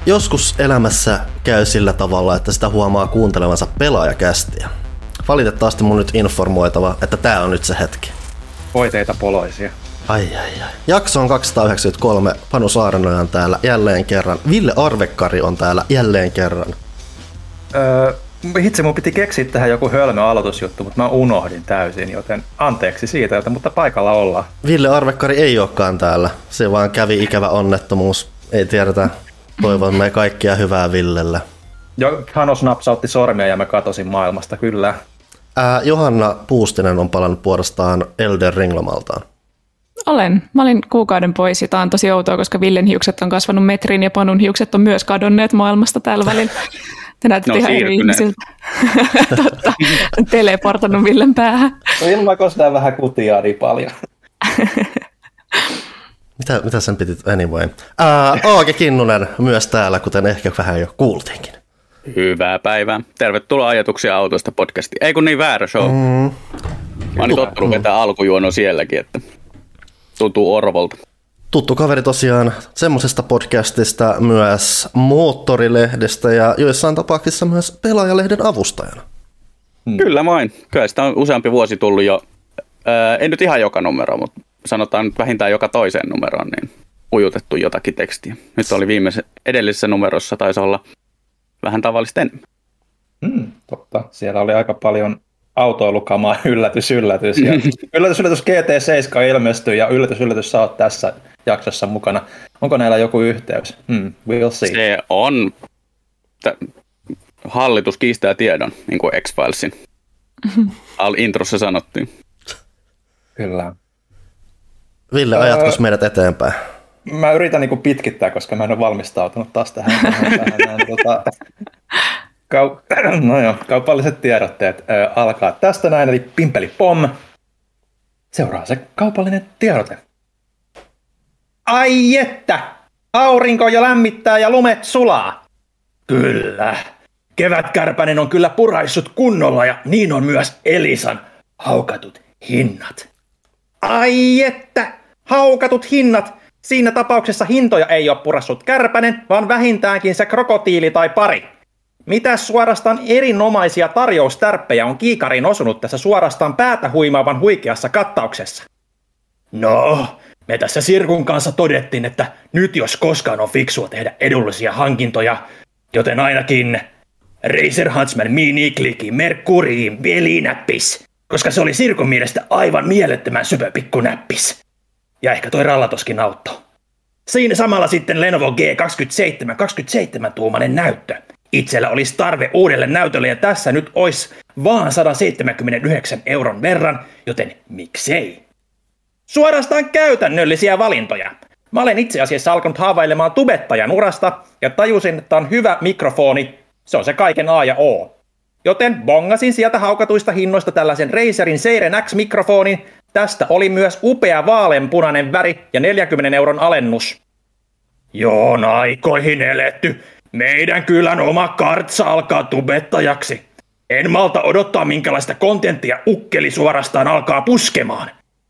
Joskus elämässä käy sillä tavalla, että sitä huomaa kuuntelevansa pelaajakästiä. Valitettavasti mun nyt informoitava, että tää on nyt se hetki. Voiteita poloisia. Ai. Jakso on 293. Panu Saarenoja on täällä jälleen kerran. Ville Arvekkari on täällä jälleen kerran. Itse mun piti keksiä tähän joku hölmö aloitusjuttu, mutta mä unohdin täysin, joten anteeksi siitä, mutta paikalla ollaan. Ville Arvekkari ei olekaan täällä. Se vaan kävi ikävä onnettomuus. Ei tiedetä. Toivomme kaikkia hyvää Villelle. Hanos napsautti sormia ja mä katosin maailmasta, kyllä. Johanna Puustinen on palannut puolestaan Elden Ring-lomaltaan. Olen. Mä olin kuukauden pois ja tää on tosi outoa, koska Villen hiukset on kasvanut metrin ja Panun hiukset on myös kadonneet maailmasta täällä välillä. Te näytätte ihan eri ihmisiltä. Totta. Teleportannut Villen päähän. Ilman kostaan vähän kutiaa niin paljon. Mitä sen piti? Anyway. Aake Kinnunen myös täällä, kuten ehkä vähän jo kuultiinkin. Hyvää päivää. Tervetuloa Ajatuksia autosta podcastiin. Ei kun niin väärä show. Mä olin tottunut vetää alkujuono sielläkin, että tuntuu Orvolta. Tuttu kaveri tosiaan semmosesta podcastista, myös Moottorilehdestä ja joissain tapauksissa myös Pelaajalehden avustajana. Kyllä vain. Kyllä sitä on useampi vuosi tullut jo. Ei nyt ihan joka numero, mutta sanotaan nyt vähintään joka toiseen numeroon, niin ujutettu jotakin tekstiä. Nyt oli edellisessä numerossa, taisi olla vähän tavallista enemmän. Totta. Siellä oli aika paljon autoilukamaa, yllätys. Ja yllätys GT7 ilmestyi ja yllätys sä oot tässä jaksossa mukana. Onko näillä joku yhteys? We'll see. Se on. Hallitus kiistää tiedon, niin kuin X-Filesin introssa sanottiin. Kyllä. Ville, ajatko meidät eteenpäin? Mä yritän niin kuin pitkittää, koska mä en ole valmistautunut taas tähän. Kaupalliset tiedotteet alkaa tästä näin, eli pimpeli pom. Seuraa se kaupallinen tiedote. Ai että! Aurinko jo lämmittää ja lumet sulaa. Kyllä. Kevätkärpänen on kyllä puraissut kunnolla ja niin on myös Elisan haukatut hinnat. Ai että! Haukatut hinnat! Siinä tapauksessa hintoja ei ole purassut kärpänen, vaan vähintäänkin se krokotiili tai pari. Mitäs suorastaan erinomaisia tarjoustärppejä on kiikariin osunut tässä suorastaan päätä huimaavan huikeassa kattauksessa? No, me tässä Sirkun kanssa todettiin, että nyt jos koskaan on fiksua tehdä edullisia hankintoja, joten ainakin Razer Huntsman Mini Click Mercuriin velinäppis, koska se oli Sirkun mielestä aivan mielettömän sypä pikkunäppis. Ja ehkä toi rallatoskin auttoi. Siinä samalla sitten Lenovo G27 27-tuumainen näyttö. Itsellä olisi tarve uudelle näytölle ja tässä nyt olisi vaan 179 euron verran, joten miksei? Suorastaan käytännöllisiä valintoja. Mä olen itse asiassa alkanut haavailemaan tubettajan urasta ja tajusin, että on hyvä mikrofoni. Se on se kaiken A ja O. Joten bongasin sieltä haukatuista hinnoista tällaisen Razerin Seiren X-mikrofonin. Tästä oli myös upea vaaleanpunainen väri ja 40 euron alennus. Joon aikoihin eletty. Meidän kylän oma kartsa alkaa tubettajaksi. En malta odottaa, minkälaista kontenttia ukkeli suorastaan alkaa puskemaan.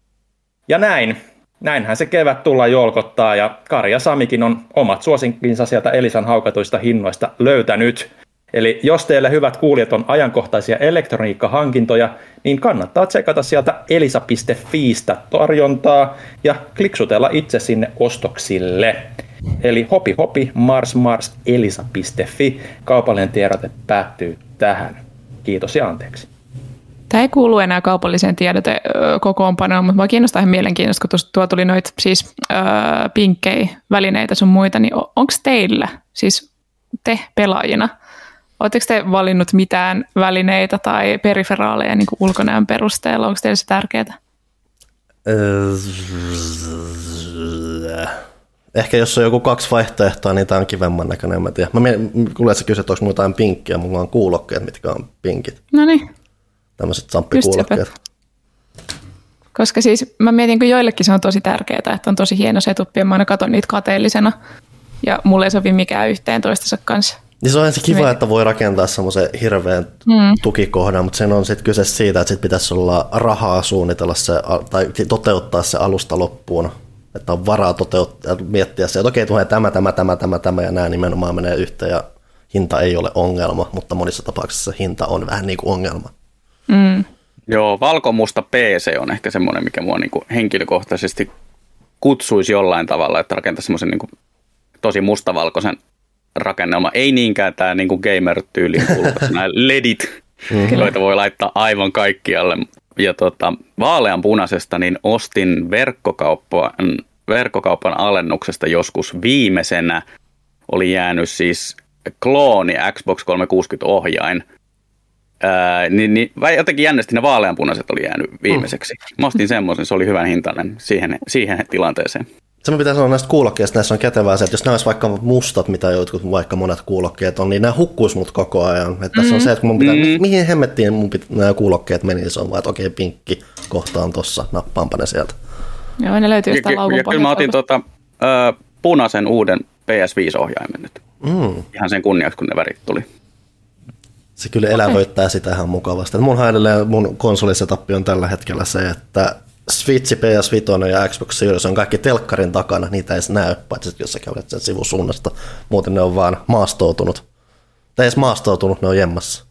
Ja näinhän se kevät tulla jolkottaa ja Karja Samikin on omat suosikkinsa sieltä Elisan haukatuista hinnoista löytänyt. Eli jos teille hyvät kuulijat on ajankohtaisia elektroniikkahankintoja, niin kannattaa tsekata sieltä elisa.fiistä tarjontaa ja kliksutella itse sinne ostoksille. Eli hopi mars elisa.fi. Kaupallinen tiedote päättyy tähän. Kiitos ja anteeksi. Tämä ei kuulu enää kaupalliseen tiedotekokoonpanoon, mutta minua kiinnostaa ihan mielenkiintoista, kun tuo tuli noita siis pinkkejä välineitä sun muita, niin onko teillä, siis te pelaajina, oletteko te valinnut mitään välineitä tai periferaaleja niin kuin ulkonäön perusteella? Onko teille se tärkeää? Ehkä jos on joku 2 vaihtoehtoa, niin tämä on kivemman näköinen, en mä tiedä. Mä kuulen, että sä kysyt, onko mulla jotain pinkkiä, mulla on kuulokkeet, mitkä on pinkit. No niin. Tämmöiset samppikuulokkeet. Koska siis mä mietin, kun joillekin se on tosi tärkeää, että on tosi hieno setuppi ja mä aina katson niitä kateellisena. Ja mulle ei sovi mikään yhteen toistensa kanssa. Niin se on ensin kiva, että voi rakentaa semmoisen hirveän tukikohdan, mutta sen on sitten kyse siitä, että sit pitäisi olla rahaa suunnitella se tai toteuttaa se alusta loppuun. Että on varaa toteuttaa ja miettiä se, että okei, tulee tämä ja nämä nimenomaan menee yhteen ja hinta ei ole ongelma, mutta monissa tapauksissa hinta on vähän niin kuin ongelma. Joo, valkomusta PC on ehkä semmoinen, mikä mua niin kuin henkilökohtaisesti kutsuisi jollain tavalla, että rakentaa semmoisen niin kuin tosi mustavalkoisen rakennelma. Ei niinkään tämä niin kuin gamer-tyyliin kuuluva, nämä ledit, joita voi laittaa aivan kaikkialle. Ja vaaleanpunaisesta niin ostin verkkokaupan alennuksesta joskus viimeisenä. Oli jäänyt siis klooni Xbox 360-ohjain. Jotenkin jännästi ne vaaleanpunaiset oli jäänyt viimeiseksi. Mä ostin semmoisen, se oli hyvän hintainen siihen tilanteeseen. Se pitää sanoa näistä kuulokkeista, näissä on kätevää se, että jos nämä olisi vaikka mustat, mitä jotkut vaikka monet kuulokkeet on, niin nämä hukkuisi mut koko ajan. Että tässä on se, että kun mun pitää, mihin hemmettiin nämä kuulokkeet meni, se on vaan, että okei, pinkki kohta on tossa, nappaanpa ne sieltä. Joo, ne löytyy sitä laukun pohjalta. Kyllä mä otin punaisen uuden PS5-ohjaimen nyt. Ihan sen kunniaksi, kun ne värit tuli. Se kyllä elävöittää sitä ihan mukavasti. Munhan edelleen mun konsolisetappi on tällä hetkellä se, että Switch, PS5 ja Xbox Series on kaikki telkkarin takana, niitä ei näy, paitsi jos sä käydet sen sivusuunnasta. Muuten ne on vaan maastoutunut. Tai edes maastoutunut, ne on jemmassa.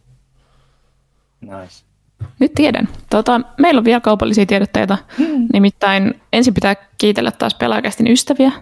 Nice. Nyt tiedän. Meillä on vielä kaupallisia tiedotteita. Nimittäin ensin pitää kiitellä taas Pelaajakästin ystäviä.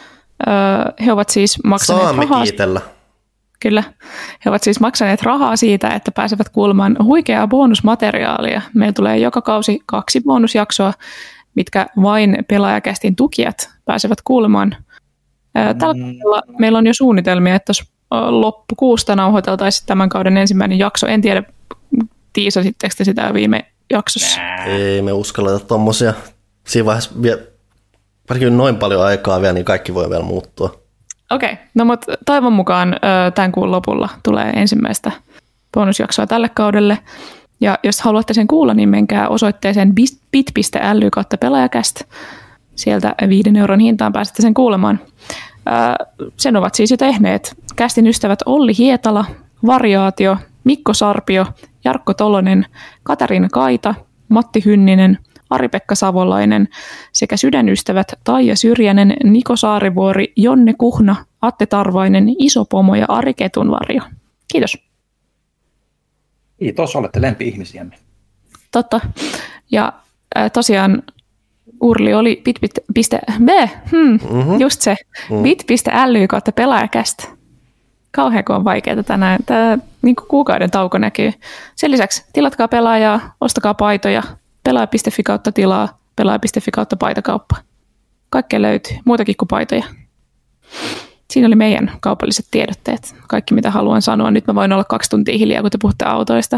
He ovat siis maksaneet rahaa. Kiitellä. Kyllä. He ovat siis maksaneet rahaa siitä, että pääsevät kuulemaan huikeaa bonusmateriaalia. Meillä tulee joka kausi 2 bonusjaksoa, mitkä vain Pelaajakästin tukijat pääsevät kuulemaan. Tällä kaudella meillä on jo suunnitelmia, että jos loppukuusta nauhoiteltaisiin tämän kauden ensimmäinen jakso. En tiedä, tiisasitteko te sitä viime jaksossa? Ei me uskalleta tommosia. Siinä vaiheessa varsinkin noin paljon aikaa vielä, niin kaikki voi vielä muuttua. Okei, no mutta toivon mukaan tämän kuun lopulla tulee ensimmäistä bonusjaksoa tälle kaudelle. Ja jos haluatte sen kuulla, niin menkää osoitteeseen bit.ly/pelaajakäst. Sieltä 5 € hintaan pääsette sen kuulemaan. Sen ovat siis jo tehneet kästin ystävät Olli Hietala, Variaatio, Mikko Sarpio, Jarkko Tolonen, Katariina Kaita, Matti Hynninen, Ari-Pekka Savolainen sekä sydänystävät Taija Syrjänen, Niko Saarivuori, Jonne Kuhna, Atte Tarvainen, Iso Pomo ja Ari Ketunvarjo. Kiitos. Kiitos, olette lempi-ihmisiämme. Totta. Ja tosiaan Urli oli just se, bit.ly/pelaajakäst. Kauhean kun on vaikeaa tänään. Tämä niin kuin kuukauden tauko näkyy. Sen lisäksi tilatkaa Pelaajaa, ostakaa paitoja, pelaaja.fi/tilaa, pelaaja.fi/paitakauppa. Kaikkea löytyy, muutakin kuin paitoja. Siinä oli meidän kaupalliset tiedotteet. Kaikki mitä haluan sanoa. Nyt mä voin olla 2 tuntia hiljaa, kun te puhutte autoista.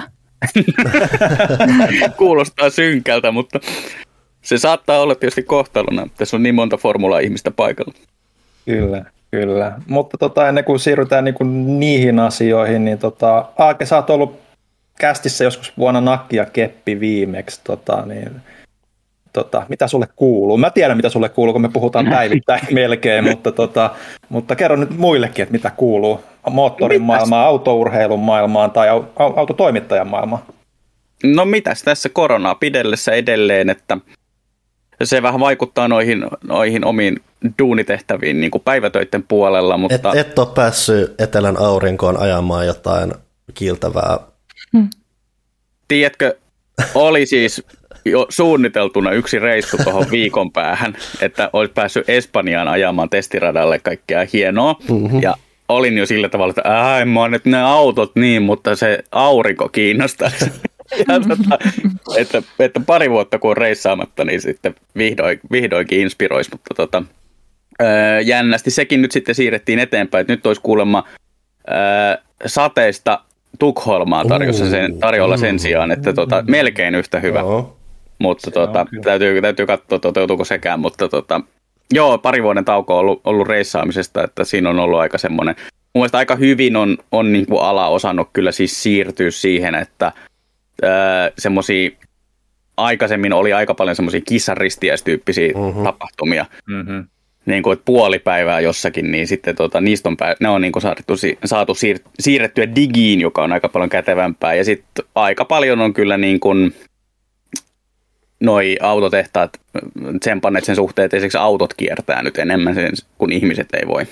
Kuulostaa synkältä, mutta se saattaa olla tietysti kohtalona. Tässä on niin monta formula-ihmistä paikalla. Kyllä. Mutta ennen kuin siirrytään niihin asioihin, niin Aake, sä oot ollut kästissä joskus vuonna Nakki ja Keppi viimeksi. Mitä sulle kuuluu? Mä tiedän, mitä sulle kuuluu, kun me puhutaan päivittäin melkein, mutta kerro nyt muillekin, että mitä kuuluu moottorin maailmaan, autourheilun maailmaan tai autotoimittajan maailmaan. No mitäs tässä koronaa pidellessä edelleen, että se vähän vaikuttaa noihin omiin duunitehtäviin niin kuin päivätöiden puolella. Mutta Et ole päässyt etelän aurinkoon ajamaan jotain kiiltävää. Tiedätkö, oli siis jo suunniteltuna yksi reissu tuohon viikon päähän, että olisi päässyt Espanjaan ajamaan testiradalle kaikkea hienoa. Ja olin jo sillä tavalla, että en mä nyt ne autot niin, mutta se aurinko kiinnostaa. Että pari vuotta kun on reissaamatta, niin sitten vihdoinkin inspiroisi, mutta jännästi sekin nyt sitten siirrettiin eteenpäin, että nyt olisi kuulemma sateista Tukholmaa tarjolla sen sijaan, että melkein yhtä hyvä, mutta täytyy katsoa toteutuuko sekään, mutta joo, pari vuoden tauko on ollut reissaamisesta, että siinä on ollut aika semmoinen, mun mielestä aika hyvin on niin kuin ala osannut kyllä siis siirtyä siihen, että semmoisia aikaisemmin oli aika paljon semmoisia kissaristiäistyyppisiä tapahtumia, niin kuin puolipäivää jossakin, niin sitten niistä ne on niin kuin saatu siirrettyä digiin, joka on aika paljon kätevämpää, ja sitten aika paljon on kyllä niin kuin noi autotehtaat tsempanneet sen suhteen, että esimerkiksi autot kiertää nyt enemmän sen, kun ihmiset ei voi.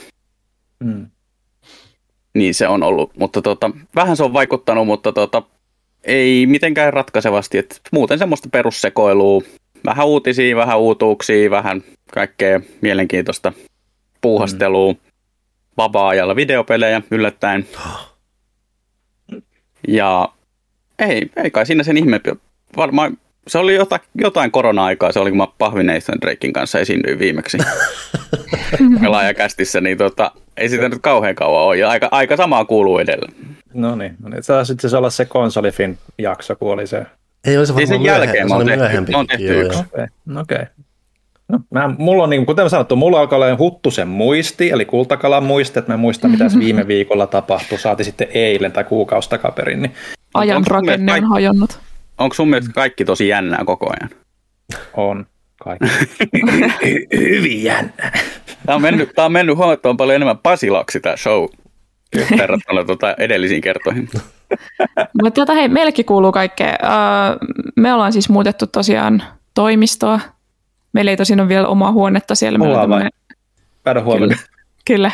Niin se on ollut, mutta vähän se on vaikuttanut, mutta ei mitenkään ratkaisevasti. Et muuten semmoista perussekoilua, vähän uutisia, vähän uutuuksia, vähän kaikkea mielenkiintoista puuhastelua, vapaa-ajalla videopelejä yllättäen. Ja ei kai siinä sen ihme. Varmaan se oli jotain korona-aikaa, se oli kun mä Pahvi Nathan Draken kanssa esiinnyin viimeksi pelaajakästissä, niin ei sitä nyt kauhean kauan ole, ja aika samaa kuuluu edelleen. No niin, se taisi itse asiassa olla se konsolifin jakso, kun oli se. Ei olisi varmaan sen jälkeen myöhempi. On tehty yksi. Okei. No, mulla on, niin, kuten sanottu, mulla alkaa olla Huttusen muisti, eli Kultakalan muisti, että mä muistan, mitä viime viikolla tapahtui, saati sitten eilen tai kuukausi takaperin. Niin. Ajan rakenne on hajonnut. Onko sun mielestä kaikki tosi jännää koko ajan? On kaikki. Hyvin jännää. Tämä on mennyt huomattavan paljon enemmän Pasilaksi tämä show verrattuna edellisiin kertoihin. Mutta hei, meillekin kuuluu kaikkea. Me ollaan siis muutettu tosiaan toimistoa. Meillä ei tosin ole vielä omaa huonetta siellä. Ollaan vai? Päivän huomioon. Kyllä.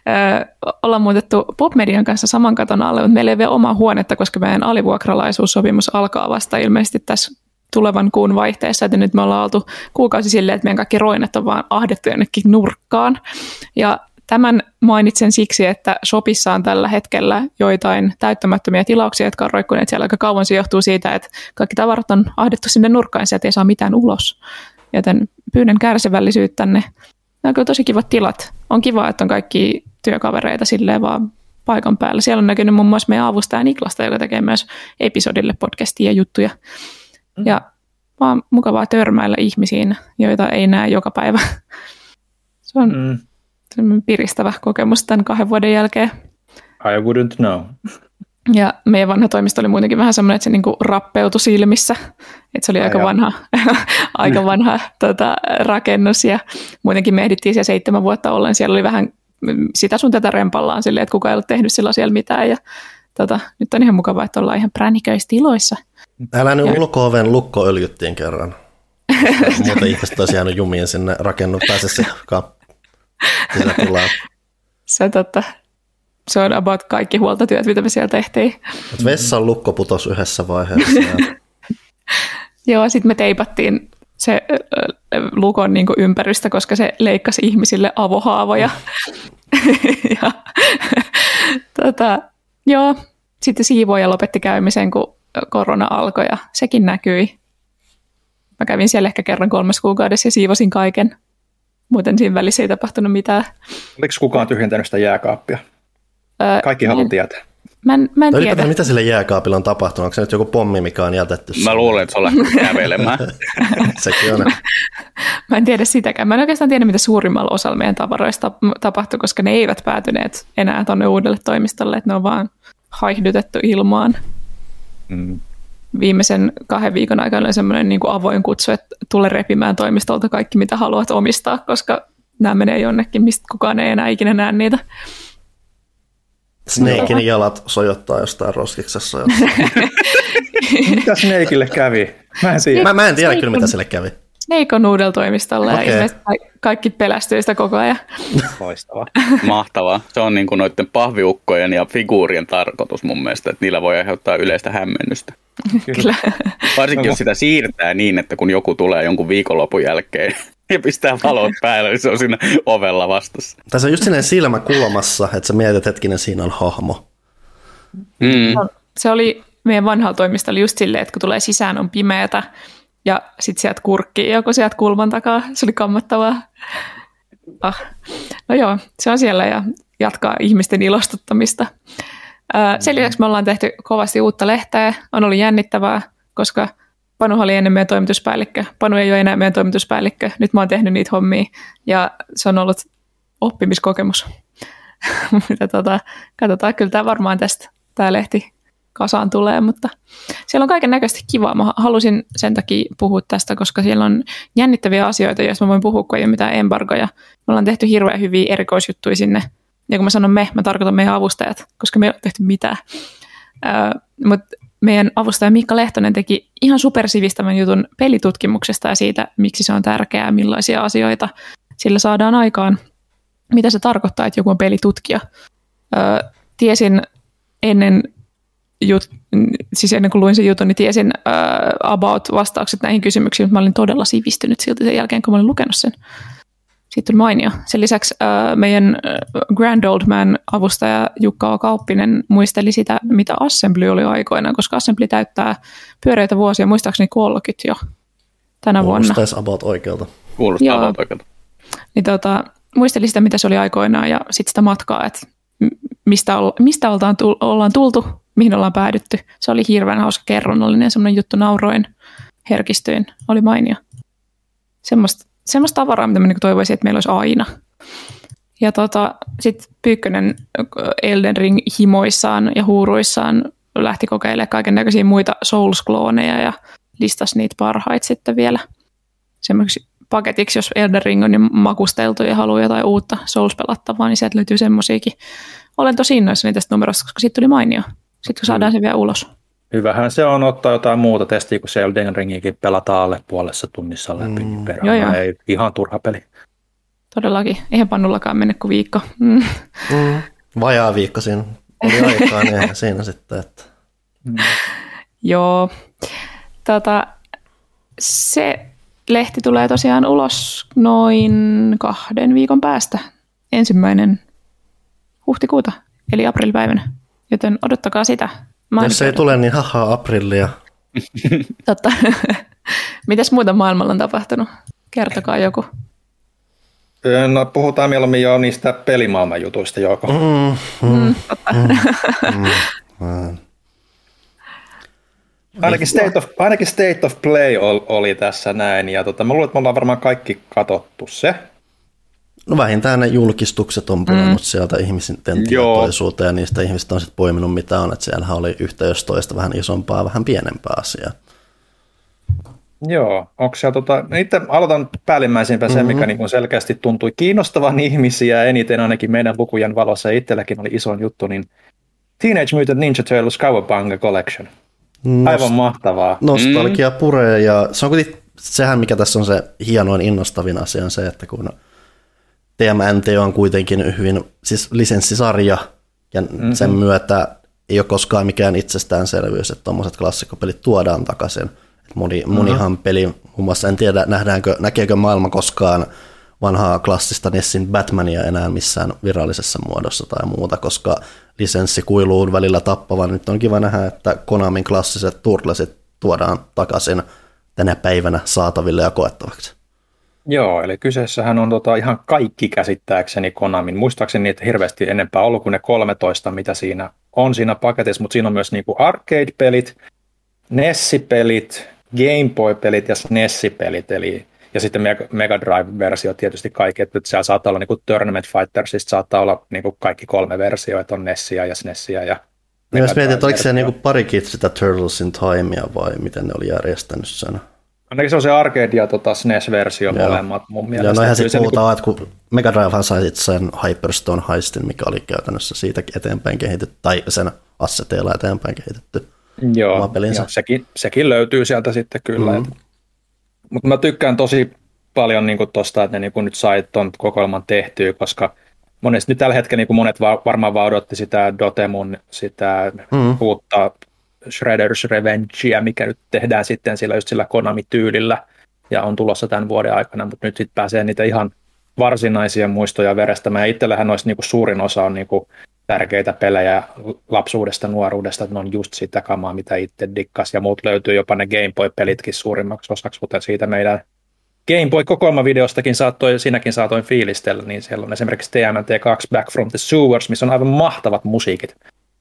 Ollaan muutettu PopMedian kanssa saman katon alle, mutta meillä ei ole vielä omaa huonetta, koska meidän alivuokralaisuussopimus alkaa vasta ilmeisesti tässä tulevan kuun vaihteessa. Että nyt me ollaan oltu kuukausi silleen, että meidän kaikki roinet on vaan ahdettu jonnekin nurkkaan. Ja tämän mainitsen siksi, että Shopissa on tällä hetkellä joitain täyttämättömiä tilauksia, jotka on roikkuneet siellä aika kauan. Se johtuu siitä, että kaikki tavarat on ahdettu sinne nurkkaan, sieltä ei saa mitään ulos. Joten pyydän kärsivällisyyttänne. Nämä on kyllä tosi kivat tilat. On kiva, että on kaikki työkavereita silleen vaan paikan päällä. Siellä on näkynyt muun muassa meidän avustaja Niklasta, joka tekee myös episodille podcastia ja juttuja. Ja vaan mukavaa törmäillä ihmisiin, joita ei näe joka päivä. Se on piristävä kokemus tämän 2 vuoden jälkeen. I wouldn't know. Ja meidän vanha toimisto oli muutenkin vähän semmoinen, että se niinku rappeutui silmissä. Että se oli aika vanha rakennus. Ja muutenkin me ehdittiin siellä 7 vuotta ollen. Siellä oli vähän sitä sun tätä rempallaan silleen, että kukaan ei ollut tehnyt silloin siellä mitään. Ja nyt on ihan mukavaa, että ollaan ihan pränniköissä tiloissa. Älä nyt ulko-oven lukko öljyttiin kerran. Muuten ihmiset olisi jäänyt jumiin sinne rakennukseen. Se on about kaikki huoltotyöt, mitä me siellä tehtiin. Vessan lukko putosi yhdessä vaiheessa. Joo, sitten me teipattiin se lukon niin kuin ympärystä, koska se leikkasi ihmisille avohaavoja. Joo, sitten siivooja lopetti käymisen, kun korona alkoi ja sekin näkyi. Mä kävin siellä ehkä kerran 3 kuukaudessa ja siivosin kaiken. Muuten siinä välissä ei tapahtunut mitään. Oliko kukaan tyhjentänyt sitä jääkaappia? Kaikki haluaa tietää. Mä en tiedä. Mitä sille jääkaapilla on tapahtunut? Onko se nyt joku pommi, mikä on jätetty? Mä luulen, että se on lähtenyt kävelemään. Sekin on. Mä en tiedä sitäkään. Mä en oikeastaan tiedä, mitä suurimmalla osalla meidän tavaroista tapahtui, koska ne eivät päätyneet enää tuonne uudelle toimistolle, että ne on vaan haihdutettu ilmaan. Viimeisen 2 viikon aikana oli semmoinen niin kuin avoin kutsu, että tule repimään toimistolta kaikki, mitä haluat omistaa, koska nämä menee jonnekin, mistä kukaan ei enää ikinä näe niitä. Snakein jalat sojottaa jostain roskiksessa. Mitä Snakeille kävi? Mä en tiedä kyllä, mitä sille kävi. Snake on uudella toimistolla ja ilmeisesti kaikki pelästyy sitä koko ajan. Loistavaa. Mahtavaa. Se on niin kuin noiden pahviukkojen ja figuurien tarkoitus mun mielestä, että niillä voi aiheuttaa yleistä hämmennystä. Kyllä. Varsinkin jos sitä siirtää niin, että kun joku tulee jonkun viikonlopun jälkeen ja pistää valot päälle, niin se on siinä ovella vastassa. Tässä on just sinne silmäkulmassa, että sä mietit hetkinen, siinä on hahmo. Se oli meidän vanhalla toimistolla just silleen, että kun tulee sisään on pimeätä ja sitten sieltä kurkkii joku sieltä kulman takaa. Se oli kammottavaa. No joo, se on siellä ja jatkaa ihmisten ilostuttamista. Sen lisäksi me ollaan tehty kovasti uutta lehteä. On ollut jännittävää, koska Panu oli ennen meidän toimituspäällikkö. Panu ei ole enää meidän toimituspäällikkö. Nyt mä oon tehnyt niitä hommia ja se on ollut oppimiskokemus. Katsotaan, kyllä tämä varmaan tästä tämä lehti kasaan tulee, mutta siellä on kaiken näköisesti kivaa. Mä halusin sen takia puhua tästä, koska siellä on jännittäviä asioita, joista mä voin puhua, kun ei ole mitään embargoja. Me ollaan tehty hirveän hyviä erikoisjuttuja sinne. Ja kun mä sanon mä tarkoitan meidän avustajat, koska me ei ole tehty mitään. Mutta meidän avustaja Mikka Lehtonen teki ihan supersivistävän jutun pelitutkimuksesta ja siitä, miksi se on tärkeää, millaisia asioita sillä saadaan aikaan. Mitä se tarkoittaa, että joku on pelitutkija. Tiesin ennen kuin luin sen jutun, niin tiesin about vastaukset näihin kysymyksiin, mutta mä olin todella sivistynyt silti sen jälkeen, kun mä olin lukenut sen. Siitä tuli mainio. Sen lisäksi meidän Grand Old Man -avustaja Jukka O. Kauppinen muisteli sitä, mitä Assembly oli aikoinaan, koska Assembly täyttää pyöreitä vuosia, muistaakseni 30 jo tänä vuonna. Kuulostaisi about oikealta. Kuulostaa about oikealta. Niin muisteli sitä, mitä se oli aikoinaan ja sitten sitä matkaa, että mistä ollaan tultu, mihin ollaan päädytty. Se oli hirveän hauska kerronnallinen, semmoinen juttu, nauroin, herkistyin, oli mainio. Semmoista tavaraa, mitä mä toivoisin, että meillä olisi aina. Ja sitten Pyykkönen Elden Ring himoissaan ja huuruissaan lähti kokeilemaan kaikennäköisiä muita Souls-klooneja ja listasi niitä parhaita sitten vielä semmoiksi paketiksi, jos Elden Ring on niin makusteltu ja haluaa jotain uutta Souls-pelattavaa, niin sieltä löytyy semmoisiakin. Olen tosi innoissani tästä numerosta, koska siitä tuli mainio. Sitten kun saadaan se vielä ulos. Hyvähän se on ottaa jotain muuta testiä, kun se Elden Ringikin pelataan alle puolessa tunnissa läpi. Joo. Ei ihan turha peli. Todellakin. Eihän pannullakaan mennä kuin viikko. Vajaa viikko siinä oli aikaa, niin eihän siinä sitten. Että. Joo. Se lehti tulee tosiaan ulos noin 2 viikon päästä. 1. huhtikuuta, eli aprillipäivänä. Joten odottakaa sitä. Jos ei tule, niin aprillia. Totta. Mitäs muuta maailmalla on tapahtunut? Kertokaa joku. No, puhutaan mieluummin jo niistä pelimaailman jutuista, Jouko. Ainakin State of Play oli tässä näin, ja mä luulen, että me ollaan varmaan kaikki katsottu se. No vähintään ne julkistukset on pudonnut sieltä ihmisten tietoisuuteen, ja niistä ihmisistä on sitten poiminut mitä on, että siellähän oli yhtä jos toista vähän isompaa, vähän pienempää asiaa. Joo, onko siellä itse aloitan päällimmäisimpää se, mikä niin selkeästi tuntui kiinnostavan ihmisiä eniten ainakin meidän lukujen valossa, ja itselläkin oli iso juttu, niin Teenage Mutant Ninja Turtles Cowabunga Collection. Aivan mahtavaa. Nostalgia puree, ja se on kuitenkin sehän, mikä tässä on se hienoin innostavin asia, on se, että kun TMNT on kuitenkin hyvin siis lisenssisarja, ja sen myötä ei ole koskaan mikään itsestäänselvyys, että tuommoiset klassikkopelit tuodaan takaisin. Monihan peli, muun muassa en tiedä, näkeekö maailma koskaan vanhaa klassista Nessin Batmania enää missään virallisessa muodossa tai muuta, koska lisenssi kuiluu välillä tappavan. Nyt on kiva nähdä, että Konamin klassiset Turtlesit tuodaan takaisin tänä päivänä saataville ja koettavaksi. Joo, eli kyseessähän on ihan kaikki käsittääkseni Konamin. Muistaakseni että hirveästi enempää ollut kuin ne 13, mitä siinä on siinä paketissa, mutta siinä on myös niinku arcade-pelit, Nessi-pelit, Game Boy-pelit ja SNES-pelit, ja sitten Mega Drive-versio tietysti kaikki, että siellä saattaa olla niinku Tournament Fightersista, saattaa olla niinku kaikki 3 versioita, on Nessia ja SNESia ja Mega Drive. Mietin, että oliko siellä niinku parikin sitä Turtles in Timea vai miten ne oli järjestänyt sen? Ainakin se on se arcade ja SNES-versio molemmat mun mielestä. Ja noihän sitten puhutaan, että kun Mega Drivehan sai sen Hyperstone Heistin, mikä oli käytännössä siitäkin eteenpäin kehitetty, tai sen asseteilla eteenpäin kehitetty. Joo, sekin löytyy sieltä sitten kyllä. Mutta mä tykkään tosi paljon niin tuosta, että ne niin nyt sai tuon kokoelman tehtyä, koska monesti nyt tällä hetkellä niin monet varmaan vaan odotti sitä Dotemun, sitä uutta Shredder's Revengea, mikä nyt tehdään sitten sillä Konami-tyylillä ja on tulossa tämän vuoden aikana, mutta nyt sitten pääsee niitä ihan varsinaisia muistoja verestämään. Ja itsellähän noista niin suurin osa on niin tärkeitä pelejä lapsuudesta, nuoruudesta, että ne on just sitä kamaa, mitä itse dikkas, ja muut löytyy jopa ne Game Boy-pelitkin suurimmaksi osaksi, kuten siitä meidän Game Boy-kokoelmavideostakin siinäkin saatoin fiilistellä, niin siellä on esimerkiksi TMNT2 Back from the Sewers, missä on aivan mahtavat musiikit,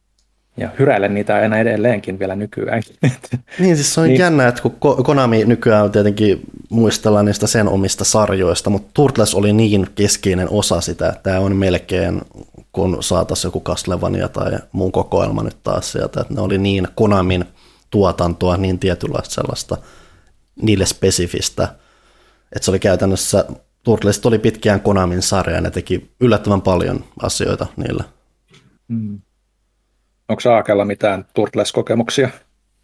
ja hyräilen niitä aina edelleenkin vielä nykyään. Niin, siis se on jännä, että kun Konami nykyään tietenkin muistellaan niistä sen omista sarjoista, mutta Turtles oli niin keskeinen osa sitä, että tämä on melkein kun saataisiin joku Castlevania tai muun kokoelma nyt taas sieltä, että ne oli niin Konamin tuotantoa, niin tietynlaista sellaista niille spesifistä, että se oli käytännössä, Turtlesit oli pitkään Konamin sarja ja ne teki yllättävän paljon asioita niillä. Onko Aakella mitään Turtles-kokemuksia?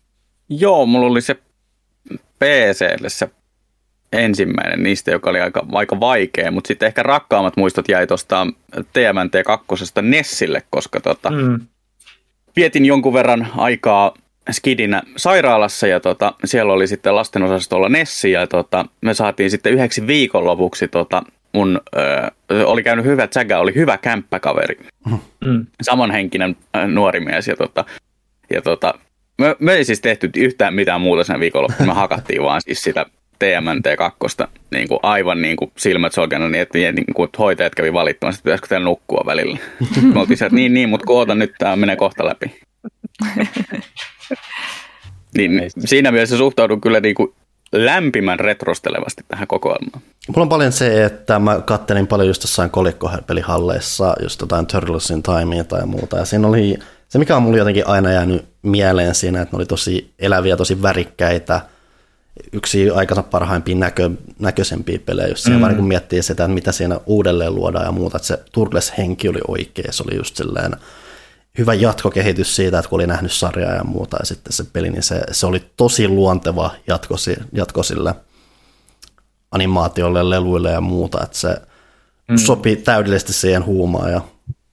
Joo, mulla oli se PC:lle se ensimmäinen niistä, joka oli aika vaikea, mutta sitten ehkä rakkaammat muistot jäi tuosta TMNT2 Nessille, koska vietin jonkun verran aikaa skidinä sairaalassa ja siellä oli sitten lastenosastolla Nessi ja me saatiin sitten yhdeksi viikonlopuksi oli käynyt hyvä tsägä, oli hyvä kämppäkaveri, samanhenkinen nuori mies me ei siis tehty yhtään mitään muuta sen viikonloppuun, me hakattiin vaan siis sitä TMNT2 niin kuin aivan niin kuin silmät solkena niin, että hoitajat kävi valittamassa, että pitäisikö teillä nukkua välillä. Me oltiin sieltä, niin, mutta koota nyt, tämä menee kohta läpi. Niin, siinä mielessä suhtaudun kyllä niin kuin lämpimän retrostelevasti tähän kokoelmaan. Mulla on paljon se, että mä kattelin paljon just jossain kolikkopelihalleissa just jotain Turtles in Timea tai muuta. Ja siinä oli se, mikä on mulla jotenkin aina jäänyt mieleen siinä, että ne oli tosi eläviä, tosi värikkäitä. Yksi aikansa parhaimpia näköisempiä pelejä, jos siinä vaan kun miettii sitä, että mitä siinä uudelleen luodaan ja muuta, että se Turtles-henki oli oikea, se oli just silleen hyvä jatkokehitys siitä, että kun oli nähnyt sarjaa ja muuta, ja sitten se peli, niin se oli tosi luonteva jatko sille animaatiolle, leluille ja muuta, että se sopii täydellisesti siihen huumaan, ja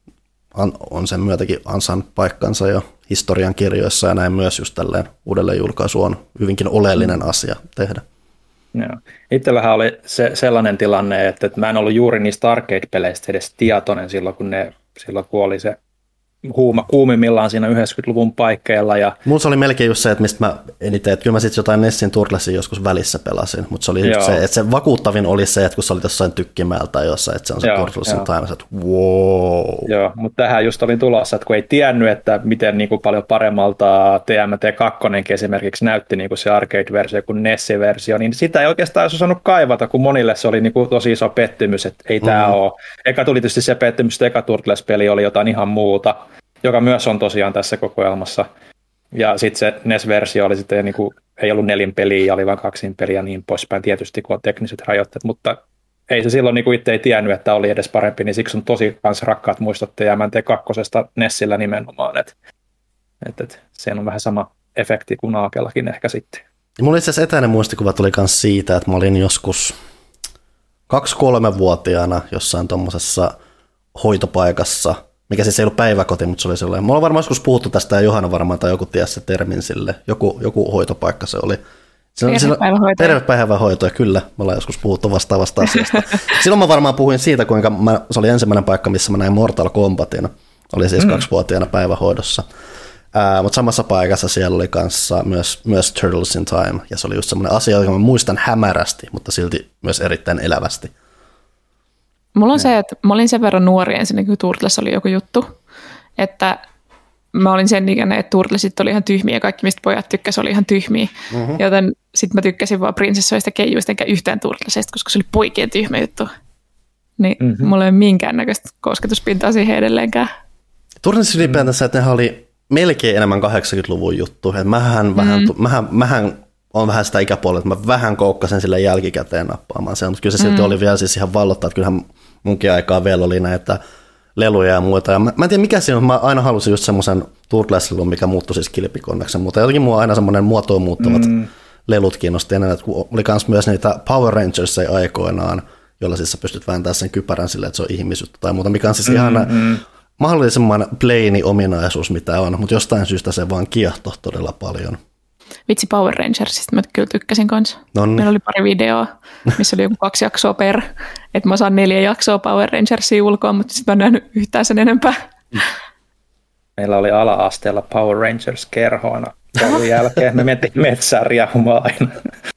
on sen myötäkin ansainnut paikkansa jo historian kirjoissa, ja näin myös just tälleen uudelleen julkaisu on hyvinkin oleellinen asia tehdä. Joo. Itsellähän oli sellainen tilanne, että mä en ollut juuri niistä arcade-peleistä edes tietoinen silloin, kun oli se huuma kuumimmillaan siinä 90-luvun paikkeilla. Mulla se oli melkein just se, että mistä mä eniten, että kyllä mä sitten jotain Nessin Turtlesia joskus välissä pelasin, mutta se oli just se, että se vakuuttavin oli se, että kun sä olit jossain tykkimäältä tai jossain, että se on se Turtlesin time, että wow. Joo, mutta tähän just olin tulossa, että kun ei tiennyt, että miten niin kuin paljon paremmalta TMT2 esimerkiksi näytti niin kuin se arcade-versio kuin Nessi-versio, niin sitä ei oikeastaan olisi osannut kaivata, kun monille se oli niin kuin tosi iso pettymys, että ei tämä ole. Eka tuli tietysti se pettymys, että eka Turtles-peli oli jotain ihan muuta, joka myös on tosiaan tässä kokoelmassa. Ja sitten se NES-versio oli sitten niin kuin, ei ollut 4 peliä, oli vain 2 peliä ja niin poispäin, tietysti kun on tekniset rajoitteet, mutta ei se silloin niin kuin itse ei tiennyt, että oli edes parempi, niin siksi on tosi kans rakkaat muistot TMNT2 NESillä nimenomaan, että se on vähän sama efekti kuin Aakellakin ehkä sitten. Ja mulla itse asiassa etäinen muistikuva tuli myös siitä, että mä olin joskus 2-3-vuotiaana jossain tuommoisessa hoitopaikassa, mikä siis ei ollut päiväkoti, mutta se oli sellainen. Mulla on varmaan joskus puhuttu tästä, ja Johanna varmaan tai joku tiesi se termin sille. Joku hoitopaikka se oli. Perhepäivähoitoja, kyllä. Me ollaan joskus puhuttu vastaavasta asiasta. Silloin mä varmaan puhuin siitä, kuinka se oli ensimmäinen paikka, missä mä näin Mortal Kombatin. Oli siis 2-vuotiaana päivähoidossa. Mutta samassa paikassa siellä oli kanssa myös Turtles in Time. Ja se oli just semmoinen asia, joka mä muistan hämärästi, mutta silti myös erittäin elävästi. Mulla on se, että mä olin sen verran nuori ensinnäkin, kun Turtles oli joku juttu, että mä olin sen ikäinen, että Turtlesit oli ihan tyhmiä ja kaikki, mistä pojat tykkäsivät, oli ihan tyhmiä. Joten sitten mä tykkäsin vaan prinsessoista, keijuista enkä yhtään Turtlesista, koska se oli poikien tyhmä juttu. Niin mulla ei ole minkäännäköistä kosketuspintaa siihen edelleenkään. Turtles ylipäätänsä, että nehän oli melkein enemmän 80-luvun juttu. Mähän on vähän sitä ikäpuolella, että mä vähän koukkasen sille jälkikäteen nappaamaan sen, mutta kyllä se silti oli vielä siis ihan vallottaa, että kyllähän munkin aikaa vielä oli näitä leluja ja muita. Ja mä en tiedä mikä siinä on, mä aina halusin just semmoisen Turtles-lelun, mikä muuttui siis kilpikonneksi, mutta jotenkin mua aina semmoinen muotoon muuttuvat lelut kiinnosti enää, että oli myös niitä Power Rangers aikoinaan, jolla siis sä pystyt vääntämään sen kypärän silleen, että se on ihmisjuttu tai muuta, mikä on siis ihan mahdollisimman plaini ominaisuus, mitä on, mutta jostain syystä se vaan kiehtoo todella paljon. Vitsi Power Rangersista mä kyllä tykkäsin kanssa. Nonni. Meillä oli pari videoa, missä oli joku 2 jaksoa per. Että mä saan 4 jaksoa Power Rangersia ulkoa, mutta sitten mä en nähnyt yhtään sen enempää. Meillä oli ala-asteella Power Rangers-kerhoina. Koulun jälkeen me mentiin metsään riehumaan aina.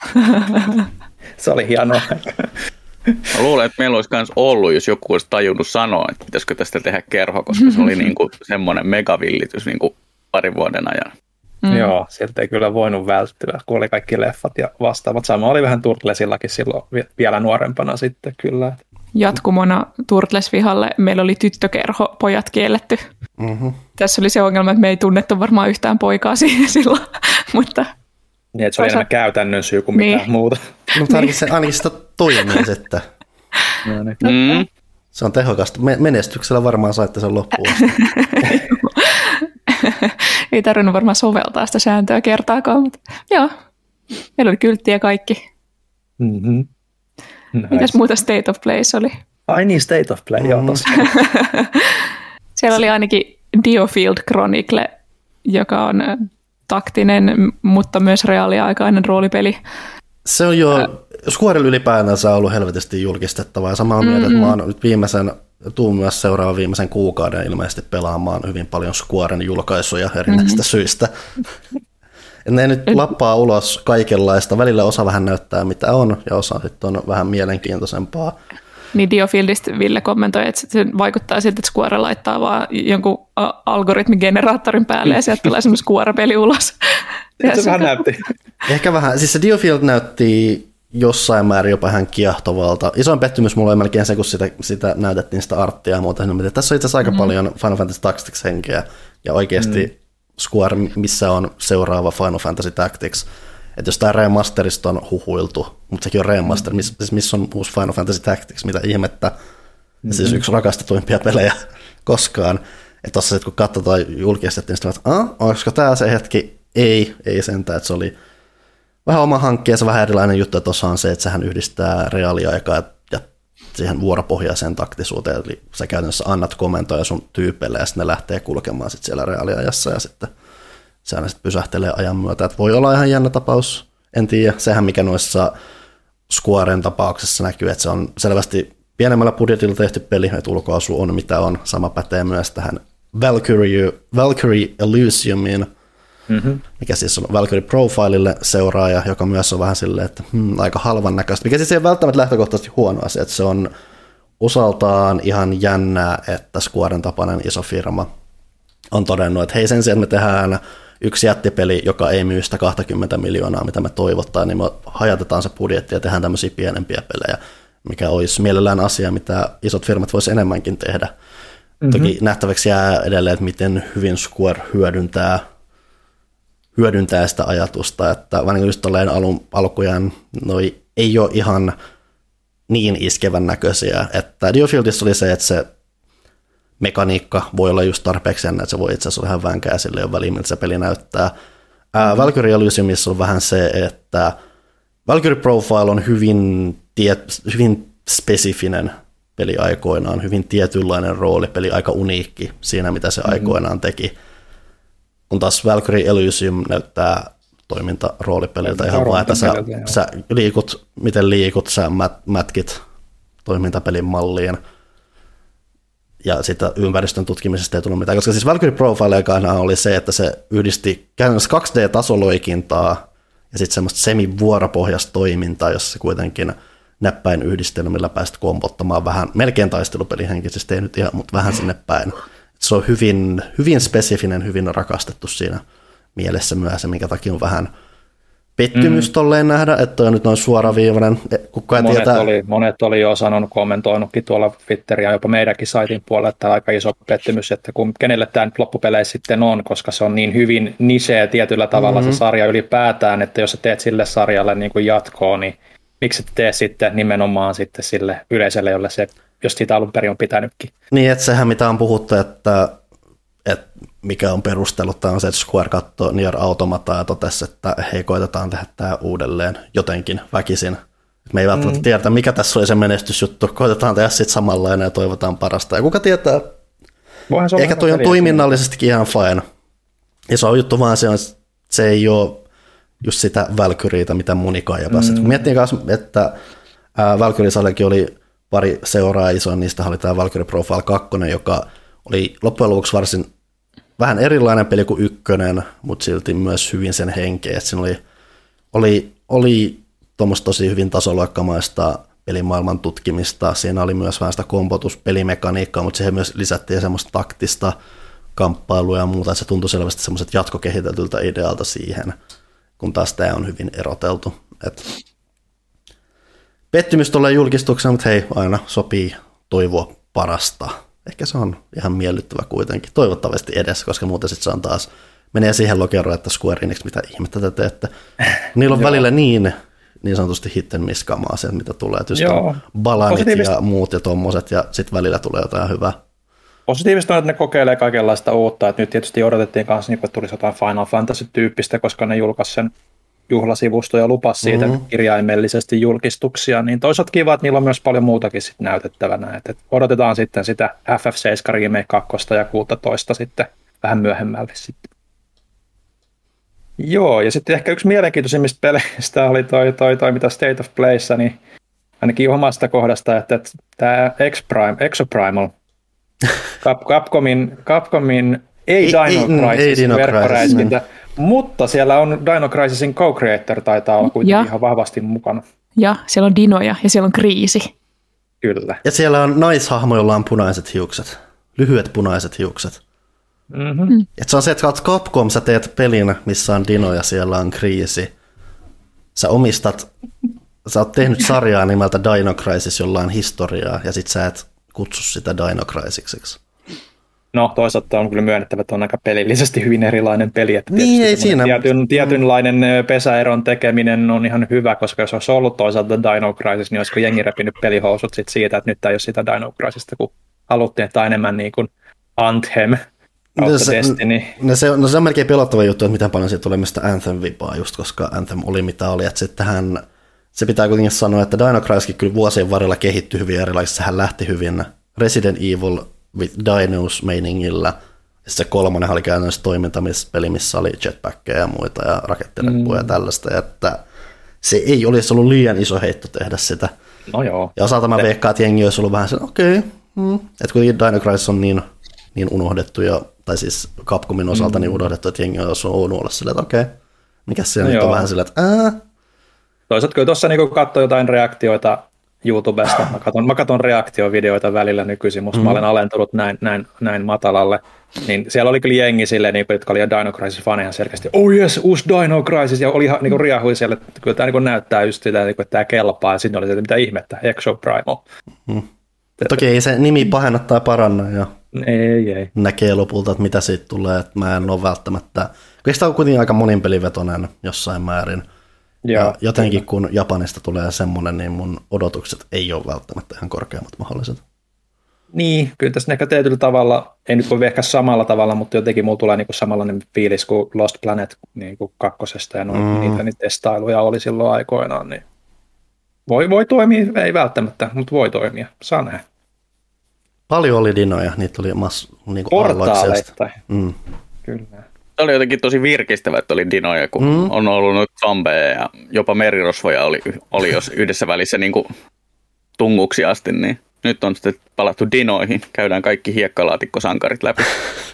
Se oli hienoa. Mä luulen, että meillä olisi myös ollut, jos joku olisi tajunnut sanoa, että pitäisikö tästä tehdä kerho, koska se oli niinku semmoinen megavillitys niinku parin vuoden ajan. Joo, sieltä ei kyllä voinut välttyä, kun oli kaikki leffat ja vastaavat. Sama oli vähän Turtlesillakin silloin vielä nuorempana sitten kyllä. Jatkumona Turtles-vihalle meillä oli tyttökerho, pojat kielletty. Tässä oli se ongelma, että me ei tunnettu varmaan yhtään poikaa silloin, mutta... Niin, että se oli enemmän käytännön syy kuin mitään muuta. Mutta ainakin sitä toimii sitten. Se on tehokasta. Menestyksellä varmaan saitte sen loppuun. Ei tarvinnut varmaan soveltaa sitä sääntöä kertaakaan, mutta joo, meillä oli kyltti ja kaikki. Mm-hmm. Nice. Mitäs muuta State of Plays oli? Ai niin, State of Play, joo tossa. Siellä oli ainakin Diofield Chronicle, joka on taktinen, mutta myös reaaliaikainen roolipeli. Se on jo, Squarella ylipäätänsä on ollut helvetisti julkistettavaa ja samaa mieltä, että mä oon nyt tuun myös seuraavan viimeisen kuukauden ilmeisesti pelaamaan hyvin paljon Squaren julkaisuja erinäistä syistä. Ne nyt lappaa ulos kaikenlaista. Välillä osa vähän näyttää mitä on ja osa sitten on vähän mielenkiintoisempaa. Niin Diofieldistä Ville kommentoi, että se vaikuttaa siltä, että Square laittaa vaan jonkun algoritmigeneraattorin päälle ja sieltä tulee semmoinen Square-peli ulos. Se vähän näytti. Ehkä vähän. Siis se Diofield näytti jossain määrin jopa ihan kiehtovalta. Isoin pettymys mulla oli melkein se, kun sitä näytettiin sitä arttia ja muuta. Tässä on itse asiassa aika paljon Final Fantasy Tactics-henkeä ja oikeasti Square, missä on seuraava Final Fantasy Tactics. Että jos tämä remasterista on huhuiltu, mutta sekin on remaster, missä on uusi Final Fantasy Tactics, mitä ihmettä. Siis yksi rakastetuimpia pelejä koskaan. Että tuossa kun katsotaan julkistettiin, niin sitten olisiko tämä se hetki? Ei sentään, että se oli vähän oma hankkeensa, vähän erilainen juttu, että tuossa on se, että sehän yhdistää reaaliaikaa ja siihen vuoropohjaiseen taktisuuteen, eli sä käytännössä annat komentoja sun tyypeille ja sitten ne lähtee kulkemaan sit siellä reaaliajassa ja sitten se aina sitten pysähtelee ajan myötä, että voi olla ihan jännä tapaus, en tiedä, sehän mikä noissa Squaren tapauksessa näkyy, että se on selvästi pienemmällä budjetilla tehty peli, että ulkoasu on mitä on, sama pätee myös tähän Valkyrie Elysiumiin, mikä siis on Valkyrie Profilelle seuraaja, joka myös on vähän silleen, että aika halvan näköistä, mikä siis ei välttämättä lähtökohtaisesti huono asia, että se on osaltaan ihan jännää, että Squaren tapainen iso firma on todennut, että hei sen sijaan, että me tehdään yksi jättipeli, joka ei myy sitä 20 miljoonaa, mitä me toivottaa, niin me hajatetaan se budjetti ja tehdään tämmöisiä pienempiä pelejä, mikä olisi mielellään asia, mitä isot firmat voisi enemmänkin tehdä. Toki nähtäväksi jää edelleen, että miten hyvin Square hyödyntää sitä ajatusta, että vaan just tolleen alkujaan noi ei ole ihan niin iskevän näköisiä, että Diofieldissa oli se, että se mekaniikka voi olla just tarpeeksi jännä, että se voi itse asiassa olla ihan vänkää sille jo väliin, miltä se peli näyttää. Valkyrie Elysiumissa on vähän se, että Valkyrie Profile on hyvin spesifinen peli aikoinaan, hyvin tietynlainen roolipeli, aika uniikki siinä, mitä se aikoinaan teki. Kun taas Valkyrie Elysium näyttää toimintaroolipeliltä ihan vaan, että sä liikut, miten liikut, sä mätkit toimintapelin malliin. Ja sitä ympäristön tutkimisesta ei tullut mitään, koska siis Valkyrie Profile aikana oli se, että se yhdisti käytännössä 2D-tasoloikintaa ja sitten semmoista semi-vuoropohjaista toimintaa, jossa se kuitenkin näppäin yhdistelmillä pääsit kompottamaan vähän, melkein taistelupelihenkisesti, ei nyt ihan, mutta vähän sinne päin. Se on hyvin spesifinen, hyvin rakastettu siinä mielessä myös, minkä takia on vähän pettymys tolleen nähdä, että on nyt noin suoraviivainen. Monet oli jo kommentoinutkin tuolla Twitteriä, jopa meidänkin saitin puolella, että aika iso pettymys, että kenelle tämä nyt loppupeleissä sitten on, koska se on niin hyvin niseä tietyllä tavalla se sarja ylipäätään, että jos sä teet sille sarjalle niin kuin jatkoa, niin miksi et tee sitten nimenomaan sitten sille yleisölle, jolle se, jos siitä alun perin on pitänytkin. Niin, että sehän mitä on puhuttu, että mikä on perustellut, on se, että Square katsoi Nier Automataa ja totesi, että hei, koitetaan tehdä tämä uudelleen jotenkin väkisin. Me ei välttämättä tiedä, mikä tässä oli se menestysjuttu, koitetaan tehdä sitten samanlainen ja toivotaan parasta. Ja kuka tietää, ehkä toi on toiminnallisestikin ihan fine. Iso juttu vaan se ei ole just sitä Valkyrieta, mitä moni kaipasi. Kun miettii kanssa, että Valkyrie-sallekin oli pari seuraa isoa, niistä oli tämä Valkyrie Profile 2, joka oli loppujen lopuksi varsin vähän erilainen peli kuin ykkönen, mutta silti myös hyvin sen henkeä. Siinä oli tuommoista tosi hyvin tasoluokkamaista pelimaailman tutkimista. Siinä oli myös vähän sitä kompotuspelimekaniikkaa, mutta siihen myös lisättiin semmoista taktista kamppailua ja muuta. Se tuntui selvästi semmoiset jatkokehiteltyltä idealta siihen, kun taas tämä on hyvin eroteltu. Pettymys tulee julkistuksena, mutta hei, aina sopii toivoa parasta. Ehkä se on ihan miellyttävä kuitenkin, toivottavasti edes, koska muuten sitten se on taas, menee siihen lokeroon, että Square Enix, mitä ihmettä te teette. Niillä on välillä niin sanotusti hit and miss kamaa se, mitä tulee, että just on balanit ja muut ja tommoset, ja sitten välillä tulee jotain hyvää. Positiivista on, että ne kokeilee kaikenlaista uutta. Että nyt tietysti odotettiin kanssa, että tulisi jotain Final Fantasy-tyyppistä, koska ne julkaisi sen juhlasivusto ja lupasi siitä kirjaimellisesti julkistuksia. Niin toisaalta kiva, että niillä on myös paljon muutakin sit näytettävänä. Et odotetaan sitten sitä FF7 Remake 2 ja 16 sitten vähän myöhemmälle sitten. Joo, ja sitten ehkä yksi mielenkiintoisimmista peleistä oli toi mitä State of Playssä, niin ainakin omasta kohdasta, että tämä Exoprimal, Capcomin ei Dino Crisis verkkoräiskintä, mutta siellä on Dino Crisisin co-creator taitaa olla kuitenkin ihan vahvasti mukana. Ja siellä on dinoja ja siellä on kriisi. Kyllä. Ja siellä on naishahmo, jolla on punaiset hiukset, lyhyet punaiset hiukset. Mm-hmm. Et se on se, että Capcom, sä teet pelin, missä on dino ja siellä on kriisi. Sä oot tehnyt sarjaa nimeltä Dino Crisis, jolla on historiaa, ja sit sä et kutsu sitä Dino Crisisiksi. No toisaalta on kyllä myönnettävä, että on aika pelillisesti hyvin erilainen peli. Että niin, ei siinä. Tietynlainen pesäeron tekeminen on ihan hyvä, koska jos olisi ollut toisaalta Dino Crisis, niin olisiko jengi repinyt pelihousut sit siitä, että nyt ei ole sitä Dino Crisista, kun haluttiin, että on niin Anthem. Se on melkein pelottava juttu, että miten paljon siitä tulee mistä Anthem-vipaa, just koska Anthem oli mitä oli. Että sittenhän, se pitää kuitenkin sanoa, että Dino Crisiskin kyllä vuosien varrella kehittyi hyvin erilaisesti. Sehän lähti hyvin Resident Evil with Dinos-meiningillä. Se 3 oli käytännössä toimintamispeli, missä oli jetpackkejä ja muita ja rakettireppuja ja tällaista. Että se ei olisi ollut liian iso heitto tehdä sitä. No joo. Ja osalta mä veikkaan, että jengi olisi ollut vähän sen, että kuitenkin Dino Crisis on niin unohdettu, tai siis Capcomin osalta niin unohdettu, että jengi on olla silleen, että mikäs se nyt on vähän silleen, että Toisaalta kyllä tuossa niin katsoi jotain reaktioita YouTubesta, mä katson reaktiovideoita välillä nykyisin, musta mä olen alentunut näin matalalle, niin siellä oli kyllä jengi silleen, niin, jotka oli jo Dino Crisis-faneja ihan selkeästi, uusi Dino Crisis, ja oli ihan niin riahui siellä, että kyllä tämä niin näyttää just sitä, että tämä kelpaa, ja sitten oli se, että mitä ihmettä, Exoprimal. Toki ei se nimi pahenna tai paranna, ja ei. Näkee lopulta, että mitä siitä tulee, että mä en ole välttämättä, kun sitä on kuitenkin aika moninpelivetoinen jossain määrin, ja jotenkin kun Japanista tulee semmoinen, niin mun odotukset ei ole välttämättä ihan korkeammat mahdolliset. Niin, kyllä tässä ehkä tietyllä tavalla, ei nyt voi ehkä samalla tavalla, mutta jotenkin mulla tulee niinku samanlainen fiilis kuin Lost Planet niinku 2. ja niitä testailuja oli silloin aikoinaan, niin voi toimia, ei välttämättä, mutta voi toimia, saa nähdä. Paljon oli dinoja, niitä oli niinku portaaleita. Kyllä. Se oli jotenkin tosi virkistävä, että oli dinoja, kun on ollut nyt zombeja ja jopa merirosvoja oli jos yhdessä välissä niin kuin tunguksi asti, niin nyt on sitten palattu dinoihin. Käydään kaikki hiekkalaatikkosankarit läpi.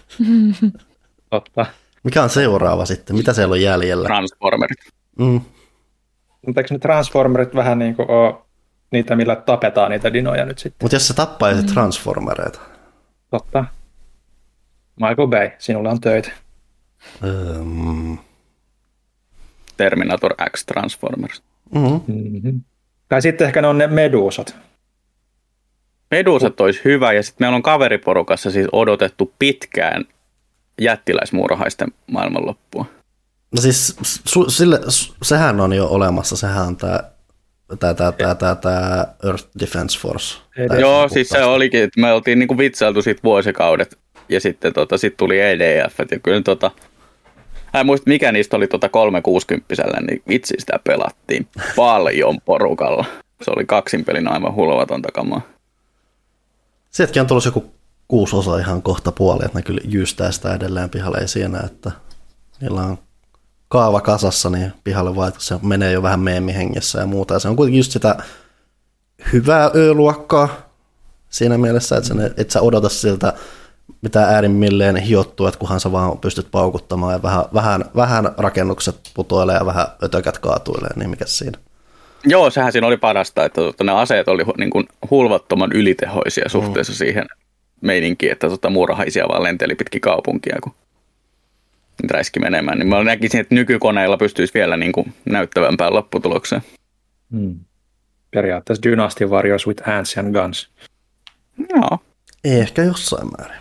Totta. Mikä on seuraava sitten? Mitä siellä on jäljellä? Transformerit. Mutta eikö ne Transformerit vähän niin kuin ole niitä, millä tapetaan niitä dinoja nyt sitten? Mutta jos sä tappaisit Transformereita. Totta. Michael Bay, sinulla on töitä. Terminator X Transformers. Tai sitten ehkä ne on ne medusat. Medusat olisi hyvä, ja sitten meillä on kaveriporukassa siis odotettu pitkään jättiläismuurahaisten maailmanloppua. No siis sehän on jo olemassa, sehän on tämä Earth Defense Force. Joo, siis se olikin, että me oltiin niinku vitsailtu siitä vuosikaudet, ja sitten sit tuli EDF, ja kyllä en muista mikä niistä oli 360-sällä, niin vitsi sitä pelattiin paljon porukalla. Se oli kaksinpelin aivan hulvatonta kamaa. Sieltäkin on tullut joku 6 osaa ihan kohta puoli, että ne kyllä jyystää sitä edelleen pihalle, ei siinä, että niillä on kaava kasassa, niin pihalle vaan, se menee jo vähän meemihengessä ja muuta, ja se on kuitenkin just sitä hyvää Ö-luokkaa siinä mielessä, että et sä odota siltä mitään äärimmilleen hiottua, että kunhan sä vaan pystyt paukuttamaan ja vähän rakennukset putoilee ja vähän ötökät kaatuilee, niin mikä siinä? Joo, sehän siinä oli parasta, että ne aseet oli niin kuin hulvattoman ylitehoisia suhteessa siihen meininkiin, että muurahaisia vaan lenteli pitkin kaupunkia, kun räiski menemään. Niin mä näkisin, että nykykoneilla pystyisi vielä niin kuin näyttävämpään lopputulokseen. Periaatteessa Dynasty Warriors with hands and guns. Joo. Ehkä jossain määrin.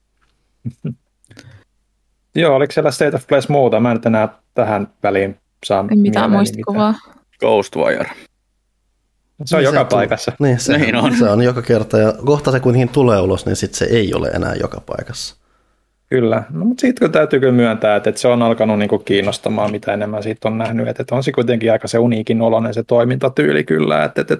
Joo, oliko siellä State of Place muuta? Mä en enää tähän väliin saa mitään muistikuvaa. Ghostwire. Se on joka paikassa. Niin, se on joka kerta. Ja kohta se, kun niihin tulee ulos, niin sitten se ei ole enää joka paikassa. Kyllä, no, mutta siitä täytyy kyllä myöntää, että se on alkanut niinku kiinnostamaan, mitä enemmän siitä on nähnyt. Että on se kuitenkin aika se uniikin oloinen se toimintatyyli kyllä. Että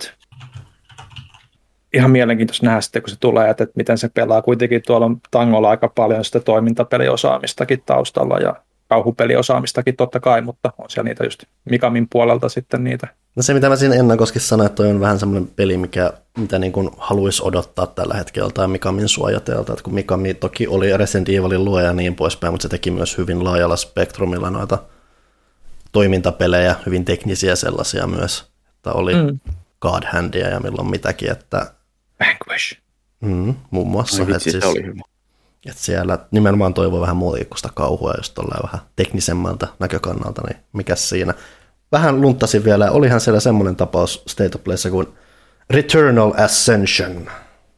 ihan mielenkiintoista nähdä sitten, kun se tulee, että miten se pelaa. Kuitenkin tuolla on Tangolla aika paljon sitä toimintapeliosaamistakin taustalla ja kauhupeliosaamistakin totta kai, mutta on siellä niitä just Mikamin puolelta sitten niitä. No se, mitä mä siinä ennakoskin sanoin, että toi on vähän semmoinen peli, mitä niin kuin haluaisi odottaa tällä hetkellä tai Mikamin suojateelta. Että kun Mikami toki oli Resident Evilin luoja ja niin poispäin, mutta se teki myös hyvin laajalla spektrumilla noita toimintapelejä, hyvin teknisiä sellaisia myös. Että oli God Handia ja milloin mitäkin. Että Vanquish. Muun muassa. Vitsi, se oli hyvä. Että siellä nimenomaan toivoo vähän muuta kuin sitä kauhua, jos tolleen vähän teknisemmältä näkökannalta, niin mikäs siinä. Vähän lunttasin vielä, olihan siellä semmoinen tapaus State of Playssä kuin Returnal Ascension.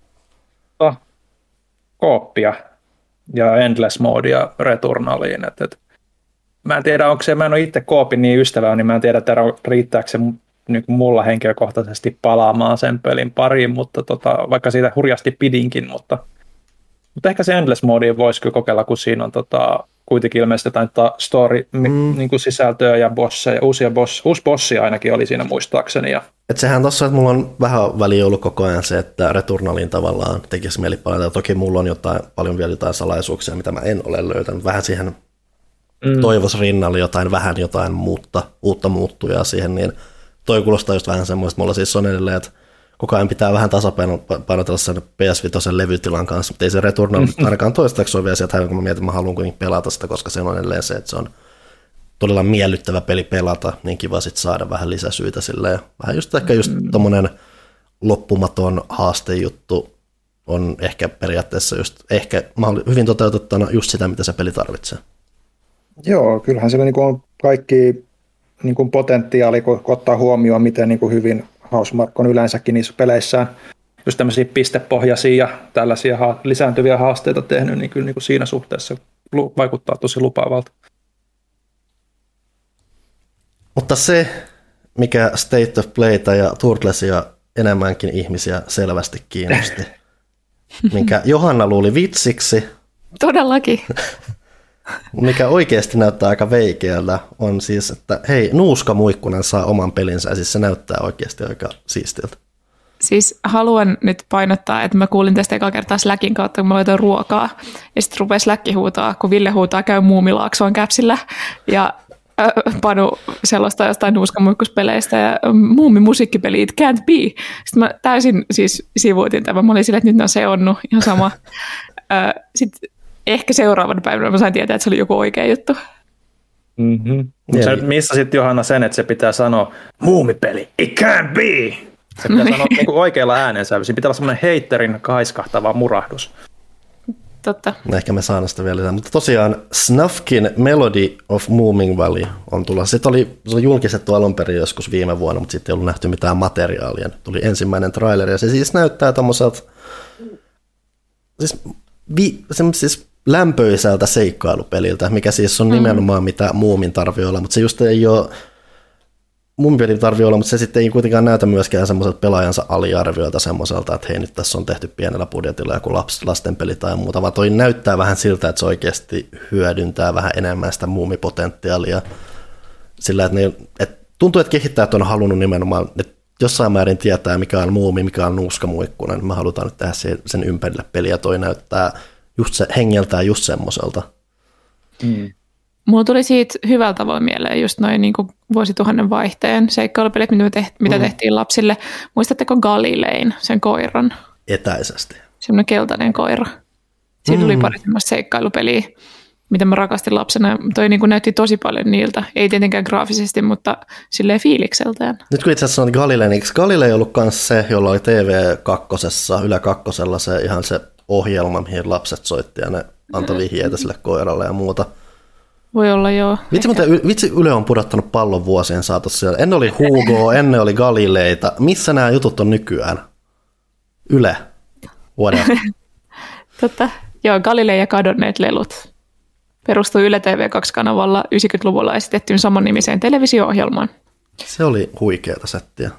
Kooppia ja Endless Modea Returnaliin. Mä en tiedä, onko se, mä en ole itse koopin niin ystävää, niin mä en tiedä, että riittääkö se niin mulla henkilökohtaisesti palaamaan sen pelin pariin, mutta vaikka siitä hurjasti pidinkin, mutta ehkä se Endless Mode voisi kyllä kokeilla, kun siinä on kuitenkin ilmeisesti jotain story niin sisältöä ja bosseja, uusi bossi ainakin oli siinä muistaakseni. Et sehän tossa, että mulla on vähän väliä ollut koko ajan se, että Returnaliin tavallaan tekisi mieli palata. Toki mulla on paljon vielä jotain salaisuuksia, mitä mä en ole löytänyt. Vähän siihen toivos rinnalle jotain uutta muuttujaa siihen, niin toi kuulostaa just vähän semmoista. Mulla siis on edelleen, että koko ajan pitää vähän tasapainotella sen PS5 levytilan kanssa, mutta ei se Returnal ainakaan toistaiseksi ole vielä sieltä, kun mä mietin, että mä haluan kuitenkin pelata sitä, koska se on edelleen se, että se on todella miellyttävä peli pelata, niin kiva sitten saada vähän lisäsyitä silleen. Vähän just ehkä just tommonen loppumaton haastejuttu on ehkä periaatteessa just ehkä hyvin toteutettuna just sitä, mitä se peli tarvitsee. Joo, kyllähän siellä niinku on kaikki niinku potentiaali, kun ottaa huomioon, miten niinku hyvin Housemarque on yleensäkin niissä peleissään just tämmöisiä pistepohjaisia ja tällaisia lisääntyviä haasteita tehnyt, niin kyllä niin kuin siinä suhteessa vaikuttaa tosi lupaavalta. Mutta se, mikä State of Playta ja Turtlesia enemmänkin ihmisiä selvästi kiinnosti, minkä Johanna luuli vitsiksi. Todellakin. Mikä oikeasti näyttää aika veikeältä, on siis, että hei, Nuuska Muikkunen saa oman pelinsä, ja siis se näyttää oikeasti aika siistiltä. Siis haluan nyt painottaa, että mä kuulin tästä eka kertaa Slackin kautta, kun mä laitoin ruokaa, ja sitten rupesi Slack huutaa, kun Ville huutaa, käy Muumilaaksoon käpsillä, ja Panu sellaista jostain nuuskamuikkuspeleistä ja muumimusiikkipeli It Can't Be. Sitten mä täysin siis sivuutin tämän. Mä olin silleen, että nyt on seonnut ihan sama. Sitten ehkä seuraavan päivänä mä sain tietää, että se oli joku oikea juttu. Mm-hmm. Sä nyt missasit Johanna sen, että se pitää sanoa muumipeli It Can't Be. Se pitää sanoa niin kuin oikealla äänensä. Siinä pitää olla semmoinen heitterin kaiskahtava murahdus. Totta. Ehkä me saadaan sitä vielä lisää. Mutta tosiaan Snufkin Melody of Mooming Valley on tulossa. Se oli julkistettu alun perin joskus viime vuonna, mutta sitten ei ollut nähty mitään materiaalia. Tuli ensimmäinen traileri ja se siis näyttää tommoselta siis lämpöisältä seikkailupeliltä, mikä siis on nimenomaan mitä Moomin tarvii olla, mutta se just ei ole Muumipeli tarvii olla, mutta se sitten ei kuitenkaan näytä myöskään semmoiselta pelaajansa aliarvioilta semmoiselta, että hei nyt tässä on tehty pienellä budjetilla joku lastenpeli tai muuta, vaan toi näyttää vähän siltä, että se oikeasti hyödyntää vähän enemmän sitä muumipotentiaalia sillä, että tuntuu, että kehittäjät on halunnut nimenomaan, että jossain määrin tietää, mikä on muumi, mikä on nuuskamuikkunen, me halutaan nyt tehdä sen ympärille peliä, toi näyttää just se hengeltää just semmoiselta. Mulla tuli siitä hyvällä tavoin mieleen just noin niin kuin vuosituhannen vaihteen seikkailupelit, mitä tehtiin lapsille. Muistatteko Galilein, sen koiran? Etäisesti. Semmoinen keltainen koira. Siinä tuli pari semmoista seikkailupeliä, mitä mä rakastin lapsena. Toi niin kuin näytti tosi paljon niiltä. Ei tietenkään graafisesti, mutta silleen fiilikseltään. Nyt kun itse asiassa sanoit Galilein, eikö Galilei ollut myös se, jolla oli TV2, Yle 2, se ihan se ohjelma, mihin lapset soitti ja ne antoi vihjeitä sille koiralle ja muuta. Voi olla, joo. Vitsi Yle on pudottanut pallon vuosien saatossa siellä. Ennen oli Hugo, ennen oli Galileita. Missä nämä jutut on nykyään? Yle. Whatever. Joo, Galilei ja kadonneet lelut. Perustui Yle TV2-kanavalla 90-luvulla esitettyyn samannimiseen televisio-ohjelmaan. Se oli huikeata settiä.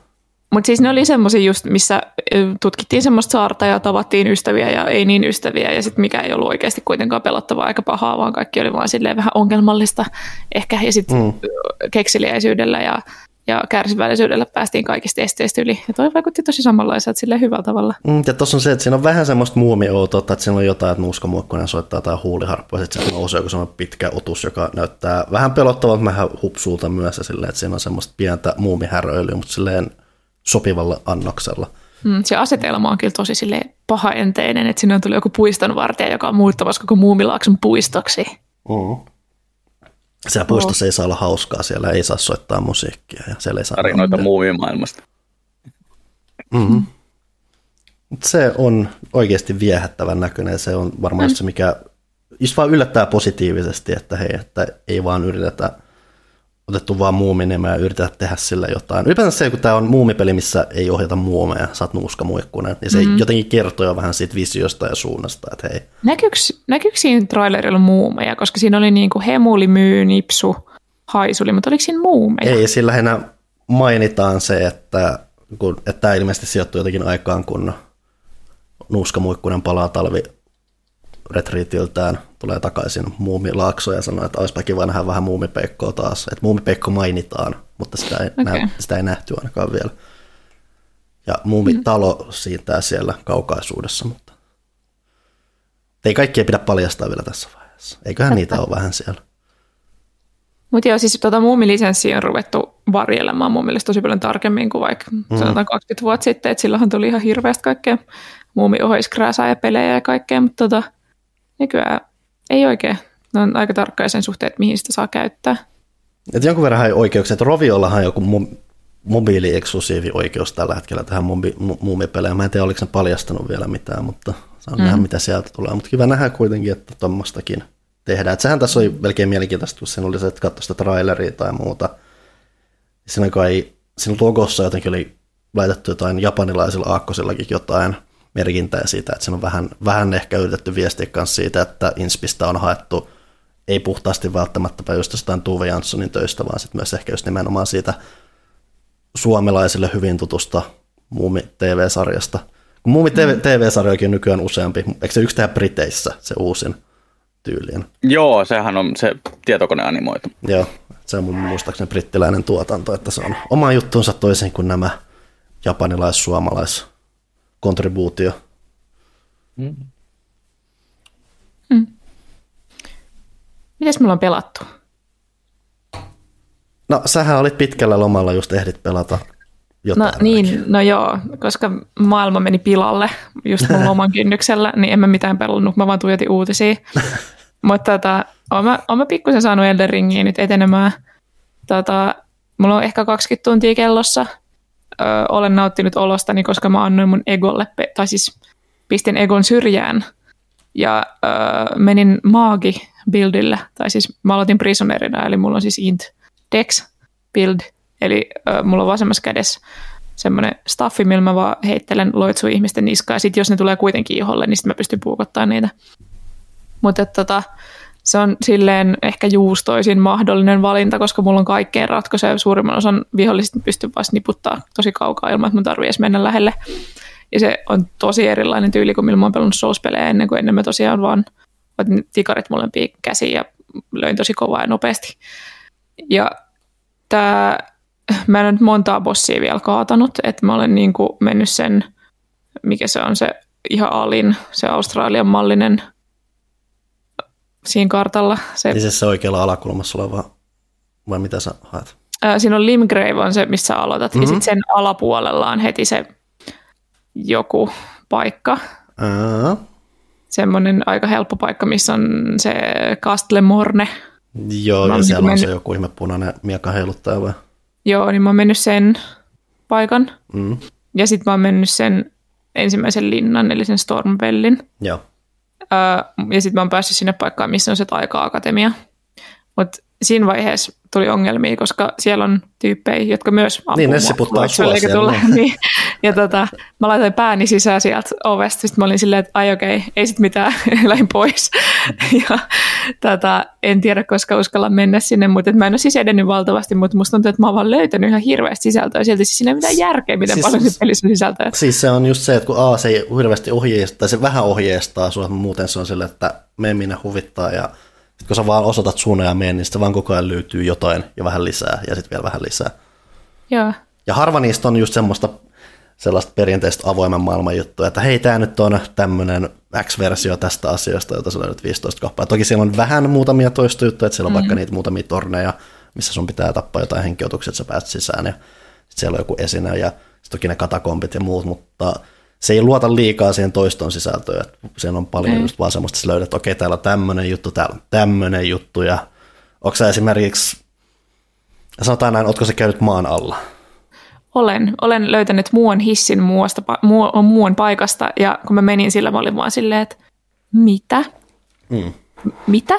Mutta siis ne oli semmoisia just, missä tutkittiin semmoista saarta ja tavattiin ystäviä ja ei niin ystäviä ja sitten mikä ei ollut oikeasti kuitenkaan pelottavaa aika pahaa, vaan kaikki oli vaan silleen vähän ongelmallista ehkä ja sitten kekseliäisyydellä ja kärsivällisyydellä päästiin kaikista esteistä yli. Ja toi vaikutti tosi samanlaiselta silleen hyvällä tavalla. Ja tuossa on se, että siinä on vähän semmoista muumi-outoutta, että siinä on jotain, että Nuuska Muikkunen soittaa tai huuliharppua, ja sitten se nousee joku semmoinen pitkä otus, joka näyttää vähän pelottavalta, vähän hupsuulta myös, ja silleen, että siinä on semmoista pientä muumihäröilyä, mutta silleen sopivalla annoksella. Se asetelma on kyllä tosi silleen pahaenteinen, että sinne on tullut joku puistonvartija, joka on muuttamassa koko Muumilaakson puistoksi. Siellä puistossa ei saa olla hauskaa, siellä ei saa soittaa musiikkia ja siellä ei saa tarinoita muumimaailmasta. Se on oikeasti viehättävän näköinen, se on varmaan se, mikä just vaan yllättää positiivisesti, että hei, että ei vaan yritetä otettu vaan muuminemeä ja yritetä tehdä sillä jotain. Ylipäätään se, kun tämä on muumipeli, missä ei ohjata muumeja, sä oot Nuuska Muikkunen, niin se jotenkin kertoo jo vähän siitä visiosta ja suunnasta, että hei. Näkyykö siinä trailerilla muumeja, koska siinä oli niinku hemuli, myy, nipsu, haisuli, mutta oliko siinä muumeja? Ei, sillä lähinnä mainitaan se, että tämä ilmeisesti sijoittuu jotenkin aikaan, kun Nuuska Muikkunen palaa talviretriitiltään, tulee takaisin Muumilaaksoon ja sanoo, että olisipa kiva nähdä vähän Muumipeikkoa taas. Että Muumipeikko mainitaan, mutta sitä ei nähty ainakaan vielä. Ja Muumitalo siintää siellä kaukaisuudessa, mutta ei kaikkia pidä paljastaa vielä tässä vaiheessa. Eiköhän niitä ole vähän siellä. Mutta joo, siis Muumilisenssiä on ruvettu varjelemaan mun mielestä tosi paljon tarkemmin kuin vaikka sanotaan 20 vuotta sitten, että silloinhan tuli ihan hirveästi kaikkea muumiohoiskrääsää ja pelejä ja kaikkea, mutta nykyään ei oikein. Ne on aika tarkkoja sen suhteen, että mihin sitä saa käyttää. Et jonkun verran ei oikeuksia, että Roviollahan on joku mobiili-eksklusiivi-oikeus tällä hetkellä tähän muumipelejä. Mä en tiedä, oliko ne paljastanut vielä mitään, mutta saa nähdä, mitä sieltä tulee. Mutta kiva nähdä kuitenkin, että tuommoistakin tehdään. Et sehän tässä oli melkein mielenkiintoista, kun siinä oli se, että katsoi sitä traileria tai muuta. Siinä logossa jotenkin oli laitettu jotain japanilaisilla aakkosillakin jotain merkintää siitä, että siinä on vähän ehkä yritetty viestiä kanssa siitä, että Inspistä on haettu ei puhtaasti välttämättä just jostain Tuve Janssonin töistä, vaan sitten myös ehkä just nimenomaan siitä suomalaisille hyvin tutusta Muumi-TV-sarjasta. Kun Muumi-TV-sarjoikin on nykyään useampi, eikö se yksi tehdä Briteissä, se uusin tyyliin? Joo, sehän on se tietokoneanimoitu. Joo, se on mun muistaakseni brittiläinen tuotanto, että se on oma juttuunsa toisin kuin nämä japanilais-suomalais-kontribuutio. Mites mulla on pelattu? No, sähän olit pitkällä lomalla, just ehdit pelata jotain. No joo, koska maailma meni pilalle just mun loman kynnyksellä, niin en mä mitään pelannut, mä vaan tuijotin uutisia. Mutta oon mä pikkusen saanut Elden Ringiä nyt etenemään. Mulla on ehkä 20 tuntia kellossa. Olen nauttinut olostani, koska mä annoin mun egolle, tai siis pistin egon syrjään ja menin maagi-buildille, tai siis mä aloitin prisonerina, eli mulla on siis int dex build, eli mulla on vasemmassa kädessä semmoinen staffi, millä mä vaan heittelen loitsui ihmisten niskaa, ja sitten jos ne tulee kuitenkin iholle, niin sitten mä pystyn puukottamaan niitä. Mutta se on silleen ehkä juustoisin mahdollinen valinta, koska mulla on kaikkeen ratkaisee. Suurimman osan vihollisista pystyy vasta niputtaa tosi kaukaa ilman, että mun tarvii edes mennä lähelle. Ja se on tosi erilainen tyyli, kuin millä mä oon pelannut Souls-pelejä ennen kuin ennen mä tosiaan vaan otin tikarit molempiin käsiin ja löin tosi kovaa ja nopeasti. Ja mä en ole nyt montaa bossia vielä kaatanut, että mä olen niin kuin mennyt sen, mikä se on se ihan alin, se Australian mallinen siinä kartalla. Niin se oikealla alakulmassa oleva, vai mitä sä haet? Siinä on Limgrave on se, missä aloitat, ja sitten sen alapuolella on heti se joku paikka. Semmoinen aika helppo paikka, missä on se Castle Morne. Joo, ja siellä on se joku ihme punainen miekka heiluttaja vai? Joo, niin mä oon mennyt sen paikan. Ja sitten mä oon mennyt sen ensimmäisen linnan, eli sen Stormwellin. Joo. Ja sitten mä oon päässyt sinne paikkaan, missä on se Taika-akatemia. Mutta siinä vaiheessa tuli ongelmia, koska siellä on tyyppejä, jotka myös ampuu. Niin, ne siputtaa sua siellä. Niin. Ja mä laitoin pääni sisään sieltä ovesta, sitten mä olin silleen, että ai okei, ei sit mitään, lähdin pois. Ja en tiedä, koska uskalla mennä sinne, mutta mä en ole siis edennyt valtavasti, mutta musta tuntuu, että mä oon vaan löytänyt ihan hirveästi sisältöä. Sieltä siis siinä ei mitään järkeä, miten siis, paljon se pelissä on sisältöä. Siis se on just se, että kun se ei hirveästi ohjeistaa, tai se vähän ohjeistaa sua, muuten se on silleen, että mene minne huvittaa, ja sitten kun sä vaan osoitat suunnan ja menen, niin sitten vaan koko ajan löytyy jotain ja vähän lisää, ja sitten vielä vähän lisää. Joo. Ja harva niistä on just sellaista perinteistä avoimen maailman juttua, että hei, tämä nyt on tämmöinen X-versio tästä asiasta, jota sä löydät 15 kappaa. Toki siellä on vähän muutamia toistojuttuja, että siellä on vaikka niitä muutamia torneja, missä sun pitää tappaa jotain henkilötuksia, että sä pääset sisään, ja sitten siellä on joku esine, ja sitten toki ne katakombit ja muut, mutta se ei luota liikaa siihen toiston sisältöön, että siellä on paljon just vaan semmoista, että sä löydät, että okei, täällä on tämmöinen juttu, ja onko sä esimerkiksi, sanotaan näin, ootko sä käynyt maan alla? Olen löytänyt muuan hissin muuan paikasta, ja kun mä menin sillä, mä olin vaan silleen, että mitä? Mitä?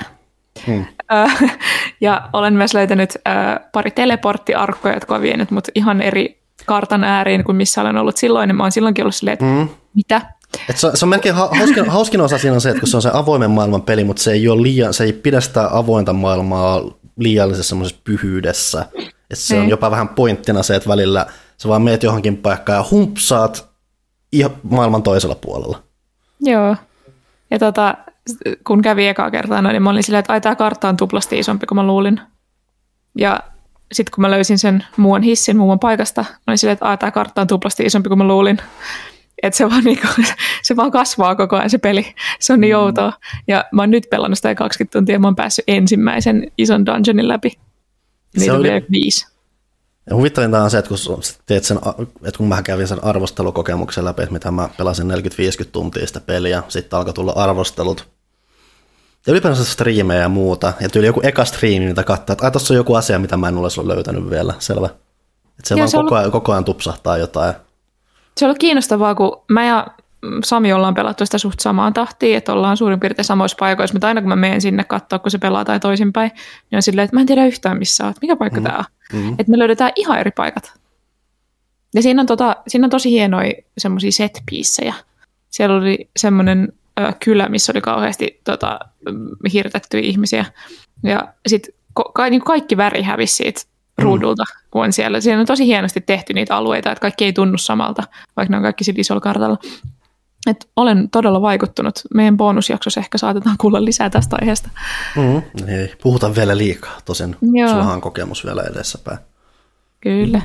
Ja olen myös löytänyt pari teleporttiarkkoja, jotka on vienyt mut ihan eri kartan ääriin kuin missä olen ollut silloin, ja mä oon silloinkin ollut silleen, että mitä? Se on melkein hauskin osa siinä on se, että kun se on se avoimen maailman peli, mutta se ei pidä sitä avointa maailmaa liiallisessa semmoisessa pyhyydessä. Että se on jopa vähän pointtina se, että välillä sä vaan meet johonkin paikkaan ja humpsaat ihan maailman toisella puolella. Joo. Ja kun kävi ekaa kertaa, niin mä olin silleen, että tämä kartta on tuplasti isompi kuin mä luulin. Ja sitten kun mä löysin sen muuan hissin muuan paikasta, mä olin silleen, että tämä kartta on tuplasti isompi kuin mä luulin. Että se vaan kasvaa koko ajan se peli. Se on niin outoa. Ja mä oon nyt pelannut sitä 20 tuntia ja mä oon päässyt ensimmäisen ison dungeonin läpi. Niitä on vielä 5. Ja huvittavinta on se, että kun mä kävin sen arvostelukokemuksen läpi, että mitä mä pelasin 40-50 tuntia sitä peliä, sitten alkoi tulla arvostelut. Ja ylipäänsä striimejä ja muuta. Ja tyyli joku eka striimi, mitä katsoo, että tuossa on joku asia, mitä mä en ole löytänyt vielä. Selvä. Että se vaan koko ajan tupsahtaa jotain. Se on ollut kiinnostavaa, kun mä ja Sami ollaan pelattu sitä suht samaan tahtiin, että ollaan suurin piirtein samoissa paikoissa, mutta aina kun mä menen sinne katsoa, kun se pelaa tai toisinpäin, niin on silleen, että mä en tiedä yhtään missä olet, mikä paikka tää on. Että me löydetään ihan eri paikat. Ja siinä on tosi hienoja semmoisia set-piecejä. Siellä oli semmoinen kylä, missä oli kauheasti hirtettyjä ihmisiä. Ja sitten kaikki väri hävisi siitä ruudulta, kun on siellä. Siinä on tosi hienosti tehty niitä alueita, että kaikki ei tunnu samalta, vaikka ne on kaikki sillä isolla kartalla. Et olen todella vaikuttunut. Meidän bonusjaksossa ehkä saatetaan kuulla lisää tästä aiheesta. Ei puhuta vielä liikaa, tosin sulla on kokemus vielä edessäpäin. Kyllä.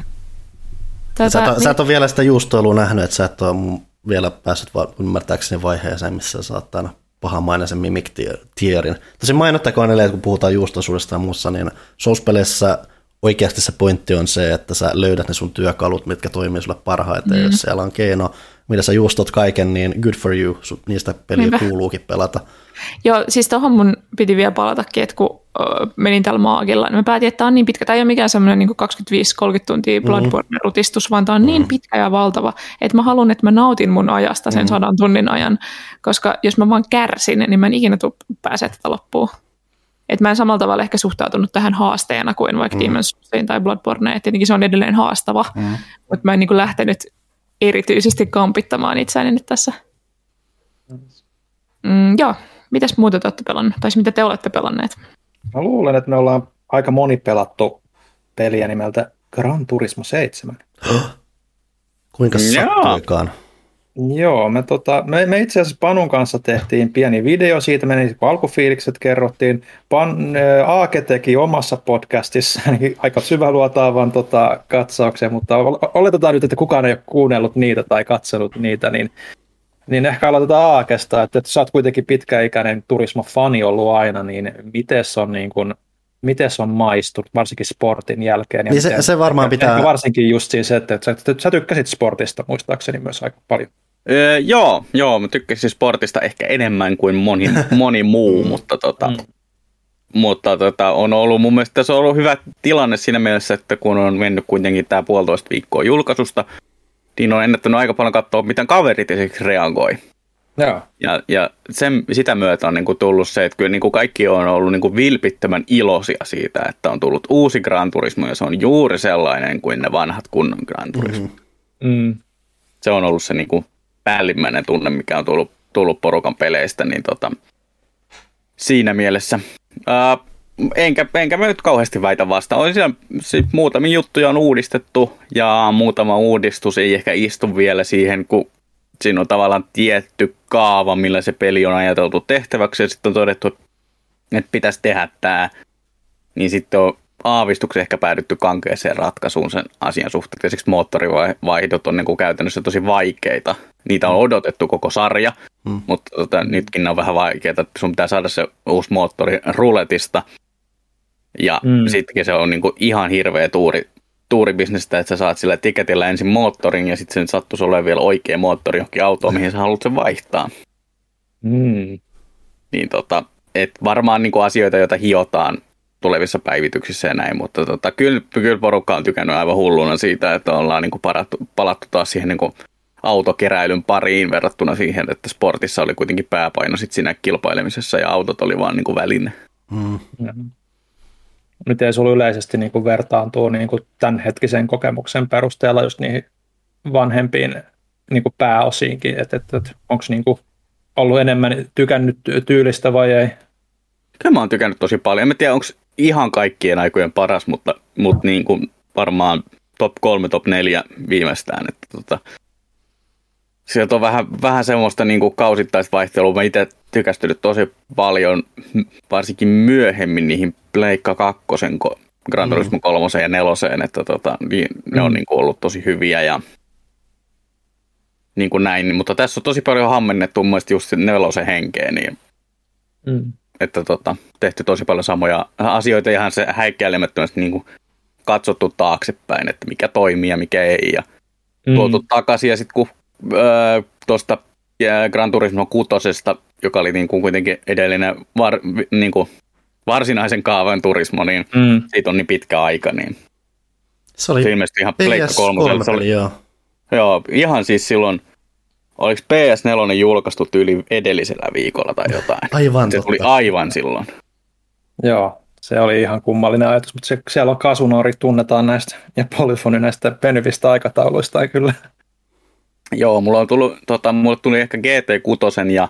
Sä et ole vielä sitä juustoilua nähnyt, että sä et ole vielä päässyt ymmärtääkseni vaiheeseen, missä saattaa aina pahamainen mimic-tierin. Tosin mainottakoon edelleen, kun puhutaan juustoisuudesta ja muussa, niin Souls-peleissä oikeasti se pointti on se, että sä löydät ne sun työkalut, mitkä toimii sulle parhaiten. Jos siellä on keino, millä sä juustot kaiken, niin good for you. Niistä peliä kuuluukin pelata. Joo, siis tohon mun piti vielä palatakin, että kun menin tällä maagilla, niin mä päätin, että tämä on niin pitkä. Tämä ei ole mikään semmoinen niin 25-30 tuntia Bloodborne-rutistus, vaan tämä on niin pitkä ja valtava, että mä haluan, että mä nautin mun ajasta sen 100 tunnin ajan. Koska jos mä vaan kärsin, niin mä en ikinä pääse tätä loppuun. Että mä en samalla tavalla ehkä suhtautunut tähän haasteena kuin vaikka Demon's Soulsiin tai Bloodborne, että tietenkin se on edelleen haastava, mutta mä en niin kuin lähtenyt erityisesti kampittamaan itseäni nyt tässä. Joo, mitäs muuta te olette pelannut, tai mitä te olette pelanneet? Mä luulen, että me ollaan aika moni pelattu peliä nimeltä Gran Turismo 7. Kuinka sattuikaan? Joo, me itse asiassa Panun kanssa tehtiin pieni video siitä, meni alkufiilikset kerrottiin. Aake teki omassa podcastissaan aika syväluotaavan katsauksen, mutta oletetaan nyt, että kukaan ei ole kuunnellut niitä tai katsellut niitä, niin ehkä aloitetaan Aakesta, että sä oot kuitenkin pitkäikäinen Turismo-fani ollut aina, niin miten se on maistunut, varsinkin sportin jälkeen? Ja niin se varmaan pitää... Varsinkin just siis, että sä tykkäsit sportista muistaakseni myös aika paljon. Joo, mä tykkäsin sportista ehkä enemmän kuin moni muu, mutta on ollut mun mielestä se on ollut hyvä tilanne siinä mielessä, että kun on mennyt kuitenkin tää 1,5 viikkoa julkaisusta, niin on ennättänyt aika paljon katsoa, miten kaverit esimerkiksi reagoi. Joo. Ja sitä myötä on niin kuin tullut se, että kyllä niin kuin kaikki on ollut niin kuin vilpittömän iloisia siitä, että on tullut uusi Gran Turismo, ja se on juuri sellainen kuin ne vanhat kunnon Gran Turismo. Se on ollut se niin kuin päällimmäinen tunne, mikä on tullut porukan peleistä, niin siinä mielessä. Enkä mä nyt kauheasti väitä vastaan. On siellä muutamia juttuja on uudistettu, ja muutama uudistus ei ehkä istu vielä siihen, kun siinä on tavallaan tietty kaava, millä se peli on ajateltu tehtäväksi, ja sitten on todettu, että pitäisi tehdä tämä. Niin sitten on aavistuksen ehkä päädytty kankeeseen ratkaisuun sen asian suhteen. Ja siksi moottorivaihdot on niin kuin käytännössä tosi vaikeita. Niitä on odotettu koko sarja, mutta nytkin ne on vähän vaikeita. Että sun pitää saada se uusi moottori ruletista. Ja sittenkin se on niin kuin ihan hirveä tuuribisnestä, että sä saat sillä tiketillä ensin moottorin ja sitten sen sattuisi olemaan vielä oikea moottori johonkin autoon, mihin sä haluat sen vaihtaa. Niin et varmaan niin kuin asioita, joita hiotaan tulevissa päivityksissä ja näin, mutta kyllä porukka on tykännyt aivan hulluna siitä, että ollaan niin kuin palattu taas siihen niin kuin autokeräilyn pariin verrattuna siihen, että sportissa oli kuitenkin pääpaino sit siinä kilpailemisessa ja autot oli vaan niin kuin väline. Miten sulla yleisesti niin kuin vertaantuu niin kuin tämänhetkisen kokemuksen perusteella just niihin vanhempiin niin kuin pääosiinkin, että onko niin kuin ollut enemmän tykännyt tyylistä vai ei? Kyllä mä oon tykännyt tosi paljon. En tiedä, onko ihan kaikkien aikojen paras, mutta niin kuin varmaan top 3, top 4 viimeistään. Että sieltä on vähän semmoista niin kuin kausittaista vaihtelua. Mä itse tykästynyt tosi paljon, varsinkin myöhemmin niihin Pleikka 2, Gran Turismo 3 ja 4, että niin, ne on niin kuin ollut tosi hyviä ja niin kuin näin. Mutta tässä on tosi paljon hammennettu mun mielestä just 4 henkeä, niin että tehty tosi paljon samoja asioita, ihan se häikäilemättömästi niin kuin katsottu taaksepäin, että mikä toimii ja mikä ei, ja tuotu takaisin, ja sitten kun tuosta Gran Turismo 6, joka oli niin kuin kuitenkin edellinen niin kuin varsinaisen kaavan turismo, niin siitä on niin pitkä aika, niin se oli ilmeisesti ihan Pleikka 3. Joo, ihan siis silloin, oliko PS4 julkaistu yli edellisellä viikolla tai jotain? Aivan se tuli aivan silloin. Joo, se oli ihan kummallinen ajatus, mutta siellä on Kasunoori, tunnetaan näistä, ja Polyphony näistä venyvistä aikatauluista kyllä. Joo, mulle tuli ehkä GT6 ja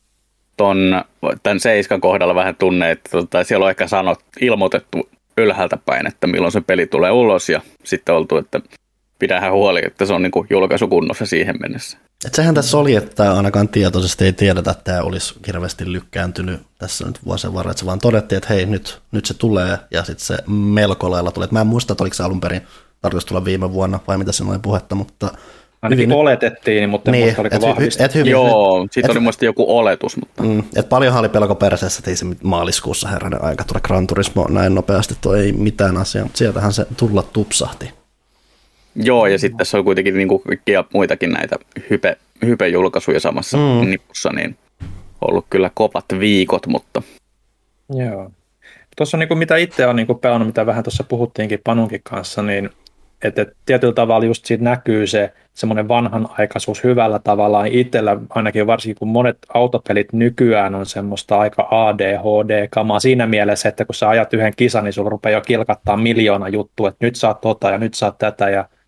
tämän 7 kohdalla vähän tunne, että siellä on ehkä ilmoitettu ylhäältä päin, että milloin se peli tulee ulos, ja sitten oltu, että pidähän huoli, että se on niin kuin julkaisukunnossa siihen mennessä. Et sehän tässä oli, että ainakaan tietoisesti ei tiedetä, että tämä olisi hirveästi lykkääntynyt tässä nyt vuosien varrella, että se vaan todettiin, että hei, nyt se tulee, ja sitten se melko lailla tulee. Mä en muista, että oliko se alun perin tarkoitus tulla viime vuonna, vai mitä siinä oli puhetta, mutta ainakin oletettiin, mutta en muista, oliko vahvistettu. Joo, siitä oli muista joku oletus. Mutta et paljonhan oli pelko perseessä, että ei se maaliskuussa herranen aika tule Gran Turismo näin nopeasti, tuo ei mitään asiaa, mutta sieltähän se tulla tupsahti. Joo, ja sitten tässä on kuitenkin niin kuin muitakin näitä hype-julkaisuja samassa nipussa, niin ollut kyllä kopat viikot, mutta joo. Tuossa on niin kuin, mitä itse on niin kuin pelannut, mitä vähän tuossa puhuttiinkin Panunkin kanssa, niin että tietyllä tavalla just siitä näkyy se semmoinen vanhanaikaisuus hyvällä tavalla. Itsellä ainakin varsinkin, kun monet autopelit nykyään on semmoista aika ADHD-kamaa siinä mielessä, että kun sä ajat yhden kisan, niin sulla rupeaa jo kilkattaa miljoona juttua, että nyt saat ja nyt saat tätä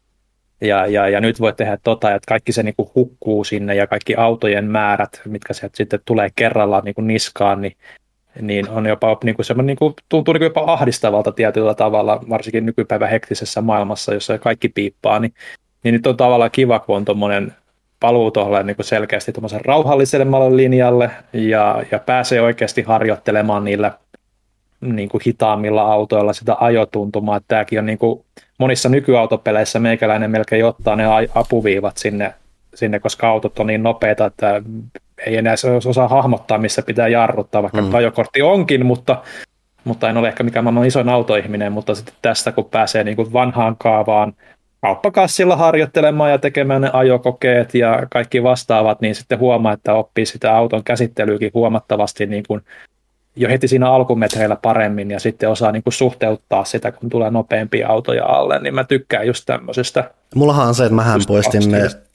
ja nyt voi tehdä ja että kaikki se niin kuin hukkuu sinne ja kaikki autojen määrät, mitkä sieltä sitten tulee kerrallaan niin kuin niskaan, niin on jopa niin kuin semmoinen, niin kuin, tuntuu niin kuin jopa ahdistavalta tietyllä tavalla, varsinkin nykypäivän hektisessä maailmassa, jossa kaikki piippaa, niin nyt on tavallaan kiva, kun on tuommoinen paluu tuolle niin kuin selkeästi tuommoisen rauhallisemmalle linjalle ja pääsee oikeasti harjoittelemaan niillä niin kuin hitaammilla autoilla sitä ajotuntumaa. Tämäkin on niin kuin monissa nykyautopeleissä meikäläinen melkein ottaa ne apuviivat sinne, koska autot on niin nopeita, että ei enää osaa hahmottaa, missä pitää jarruttaa, vaikka ajokortti onkin, mutta en ole ehkä mikään maailman isoin autoihminen, mutta sitten tästä kun pääsee niin kuin vanhaan kaavaan kauppakassilla harjoittelemaan ja tekemään ne ajokokeet ja kaikki vastaavat, niin sitten huomaa, että oppii sitä auton käsittelyäkin huomattavasti niin kuin jo heti siinä alkumetreillä paremmin ja sitten osaa niin kuin suhteuttaa sitä, kun tulee nopeampia autoja alle, niin mä tykkään just tämmöisestä. Mullahan on se, että mähän poistin ne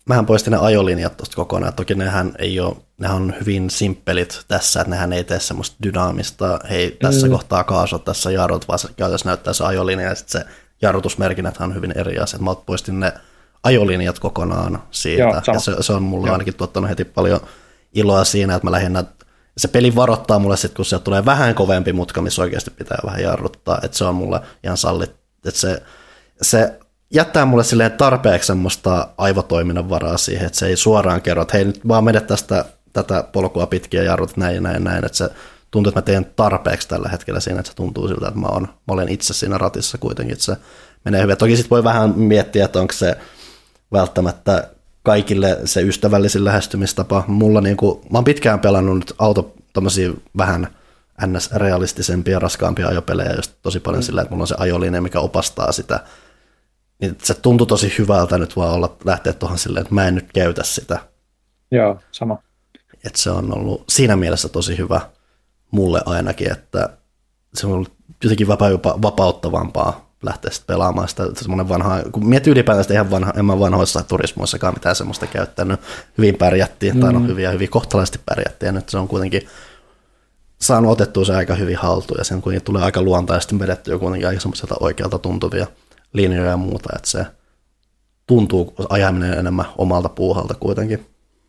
mähän poistin ne ajolinjat tuosta kokonaan. Toki nehän on hyvin simppelit tässä, että nehän ei tee semmoista dynaamista, hei tässä kohtaa kaasut, tässä jarrut, vaan se käytännössä näyttää se ajolinja ja sitten se jarrutusmerkinnät on hyvin eri asia. Mä poistin ne ajolinjat kokonaan siitä. Joo, ja se on mulle ainakin tuottanut heti paljon iloa siinä, että mä lähinnä, se peli varoittaa mulle sitten, kun sieltä tulee vähän kovempi mutka, missä oikeasti pitää vähän jarruttaa, että se on mulle ihan sallit, että se jättää mulle silleen tarpeeksi semmoista aivotoiminnan varaa siihen, että se ei suoraan kerro, että hei nyt vaan mene tätä polkua pitkin ja jarrut näin, että se tuntuu, että mä teen tarpeeksi tällä hetkellä siinä, että se tuntuu siltä, että mä olen itse siinä ratissa kuitenkin, että se menee hyvin. Toki sitten voi vähän miettiä, että onko se välttämättä kaikille se ystävällisin lähestymistapa. Mulla mä oon pitkään pelannut nyt tommosia vähän NS-realistisempia, raskaampia ajopelejä, just tosi paljon sillä, että mulla on se ajolinja, mikä opastaa sitä. Niin se tuntui tosi hyvältä nyt vaan lähteä tuohon silleen, että mä en nyt käytä sitä. Joo, sama. Että se on ollut siinä mielessä tosi hyvä mulle ainakin, että se on ollut jotenkin vapauttavampaa lähteä sitten pelaamaan sitä semmoinen vanha, kun mietin ylipäätään sitä en mä vanhoissa turismoissakaan mitään semmoista käyttänyt, hyvin pärjättiin, tai hyvin kohtalaisesti pärjättiin, ja nyt se on kuitenkin saanut otettua se aika hyvin haltuun, ja sen kuitenkin tulee aika luontaisesti vedettyä kuitenkin aika semmoiselta oikealta tuntuvia linjoja ja muuta, että se tuntuu ajaminen enemmän omalta puuhalta kuitenkin.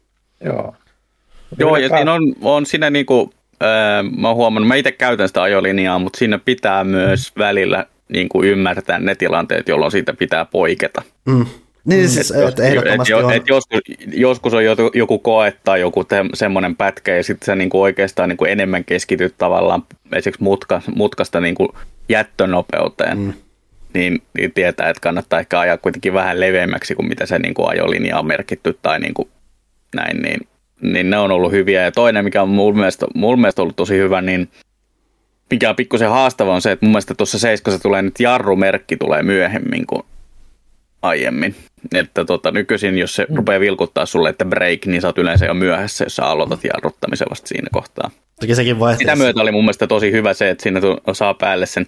Joo, ja siinä on siinä niinku, mä oon huomannut, mä itse käytän sitä ajolinjaa, mutta siinä pitää myös välillä niin kuin ymmärtää ne tilanteet, jolloin siitä pitää poiketa. Niin siis, ehdottomasti on. Joskus on joku koe tai joku semmoinen pätkä, ja sitten sä niin kuin oikeastaan niin kuin enemmän keskityt tavallaan esimerkiksi mutkasta niin kuin jättönopeuteen, niin tietää, että kannattaa ehkä ajaa kuitenkin vähän leveämmäksi kuin mitä se niin kuin ajolinja on merkitty tai niin kuin näin, niin ne on ollut hyviä. Ja toinen, mikä on mun mielestä ollut tosi hyvä, niin mikä on pikkusen haastava on se, että mun mielestä tuossa 7 tulee nyt jarrumerkki tulee myöhemmin kuin aiemmin. Että nykyisin, jos se rupeaa vilkuttaa sulle, että break, niin sä oot yleensä jo myöhässä, jos sä aloitat jarruttamisen vasta siinä kohtaa. Toki sekin sitä myötä oli mun mielestä tosi hyvä se, että siinä saa päälle sen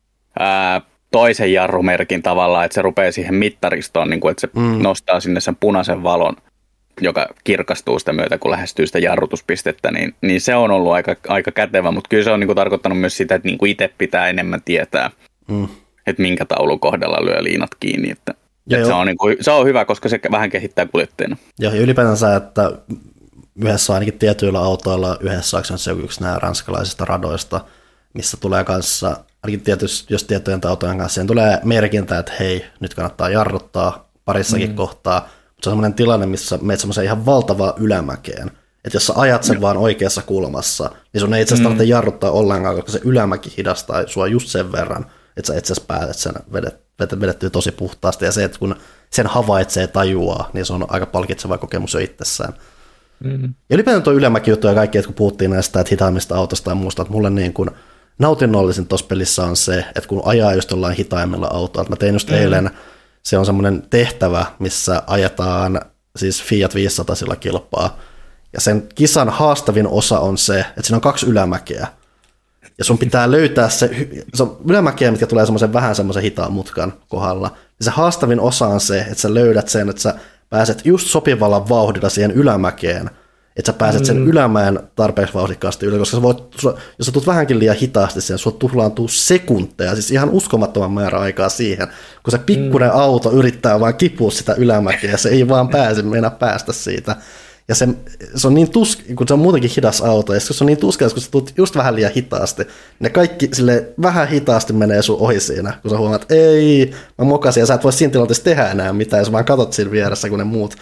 toisen jarrumerkin tavallaan, että se rupeaa siihen mittaristoon, niin kuin, että se nostaa sinne sen punaisen valon, joka kirkastuu sitä myötä, kun lähestyy sitä jarrutuspistettä, niin se on ollut aika kätevä, mutta kyllä se on niin kuin tarkoittanut myös sitä, että niin kuin itse pitää enemmän tietää, että minkä taulun kohdalla lyö liinat kiinni. Että se on hyvä, koska se vähän kehittää kuljettajana. Joo, ja ylipäätänsä, että yhdessä ainakin tietyillä autoilla, yhdessä se on yksi nämä ranskalaisista radoista, missä tulee kanssa, ainakin tietysti, jos tietojen autojen kanssa, siihen tulee merkintä, että hei, nyt kannattaa jarruttaa parissakin kohtaa. Se on sellainen tilanne, missä menet semmoiseen ihan valtavaan ylämäkeen. Että jos sä ajat sen vaan oikeassa kulmassa, niin sun ei itse asiassa tarvitse jarruttaa ollenkaan, koska se ylämäki hidastaa sua just sen verran, että sä itse asiassa päätet sen vedettyä tosi puhtaasti. Ja se, että kun sen havaitsee tajuaa, niin se on aika palkitseva kokemus jo itsessään. Ja ylipäätään tuo ylämäki-juttu ja kaikki, että kun puhuttiin näistä että hitaimmista autosta ja muusta, että mulle niin kuin nautinnollisin tuossa pelissä on se, että kun ajaa just jollain hitaimmilla autoilla. Mä tein just eilen, se on semmoinen tehtävä, missä ajetaan siis Fiat 500 kilpaa. Ja sen kisan haastavin osa on se, että siinä on 2 ylämäkeä. Ja sun pitää löytää se on ylämäkeä, mitkä tulee vähän semmoisen hitaan mutkan kohdalla. Ja se haastavin osa on se, että sä löydät sen, että sä pääset just sopivalla vauhdilla siihen ylämäkeen. Että sä pääset sen ylämäen tarpeeksi vauhdikkaasti yli, koska jos sä tulet vähänkin liian hitaasti siihen, sulla tuhlaantuu sekunteja, siis ihan uskomattoman määrä aikaa siihen, kun se pikkuinen auto yrittää vaan kipua sitä ylämäkeä, ja se ei vaan päästä siitä. Ja se on niin kun se on muutenkin hidas auto, ja se on niin tuskallista, kun sä tulet just vähän liian hitaasti, ne kaikki sille vähän hitaasti menee sun ohi siinä, kun sä huomaat, että ei, mä mokasin, ja sä et voi siinä tilanteessa tehdä enää mitään, jos vaan katot siinä vieressä, kun ne muut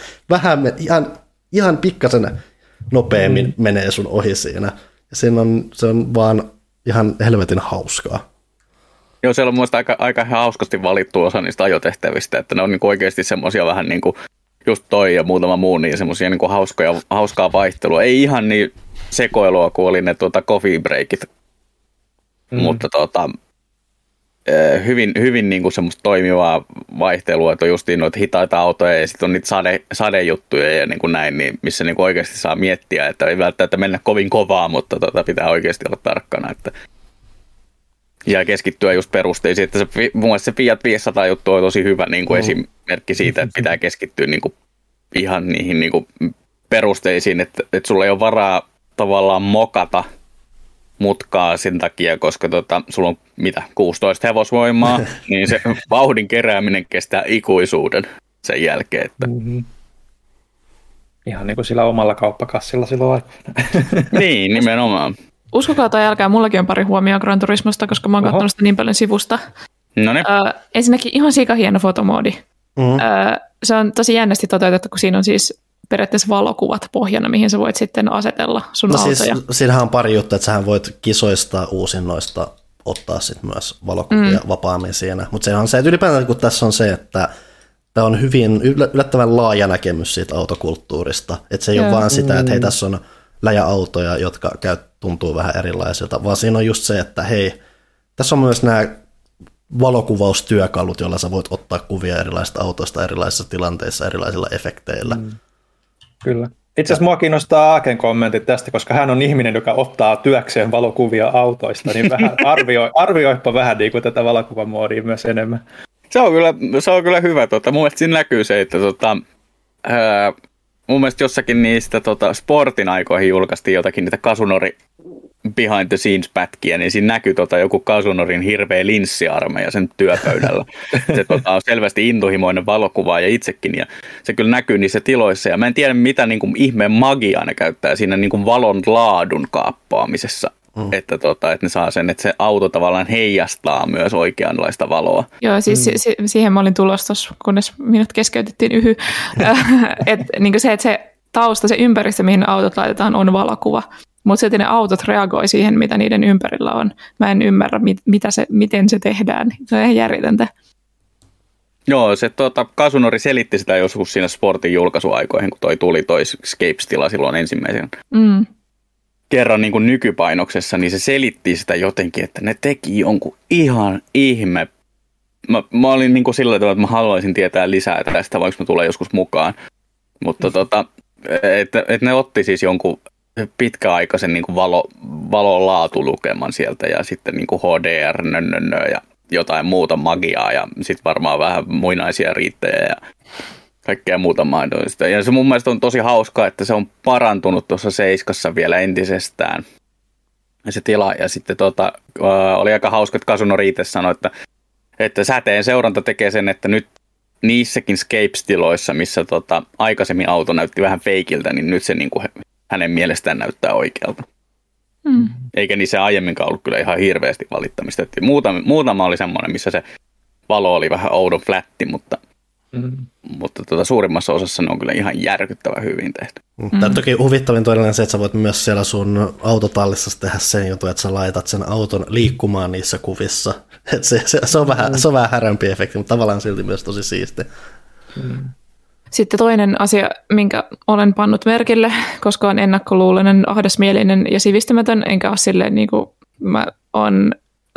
ihan pikkasen nopeammin menee sun ohi siinä. Ja se on vaan ihan helvetin hauskaa. Joo, siellä on mun mielestä aika hauskasti valittu osa niistä ajotehtävistä, että ne on niinku oikeasti semmoisia vähän niin kuin just toi ja muutama muu, niin semmoisia niin kuin hauskaa vaihtelua. Ei ihan niin sekoilua kuin oli ne coffee breakit, mutta hyvin niin kuin semmoista toimivaa vaihtelua, että on justiin noita hitaita autoja ja sitten on niitä sadejuttuja ja niin kuin näin, niin missä niin kuin oikeasti saa miettiä, että ei välttämättä mennä kovin kovaa, mutta pitää oikeasti olla tarkkana, että ja keskittyä just perusteisiin, että mun mielestä se Fiat 500 juttu on tosi hyvä niin kuin esimerkki siitä, että pitää keskittyä niin kuin ihan niihin niinku perusteisiin, että sulla ei ole varaa tavallaan mokata mutkaa sen takia, koska sulla on 16 hevosvoimaa, niin se vauhdin kerääminen kestää ikuisuuden sen jälkeen. Että... Ihan niin kuin sillä omalla kauppakassilla silloin. Niin, nimenomaan. Uskokaa tai älkää, mullakin on pari huomioon Gran Turismosta, koska mä oon katsonut sitä niin paljon sivusta. Ensinnäkin ihan sikahieno fotomoodi. Se on tosi jännästi toteutettu, kun siinä on siis periaatteessa valokuvat pohjana, mihin sä voit sitten asetella sun autoja. Siis, siinähän on pari juttua, että sähän voit kisoista uusinnoista ottaa sitten myös valokuvia vapaammin siinä. Mutta sehän on se, että ylipäätään kun tässä on se, että tämä on hyvin yllättävän laaja näkemys siitä autokulttuurista. Että se ei ole vaan sitä, että hei, tässä on läjäautoja, jotka tuntuu vähän erilaisilta, vaan siinä on just se, että hei, tässä on myös nämä valokuvaustyökalut, joilla sä voit ottaa kuvia erilaisista autoista erilaisissa tilanteissa, erilaisilla efekteillä. Kyllä. Itse asiassa mua kiinnostaa Aaken kommentit tästä, koska hän on ihminen, joka ottaa työkseen valokuvia autoista, niin vähän arvioipa vähän niin kuin tätä valokuvamoodia myös enemmän. Se on kyllä hyvä. Mun mielestä siinä näkyy se, että mun mielestä jossakin niistä sportin aikoihin julkaistiin jotakin niitä Kasunori behind the scenes pätkiä, niin siinä näkyy joku Kasunorin hirveä linssiarmeija sen työpöydällä. Se on selvästi intohimoinen valokuvaaja itsekin, ja se kyllä näkyy niissä tiloissa, ja mä en tiedä mitä niin kuin ihmeen magiaa ne käyttää siinä niin kuin valon laadun kaappaamisessa. Että ne saa sen, että se auto tavallaan heijastaa myös oikeanlaista valoa. Joo, siis siihen mä olin tulossa tuossa, kunnes minut keskeytettiin että se tausta, se ympäristö, mihin autot laitetaan, on valokuva. Mutta silti ne autot reagoi siihen, mitä niiden ympärillä on. Mä en ymmärrä, miten se tehdään. Se on ihan järjetöntä. Joo, se Kasunori selitti sitä joskus siinä sportin julkaisuaikoihin, kun toi Scapes-tila silloin ensimmäisen kerran niin kuin nykypainoksessa, niin se selitti sitä jotenkin, että ne teki jonkun ihan ihme. Mä olin niin kuin sillä tavalla, että mä haluaisin tietää lisää tästä, vaikka mä tulen joskus mukaan. Mutta että ne otti siis jonkun pitkäaikaisen niin kuin valon laatulukeman sieltä ja sitten niin kuin HDR ja jotain muuta magiaa ja sitten varmaan vähän muinaisia riittejä ja kaikkea muuta mahdollista. Ja se mun mielestä on tosi hauskaa, että se on parantunut tuossa 7 vielä entisestään se tila. Ja sitten oli aika hauska, että Kasunori itse sanoi, että säteen seuranta tekee sen, että nyt niissäkin Scapes-tiloissa, missä aikaisemmin auto näytti vähän feikiltä, niin nyt se niin kuin hänen mielestään näyttää oikealta. Eikä niissä aiemminkaan ollut kyllä ihan hirveästi valittamista. Että muutama oli semmoinen, missä se valo oli vähän oudon flätti, mutta suurimmassa osassa ne on kyllä ihan järkyttävän hyvin tehty. Tämä on toki huvittavin toinen se, että sä voit myös siellä sun autotallissa tehdä sen jutun, että sä laitat sen auton liikkumaan niissä kuvissa. Se on vähän härömpi efekti, mutta tavallaan silti myös tosi siisti. Sitten toinen asia, minkä olen pannut merkille, koska on ennakkoluuloinen, ahdasmielinen ja sivistymätön, enkä ole silleen niin kuin mä oon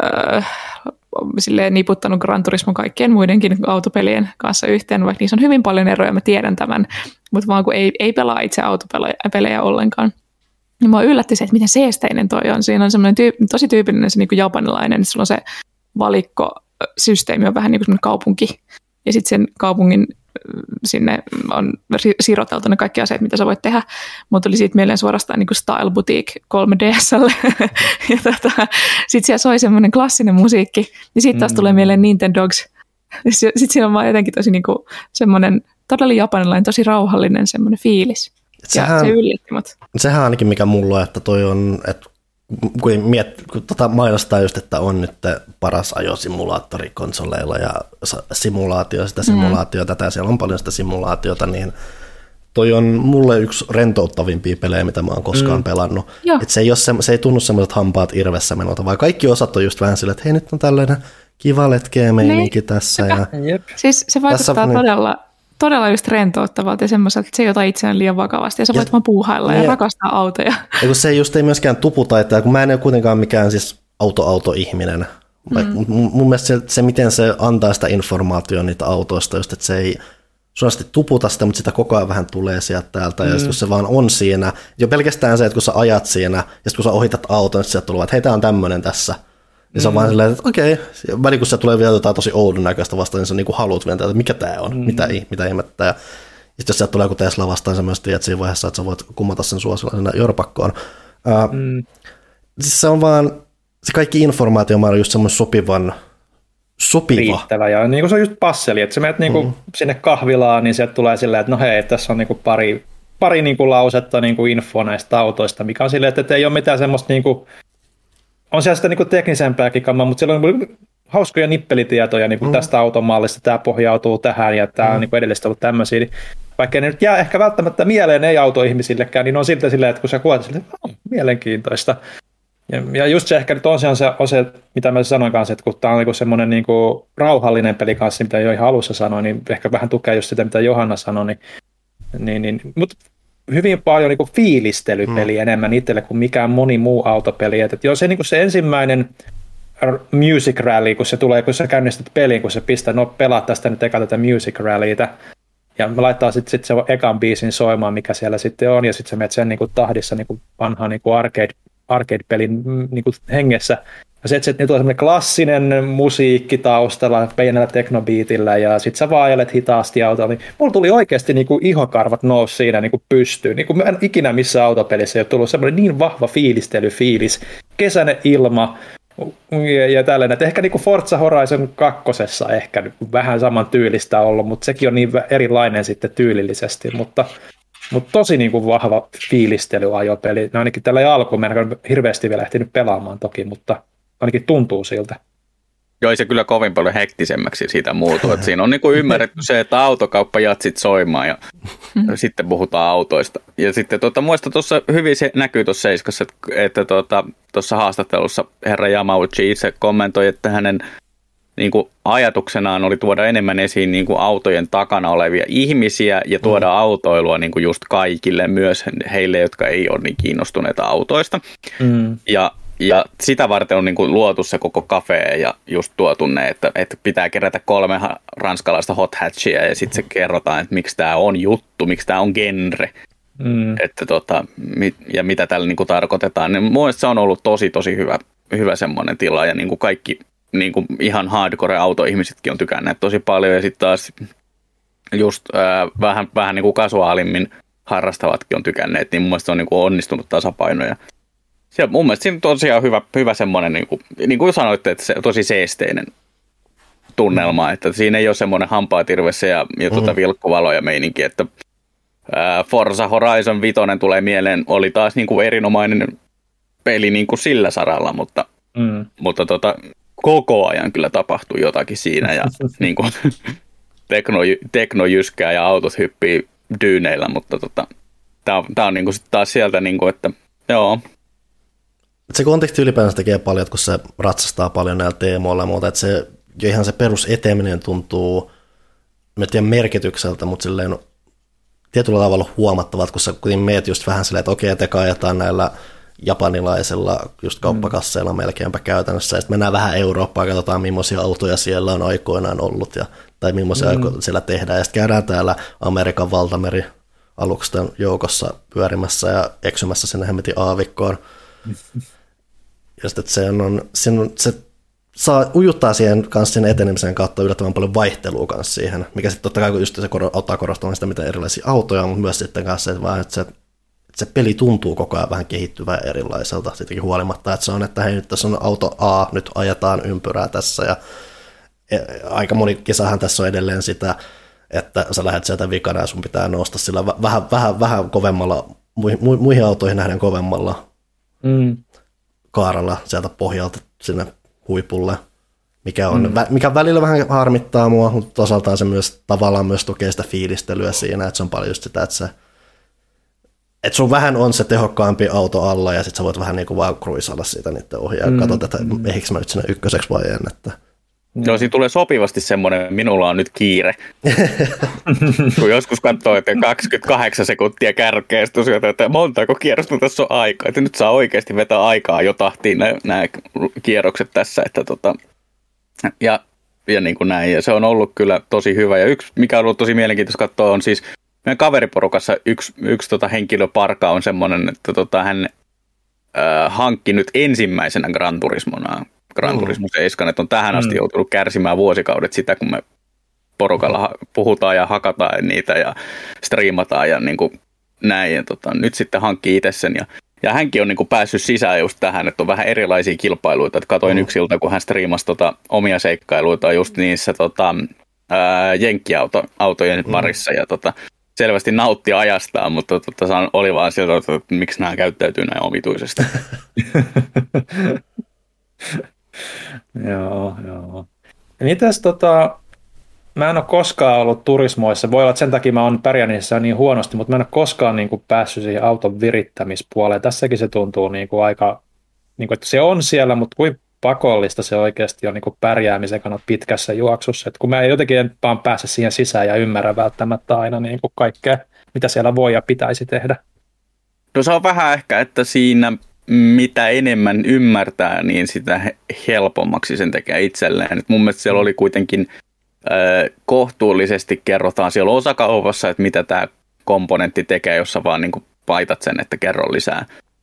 silleen niputtanut Gran Turismon kaikkien muidenkin autopelien kanssa yhteen, vaikka niissä on hyvin paljon eroja, mä tiedän tämän, mutta vaan kun ei pelaa itse autopelejä ollenkaan. Niin mä yllätti se, että miten seesteinen toi on. Siinä on semmoinen tosi tyypillinen se niin kuin japanilainen, että sulla on se valikkosysteemi on vähän niin kuin semmoinen kaupunki, ja sitten sen kaupungin sinne on siroteltu ne kaikki asiat, mitä sä voit tehdä, mutta oli siitä mieleen suorastaan niin kuin Style Boutique 3DS:lle. Ja sitten siellä soi semmoinen klassinen musiikki, ja sitten taas tulee mieleen Nintendogs. Sitten siinä on vaan jotenkin tosi niin kuin semmoinen todella japanilainen, tosi rauhallinen semmoinen fiilis. Ja se yllätti mut. Sehän ainakin mikä mulla on, että toi on, että kun mainostaa just, että on nyt paras ajosimulaattori konsoleilla ja simulaatiota, tätä siellä on paljon sitä simulaatiota, niin toi on mulle yksi rentouttavimpia pelejä, mitä mä oon koskaan pelannut. Et se ei tunnu semmoiset hampaat irvessä menolta, vaan kaikki osat on just vähän silleen, että hei, nyt on tällainen kiva letkeä meininki tässä. Ja siis se vaikuttaa todella just rentouttavalta ja semmoiselta, että se ei ota itseään liian vakavasti ja sä voit vaan puuhailla ja rakastaa autoja. Ja kun se just ei myöskään tuputa, että kun mä en ole kuitenkaan mikään siis auto-ihminen. Mun mielestä se, miten se antaa sitä informaatiota niitä autoista, just, että se ei suorasti tuputa sitä, mutta sitä koko ajan vähän tulee sieltä täältä. Ja kun se vaan on siinä, jo pelkästään se, että kun sä ajat siinä ja kun sä ohitat auton, niin sieltä tulee, että hei, tää on tämmöinen tässä. Niin se on vaan silleen, että okei. Väliin kun se tulee vielä jotain tosi oudon näköistä vastaan, niin sä niin haluat vielä, että mikä tää on, mitä ihmettä. Sitten jos sieltä tulee joku Tesla vastaan, sä myös tiedät siinä vaiheessa, että sä voit kumata sen suosilla sinne jorpakkoon. Siis se on vaan, se kaikki informaatio on just semmoinen sopiva. Riittävä, ja niin kuin se on just passeli, että sä menet niin kuin sinne kahvilaan, niin sieltä tulee silleen, että no hei, tässä on niin kuin pari niin kuin lausetta niin kuin infoa näistä autoista, mikä on silleen, että ei ole mitään semmoista, niin kuin, on siellä sitä niin kuin teknisempääkin kammaa, mutta siellä on hauskoja nippelitietoja niin kuin tästä automallista, tämä pohjautuu tähän ja tämä on niin kuin edellistä ollut tämmöisiä, niin vaikka ne nyt jää ehkä välttämättä mieleen ei-autoihmisillekään, niin on siltä silleen, että kun sä kuulet silleen, että mielenkiintoista. Ja just se ehkä nyt on se, mitä mä sanoin kanssa, että kun tämä on niinku semmoinen niinku rauhallinen peli kanssa, mitä jo ihan alussa sanoin, niin ehkä vähän tukee just sitä, mitä Johanna sanoi, mutta hyvin paljon niinku fiilistelypeli enemmän itselle kuin mikään moni muu autopeli. Et jos se, niinku se ensimmäinen Music Rally, kun se tulee, kun sä käynnistät pelin, kun se pistää, no pelaa tästä nyt eka tätä Music Rallytä, ja me laittaa sitten se ekan biisin soimaan, mikä siellä sitten on, ja sitten sä menet sen niinku tahdissa niinku vanhaan niinku arcade-pelin niinku hengessä. Ja se, että tulee semmoinen klassinen musiikki taustalla, pienellä teknobiitillä, ja sitten sä vaajelet hitaasti autolla. Niin mulla tuli oikeasti niinku ihokarvat nousi siinä niinku pystyyn. Niinku mä en ikinä missään autopelissä ei ole tullut semmoinen niin vahva fiilistelyfiilis, kesäinen ilma, ja tällainen, että ehkä niinku Forza Horizon 2 ehkä vähän saman tyylistä ollut, mutta sekin on niin erilainen sitten tyylillisesti, mutta tosi niinku vahva fiilistelyajopeli. No ainakin tällä alkuun, mä en hirveästi vielä ehtinyt pelaamaan toki, mutta ainakin tuntuu siltä. Joo, ei se kyllä kovin paljon hektisemmäksi siitä muutu. Että siinä on niinku ymmärretty se, että autokauppa jatsit soimaan ja sitten puhutaan autoista. Ja sitten muista tuossa hyvin se näkyy tuossa seiskassa, että tuossa haastattelussa herra Yamauchi itse kommentoi, että hänen niinku ajatuksenaan oli tuoda enemmän esiin niinku autojen takana olevia ihmisiä ja tuoda autoilua niinku just kaikille, myös heille, jotka ei ole niin kiinnostuneita autoista. Ja sitä varten on niin kuin luotu se koko kafee ja just tuotu ne, että pitää kerätä 3 ranskalaista hot hatchia ja sitten se kerrotaan, että miksi tämä on juttu, miksi tämä on genre. Että ja mitä tällä niin kuin tarkoitetaan. Niin mun mielestä se on ollut tosi hyvä semmoinen tila ja niin kuin kaikki niin kuin ihan hardcore autoihmisetkin on tykänneet tosi paljon ja sitten taas just vähän niin kuin kasuaalimmin harrastavatkin on tykänneet, niin mun mielestä se on niin kuin onnistunut tasapaino ja mun mielestä siinä on tosiaan hyvä semmoinen, niin kuin sanoitte, että se on tosi seesteinen tunnelma, että siinä ei ole semmoinen hampaatirvessä ja vilkkuvalo ja meininki, että Forza Horizon 5 tulee mieleen, oli taas niin kuin erinomainen peli niin kuin sillä saralla, mutta koko ajan kyllä tapahtui jotakin siinä ja niin kuin tekno jyskää ja autot hyppii dyyneillä, mutta tää on niin kuin sit taas sieltä, niin kuin, että joo. Se konteksti ylipäänsä tekee paljon, että kun se ratsastaa paljon näillä teemoilla ja muuta, että se, ihan se peruseteminen tuntuu, en tiedä merkitykseltä, mutta silleen tietyllä tavalla huomattavat, kun sä kuitenkin meet just vähän silleen, että okei, teka ajetaan näillä japanilaisilla just kauppakasseilla melkeinpä käytännössä, ja sitten mennään vähän Eurooppaan, katsotaan millaisia autoja siellä on aikoinaan ollut, tai millaisia siellä tehdään, ja sitten käydään täällä Amerikan valtamerialuksen joukossa pyörimässä ja eksymässä sinne hemmetin aavikkoon. Ja sitten se ujuttaa siihen kanssa sen etenemisen kautta yllättävän paljon vaihtelua kanssa siihen, mikä sitten totta kai just se auttaa korostamaan sitä, mitä erilaisia autoja on, mutta myös sitten kanssa, että se peli tuntuu koko ajan vähän kehittyvää erilaiselta, sittenkin huolimatta, että se on, että hei, nyt tässä on auto A, nyt ajetaan ympyrää tässä, ja aika moni kisahan tässä on edelleen sitä, että sä lähdet sieltä vikana ja sun pitää nousta sillä vähän kovemmalla, muihin autoihin nähden kovemmalla kaaralla sieltä pohjalta sinne huipulle, mikä välillä vähän harmittaa mua, mutta osaltaan se myös tavallaan myös tukee sitä fiilistelyä siinä, että se on paljon just sitä, että sun vähän on se tehokkaampi auto alla ja sitten sä voit vähän niin kuin vaan kruisalla siitä niiden ohi ja katsot, että eikö mä nyt sinne ykköseksi vai en. Että. Joo, siinä tulee sopivasti semmoinen, minulla on nyt kiire. Kun joskus katsoo, että 28 sekuntia kärkeä, että montako kierrosta tässä on aikaa. Että nyt saa oikeasti vetää aikaa jo tahtiin nämä kierrokset tässä. Että ja niin kuin näin. Ja se on ollut kyllä tosi hyvä. Ja yksi, mikä on ollut tosi mielenkiintoista katsoa, on siis meidän kaveriporukassa yksi henkilöparka on semmoinen, että hän hankki nyt ensimmäisenä Gran Turismo 7, että on tähän asti joutunut kärsimään vuosikaudet sitä, kun me porukalla puhutaan ja hakataan niitä ja striimataan ja niin kuin näin. Ja nyt sitten hankkii itse sen. Ja hänkin on niin kuin päässyt sisään just tähän, että on vähän erilaisia kilpailuita. Että katoin yksi ilta, kun hän striimasi omia seikkailuita just niissä jenkkiautojen parissa. Ja selvästi nautti ajastaan, mutta oli vaan sieltä, että miksi nämä käyttäytyy näin omituisesti. Joo. Mites mä en ole koskaan ollut turismoissa. Voi olla, että sen takia mä oon pärjännyt niissä niin huonosti, mutta mä en ole koskaan niin kuin päässyt siihen auton virittämispuoleen. Tässäkin se tuntuu niin kuin aika, niin kuin, että se on siellä, mutta kuin pakollista se oikeasti on niin kuin pärjäämisen kannalta pitkässä juoksussa. Että kun mä jotenkin en vaan pääse siihen sisään ja ymmärrä välttämättä aina niin kuin kaikkea, mitä siellä voi ja pitäisi tehdä. No se on vähän ehkä, että siinä mitä enemmän ymmärtää, niin sitä helpommaksi sen tekee itselleen. Et mun mielestä siellä oli kuitenkin kohtuullisesti kerrotaan siellä osakaupassa, että mitä tämä komponentti tekee, jos sä vaan niin kuin paitat sen, että kerro lisää.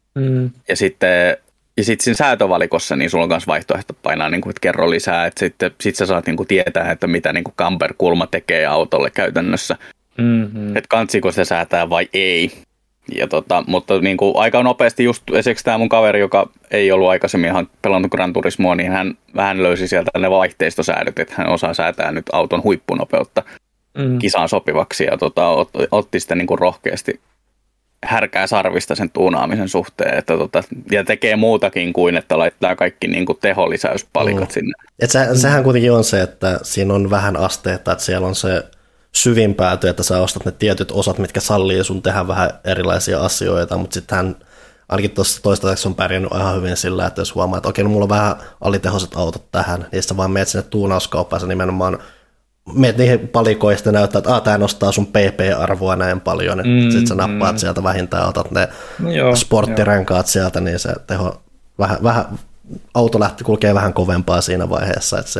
Ja sitten siinä säätövalikossa niin sulla on myös vaihtoehto painaa, niin kuin, että kerro lisää, että sitten sä saat niin kuin tietää, että mitä niin kuin camber-kulma tekee autolle käytännössä. Että kantsiko se säätää vai ei. Ja mutta niin kuin aika nopeasti just esimerkiksi tämä mun kaveri, joka ei ollut aikaisemmin ihan pelannut Gran Turismoa, niin hän vähän löysi sieltä ne vaihteistosäädöt, että hän osaa säätää nyt auton huippunopeutta kisaan sopivaksi ja otti sitä niin kuin rohkeasti härkää sarvista sen tuunaamisen suhteen, että ja tekee muutakin kuin, että laittaa kaikki niin kuin teholisäyspalikat sinne. Sehän kuitenkin on se, että siinä on vähän asteita, että siellä on se syvin pääty, että sä ostat ne tietyt osat, mitkä sallii sun tehdä vähän erilaisia asioita, mutta sitten hän ainakin tuossa toistaiseksi on pärjännyt ihan hyvin sillä, että jos huomaa, että okei, no mulla on vähän alitehoiset autot tähän, niin sä vaan meet sinne tuunauskauppaan, sä nimenomaan meet niihin palikoista ja näyttää, että tää nostaa sun PP-arvoa näin paljon, niin sitten sä nappaat sieltä vähintään, otat ne sporttirenkaat sieltä, niin se teho vähän auto kulkee vähän kovempaa siinä vaiheessa, että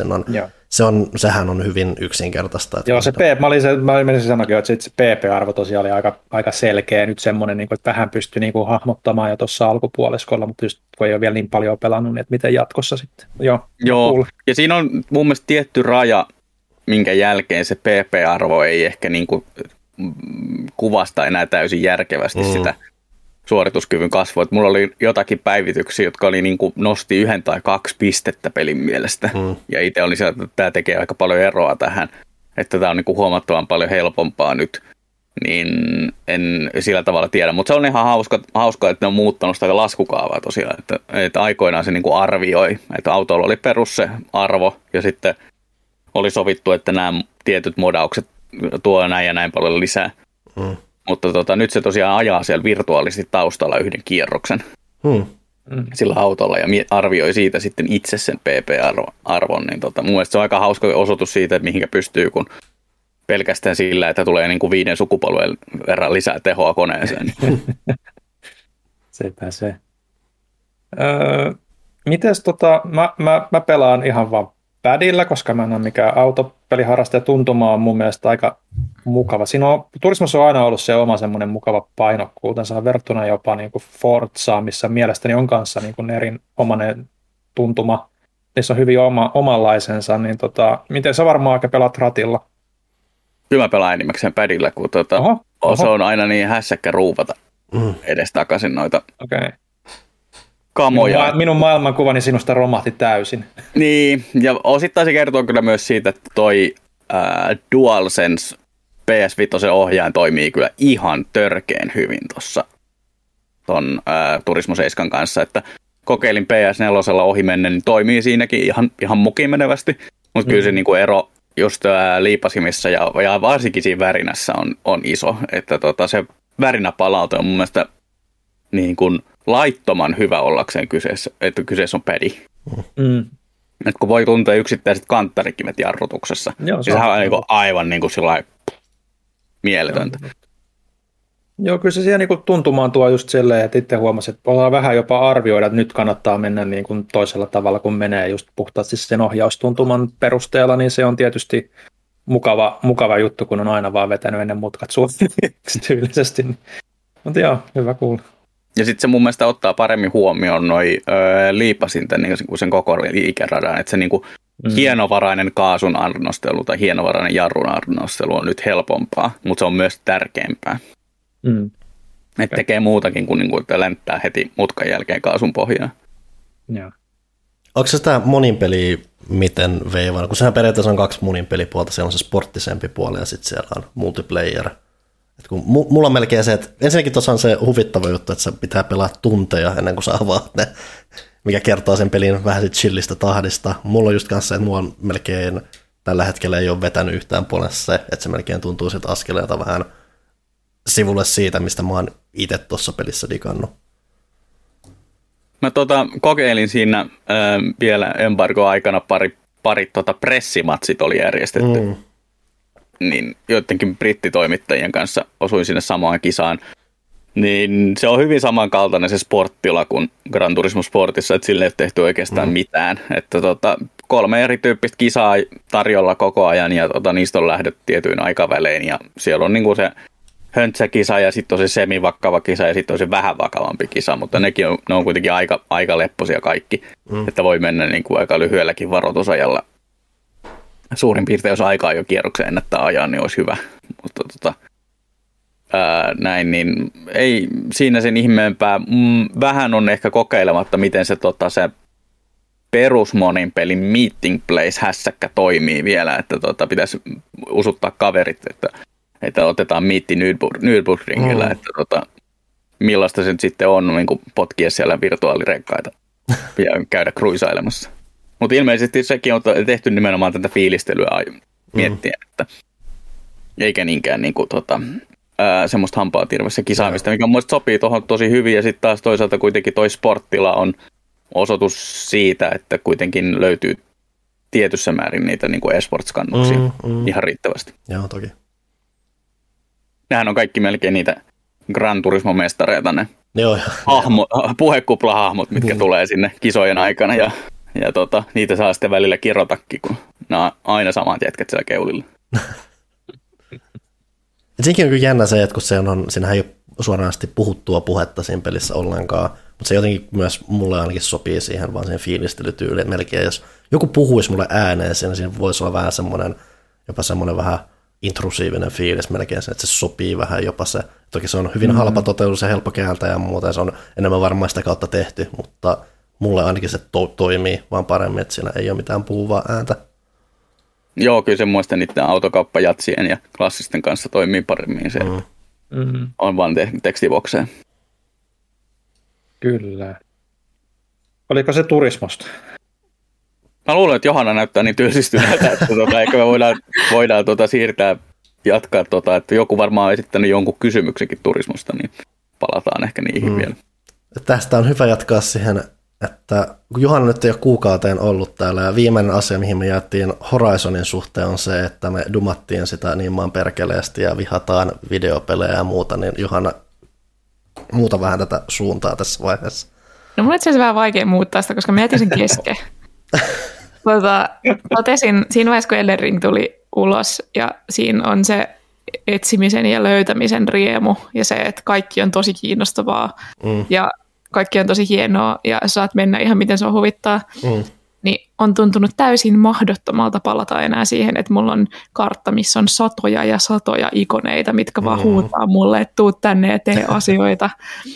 sehän on hyvin yksinkertaista. Joo, mä menisin sanoakin, että se PP-arvo tosiaan oli aika selkeä nyt semmoinen, että vähän pystyi hahmottamaan jo tuossa alkupuoliskolla, mutta just kun ei ole vielä niin paljon pelannut, niin että miten jatkossa sitten. Joo. Cool. Ja siinä on mun mielestä tietty raja, minkä jälkeen se PP-arvo ei ehkä kuvasta enää täysin järkevästi sitä suorituskyvyn kasvua. Että mulla oli jotakin päivityksiä, jotka oli nosti 1 tai 2 pistettä pelin mielestä. Ja itse oli sieltä, että tämä tekee aika paljon eroa tähän, että tämä on huomattavan paljon helpompaa nyt. Niin en sillä tavalla tiedä. Mutta se on ihan hauska, että ne on muuttanut sitä laskukaavaa tosiaan. Että aikoinaan se arvioi, että autolla oli perus se arvo ja sitten oli sovittu, että nämä tietyt modaukset tuo näin ja näin paljon lisää. Mutta nyt se tosiaan ajaa siellä virtuaalisesti taustalla yhden kierroksen sillä autolla ja arvioi siitä sitten itse sen PP-arvon. Niin mun mielestä se on aika hauska osoitus siitä, että mihinkä pystyy, kun pelkästään sillä, että tulee 5 sukupolven verran lisää tehoa koneeseen. Sepä se. Mites mä pelaan ihan vaan padilla, koska mä en ole mikään autopeliharrastaja. Tuntuma on mun mielestä aika mukava. Turismossa on aina ollut se oma semmoinen mukava painokkuutensa verrattuna jopa Forzaan, missä mielestäni on kanssa erinomainen tuntuma. Niissä on hyvin omanlaisensa. Niin miten sä varmaan aika pelaat ratilla? Kyllä mä pelaan enimmäkseen padilla, kun se on aina niin hässäkkä ruuvata edestakaisin noita. Okay. Kamoja. Minun maailmankuvani sinusta romahti täysin. Niin, ja osittain se kertoo kyllä myös siitä, että toi DualSense PS5 ohjaaja toimii kyllä ihan törkeen hyvin ton Turismo 7 kanssa, että kokeilin PS4 ohi menne, niin toimii siinäkin ihan mukiin menevästi, mutta kyllä se ero just liipasimissa ja varsinkin siinä värinässä on iso, että se värinäpalaute on mun mielestä laittoman hyvä ollakseen kyseessä, että kyseessä on padi. Että kun voi tuntea yksittäiset kanttarikivet jarrutuksessa, niin sehän on aivan mieletöntä. Joo, kyllä se siihen tuntumaan tuo just silleen, että itse huomasin, että ollaan vähän jopa arvioida, että nyt kannattaa mennä toisella tavalla, kun menee just puhtaasti sen ohjaustuntuman perusteella, niin se on tietysti mukava juttu, kun on aina vaan vetänyt ennen mutkat tyylisesti. Mutta joo, hyvä kuulla. Ja sitten se mun mielestä ottaa paremmin huomioon liipasinten sen koko liikeradan, että se hienovarainen kaasun annostelu tai hienovarainen jarrun annostelu on nyt helpompaa, mutta se on myös tärkeämpää. Että tekee muutakin kuin, että länttää heti mutkan jälkeen kaasun pohjaan. Joo. Onko se sitä moninpeliä miten veivana? Kun sehän periaatteessa on 2 moninpelipuolta, siellä on se sporttisempi puoli ja sitten siellä on multiplayer. Et kun mulla on melkein se, että ensinnäkin tuossa on se huvittava juttu, että se pitää pelaa tunteja ennen kuin sä avaat ne, mikä kertoo sen pelin vähän sit chillistä tahdista. Mulla on just kanssa se, että mulla on melkein tällä hetkellä ei ole vetänyt yhtään puolessa se, että se melkein tuntuu siltä askeleelta vähän sivulle siitä, mistä mä oon itse tuossa pelissä digannut. Mä kokeilin siinä vielä embargo-aikana pari pressimatsit oli järjestetty. Niin joidenkin brittitoimittajien kanssa osuin sinne samaan kisaan. Niin se on hyvin samankaltainen se sporttila kuin Gran Turismo Sportissa, että sille ei ole tehty oikeastaan mitään. Että 3 erityyppistä kisaa tarjolla koko ajan ja niistä on lähdetty tietyin aikavälein ja siellä on niinku se höntsäkisa ja sitten on se semivakava kisa ja sitten on se vähän vakavampi kisa, mutta ne on kuitenkin aika lepposia kaikki, että voi mennä niin kuin aika lyhyelläkin varoitusajalla. Suurin piirtein, jos aikaa jo kierroksen ennättää ajaa, niin olisi hyvä, mutta näin, niin ei siinä sen ihmeempää. Vähän on ehkä kokeilematta, miten se perusmonin pelin meeting place hässäkkä toimii vielä, että pitäisi usuttaa kaverit, että otetaan miitti Nürburgringillä, että millaista se sitten on niin kuin potkia siellä virtuaalirekkaita ja käydä cruisailemassa. Mutta ilmeisesti sekin on tehty nimenomaan tätä fiilistelyä miettien, että eikä niinkään niin kuin, semmoista hampaatirvessä kisaamista, mikä mun mielestä sopii tuohon tosi hyvin, ja sitten taas toisaalta kuitenkin toi sporttila on osoitus siitä, että kuitenkin löytyy tietyssä määrin niitä niin kuin esports-kannuksia ihan riittävästi. Joo, toki. Nehän on kaikki melkein niitä Gran Turismo-mestareita, ne puhekuplahahmot, mitkä tulee sinne kisojen aikana, ja niitä saa sitten välillä kirjoitakin, kun nämä on aina samat jätkät siellä keulilla. Siinäkin on kyllä jännä se, että kun siinähän ei ole suoranaisesti puhuttua puhetta siinä pelissä ollenkaan, mutta se jotenkin myös mulle ainakin sopii siihen vaan siihen fiilistelytyyliin. Melkein jos joku puhuisi mulle ääneen siinä voisi olla vähän jopa semmoinen vähän intrusiivinen fiilis melkein sen, että se sopii vähän jopa se. Toki se on hyvin halpa toteutus ja helppo kääntää ja muuta, ja se on enemmän varmaan sitä kautta tehty, mutta mulle ainakin se toimii vaan paremmin, että siinä ei ole mitään puhuvaa ääntä. Joo, kyllä se muista niiden autokauppajatsien ja klassisten kanssa toimii paremmin se, on vaan tekstibokseen. Kyllä. Oliko se Turismosta? Mä luulen, että Johanna näyttää niin tylsistyneeltä, että ehkä me voidaan jatkaa, että joku varmaan on esittänyt jonkun kysymyksenkin Turismosta, niin palataan ehkä niihin vielä. Tästä on hyvä jatkaa siihen, että kun Johanna nyt ei ole kuukauteen ollut täällä, ja viimeinen asia, mihin me jäätiin Horizonin suhteen, on se, että me dumattiin sitä niin maan perkeleesti ja vihataan videopelejä ja muuta, niin Johanna, muuta vähän tätä suuntaa tässä vaiheessa. No mun on itse asiassa vähän vaikea muuttaa sitä, koska mä jätin sen kesken. Totesin siinä vaiheessa, kun Elden Ring tuli ulos, ja siinä on se etsimisen ja löytämisen riemu, ja se, että kaikki on tosi kiinnostavaa, ja kaikki on tosi hienoa, ja saat mennä ihan miten se on huvittaa, niin on tuntunut täysin mahdottomalta palata enää siihen, että mulla on kartta, missä on satoja ja satoja ikoneita, mitkä vaan huutaa mulle, että tuu tänne ja tee asioita.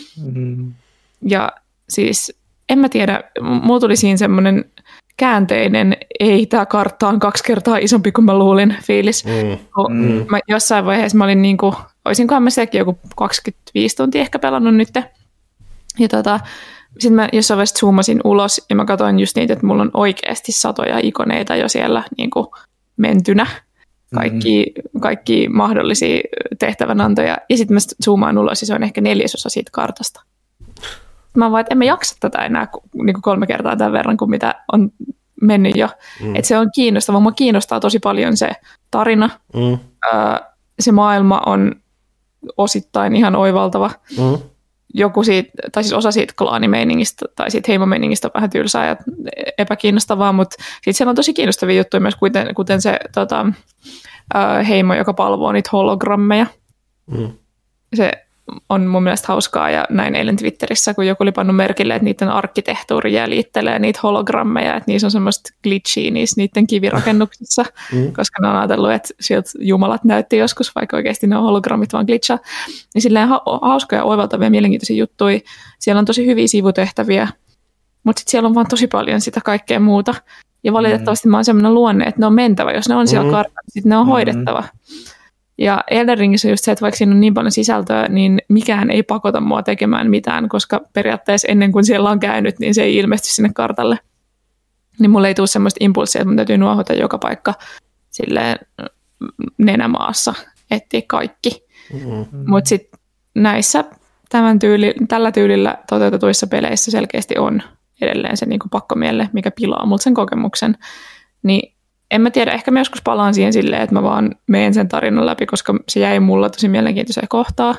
Ja siis, en mä tiedä, mulla tuli siinä semmoinen käänteinen, ei tämä kartta on 2 kertaa isompi kuin mä luulin fiilis. Mä jossain vaiheessa mä olin niinku, olisinkohan mä sekin joku 25 tuntia ehkä pelannut nyt. Ja sitten mä jossain vaiheessa zoomasin ulos ja mä katsoin just niitä, että mulla on oikeasti satoja ikoneita jo siellä niinku mentynä. Kaikki mahdollisia tehtävänantoja. Ja sitten mä zoomaan ulos ja se on ehkä 1/4 siitä kartasta. Mä vaan, että en mä jaksa tätä enää niin 3 kertaa tämän verran kuin mitä on mennyt jo. Että se on kiinnostavaa. Mua kiinnostaa tosi paljon se tarina. Se maailma on osittain ihan oivaltava. Joku siitä, tai siis osa siitä klaanimeiningistä tai siitä heimomeiningistä on vähän tylsää ja epäkiinnostavaa, mutta sitten siellä on tosi kiinnostavia juttuja myös, kuten se heimo, joka palvoo niitä hologrammeja. Se on mun mielestä hauskaa, ja näin eilen Twitterissä, kun joku oli pannut merkille, että niiden arkkitehtuuri jäljittelee niitä hologrammeja, että niissä on semmoista glitchiä niiden kivirakennuksissa, koska ne on ajatellut, että sieltä jumalat näytti joskus, vaikka oikeasti ne on hologrammit vaan glitchaa. Niin silleen hauskoja, oivaltavia, mielenkiintoisia juttuja. Siellä on tosi hyviä sivutehtäviä, mutta sitten siellä on vaan tosi paljon sitä kaikkea muuta. Ja valitettavasti mä oon semmoinen luonne, että ne on mentävä. Jos ne on siellä kartalla, niin sitten ne on hoidettava. Ja Elden Ringissä on just se, että vaikka siinä on niin paljon sisältöä, niin mikään ei pakota mua tekemään mitään, koska periaatteessa ennen kuin siellä on käynyt, niin se ei ilmesty sinne kartalle. Niin mulle ei tule semmoista impulssia, että mun täytyy nuohota joka paikka silleen nenämaassa, etsiä kaikki. Mutta sitten näissä tällä tyylillä toteutetuissa peleissä selkeästi on edelleen se niinku pakkomielle, mikä pilaa multa sen kokemuksen. Niin en mä tiedä, ehkä mä joskus palaan siihen silleen, että mä vaan menen sen tarinan läpi, koska se jäi mulla tosi mielenkiintoiseen kohtaan.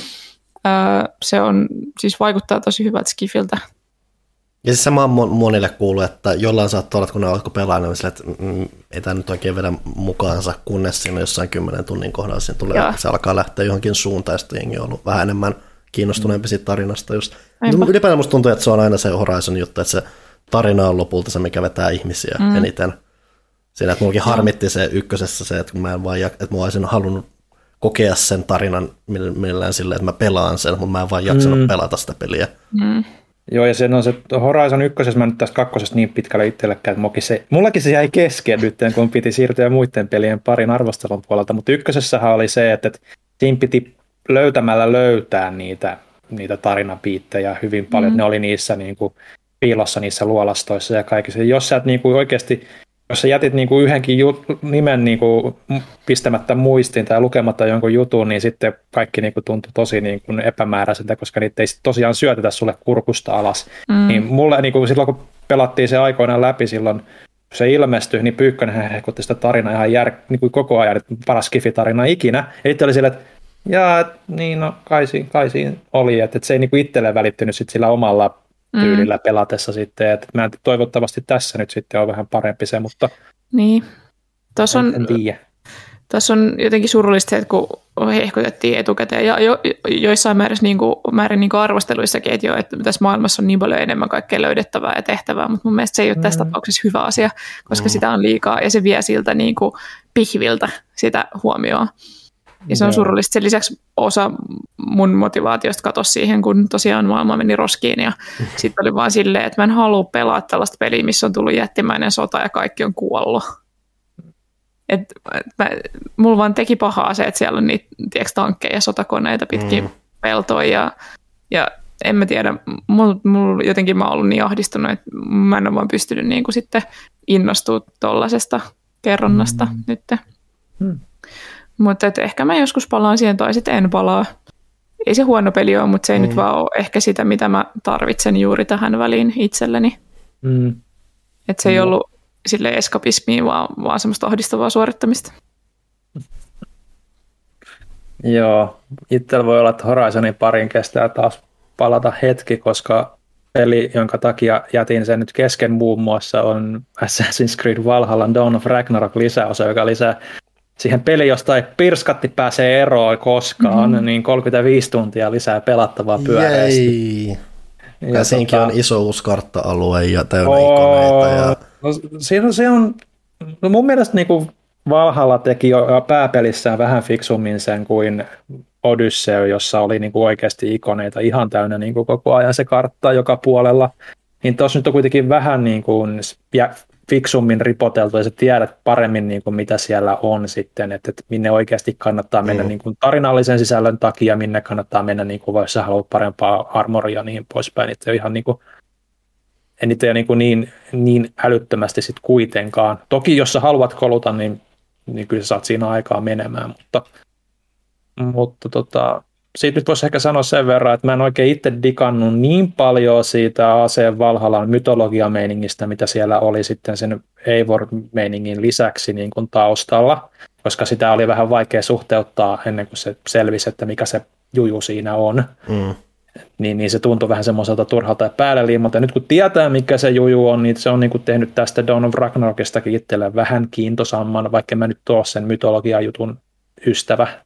Se on, siis vaikuttaa tosi hyvältä skifiltä. Ja siis sama monille kuuluu, että jollain saattaa olla, kun ne alkoi pelaa, niin sille, että ei tämä nyt oikein vedä mukaansa, kunnes siinä jossain 10 tunnin kohdalla siinä tulee, että se alkaa lähteä johonkin suuntaan, ja sitten jengi on ollut vähän enemmän kiinnostuneempi siitä tarinasta. Just. Ylipäätään musta tuntuu, että se on aina se Horizon juttu, että se tarina on lopulta se, mikä vetää ihmisiä eniten. Siinä, että mullakin harmitti se ykkösessä se, että mä olisin halunnut kokea sen tarinan millään silleen, että mä pelaan sen, mutta mä en vaan jaksanut pelata sitä peliä. Joo, ja se on se Horizon 1, mä nyt tästä 2 niin pitkälle itsellekään, että mullakin se jäi kesken nyt, kun piti siirtyä muiden pelien parin arvostelun puolelta, mutta ykkösessähän oli se, että siinä piti löytää niitä tarinapiittejä hyvin paljon, ne oli niissä niin kuin piilossa niissä luolastoissa ja kaikissa. Jos sä et niin kuin oikeasti, jos sä jätit niin kuin yhdenkin nimen niin kuin pistämättä muistiin tai lukematta jonkun jutun, niin sitten kaikki niin kuin tuntui tosi niin kuin epämääräiseltä, koska niitä ei tosiaan syötetä sulle kurkusta alas. Niin mulle niin kuin silloin, kun pelattiin se aikoinaan läpi silloin, kun se ilmestyi, niin Pyykkönenhän hehkutti sitä tarinaa ihan niin kuin koko ajan, että paras Skifi-tarina ikinä. Ja itse oli silleen, että niin no kai siinä oli, että se ei niin kuin itselleen välittynyt sit sillä omalla tyylillä pelatessa sitten, että mä toivottavasti tässä nyt sitten on vähän parempi se, mutta niin. En tiedä. Tässä on jotenkin surullista se, että kun hehkutettiin etukäteen ja joissain määrin niin kuin arvosteluissakin, että tässä maailmassa on niin paljon enemmän kaikkea löydettävää ja tehtävää, mutta mun mielestä se ei ole tässä tapauksessa hyvä asia, koska sitä on liikaa ja se vie siltä niin kuin pihviltä sitä huomioon. Ja se on surullista. Sen lisäksi osa mun motivaatiosta katosi siihen, kun tosiaan maailma meni roskiin ja sitten oli vaan silleen, että mä en halua pelaa tällaista peliä, missä on tullut jättimäinen sota ja kaikki on kuollut. Mulla vaan teki pahaa se, että siellä on niitä tankkeja ja sotakoneita pitkin peltoja ja en mä tiedä, jotenkin mä oon ollut niin ahdistunut, että mä en ole vaan pystynyt niin kuin sitten innostumaan tollasesta kerronnasta nyt. Mutta ehkä mä joskus palaan siihen tai sitten en palaa. Ei se huono peli ole, mutta se ei nyt vaan ole ehkä sitä, mitä mä tarvitsen juuri tähän väliin itselleni. Että se ei ollut sille eskapismiin, vaan semmoista ahdistavaa suorittamista. Joo, itsellä voi olla, että Horizonin parin kestää taas palata hetki, koska peli, jonka takia jätin sen nyt kesken muun muassa, on Assassin's Creed Valhalla Dawn of Ragnarok lisäosa, joka lisää siihen peliin, josta ei pirskatti pääsee eroon koskaan, niin 35 tuntia lisää pelattavaa pyöreästi. Ja siinäkin on iso uusi kartta-alue ja täynnä ikoneita. Ja No, se on mun mielestä niin kuin Valhalla teki jo pääpelissään vähän fiksummin sen kuin Odyssey, jossa oli niin kuin oikeasti ikoneita ihan täynnä niin kuin koko ajan se kartta joka puolella. Niin tuossa nyt on kuitenkin vähän niin kuin fiksummin ripoteltu ja sä tiedät paremmin niin kuin mitä siellä on sitten, että minne oikeasti kannattaa mennä niin kuin tarinallisen sisällön takia, minne kannattaa mennä, niin kuin, jos sä haluat parempaa armoria niin poispäin. Että ihan niin kuin, en niitä niin älyttömästi sitten kuitenkaan. Toki jos sä haluat koluta, niin kyllä sä saat siinä aikaa menemään, mutta siitä nyt voisi ehkä sanoa sen verran, että mä en oikein itse digannut niin paljon siitä aseen Valhallan mytologiameiningistä, mitä siellä oli sitten sen Eivor-meiningin lisäksi niin kuin taustalla, koska sitä oli vähän vaikea suhteuttaa ennen kuin se selvisi, että mikä se juju siinä on. Niin se tuntui vähän semmoiselta turhalta ja päälle liimalta. Ja nyt kun tietää, mikä se juju on, niin se on niin kuin tehnyt tästä Dawn of Ragnarokistakin itselleen vähän kiintosamman, vaikka mä nyt ole sen mytologiajutun ystävä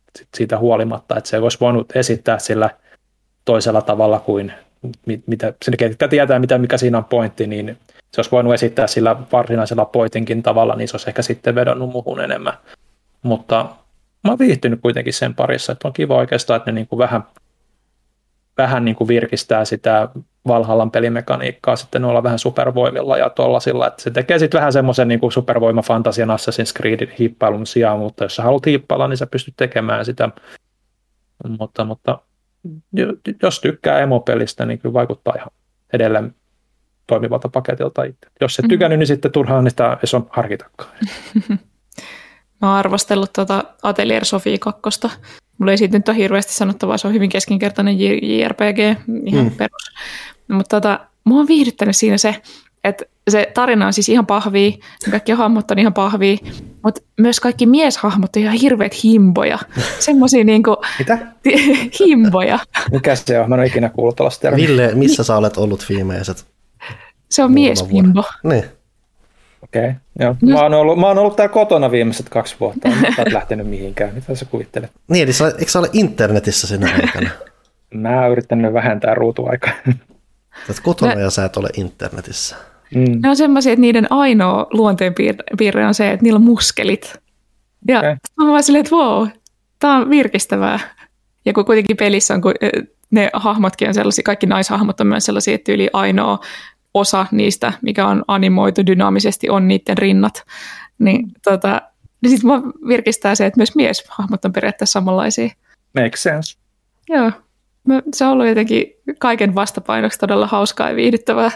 siitä huolimatta, että se olisi voinut esittää sillä toisella tavalla kuin mitä sen ketkä tietää, mikä siinä on pointti, niin se olisi voinut esittää sillä varsinaisella pointinkin tavalla, niin se olisi ehkä sitten vedonnut muuhun enemmän. Mutta mä oon viihtynyt kuitenkin sen parissa, että on kiva oikeastaan, että ne niin kuin vähän niin kuin virkistää sitä Valhallan pelimekaniikkaa sitten olla vähän supervoimilla ja tollasilla, että se tekee sitten vähän semmoisen niin kuin supervoimafantasian Assassin's Creedin hiippailun sijaan, mutta jos sä haluat hiippailla, niin sä pystyt tekemään sitä, mutta jos tykkää emopelistä, niin kyllä vaikuttaa ihan edelleen toimivalta paketilta itse. Jos et tykännyt, niin sitten turhaan niistä ei ole harkitakaan. Mä oon arvostellut Atelier Sophie 2. Mulla ei siitä nyt ole hirveästi sanottavaa, se on hyvin keskinkertainen JRPG, ihan perus. Mutta mä oon viihdyttänyt siinä se, että se tarina on siis ihan pahvia, kaikki hahmot on ihan pahvia, mutta myös kaikki mieshahmot on ihan hirveät himboja. Semmosia niinku... Mitä? Himboja. Mikä se on? Mä en ole ikinä kuullut tällaista termiä. Ville, missä sä olet ollut viimeiset? Se on mieshimbo. Niin. Okei, joo. Mä oon ollut täällä kotona viimeiset 2 vuotta. Mä oon lähtenyt mihinkään. Mitä sä kuvittelet? Niin, eli eikö sä ole internetissä sinä aikana? Mä oon yrittänyt vähentää ruutuaikaa. Sä oot kotona ja sä et ole internetissä. Ne on semmoisia, että niiden ainoa luonteenpiirre on se, että niillä on muskelit. Ja okay. Mä oon vaan silleen, että wow, tää on virkistävää. Ja kun kuitenkin pelissä on, kun ne hahmotkin on sellaisia, kaikki naishahmot on myös sellaisia, että yli ainoa osa niistä, mikä on animoitu dynaamisesti, on niiden rinnat. Niin sitten mua virkistää se, että myös mieshahmot on periaatteessa samanlaisia. Makes sense. Joo. Se on ollut jotenkin kaiken vastapainoksi todella hauskaa ja viihdyttävää.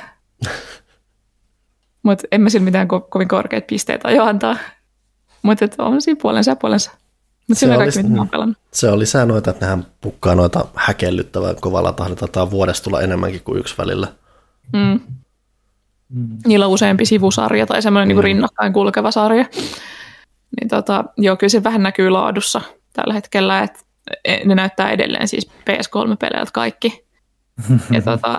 Mutta en mä sillä mitään kovin korkeat pisteet aio antaa. Mutta on siinä puolensa ja puolensa. Mutta sillä kaikki, mitä mä oon pelannut. Se on lisää noita, että nehän pukkaa noita häkellyttävää kovalla tahdilla. Taitaa vuodesta tulla enemmänkin kuin 1 välillä. Niillä on useampi sivusarja tai semmoinen niin kuin rinnakkain kulkeva sarja. Niin joo, kyllä se vähän näkyy laadussa tällä hetkellä, että ne näyttää edelleen siis PS3-peleiltä kaikki. Ja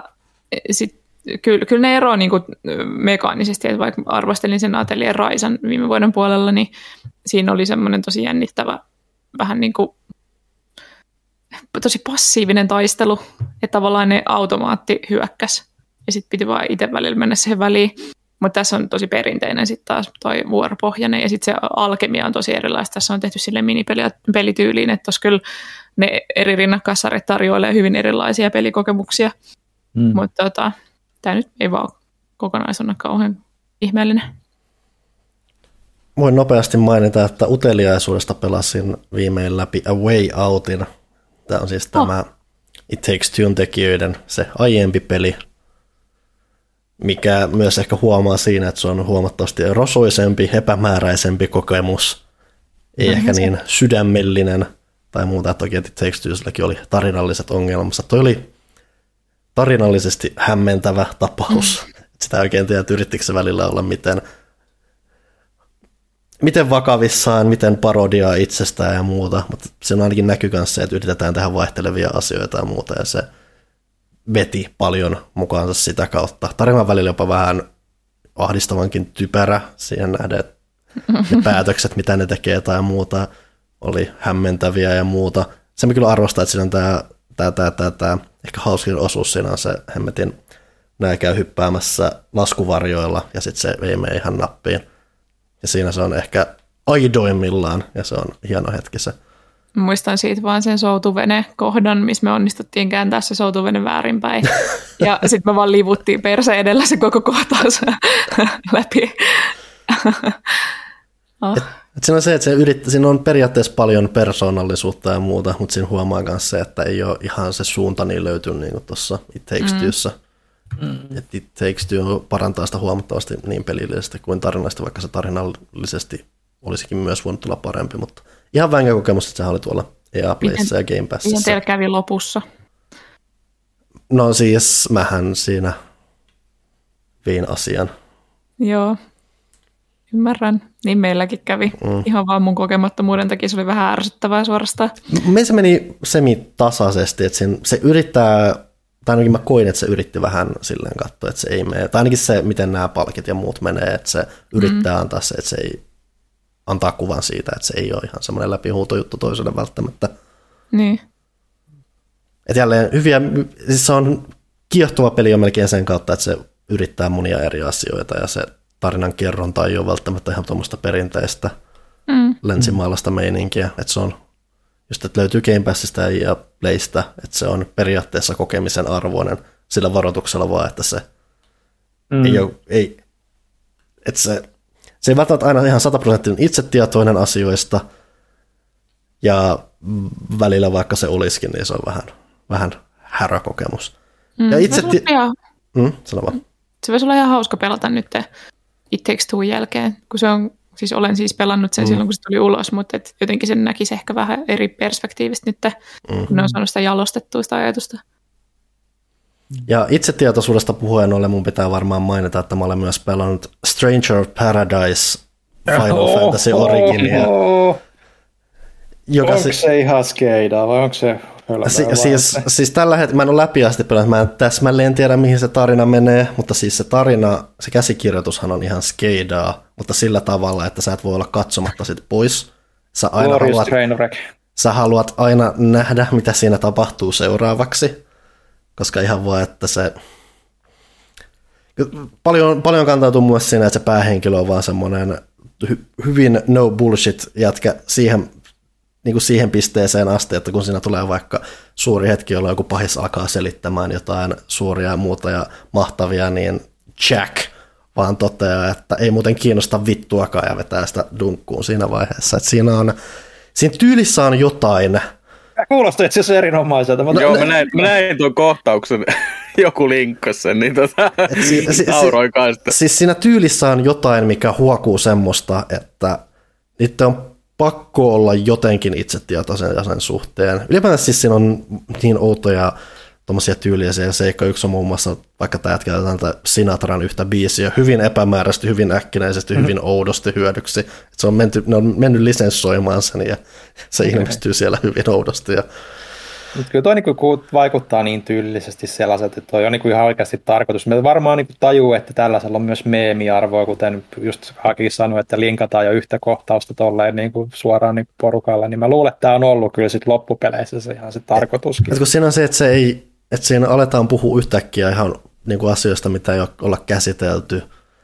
kyllä ne eroaa niin kuin mekaanisesti, että vaikka arvostelin sen Atelier Raisan viime vuoden puolella, niin siinä oli semmoinen tosi jännittävä, vähän niin kuin tosi passiivinen taistelu, että tavallaan ne automaatti hyökkäsi ja sitten piti vaan itse välillä mennä siihen väliin. Mutta tässä on tosi perinteinen sitten taas toi vuoropohjainen ja sitten se alkemia on tosi erilaista. Tässä on tehty sille minipelityyliin, että tuossa kyllä ne eri rinnakkaissarjat tarjoilee hyvin erilaisia pelikokemuksia. Mutta tämä nyt ei vaan kokonaisuudessaan kauhean ihmeellinen. Voin nopeasti mainita, että uteliaisuudesta pelasin viimein läpi A Way Outin. Tämä on siis tämä It Takes Two'n tekijöiden se aiempi peli, mikä myös ehkä huomaa siinä, että se on huomattavasti rosoisempi, epämääräisempi kokemus. Ei ehkä niin sydämellinen tai muuta. Toki It Takes Two'lläkin oli tarinalliset ongelmansa. Toi oli tarinallisesti hämmentävä tapaus. Sitä oikein tiedä, että yrittikö se välillä olla miten vakavissaan, miten parodiaa itsestään ja muuta, mutta siinä ainakin näkyy myös se, että yritetään tehdä vaihtelevia asioita ja muuta, ja se veti paljon mukaansa sitä kautta. Tarinan välillä jopa vähän ahdistavankin typerä siihen nähden, että ne päätökset, mitä ne tekee tai muuta, oli hämmentäviä ja muuta. Se mä kyllä arvostan, että siinä on tämä ehkä hauskin osuus, siinä on se hemmetin, nää käy hyppäämässä laskuvarjoilla ja sitten se ei mene ihan nappiin. Ja siinä se on ehkä aidoimmillaan ja se on hieno hetki se. Muistan siitä vaan sen soutuvene-kohdan, missä me onnistuttiin kääntää se soutuvene väärinpäin. Ja sitten me vaan livuttiin perse edellä se koko kohtaus läpi. Siinä on se, että siinä on periaatteessa paljon persoonallisuutta ja muuta, mutta siinä huomaa myös se, että ei ole ihan se suunta niin löytynyt niin kuin tuossa It Takes Two'ssa. It Takes Two parantaa sitä huomattavasti niin pelillisesti kuin tarinallisesti, vaikka se tarinallisesti olisikin myös voinut tulla parempi, mutta ihan vänkkä kokemus, että sehän oli tuolla EA Playssa ja Game Passissa. Miten teillä kävi lopussa? No siis mähän siinä vein asian. Joo, ymmärrän. Niin meilläkin kävi. Ihan vaan mun kokemattomuuden takia se oli vähän ärsyttävää suorastaan. Meillä se meni semitasaisesti, että se yrittää, tai ainakin mä koin, että se yritti vähän silleen katsoa, että se ei mene. Tai ainakin se, miten nämä palkit ja muut menee, että se yrittää antaa se, että se ei antaa kuvan siitä, että se ei ole ihan semmoinen läpihuutojuttu toiselle välttämättä. Niin. Et jälleen siis se on kiehtova peli jo melkein sen kautta, että se yrittää monia eri asioita ja se tarinan kerronta ei ole välttämättä ihan tuommoista perinteistä länsimaalaista meininkiä. Että se on just, että löytyy Game Passista ja Playstä, että se on periaatteessa kokemisen arvoinen sillä varoituksella vaan, että se että se ei välttämättä aina ihan 100% itsetietoinen asioista, ja välillä vaikka se olisikin, niin se on vähän härä kokemus. Ja itse sano vaan. Se voisi olla ihan hauska pelata nyt It Takes Two jälkeen, kun se on, siis olen siis pelannut sen silloin, kun se tuli ulos, mutta jotenkin sen näkisi ehkä vähän eri perspektiivistä nyt, kun ne on saanut sitä jalostettua sitä ajatusta. Ja itsetietoisuudesta puheen ollen mun pitää varmaan mainita, että mä olen myös pelannut Stranger of Paradise Final Fantasy Originia. Onko se ihan skeidaa vai onko se siis tällä hetkellä, mä en ole läpi asti pelannut, mä en täsmälleen tiedä mihin se tarina menee, mutta siis se käsikirjoitushan on ihan skeidaa, mutta sillä tavalla, että sä et voi olla katsomatta sit pois. Sä haluat aina nähdä, mitä siinä tapahtuu seuraavaksi, koska ihan vaan, että se paljon kantautuu myös siinä, että se päähenkilö on vaan semmoinen hyvin no bullshit jätkä siihen pisteeseen asti, että kun siinä tulee vaikka suuri hetki, jolloin joku pahis alkaa selittämään jotain suuria ja muuta ja mahtavia, niin Jack vaan toteaa, että ei muuten kiinnosta vittuakaan ja vetää sitä dunkkuun siinä vaiheessa. Että siinä tyylissä on jotain. Kuulostaa itse asiassa erinomaiselta. Joo, mä näin tuon kohtauksen, joku linkkasi sen, niin nauroin kanssa. Siis siinä tyylissä on jotain, mikä huokuu semmoista, että niitä on pakko olla jotenkin itsetietoisen ja sen suhteen. Ylipäätään siis siinä on niin outoja tuommoisia tyylisiä seikkoja. Yksi on muun muassa, vaikka tämä käytetään Sinatran yhtä biisiä, hyvin epämääräisesti, hyvin äkkinäisesti, hyvin oudosti hyödyksi. Ne on mennyt lisenssoimaan sen ja se ilmestyy siellä hyvin oudosti. Mutta kyllä toi niinku vaikuttaa niin tyylisesti sellaiset, että toi on niinku ihan oikeasti tarkoitus. Me varmaan niinku tajuu, että tällaisella on myös meemiarvoa, kuten just Haki sanoi, että linkataan jo yhtä kohtausta tolleen niinku suoraan niinku porukalla, niin mä luulen, että tämä on ollut kyllä sit loppupeleissä se ihan se tarkoituskin. Kun siinä on se, että siinä aletaan puhua yhtäkkiä ihan niinku asioista, mitä ei olla käsitelty.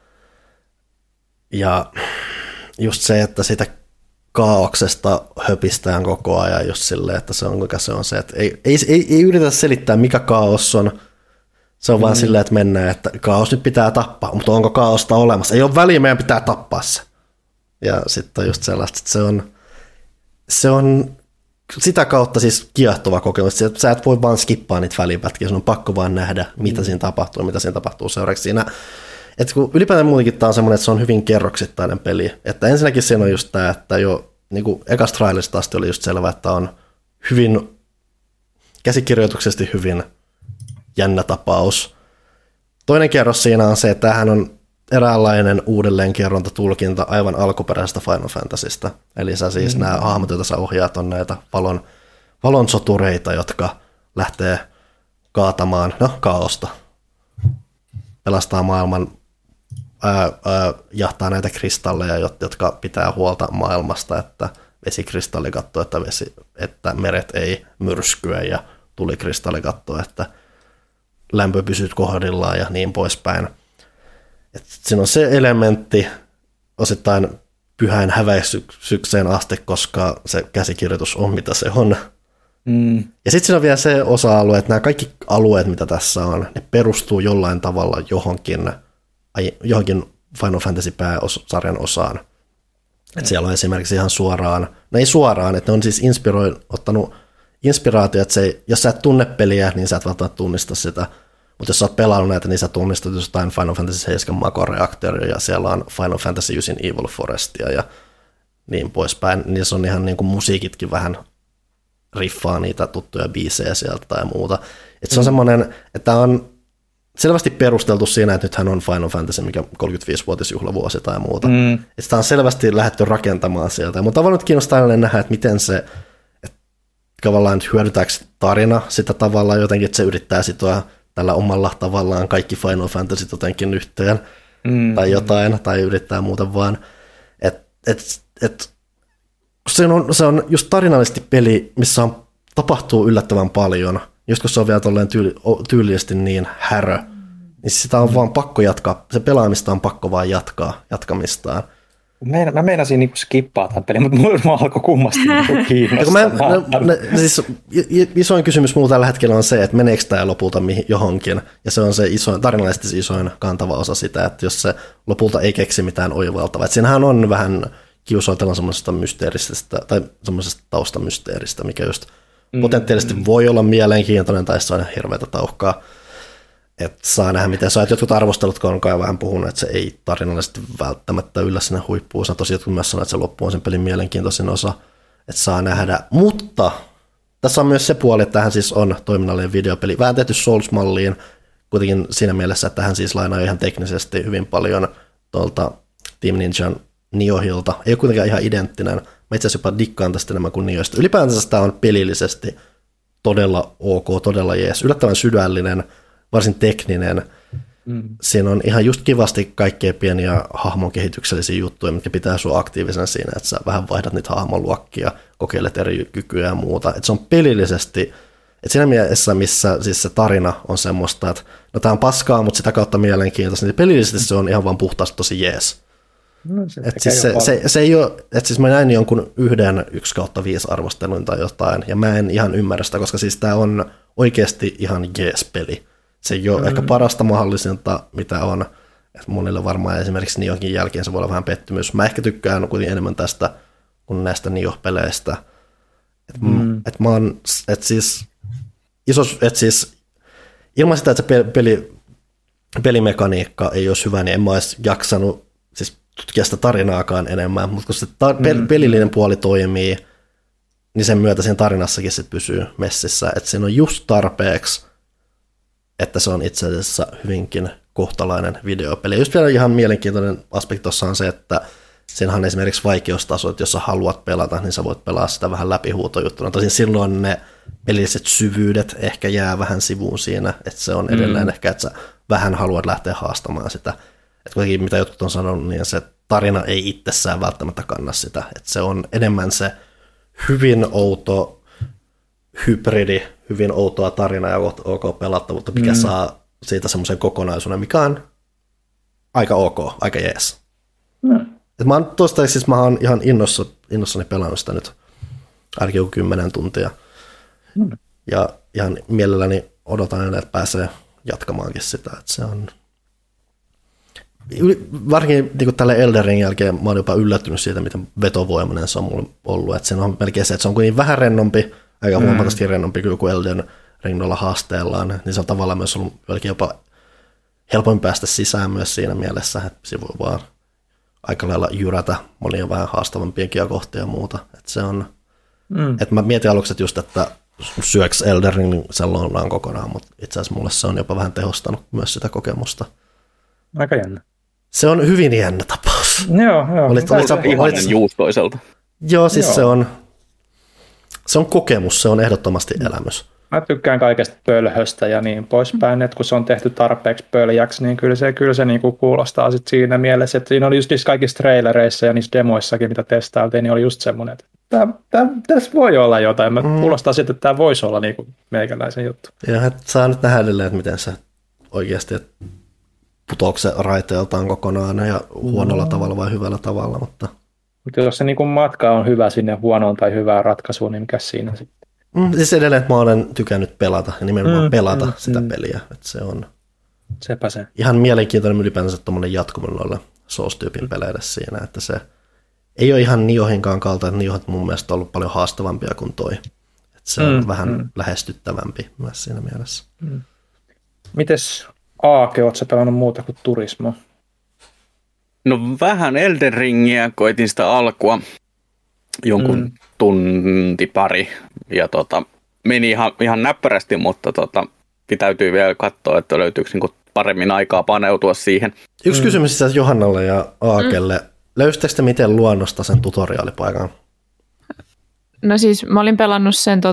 Ja just se, että sitä kaauksesta höpistään koko ajan just silleen, että se on kuinka se on se, että ei yritetä selittää mikä kaos on, se on vaan silleen, että mennään, että kaos nyt pitää tappaa, mutta onko kaosta olemassa, ei ole väliä, meidän pitää tappaa se. Ja sitten on just sellaista, että se on sitä kautta siis kiehtova kokemus, että sä et voi vaan skippaa niitä välipätkiä, sun on pakko vaan nähdä, mitä siinä tapahtuu seuraavaksi siinä. Että kun ylipäätään muutenkin tämä on semmoinen, että se on hyvin kerroksittainen peli. Että ensinnäkin siinä on just tämä, että jo niin kuin ekasta trailista asti oli just selvä, että on hyvin käsikirjoituksesti hyvin jännä tapaus. Toinen kerros siinä on se, että tämähän on eräänlainen uudelleenkerrontatulkinta aivan alkuperäisestä Final Fantasysta. Eli sä siis nämä hahmot, joita sä ohjaat, on näitä valon sotureita, jotka lähtee kaatamaan kaaosta. Pelastaa maailman, jahtaa näitä kristalleja, jotka pitää huolta maailmasta, että vesikristalli katsoo, että meret ei myrskyä, ja tulikristalli katsoo, että lämpö pysyy kohdillaan ja niin poispäin. Et siinä on se elementti osittain pyhän häväisykseen asti, koska se käsikirjoitus on mitä se on. Ja sitten siinä on vielä se osa-alue, että nämä kaikki alueet, mitä tässä on, ne perustuu jollain tavalla johonkin Final Fantasy pääsarjan osaan. Että siellä on esimerkiksi ihan suoraan, no ei suoraan, että ne on siis ottanut inspiraatio, että jos sä et tunne peliä, niin sä et välttämättä tunnista sitä, mutta jos sä oot pelannut näitä, niin sä tunnistat jostain Final Fantasy 7 Mako-reaktoria, ja siellä on Final Fantasy 9 Evil Forestia ja niin poispäin, niin se on ihan niin kuin musiikitkin vähän riffaa niitä tuttuja biisejä sieltä tai muuta. Että se on semmoinen, että on selvästi perusteltu siinä, että nythän on Final Fantasy, mikä 35-vuotisjuhlavuosi tai muuta. Että sitä on selvästi lähdetty rakentamaan sieltä. Mutta tavallaan nyt kiinnostaa nähdä, että miten se, että tavallaan nyt hyödytääkö tarina sitä tavallaan jotenkin, että se yrittää sitoa tällä omalla tavallaan kaikki Final Fantasyt jotenkin yhteen tai jotain, tai yrittää muuta vaan. se on just tarinallisesti peli, missä tapahtuu yllättävän paljon, just kun se on vielä tolleen tyylisesti niin härö, niin sitä on vaan pakko jatkaa, se pelaamista on pakko vaan jatkamistaan. Mä meinasin niin skippaa tämän pelin, mutta mulla alkoi kummasti kiinnostamaan. Siis isoin kysymys mulla tällä hetkellä on se, että meneekö tämä lopulta johonkin, ja se on se tarinallisesti isoin kantava osa sitä, että jos se lopulta ei keksi mitään oivaltavaa. Että siinähän on vähän kiusoitellaan semmoisesta mysteerisestä tai semmoisesta taustamysteeristä, mikä just potentiaalisesti voi olla mielenkiintoinen tai se on hirveätä tauhkaa. Että saa nähdä, miten saa. Jotkut arvostelut on kai vähän puhunut, että se ei tarinallisesti välttämättä yllä sinne huippuun. Tosi jotkut myös sanoo, että se loppu on sen pelin mielenkiintoisin osa, että saa nähdä. Mutta tässä on myös se puoli, että tähän siis on toiminnallinen videopeli. Vähän tehty Souls-malliin, kuitenkin siinä mielessä, että tähän siis lainaa ihan teknisesti hyvin paljon tuolta Team Ninjan Niohilta. Ei ole kuitenkaan ihan identtinen. Mä itse asiassa jopa dikkaan tästä enemmän kuin Nioista. Ylipäätänsä tämä on pelillisesti todella ok, todella jees. Yllättävän sydällinen, varsin tekninen. Siinä on ihan just kivasti kaikkea pieniä hahmon kehityksellisiä juttuja, mitkä pitää sua aktiivisen siinä, että sä vähän vaihdat niitä hahmonluokkia, kokeilet eri kykyjä ja muuta. Että se on pelillisesti, että siinä mielessä, missä siis se tarina on semmoista, että no tää on paskaa, mutta sitä kautta mielenkiintoista, niin pelillisesti se on ihan vaan puhtaasti tosi jees. No, se ei ole, että siis mä näin jonkun 1/5 arvostelun tai jotain, ja mä en ihan ymmärrä sitä, koska siis tää on oikeasti ihan jees peli. Se ei ole ehkä parasta mahdollisinta, mitä on. Et monille varmaan esimerkiksi Niohkin jälkeen se voi olla vähän pettymys. Mä ehkä tykkään kuitenkin enemmän tästä kuin näistä Nioh-peleistä. Ilman sitä, että se pelimekaniikka ei olisi hyvä, niin en mä olisi jaksanut siis tutkia sitä tarinaakaan enemmän. Mutta kun se pelillinen puoli toimii, niin sen myötä siinä tarinassakin sit pysyy messissä. Että siinä on just tarpeeksi, että se on itse asiassa hyvinkin kohtalainen videopeli. Just vielä ihan mielenkiintoinen aspekti tuossa on se, että siinähän on esimerkiksi vaikeustaso, että jos sä haluat pelata, niin sä voit pelaa sitä vähän läpihuutojuttuna. Tosin silloin ne pelilliset syvyydet ehkä jää vähän sivuun siinä, että se on edelleen ehkä, että sä vähän haluat lähteä haastamaan sitä. Että kuitenkin mitä jotkut on sanonut, niin se tarina ei itsessään välttämättä kanna sitä. Että se on enemmän se hyvin outo hybridi, hyvin outoa tarinaa ja ok pelattavuutta, mikä saa siitä semmoisen kokonaisuuden, mikä on aika ok, aika jees. Mä oon toistaiseksi, siis mä oon ihan innossani pelannut sitä nyt ainakin 10 tuntia. Ja ihan mielelläni odotan, että pääsee jatkamaankin sitä. Että se on varsinkin niin tällä Elden Ringin jälkeen mä oon jopa yllättynyt siitä, miten vetovoimainen se on mulla ollut. Että se on melkein se, että se on kuitenkin vähän rennompi, aika huomattavasti rennompi kuin Elden Ring haasteellaan, niin se on tavallaan myös ollut jopa helpompi päästä sisään myös siinä mielessä, että se voi vaan aika lailla jyrätä monia vähän haastavampiakin kohtia ja muuta. Että se on, että mä mietin aluksi, että just, että syöks Elden Ring sellonaan kokonaan, mutta itse asiassa mulle se on jopa vähän tehostanut myös sitä kokemusta. Aika jännä. Se on hyvin jännä tapaus. Joo. Ihanen juustoiselta. Joo, siis se on kokemus, se on ehdottomasti elämys. Mä tykkään kaikesta pölhöstä ja niin poispäin, että kun se on tehty tarpeeksi pöljäksi, niin kyllä se niinku kuulostaa sit siinä mielessä, että siinä oli just niissä kaikissa trailereissa ja niissä demoissakin, mitä testailtiin, niin oli just semmoinen, että tässä voi olla jotain. Mä kuulostaa sitten, että tämä voisi olla niinku meikäläisen juttu. Ja saa nyt nähdä edelleen, että miten se oikeasti, putoako se raiteeltaan kokonaan ja huonolla tavalla vai hyvällä tavalla. Mutta jos se niinku matka on hyvä sinne huonoon tai hyvään ratkaisuun, niin mikä siinä sitten? Siis edelleen, että mä olen tykännyt pelata ja nimenomaan pelata sitä peliä. Että se on sepä se. Ihan mielenkiintoinen ylipäänsä tuommoinen jatkuminen noilla Souls-tyypin peleillä siinä, että se ei ole ihan Niohinkaan kalta, että Nioh mun mielestä on ollut paljon haastavampia kuin toi. Että se on vähän lähestyttävämpi myös siinä mielessä. Mites Aake, ootko sä pelannut muuta kuin Turismo? No vähän Elden Ringiä, koitin sitä alkua jonkun tunti pari ja meni ihan näppärästi, mutta täytyy vielä katsoa, että löytyykö niinku paremmin aikaa paneutua siihen. Yksi kysymys siis Johannalle ja Aakelle. Löysittekö te miten luonnosta sen tutoriaalipaikan? No siis mä olin pelannut sen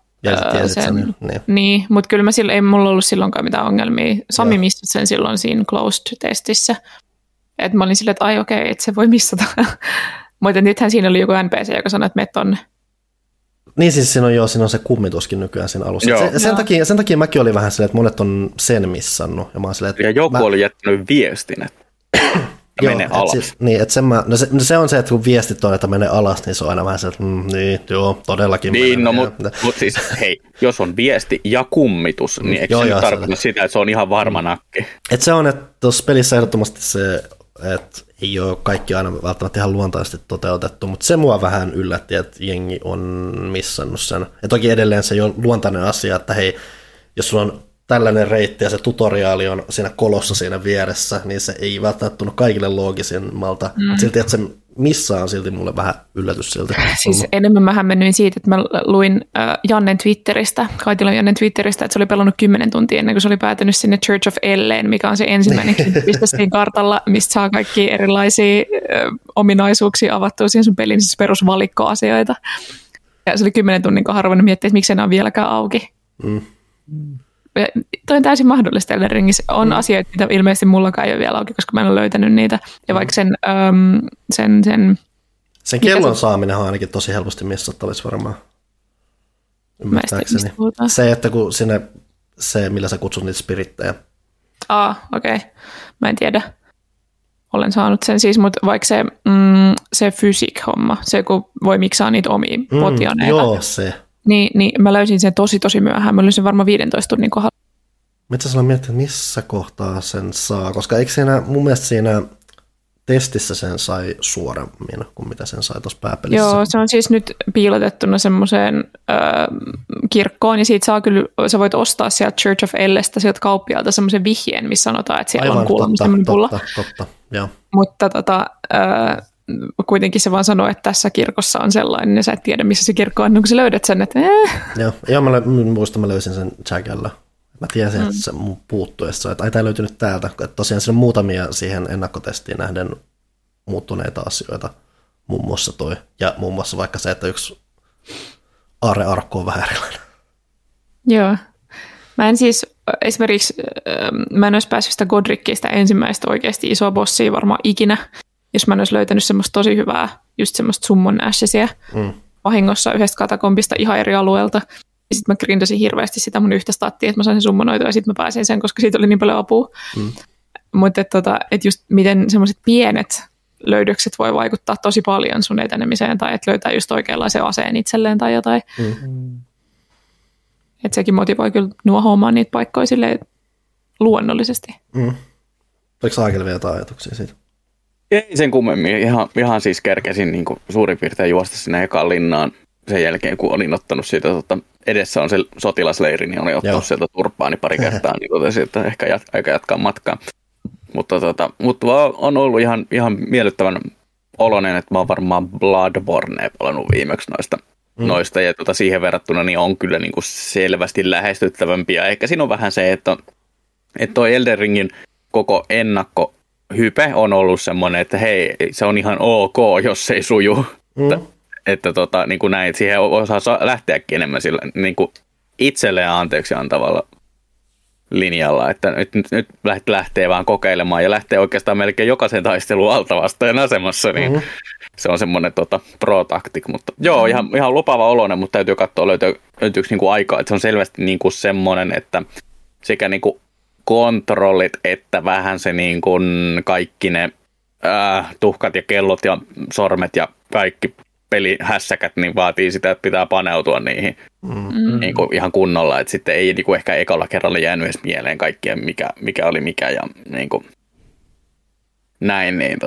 niin, mutta kyllä ei mulla ollut silloinkaan mitään ongelmia. Sami missasi sen silloin siinä closed-testissä. Että mä olin silleen, että okei, että se voi missata. Mutta nythän siinä oli joku NPC, joka sanoi, että mene tonne. Niin siis siinä on se kummituskin nykyään siinä alussa. Sen takia mäkin olin vähän silleen, että monet on sen missannut. Ja, mä silleen, että ja joku oli jättänyt viestin, että mene alas. Se on se, että kun viestit on, että mene alas, niin se on aina vähän se, että todellakin. Niin, mutta siis hei, jos on viesti ja kummitus, niin eikö se nyt tarkoita sitä, että se on ihan varma nakki? Että se on, että tuossa pelissä ehdottomasti se, että ei ole kaikki aina välttämättä ihan luontaisesti toteutettu, mutta se mua vähän yllätti, että jengi on missannut sen. Ja toki edelleen se ei ole luontainen asia, että hei, jos sulla on tällainen reitti ja se tutoriaali on siinä kolossa siinä vieressä, niin se ei välttämättä tunnu kaikille loogisimmalta. Silti, että se missä on silti mulle vähän yllätys silti. Siis enemmän mä hämmennyin siitä, että mä luin Jannen Twitteristä, Kaitilan Jannen Twitteristä, että se oli pelannut 10 tuntia ennen kuin se oli päätynyt sinne Church of Elleen, mikä on se ensimmäinen piste siinä kartalla, mistä saa kaikki erilaisia ominaisuuksia avattua siihen sun pelin, siis perusvalikkoasioita. Ja se oli 10 tunnin harvoin miettiä, että miksi enää on vieläkään auki. Toi on täysin mahdollista Elden Ringissä. On asioita, mitä ilmeisesti mullakaan ei ole vielä auki, koska mä en ole löytänyt niitä. Ja vaikka sen kellon saaminen on ainakin tosi helposti missattavissa varmaan. Ymmärtääkseni. Se, että kun se, millä sä kutsut niitä spirittejä. Okei. Mä en tiedä. Olen saanut sen siis, mutta vaikka se physic-homma, se kun voi miksaa niitä omia potioneita. Joo, se. Niin mä löysin sen tosi myöhään. Mä löysin varmaan 15 tunnin kohdalla. Mitä sä miettinyt, että missä kohtaa sen saa? Koska eikö mun mielestä siinä testissä sen sai suoremmin kuin mitä sen sai tuossa pääpelissä? Joo, se on siis nyt piilotettuna semmoiseen kirkkoon, ja siitä sä voit ostaa sieltä Church of Ellestä sieltä kauppialta semmoisen vihjeen, missä sanotaan, että siellä on kuulemma semmoinen pulla. Totta, joo. Mutta kuitenkin se vaan sanoo, että tässä kirkossa on sellainen, ja sä et tiedä, missä se kirkko on, kun sä löydät sen, että Joo, mä muistan, mä löysin sen Jackalla. Mä tiesin, että se mun puuttuessa, että tää löytynyt täältä. Että tosiaan siinä on muutamia siihen ennakkotestiin nähden muuttuneita asioita, muun muassa toi. Ja muun muassa vaikka se, että yksi aarrearkku on vähän erilainen. Joo. Mä en siis esimerkiksi, mä en olisi päässyt sitä Godrickista ensimmäistä oikeasti isoa bossia varmaan ikinä, jos mä en olisi löytänyt semmoista tosi hyvää, just semmoista summon ashesia vahingossa yhdestä katakompista ihan eri alueelta. Ja sitten mä grindasin hirveästi sitä mun yhtä stattia, että mä sain sen summonoitua ja sitten mä pääsin sen, koska siitä oli niin paljon apua. Mutta että just miten semmoiset pienet löydökset voi vaikuttaa tosi paljon sun etenemiseen tai että löytää just oikeanlaisen aseen itselleen tai jotain. Että sekin motivoi kyllä nuohoamaan niitä paikkoja silleen luonnollisesti. Oliko Saakelle vielä jotain ajatuksia siitä? Ei sen kummemmin. Ihan siis kerkesin niin kuin suurin piirtein juosta sinne ekaan linnaan sen jälkeen, kun olin ottanut siitä, edessä on se sotilasleiri, niin olin ottanut sieltä turpaani pari kertaa, niin totesin, että ehkä aika jatkaa matkaa. Mutta on ollut ihan miellyttävän oloinen, että mä oon varmaan Bloodbornea pelannut viimeksi noista ja siihen verrattuna niin on kyllä niin kuin selvästi lähestyttävämpiä. Ehkä siinä on vähän se, että toi Elden Ringin koko ennakkohype on ollut semmoinen, että hei, se on ihan ok, jos se ei suju. Että niin kuin näin, siihen osaa lähteäkin enemmän sillä niin kuin itselleen anteeksi antavalla linjalla, että nyt lähtee vaan kokeilemaan ja lähtee oikeastaan melkein jokaisen taistelun alta vastaan asemassa, niin se on semmoinen pro-taktik, mutta joo, ihan lupaava oloinen, mutta täytyy katsoa löytyykö niinku aikaa, että se on selvästi niinku semmoinen, että sekä niinku kontrollit, että vähän se niinku kaikki ne tuhkat ja kellot ja sormet ja kaikki pelihässäkät niin vaatii sitä, että pitää paneutua niihin niin kuin ihan kunnolla, että sitten ei niin kuin ehkä ekalla kerralla jäänyt edes mieleen kaikkia, mikä oli mikä ja niin kuin näin, niin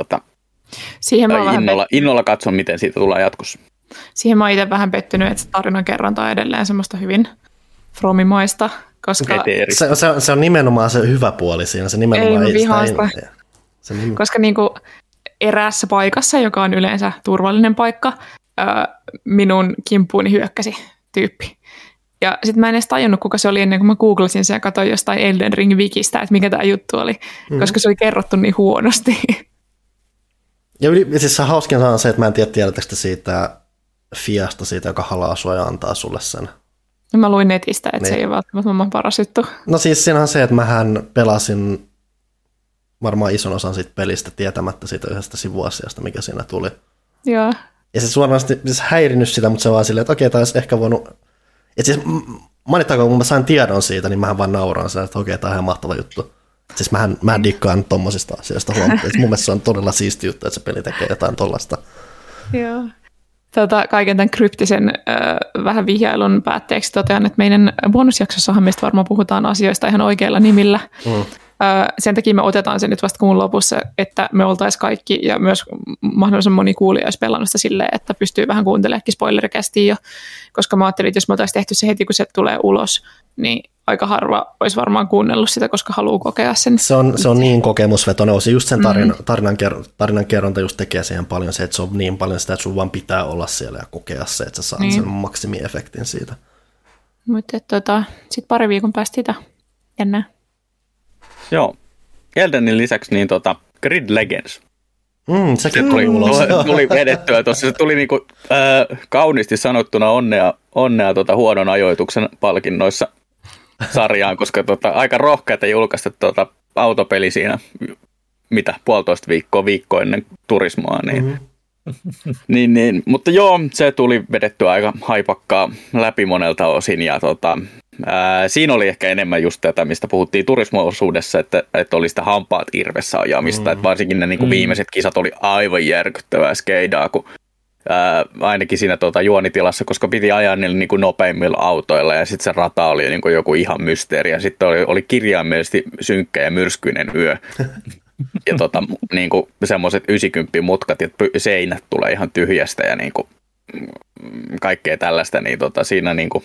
innolla katson, miten siitä tulee jatkossa. Siihen mä oon itse vähän pettynyt, että tarinankerronta on edelleen semmoista hyvin fromimaista, koska se on nimenomaan se hyvä puoli siinä, se nimenomaan ei vihaasta, koska niinku eräässä paikassa, joka on yleensä turvallinen paikka, minun kimppuuni hyökkäsi tyyppi. Ja sitten mä en edes tajunnut, kuka se oli ennen kuin mä googlasin sen ja katsoin jostain Elden Ring Wikistä, että mikä tämä juttu oli, koska se oli kerrottu niin huonosti. Ja siis se hauskin on se, että mä en tiedättekö siitä Fiasta, siitä, joka halaa sua ja antaa sulle sen. No mä luin netistä, että se ei ole välttämättä maailman paras juttu. No siis siinä on se, että mähän pelasin varmaan ison osan siitä pelistä tietämättä siitä yhdestä sivuasiasta, mikä siinä tuli. Joo. Ja se suoraan siis häirinnyt sitä, mutta se vaan silleen, että okei, tämä olisi ehkä voinut... Et siis mainittakoon, kun mä sain tiedon siitä, niin mähän vaan nauraan sen, että okei, tämä on ihan mahtava juttu. Siis mä dikkaan tommosista asioista huomattu. Mun mielestä se on todella siisti juttu, että se peli tekee jotain tollasta. Joo. Kaiken tämän kryptisen vähän vihjailun päätteeksi totean, että meidän bonusjaksossahan meistä varmaan puhutaan asioista ihan oikeilla nimillä. Sen takia me otetaan se nyt vasta kuun lopussa, että me oltaisiin kaikki ja myös mahdollisimman moni kuulija olisi pelannut sitä silleen, että pystyy vähän kuuntelemaan spoilerikästiin jo, koska mä ajattelin, että jos me oltaisiin tehty se heti, kun se tulee ulos, niin aika harva olisi varmaan kuunnellut sitä, koska haluaa kokea sen. Se on niin kokemusvetoinen osa. Just sen tarinan kerronta just tekee siihen paljon se, että se on niin paljon sitä, että sun vaan pitää olla siellä ja kokea se, että sä saat sen maksimiefektin siitä. Mutta sitten pari viikon päästä sitä. Jännää. Joo. Eldenin lisäksi niin Grid Legends. Sekin tuli vedettyä tuossa. Se tuli niinku, kauniisti sanottuna onnea huonon ajoituksen palkinnoissa sarjaan, koska aika rohkeata julkaista autopeli siinä, mitä 1,5 viikkoa ennen Turismoa. Niin, mutta joo, se tuli vedettyä aika haipakkaa läpi monelta osin ja siinä oli ehkä enemmän just tätä, mistä puhuttiin Turismo-osuudessa, että oli sitä hampaat irvessä ajamista, että varsinkin ne niinku viimeiset kisat oli aivan järkyttävää skeidaa, kun ainakin siinä juonitilassa, koska piti ajaa niillä niinku nopeimmilla autoilla ja sitten se rata oli niinku joku ihan mysteeri ja sitten oli kirjaimellisesti synkkä ja myrskyinen yö. Ja niinku semmoiset 90 mutkat ja seinät tulee ihan tyhjästä ja niinku kaikkea tällaista, niin siinä niinku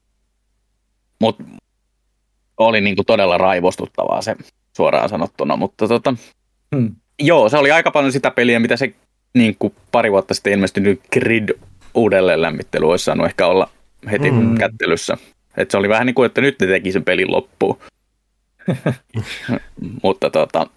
mut oli niinku todella raivostuttavaa se suoraan sanottuna, mutta joo, se oli aika paljon sitä peliä, mitä se niinku pari vuotta sitten ilmestynyt Grid uudelleen lämmittely olisi saanut ehkä olla heti kättelyssä. Et se oli vähän niin kuin, että nyt ne teki sen pelin loppuun. Mutta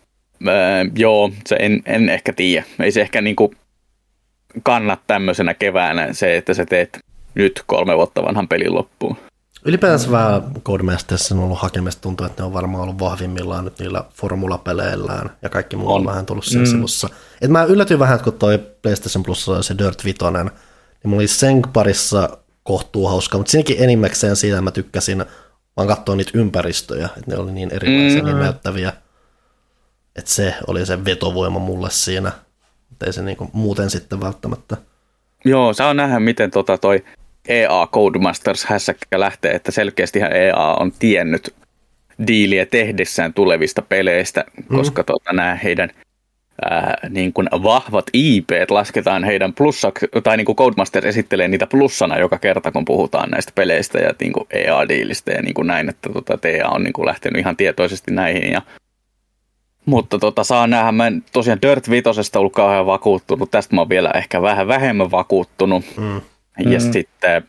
joo, se en ehkä tiedä. Ei se ehkä niinku kannat tämmöisenä keväänä se, että sä teet nyt 3 vuotta vanhan pelin loppuun. Ylipäänsä vähän Codemasterissa on ollut hakemista, tuntuu, että ne on varmaan ollut vahvimmillaan nyt niillä formulapeleillään ja kaikki muu on vähän tullut sen sivussa. Et mä yllätyin vähän, että kun toi PlayStation Plus oli se Dirt 5, niin mulla oli sen parissa kohtuu hauskaa, mutta siinäkin enimmäkseen siitä mä tykkäsin vaan katsoa niitä ympäristöjä, että ne oli niin erilaisia, niin näyttäviä, että se oli se vetovoima mulle siinä, mutta ei se niinku muuten sitten välttämättä. Joo, saa nähdä, miten toi EA Codemasters hässäkkä lähtee, että selkeästihän EA on tiennyt diiliä tehdessään tulevista peleistä, koska nämä heidän niin kuin vahvat IP:t lasketaan heidän plussaksi, tai niin kuin Codemasters esittelee niitä plussana joka kerta, kun puhutaan näistä peleistä ja niin kuin EA-diilistä ja niin kuin näin, että EA on niin kuin lähtenyt ihan tietoisesti näihin. Mutta saa nähdä, mä en tosiaan Dirt 5 ollut kauhean vakuuttunut, tästä mä oon vielä ehkä vähän vähemmän vakuuttunut. Ja sitten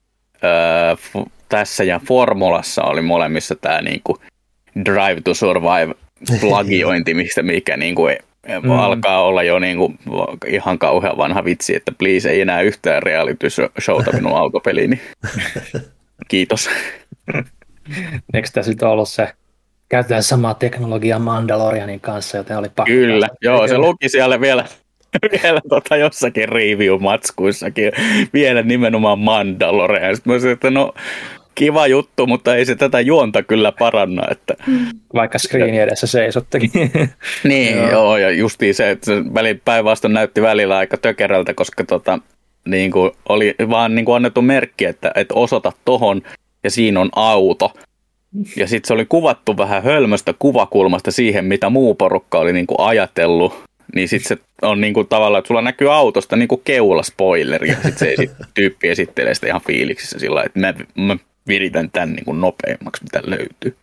tässä ja Formulassa oli molemmissa tämä niinku Drive to Survive plagiointi, mikä niinku alkaa olla jo niinku ihan kauhean vanha vitsi, että please ei enää yhtään reality showta minun autopeliini. Kiitos. Eikö tässä nyt ollut se, käytetään samaa teknologiaa Mandalorianin kanssa, joten oli pakko. Kyllä, joo, se luki siellä vielä jossakin review-matskuissakin vielä nimenomaan Mandalorian. Sitten mä sanoin, että no kiva juttu, mutta ei se tätä juonta kyllä paranna. Että vaikka screenin edessä seisottekin. Niin, joo, ja justiin se, että se päinvastoin näytti välillä aika tökerältä, koska niin kuin oli vaan niin kuin annettu merkki, että osoita tohon ja siinä on auto. Ja sitten se oli kuvattu vähän hölmöstä kuvakulmasta siihen, mitä muu porukka oli niin kuin ajatellut. Niin sitten se on niinku tavallaan, että sulla näkyy autosta niinku keula-spoileri, ja sitten se tyyppi esittelee sitä ihan fiiliksissä sillä lailla, että mä viritän tämän niinku nopeammaksi, mitä löytyy.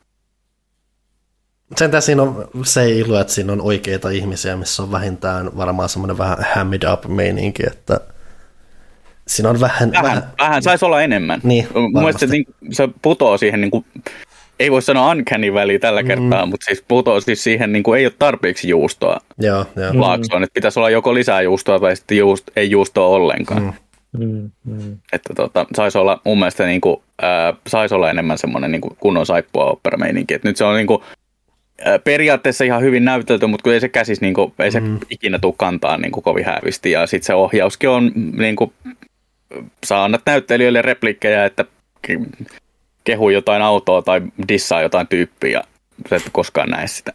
Sentään siinä on se ilu, että siinä on oikeita ihmisiä, missä on vähintään varmaan semmoinen vähän hammed up meininki, että siinä on vähän saisi olla enemmän. Niin, mun mielestä se putoo siihen niinku, ei voi sanoa uncanny väliä tällä kertaa, mutta siis putoo siis siihen, niin kuin ei ole tarpeeksi juustoa laaksoon. Että pitäisi olla joko lisää juustoa tai sitten ei juustoa ollenkaan. Että saisi olla mun mielestä niin kuin, saisi olla enemmän semmoinen niin kuin kunnon saippua opera-meininki. Että nyt se on niin kuin, periaatteessa ihan hyvin näytelty, mutta kun ei se käsis, niin kuin, ei se ikinä tule kantaa niin kuin kovin häävisti. Ja sitten se ohjauskin on, niin kuin, saa annat näyttelijöille replikkejä, että kehu jotain autoa tai dissaa jotain tyyppiä ja sä et koskaan näe sitä.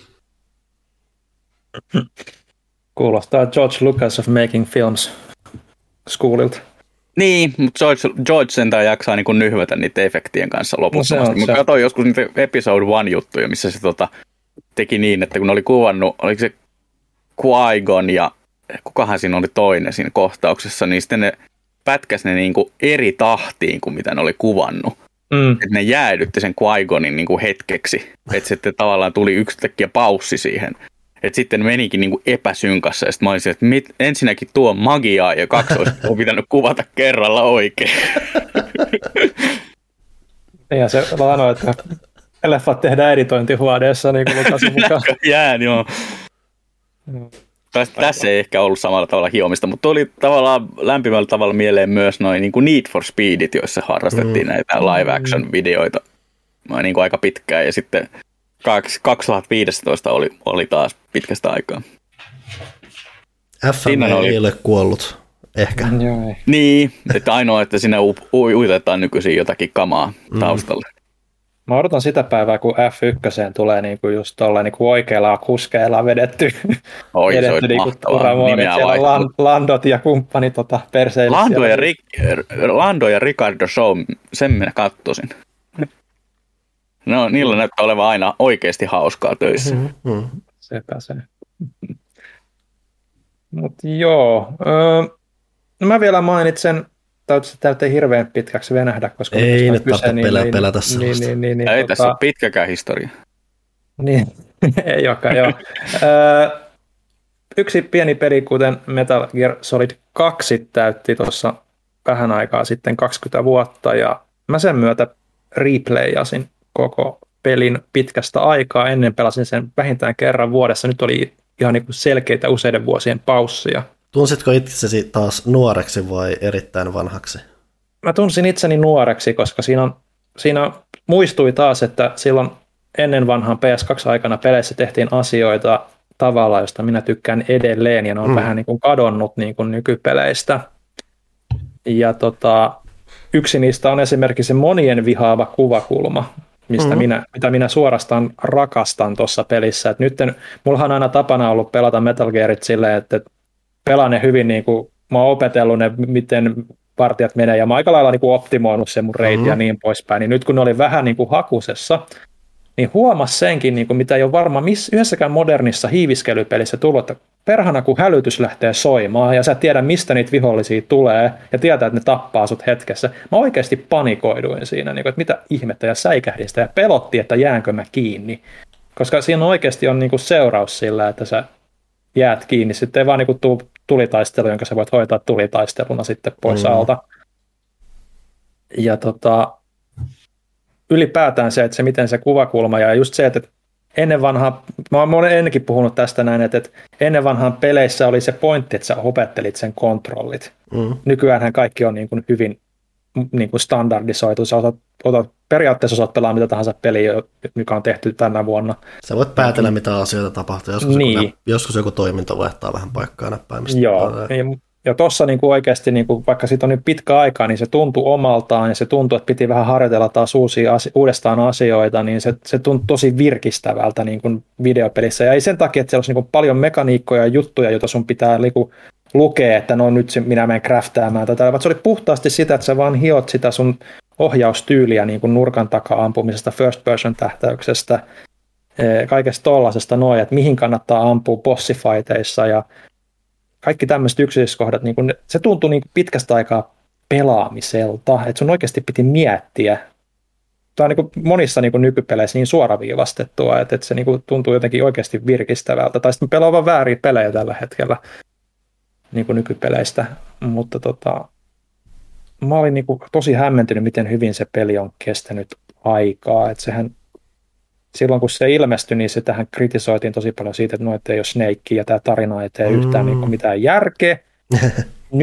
Kuulostaa George Lucas of Making Films schoolilta. Niin, mutta George sentään jaksaa niin nyhvätä niiden efektien kanssa loputtomasti. Mä katsoin joskus niitä episode 1-juttuja, missä se teki niin, että kun oli kuvannut, oliko se Qui-Gon ja kukahan siinä oli toinen siinä kohtauksessa, niin sitten ne pätkäsi ne niin kuin eri tahtiin kuin mitä ne oli kuvannut. Että ne jäädytti sen Qui-Gonin niin kuin hetkeksi, että sitten tavallaan tuli yksittäkkiä paussi siihen. Että sitten menikin niin kuin epäsynkassa ja sitten mä olisin, että ensinnäkin tuo magiaa ja kaksoista on pitänyt kuvata kerralla oikein. Ja se sanoo, että leffat tehdään editointihuoneessa niin kuin Lukasin mukaan. Jään, joo. Tässä ei ehkä ollut samalla tavalla hiomista, mutta tuli tavallaan lämpimällä tavalla mieleen myös noin niin kuin Need for Speedit, joissa harrastettiin näitä live action videoita niin kuin aika pitkään ja sitten 2015 oli taas pitkästä aikaa. FM ei ole kuollut, ehkä. Niin, että ainoa, että sinne uitetaan nykyisin jotakin kamaa taustalle. Mä odotan sitä päivää, kun F1 tulee niinku just tuolla niinku oikeilla kuskeilla vedetty. Oi, se olisi niinku mahtavaa. Siellä Landot ja kumppani perseille. Lando ja Ricardo Show, sen minä katsoisin. No, niillä näyttää olevan aina oikeasti hauskaa töissä. Sepä se. Mutta joo. No mä vielä mainitsen, täytyy hirveän pitkäksi venähdä, koska ei nyt tarvitse pelätä sellaista. Ei tässä ole pitkäkään historia. Niin, ei olekaan, joo. Yksi pieni peli, kuten Metal Gear Solid 2 täytti tuossa vähän aikaa sitten 20 vuotta, ja mä sen myötä replayasin koko pelin pitkästä aikaa. Ennen pelasin sen vähintään kerran vuodessa. Nyt oli ihan niin kuin selkeitä useiden vuosien paussia. Tunsitko itsesi taas nuoreksi vai erittäin vanhaksi? Mä tunsin itseni nuoreksi, koska siinä muistui taas, että silloin ennen vanhaan PS2-aikana peleissä tehtiin asioita tavalla, josta minä tykkään edelleen, ja ne on vähän niin kuin kadonnut niin kuin nykypeleistä. Ja yksi niistä on esimerkiksi se monien vihaava kuvakulma, mitä minä suorastaan rakastan tuossa pelissä. Et nyt mullahan on aina tapana ollut pelata Metal Gearit silleen, että pelaan ne hyvin, niin kuin mä oon opetellut ne, miten partijat menee, ja mä aika lailla niin kuin optimoinut sen mun reitin ja niin poispäin. Niin nyt kun ne oli vähän niin kuin hakusessa, niin huomas senkin, niin kuin mitä ei ole varmaan yhdessäkään modernissa hiiviskelypelissä tullut, että perhana kun hälytys lähtee soimaan, ja sä et tiedä, mistä niitä vihollisia tulee, ja tietää, että ne tappaa sut hetkessä. Mä oikeasti panikoiduin siinä, niin kuin, että mitä ihmettä, ja säikähdin sitä, ja pelotti, että jäänkö mä kiinni. Koska siinä oikeasti on niin kuin seuraus sillä, että sä jäät kiinni. Sitten ei vaan niin kuin tule tulitaistelu, jonka sä voit hoitaa tulitaisteluna sitten pois alta. Ja ylipäätään se, että se miten se kuvakulma ja just se, että ennen vanhaa, mä oon ennenkin puhunut tästä näin, että ennen vanhaan peleissä oli se pointti, että sä opettelit sen kontrollit. Nykyäänhän kaikki on niin kuin hyvin niin kuin standardisoitu. Sä periaatteessa osaat pelaa mitä tahansa peliä, mikä on tehty tänä vuonna. Sä voit päätellä, mitä asioita tapahtuu. Joskus joku toiminto vaihtaa vähän paikkaa näppäimistä. Joo, ja tuossa niin oikeasti, niin kuin, vaikka siitä on nyt pitkä aikaa, niin se tuntui omaltaan, ja se tuntui, että piti vähän harjoitella taas uudestaan asioita, niin se tuntui tosi virkistävältä niin kuin videopelissä. Ja ei sen takia, että siellä olisi niin kuin paljon mekaniikkoja ja juttuja, joita sun pitää niin kuin lukea, että no nyt minä menen crafttaamaan tätä, vaan se oli puhtaasti sitä, että sä vaan hiot sitä sun ohjaustyyliä niin kuin nurkan takaa ampumisesta, first person tähtäyksestä, kaikesta tollasesta noin, että mihin kannattaa ampua bossifighteissa ja kaikki tämmöiset yksityiskohdat, niin kun se tuntui niin pitkästä aikaa pelaamiselta, että sun oikeasti piti miettiä. Tämä on niin monissa niin nykypeleissä niin suoraviivastettua, että se niin tuntuu jotenkin oikeasti virkistävältä. Tai sitten pelaa vaan vääriä pelejä tällä hetkellä niin nykypeleistä, mutta mä olin niin tosi hämmentynyt, miten hyvin se peli on kestänyt aikaa. Että sehän silloin kun se ilmestyi, niin sitähän kritisoitiin tosi paljon siitä, että noita ei ole Snake ja tämä tarina ei tee yhtään niin mitään järkeä.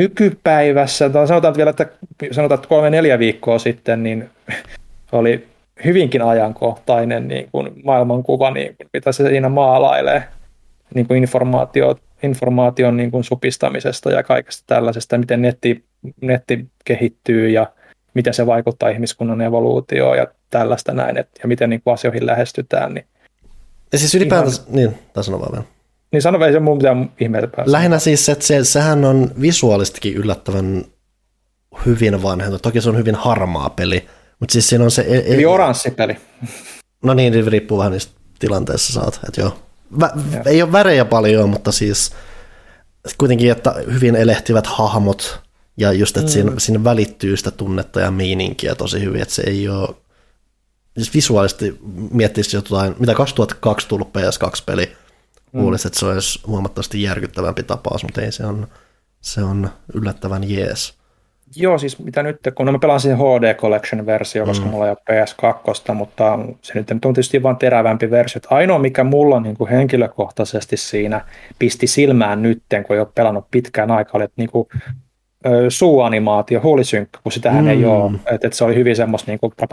Nykypäivässä, sanotaan vielä, että 3-4 viikkoa sitten, niin oli hyvinkin ajankohtainen niin kuin maailmankuva, niin kuin, mitä se siinä maalailee niin kuin informaation niin kuin supistamisesta ja kaikesta tällaisesta, miten netti kehittyy ja miten se vaikuttaa ihmiskunnan evoluutioon ja tällaista näin, ja miten niin kuin asioihin lähestytään. Niin ja siis ylipäätänsä, niin, taas sano vaan vielä. Niin sano, ei se mun mitään ihmeitä päästä. Lähinnä siis, että sehän on visuaalistikin yllättävän hyvin vanhentunut. Toki se on hyvin harmaa peli, mutta siis siinä on se... Eli oranssi peli. No niin, riippuu vähän niistä tilanteissa saat, että joo. Ei ole värejä paljon, mutta siis kuitenkin, että hyvin elehtivät hahmot ja just, että siinä välittyy sitä tunnetta ja meininkiä tosi hyvin, että se ei ole... Siis visuaalisesti miettisi jotain, mitä 2002 tullut PS2-peli, luulisi, että se olisi huomattavasti järkyttävämpi tapaus, mutta ei, se on yllättävän jees. Joo, siis mitä nyt, kun mä pelaan siihen HD Collection-versio, koska mulla ei ole PS2, mutta se nyt on tietysti vaan terävämpi versio. Ainoa, mikä mulla niin kuin henkilökohtaisesti siinä pisti silmään nytten, kun ei ole pelannut pitkään aikaa, oli niin kuin suuanimaatio, huulisynkkä, kun sitähän ei ole. Että se oli hyvin semmoista niin kuin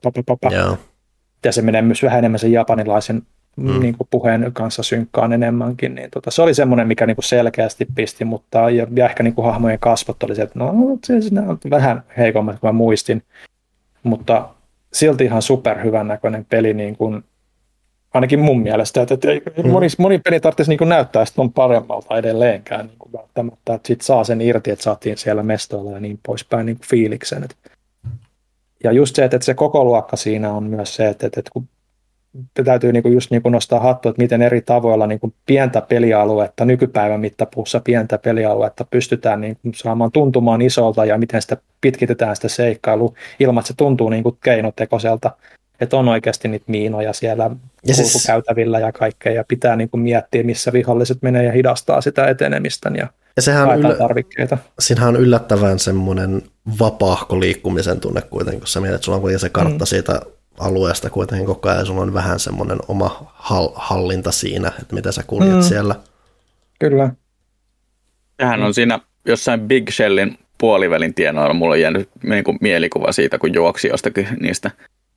ja se menee myös vähän enemmän sen japanilaisen niin kuin puheen kanssa synkkaan enemmänkin. Niin se oli semmoinen, mikä niin kuin selkeästi pisti, mutta ja ehkä niin kuin hahmojen kasvot oli se, että no se on vähän heikommat kuin mä muistin, mutta silti ihan superhyvän näköinen peli, niin kuin, ainakin mun mielestä, että moni peli tarvitsisi niin kuin näyttää sitä on paremmalta edelleenkään niin kuin välttämättä, että sit saa sen irti, että saatiin siellä mestoilla ja niin poispäin niin kuin fiiliksen. Ja just se, että se koko luokka siinä on myös se, että kun täytyy just nostaa hattua, että miten eri tavoilla pientä pelialuetta, nykypäivän mittapuussa pientä pelialuetta pystytään saamaan tuntumaan isolta ja miten sitä pitkitetään sitä seikkailua ilman, että se tuntuu keinotekoiselta, että on oikeasti niitä miinoja siellä kulkukäytävillä ja kaikkea ja pitää miettiä, missä viholliset menee ja hidastaa sitä etenemistä ja sehän tarvikkeita. Siinähän on yllättävän semmoinen vapaahko liikkumisen tunne kuitenkin, kun sä mietit, että sulla on kuitenkin se kartta siitä alueesta kuitenkin koko ajan, sulla on vähän semmoinen oma hallinta siinä, että miten sä kuljet siellä. Kyllä. Sehän on siinä jossain Big Shellin puolivälin tienoilla, mulla on jäänyt mielikuva siitä, kun juoksi jostakin niistä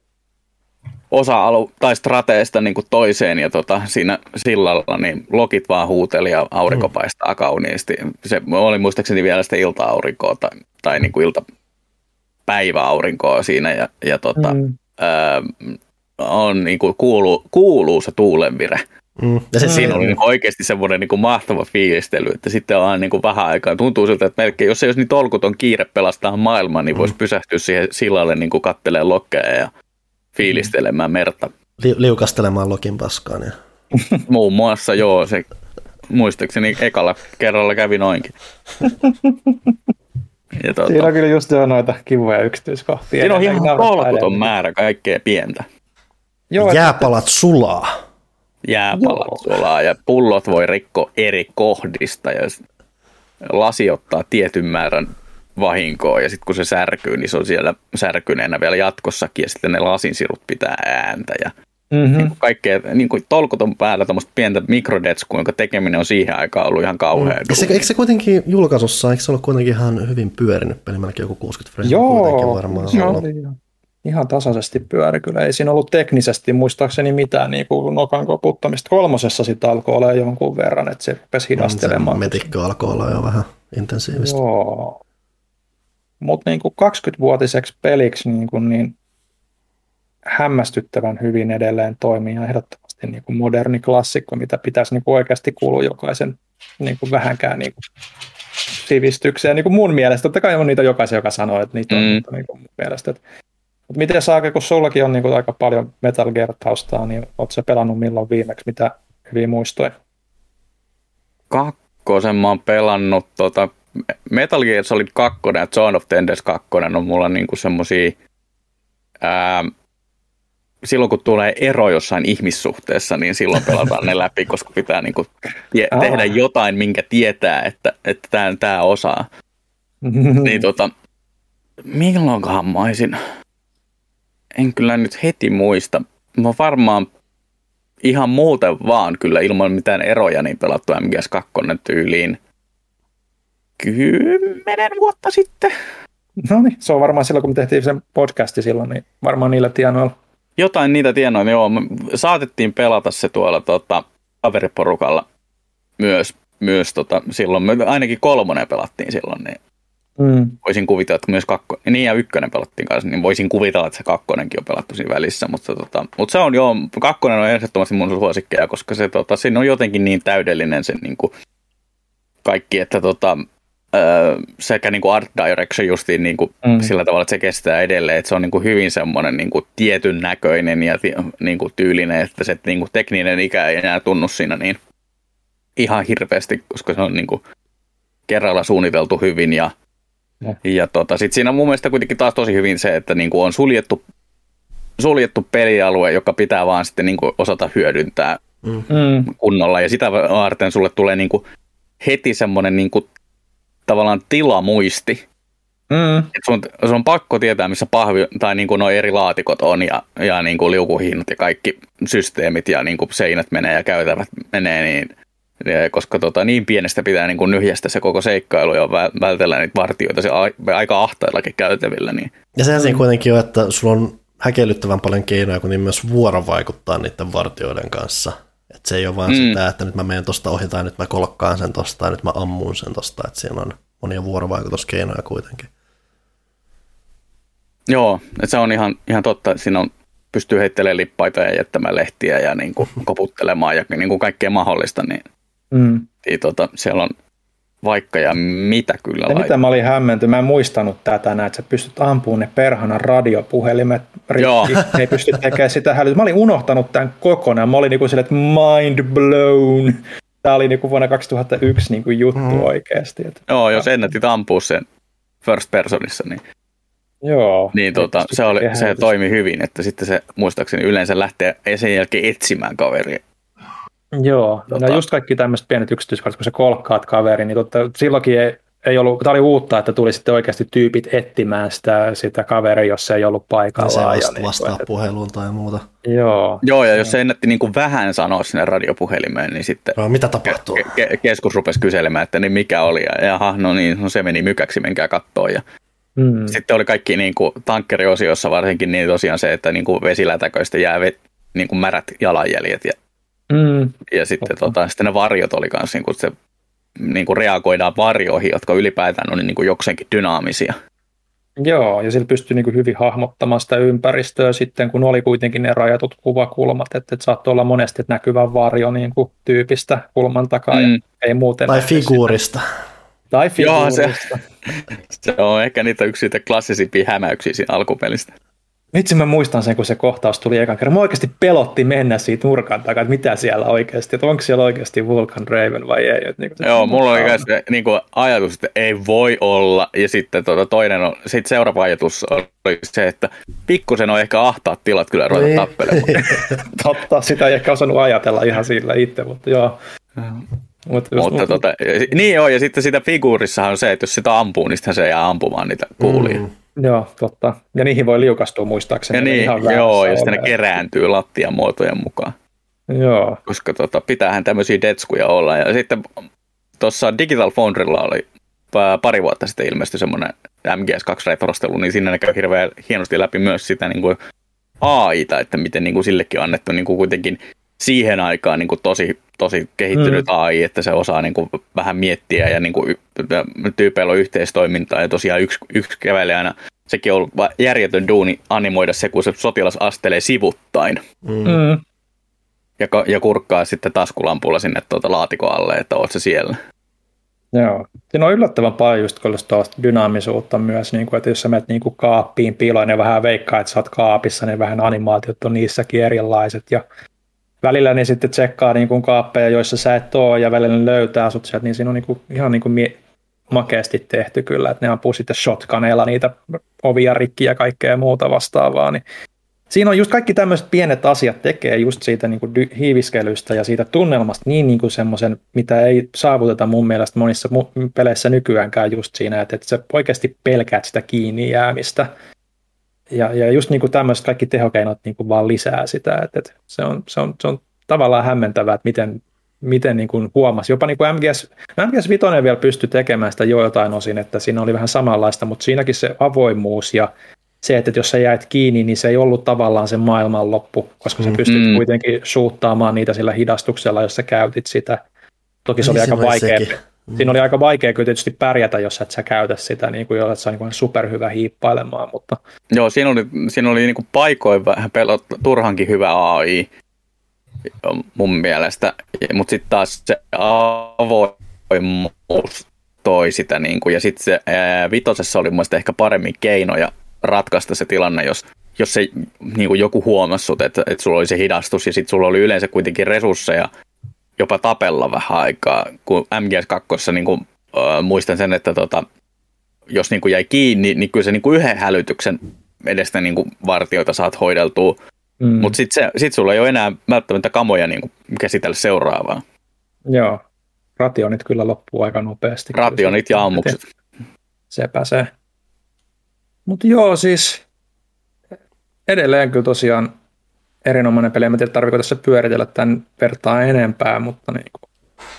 tai strateista toiseen ja siinä sillalla niin lokit vaan huuteli ja aurinko paistaa kauniisti. Se oli muistaakseni vielä sitä ilta-aurinkoa tai iltapäiväaurinkoa siinä ja on kuuluu se tuulenvire. Ja siinä oli oikeasti semmoinen mahtava fiilistely, että sitten on vähän aikaa. Tuntuu siltä, että melkein, jos ei olisi niin tolkuton kiire pelastaa maailmaa, niin voisi pysähtyä siihen sillalle kattelemaan lokkeja ja fiilistelemään merta. Liukastelemaan lokin paskaan. Ja. Muun muassa, joo. Se, muistaakseni ekalla kerralla kävi noinkin. Siinä on kyllä just noita kivoja yksityiskohtia. Siinä on ihan tolkuton määrä kaikkea pientä. Joo, jääpalat sulaa. Jääpalat sulaa ja pullot voi rikkoa eri kohdista ja lasi ottaa tietyn määrän vahinkoa ja sitten kun se särkyy, niin se on siellä särkyneenä vielä jatkossakin ja sitten ne lasinsirut pitää ääntä ja kaikkea tolkuton päällä tämmöistä pientä mikrodetskua, jonka tekeminen on siihen aikaan ollut ihan kauhean. Eikö se kuitenkin julkaisussa, eikö se ollut kuitenkin ihan hyvin pyörinyt peli, melkein joku 60 freimiä kuitenkin varmaan? Joo, ihan tasaisesti pyöri kyllä. Ei siinä ollut teknisesti muistaakseni mitään nokan koputtamista. 3. sitä alkoi olla jonkun verran, että se rupesi hidastelemaan. Se metikkö alkoi olla jo vähän intensiivistä. Joo. Mutta 20-vuotiseksi peliksi niin hämmästyttävän hyvin edelleen toimii ja ehdottomasti moderni klassikko, mitä pitäisi oikeasti kuulua jokaisen vähänkään sivistykseen. Mun mielestä, totta kai on niitä jokaisen, joka sanoo, että niitä on mun mielestä. Mutta miten Saake, kun sullakin on aika paljon Metal Gear-taustaa, niin ootko sä pelannut milloin viimeksi, mitä hyviä muistoja? 2 mä oon pelannut Metal Gear Solid 2 ja Zone of the Enders 2 on mulla semmosia silloin kun tulee ero jossain ihmissuhteessa, niin silloin pelataan ne läpi, koska pitää tehdä jotain, minkä tietää, että tää osaa. Niin milloinkohan mä olisin, en kyllä nyt heti muista. Mä varmaan ihan muuten vaan kyllä ilman mitään eroja niin pelattu MGS2 tyyliin 10 vuotta sitten. No niin, se on varmaan silloin, kun me tehtiin sen podcasti silloin, niin varmaan niillä tienoilla. Jotain niitä tienoin, joo. Me saatettiin pelata se tuolla kaveriporukalla myös silloin. Me ainakin 3 pelattiin silloin, niin voisin kuvitella, että myös 2, niin ja 1 pelattiin kanssa, niin voisin kuvitella, että se 2 on pelattu siinä välissä, mutta se on joo, 2 on ehdottomasti mun suosikkeja, koska siinä on jotenkin niin täydellinen se niin kuin kaikki, että sekä niin kuin art direction justiin niin kuin sillä tavalla, että se kestää edelleen, että se on niin kuin hyvin semmoinen niin kuin tietyn näköinen ja niin kuin tyylinen, että se niin kuin tekninen ikä ei enää tunnu siinä niin ihan hirveästi, koska se on niin kuin kerralla suunniteltu hyvin ja sitten siinä on mun mielestä kuitenkin taas tosi hyvin se, että niin kuin on suljettu pelialue, joka pitää vaan sitten niin kuin osata hyödyntää kunnolla ja sitä varten sulle tulee niin kuin heti semmoinen niin kuin tavallaan tilamuisti. Sun on pakko tietää, missä pahvi tai niin kuin nuo eri laatikot on ja niin kuin liukuhinnat ja kaikki systeemit ja niin kuin seinät menee ja käytävät menee, niin, koska niin pienestä pitää niin kuin nyhjästä se koko seikkailu ja vältellä niitä vartioita se aika ahtaillakin käytävillä. Niin. Ja sehän siinä kuitenkin on, että sulla on häkellyttävän paljon keinoja, kun niin myös vuorovaikuttaa niiden vartioiden kanssa. Että se ei ole vaan sitä, että nyt mä menen tosta ohi tai nyt mä kolkkaan sen tosta tai nyt mä ammun sen tosta. Että siinä on monia vuorovaikutuskeinoja kuitenkin. Joo, että se on ihan totta, että siinä pystyy heittelemään lippaita ja jättämään lehtiä ja niin kuin koputtelemaan ja niin kuin kaikkea mahdollista, niin siellä on vaikka ja mitä kyllä laittaa. Mitä mä olin hämmentynyt, mä en muistanut tätä näin, että sä pystyt ampumaan ne perhana radiopuhelimet rikki, ei pysty tekemään sitä hälytystä. Mä olin unohtanut tämän kokonaan, mä olin niin kuin silleen, että mind blown. Tämä oli niin kuin vuonna 2001 niin kuin juttu oikeasti. Että joo, jos ennätit ampua sen first personissa, niin joo. Niin se toimi hyvin, että sitten se muistaakseni yleensä lähtee sen jälkeen etsimään kaveria. Joo, no just kaikki tämmöiset pienet yksityiskohdat, kun sä kolkkaat kaveri, niin silloinkin ei ollut, tämä oli uutta, että tuli sitten oikeasti tyypit etsimään sitä kaveria, jos se ei ollut paikallaan. Ja se vastaa puheluun tai muuta. Joo, ja jos se ennätti niin kuin vähän sanoa sinne radiopuhelimeen, niin sitten mitä tapahtuu? Keskus rupesi kyselemään, että niin mikä oli, ja jaha, no niin, no se meni mykäksi, menkää kattoon, ja sitten oli kaikki niin kuin tankkeriosiossa varsinkin niin tosiaan se, että niin kuin vesilätäköistä jää niin kuin märät jalanjäljet ja sitten sitten ne varjot oli kanssa niin kuin se niin kuin reagoidaan varjoihin, jotka ylipäätään on niin kuin jokseenkin dynaamisia. Joo, ja sillä pystyy niin kuin hyvin hahmottamaan sitä ympäristöä sitten, kun oli kuitenkin ne rajatut kuvakulmat, että saattoi olla monesti näkyvä varjo niin kuin tyypistä kulman takaa ja ei muuten. Tai figuurista. Joo, se on ehkä niitä yksi klassisimpia hämäyksiä siinä alkupelistä. Vitsi, mä muistan sen, kun se kohtaus tuli ekan kerran. Mä oikeasti pelotti mennä siitä nurkan takaa, että mitä siellä oikeasti, että onko siellä oikeasti Vulcan Raven vai ei. Joo, mulla oli niin kuin ajatus, että ei voi olla, ja sitten sitten seuraava ajatus oli se, että pikkusen on ehkä ahtaat tilat kyllä ruveta tappelemaan. Totta, sitä ei ehkä osannut ajatella ihan sillä itse, mutta joo. Niin joo, ja sitten sitä figuurissahan on se, että jos sitä ampuu, niin se jää ampumaan niitä kuulia. Joo, totta. Ja niihin voi liukastua muistaakseni. Ja niin, joo, ja sitten ne kerääntyy lattian muotojen mukaan. Joo. Koska pitäähän tämmöisiä detskuja olla. Ja sitten tuossa Digital Foundrylla oli pari vuotta sitten ilmestyi semmoinen MGS2-retrostelu, niin siinä ne käy hirveän hienosti läpi myös sitä niin kuin AIta, että miten niin kuin sillekin on annettu niin kuin kuitenkin siihen aikaan niin kuin tosi kehittynyt AI, että se osaa niin kuin vähän miettiä ja niin kuin tyypeillä on yhteistoimintaa ja tosiaan yksi kävelee aina. Sekin on ollut järjetön duuni animoida se, kun se sotilas astelee sivuttain ja kurkkaa sitten taskulampulla sinne laatikon alle, että oot se siellä. Joo. Siinä on yllättävän paljon just tuosta dynaamisuutta myös, niin kuin, että jos sä menet niin kuin kaappiin piiloon ja vähän veikkaa, että sä oot kaapissa, niin vähän animaatiot on niissäkin erilaiset ja välillä niin sitten tsekkaa niin kuin kaappeja, joissa sä et ole, ja välillä ne löytää sut sieltä, niin siinä on niin kuin, ihan niin kuin makeasti tehty kyllä, että ne ampuu sitten shotguneilla niitä ovia rikki ja kaikkea muuta vastaavaa. Niin siinä on just kaikki tämmöiset pienet asiat tekee just siitä niin kuin hiiviskelystä ja siitä tunnelmasta niin kuin semmoisen, mitä ei saavuteta mun mielestä monissa peleissä nykyäänkään just siinä, että sä oikeasti pelkäät sitä kiinni jäämistä. Ja just niin kuin tämmöiset kaikki tehokeinot niin kuin vaan lisää sitä, että se on tavallaan hämmentävää, että miten niin kuin huomasi. Jopa niin kuin MGS 5 vielä pystyi tekemään sitä joiltain osin, että siinä oli vähän samanlaista, mutta siinäkin se avoimuus ja se, että jos sä jäit kiinni, niin se ei ollut tavallaan se maailmanloppu, koska sä pystyt kuitenkin suuttaamaan niitä sillä hidastuksella, jos sä käytit sitä. Toki se oli aika vaikea. Siinä oli aika vaikea kyllä tietysti pärjätä, jos et sä käytä sitä, niin kuin jos sä niin superhyvä hiippailemaan. Mutta... Joo, siinä oli niin kuin paikoin vähän turhankin hyvä AI mun mielestä, mutta sitten taas se avoimuus toi sitä, niin kuin, ja sitten se vitosessa oli mun mielestä ehkä paremmin keinoja ratkaista se tilanne, jos se, niin kuin joku huomasi sut, että sulla oli se hidastus, ja sitten sulla oli yleensä kuitenkin resursseja jopa tapella vähän aikaa, kun MGS2, niin kuin, muistan sen, että jos niin kuin jäi kiinni, niin kyllä se niin kuin yhden hälytyksen edestä niin kuin vartioita saat hoideltua, mutta sit sulla ei ole enää välttämättä kamoja niin kuin käsitellä seuraavaa. Joo, rationit kyllä loppuu aika nopeasti. Rationit ja ammukset. Sepä se. Mutta joo, siis edelleen kyllä tosiaan erinomainen peli. En tiedä, tarvitseeko tässä pyöritellä tämän vertaa enempää, mutta niin kuin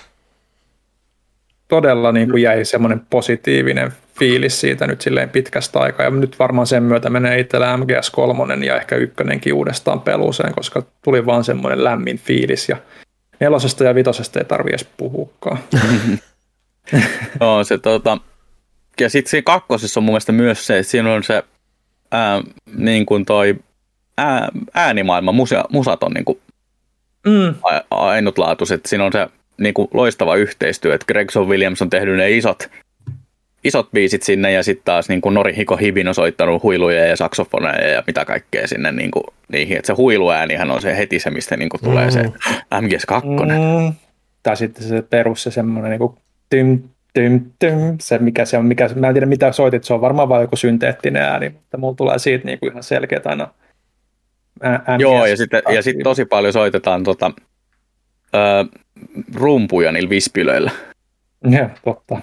todella niin kuin jäi semmoinen positiivinen fiilis siitä nyt silleen pitkästä aikaa. Ja nyt varmaan sen myötä menee itsellä MGS3 ja ehkä 1 uudestaan peluuseen, koska tuli vaan semmoinen lämmin fiilis. Ja 4 ja 5 ei tarvitse edes puhukaan. No, se, ja sitten siinä 2 on mun mielestä myös se, että siinä on se niin kuin toi äänimaailma, musat on niin kuin ainutlaatuiset. Siinä on se niin kuin loistava yhteistyö, että Gregson Williams on tehnyt ne isot biisit sinne, ja sitten taas niin kuin Norihiko Hibin on soittanut huiluja ja saksofoneja ja mitä kaikkea sinne niin kuin, niihin. Että se huiluäänihän on se heti se, mistä niin kuin tulee se MGS2. Tai sitten se perus, se semmoinen niin kuin se mikä se on, mä en tiedä mitä soitit, se on varmaan vain joku synteettinen ääni, mutta mulla tulee siitä niin kuin ihan selkeät aina Joo, ja sitten tosi paljon soitetaan rumpuja niillä vispilöillä. Joo, totta.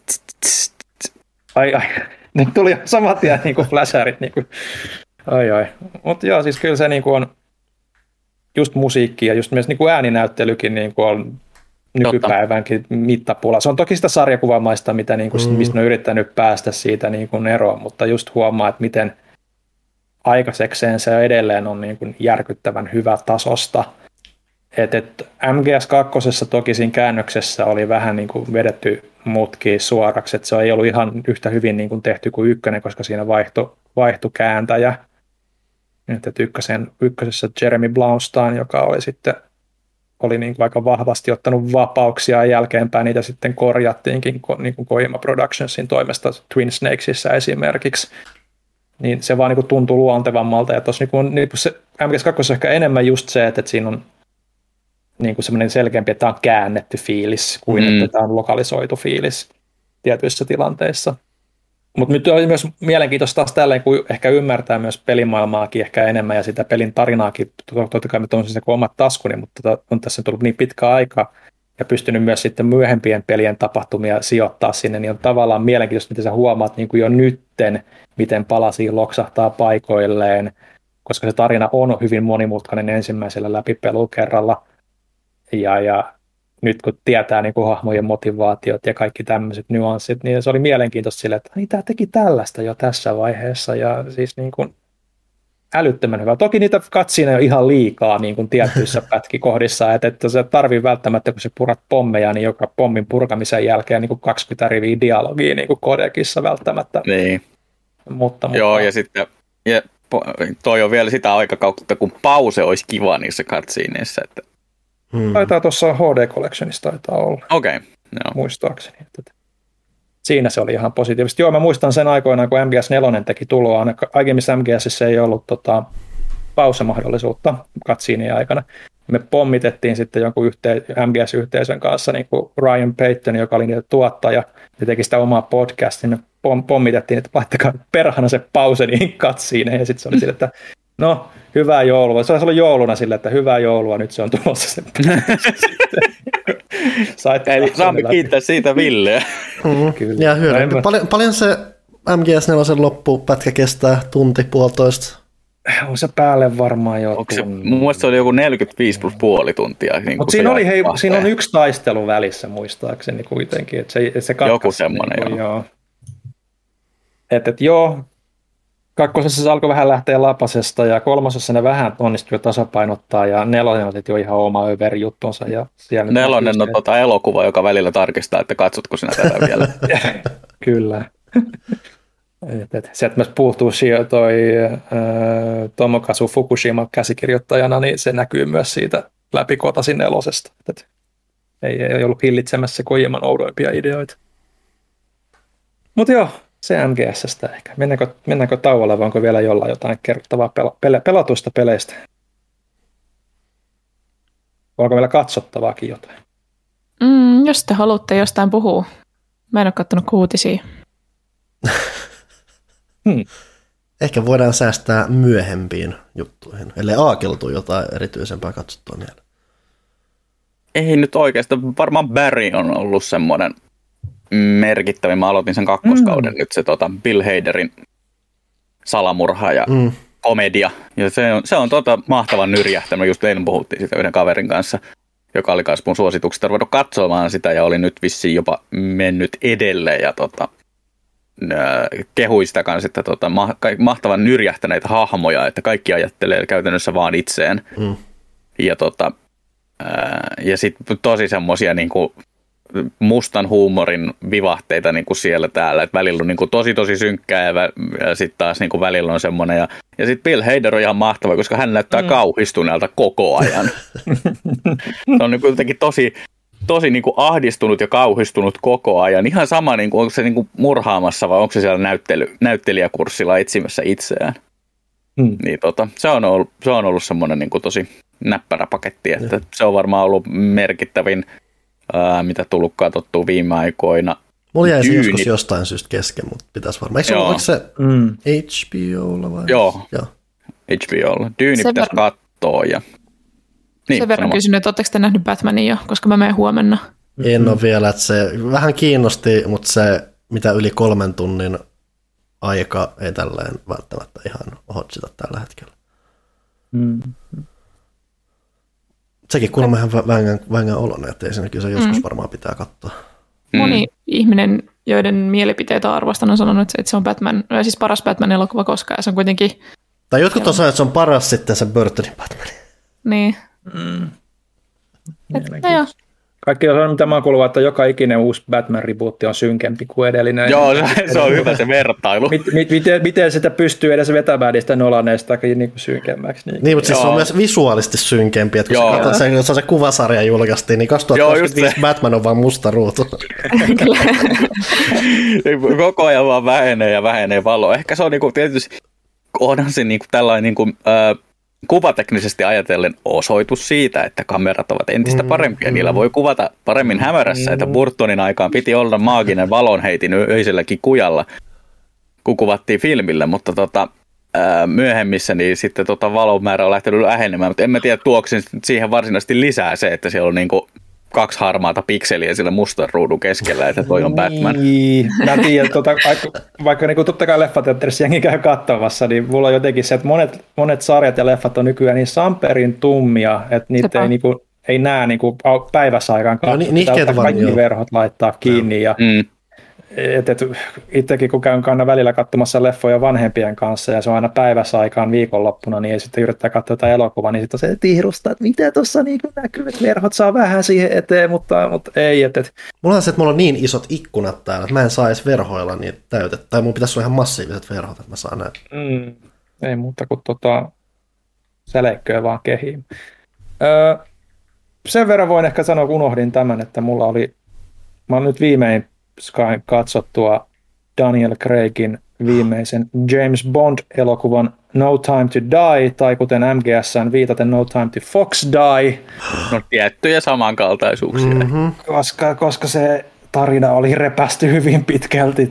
Ai, nyt tuli saman tien niin kuin flasherit. Niin kuin. Ai. Mutta joo, siis kyllä se niin kuin on just musiikki ja just myös niin kuin ääninäyttelykin niin kuin on nykypäivänkin mittapuolella. Se on toki sitä sarjakuvamaista, mitä niin kuin, mistä on yrittänyt päästä siitä niin kuin eroon, mutta just huomaa, että miten aikaisekseen se edelleen on niin kuin järkyttävän hyvä tasosta. MGS2 toki siinä käännöksessä oli vähän niin kuin vedetty mutkiin suoraksi, että se ei ollut ihan yhtä hyvin niin kuin tehty kuin 1, koska siinä vaihtui kääntäjä. Ykkösessä Jeremy Blaustein, joka oli sitten niin kuin aika vahvasti ottanut vapauksia ja jälkeenpäin niitä sitten korjattiinkin niin kuin Kojima Productionsin toimesta Twin Snakesissa esimerkiksi. Niin se vaan niin kuin tuntui luontevammalta, ja tuossa niin se MGS2 on ehkä enemmän just se, että siinä on niin kuin semmoinen selkeämpi, että tämä on käännetty fiilis, kuin että tämä on lokalisoitu fiilis tietyissä tilanteissa. Mutta nyt on myös mielenkiintoista taas tälleen, kun ehkä ymmärtää myös pelimaailmaakin ehkä enemmän ja sitä pelin tarinaakin. Totta kai nyt on se omat taskuni, mutta on tässä tullut niin pitkä aika ja pystynyt myös sitten myöhempien pelien tapahtumia sijoittaa sinne, niin on tavallaan mielenkiintoista, miten sä huomaat niin kuin jo nytten, miten palasia loksahtaa paikoilleen, koska se tarina on hyvin monimutkainen ensimmäisellä läpipelukerralla. Ja nyt kun tietää niin kuin hahmojen motivaatiot ja kaikki tämmöiset nyanssit, niin se oli mielenkiintoista sille, että tämä teki tällaista jo tässä vaiheessa, ja siis niin kuin älyttömän hyvä. Toki niitä katsiina on ihan liikaa niin kuin tiettyissä pätkikohdissa, että se tarvii välttämättä, kun se purat pommeja, niin joka pommin purkamisen jälkeen niin kuin 20 riviä dialogia niin kuin kodekissa välttämättä. Niin. Mutta. Joo, ja sitten toi on vielä sitä aikakautta, kun pause olisi kiva niissä katsiineissa, että taitaa tuossa HD Collectionissa taitaa olla. Okei. Muistaakseni. Siinä se oli ihan positiivista. Joo, mä muistan sen aikoinaan, kun MGS4 teki tuloa. Aiemmissa MGSissä ei ollut pausemahdollisuutta katsiinien aikana. Me pommitettiin sitten jonkun MGS-yhteisön kanssa, niin kuin Ryan Payton, joka oli niitä tuottaja, ja teki sitä omaa podcastia. Me pommitettiin, että laittakaa perhana se pause niihin katsiineen, ja sitten se oli sille, että no, hyvää joulua. Se olisi ollut jouluna sille, että hyvää joulua, nyt se on tulossa se. Saamme kiittää siitä Villeä. Ja hyödynnä. Paljon se MGS4 loppupätkä kestää? Tunti, puolitoista? On se päälle varmaan jo. Mun mielestä se oli joku 45 plus puoli tuntia. Niin mutta siinä on yksi taistelu välissä muistaakseni kuitenkin. Että se joku semmoinen, niin joo. Joo. kakkosessa se alkoi vähän lähteä lapasesta ja kolmosessa ne vähän onnistui tasapainottaa ja nelonen oli jo ihan oma överjuttonsa. Ja nelonen on elokuva, joka välillä tarkistaa, että katsotko sinä tätä vielä. Kyllä. Sieltä myös puuttuu toi Tomokazu Fukushima käsikirjoittajana, niin se näkyy myös siitä läpikotasin nelosesta. Ei ollut hillitsemässä Kojiman oudoimpia ideoita. Mutta joo, se MGS:stä ehkä. Mennäänkö tauolle, vai onko vielä jollain jotain kerrottavaa pelatuista peleistä? Onko vielä katsottavaakin jotain? Jos te haluatte jostain puhua. Mä en ole katsonut uutisia. Ehkä voidaan säästää myöhempiin juttuihin, ellei aakeltu jotain erityisempää katsottua mieleen. Ei nyt oikeastaan. Varmaan Barry on ollut semmoinen merkittävin. Mä aloitin sen kakkoskauden nyt, se Bill Haderin salamurha ja komedia. Ja se on mahtavan nyrjähtämä. Just eilen puhuttiin sitä yhden kaverin kanssa, joka oli myös mun suosituksesta ruvennut katsomaan sitä ja oli nyt vissiin jopa mennyt edelle ja kehui sitä kanssa, että mahtavan nyrjähtäneitä hahmoja, että kaikki ajattelee käytännössä vaan itseen. Ja sitten tosi semmoisia niinku mustan huumorin vivahteita niinku siellä täällä, että välillä on niinku tosi synkkää ja sitten taas niinku välillä on semmoinen. Ja sitten Bill Hader on ihan mahtava, koska hän näyttää kauhistuneelta koko ajan. Se on niinku jotenkin tosi niinku ahdistunut ja kauhistunut koko ajan. Ihan sama, niinku, onko se niinku murhaamassa vai onko se siellä näyttelijäkurssilla etsimässä itseään. Niin se on ollut semmoinen niinku tosi näppärä paketti, että se on varmaan ollut merkittävin, mitä tullut katsottua viime aikoina. Mulla jäi se joskus jostain syystä kesken, mutta pitäisi varmaan. Eikö oliko se HBOlla vai? Joo. HBOlla. Dyyni pitäisi katsoa. Ja niin, sen verran kysyn, että oletteko te nähnyt Batmanin jo, koska mä menen huomenna. En ole vielä, että se vähän kiinnosti, mutta se mitä yli 3 tunnin aika ei tälleen välttämättä ihan hotsita tällä hetkellä. Sekin kuulemma ihan vängän oloinen, että ei siinä kyllä se joskus varmaan pitää katsoa. Moni ihminen, joiden mielipiteitä arvostan, on sanonut, että se on siis paras Batman-elokuva koskaan, ja se on kuitenkin... Tai jotkut on sanonut, että se on paras sitten se Burtonin Batman. Niin. Kaikki on sanonut, mitä mä oon kuullut, että joka ikinen uusi Batman-rebootti on synkempi kuin edellinen. Joo, se on hyvä se vertailu. Miten sitä pystyy edes vetämään niistä Nolaneista niin synkemmäksi? Niin, mutta siis se on myös visuaalisesti synkempi. Että kun sä katsot, se kuvasarja julkaistiin, niin 2025 Batman on vaan musta ruutu. Koko ajan vaan vähenee valo. Ehkä se on niinku, tietysti, onhan se niinku tällainen... Niinku, kuvateknisesti ajatellen osoitus siitä, että kamerat ovat entistä parempia. Niillä voi kuvata paremmin hämärässä, että Burtonin aikaan piti olla maaginen valonheitin öiselläkin kujalla, kun kuvattiin filmille, mutta myöhemmissä niin sitten valon määrä on lähtenyt lähenemään, mutta en mä tiedä tuoko siihen varsinaisesti lisää se, että siellä on niinku 2 harmaata pikseliä sillä mustan ruudun keskellä, että toi on Batman. Niin, mä tiedän, vaikka niin totta kai leffateatterissa jengi käy katsomassa, niin mulla on jotenkin se, että monet sarjat ja leffat on nykyään niin samperin tummia, että niitä ei näe niin päiväsaikaan katsoa. Kaikki verhot laittaa kiinni. Ja, itsekin kun käyn aina välillä katsomassa leffoja vanhempien kanssa ja se on aina päiväsaikaan viikonloppuna, niin sitten yrittää katsoa jotain elokuvaa, niin sitten on se tihrusta, että mitä tuossa niin näkyy, että verhot saa vähän siihen eteen, mutta ei. Mulla on se, että mulla on niin isot ikkunat täällä, että mä en saa edes verhoilla niitä täytettä, tai mun pitäisi olla ihan massiiviset verhot, että mä saan näin. Ei muuta kuin säleikköä vaan kehiin. Sen verran voin ehkä sanoa, kun unohdin tämän, että mä oon nyt viimein sain katsottua Daniel Craigin viimeisen James Bond-elokuvan No Time to Die, tai kuten MGS:ään viitaten No Time to Fox Die. No tiettyjä samankaltaisuuksia. Koska se tarina oli repästy hyvin pitkälti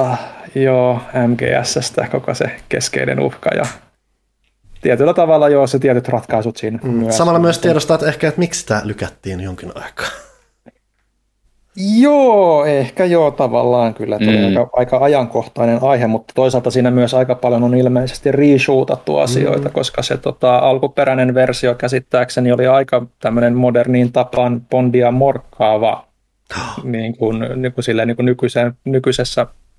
MGS:stä koko se keskeinen uhka ja tietyllä tavalla se tietyt ratkaisut siinä myös. Samalla myös tiedostaa, että miksi sitä lykättiin jonkin aikaa. Joo, ehkä tavallaan kyllä. Aika ajankohtainen aihe, mutta toisaalta siinä myös aika paljon on ilmeisesti reshootattu asioita, koska se alkuperäinen versio käsittääkseni oli aika tämmöinen moderniin tapaan Bondia morkkaava niin kuin nykyisessä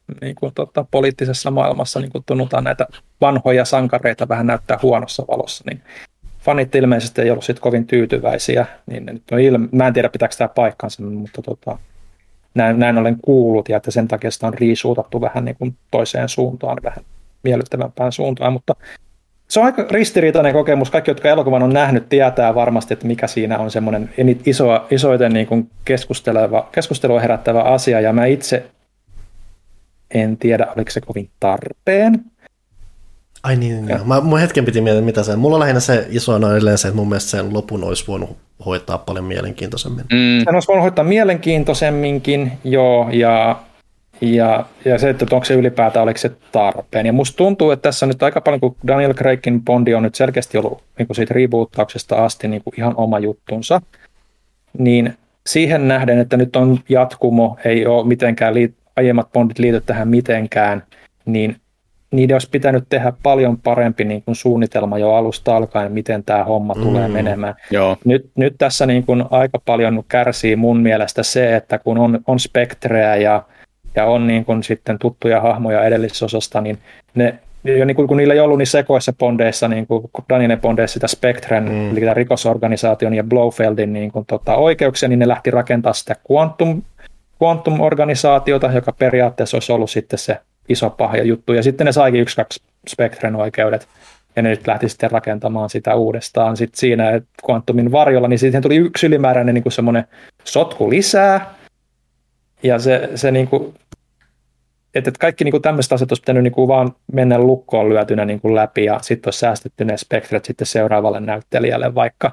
niin kuin, poliittisessa maailmassa niin kuin tunnutaan näitä vanhoja sankareita vähän näyttää huonossa valossa, niin fanit ilmeisesti ei ollut sit kovin tyytyväisiä, niin nyt mä en tiedä pitääkö tämä paikkansa, mutta näin olen kuullut, ja että sen takia sitä on riisuutattu vähän niin kuin toiseen suuntaan, vähän miellyttävämpään suuntaan, mutta se on aika ristiriitainen kokemus. Kaikki, jotka elokuvan on nähnyt, tietää varmasti, että mikä siinä on semmoinen isoiten niin kuin keskustelua herättävä asia, ja mä itse en tiedä, oliko se kovin tarpeen. Ai niin. Mun hetken piti miettiä, mitä se on. Mulla on lähinnä se isoina edelleen se, että mun mielestä sen lopun olisi voinut hoitaa paljon mielenkiintoisemmin. Sen olisi voinut hoitaa mielenkiintoisemminkin, joo, ja se, että onko se ylipäätään, oliko se tarpeen. Ja musta tuntuu, että tässä nyt aika paljon, kun Daniel Craigin Bondi on nyt selkeästi ollut niin kuin siitä reboottauksesta asti niin kuin ihan oma juttunsa, niin siihen nähden, että nyt on jatkumo, ei ole mitenkään aiemmat Bondit liity tähän mitenkään, niin niiden olisi pitänyt tehdä paljon parempi niin kuin suunnitelma jo alusta alkaen, miten tämä homma tulee menemään. Nyt tässä niin kuin aika paljon kärsii mun mielestä se, että kun on Spectreä ja on niin kuin sitten tuttuja hahmoja edellisosasta, niin ne, niin kun niillä ei ollut niin sekoissa bondeissa, niin kuin Danielin bondeissa sitä Spectren, eli tämän rikosorganisaation ja Blofeldin niin kuin, oikeuksia, niin ne lähti rakentamaan sitä Quantum-organisaatiota, joka periaatteessa olisi ollut sitten se iso paha juttu, ja sitten ne saikin 1-2 Spectren oikeudet, ja ne nyt lähti sitten rakentamaan sitä uudestaan. Sitten siinä Quantumin varjolla, niin siihen tuli yksi ylimääräinen niin kuin semmoinen sotku lisää, ja se niin kuin, että kaikki niin kuin tämmöistä asiat olisi pitänyt niin kuin vaan mennä lukkoon lyötynä niin kuin läpi, ja sitten olisi säästetty ne Spectret sitten seuraavalle näyttelijälle vaikka.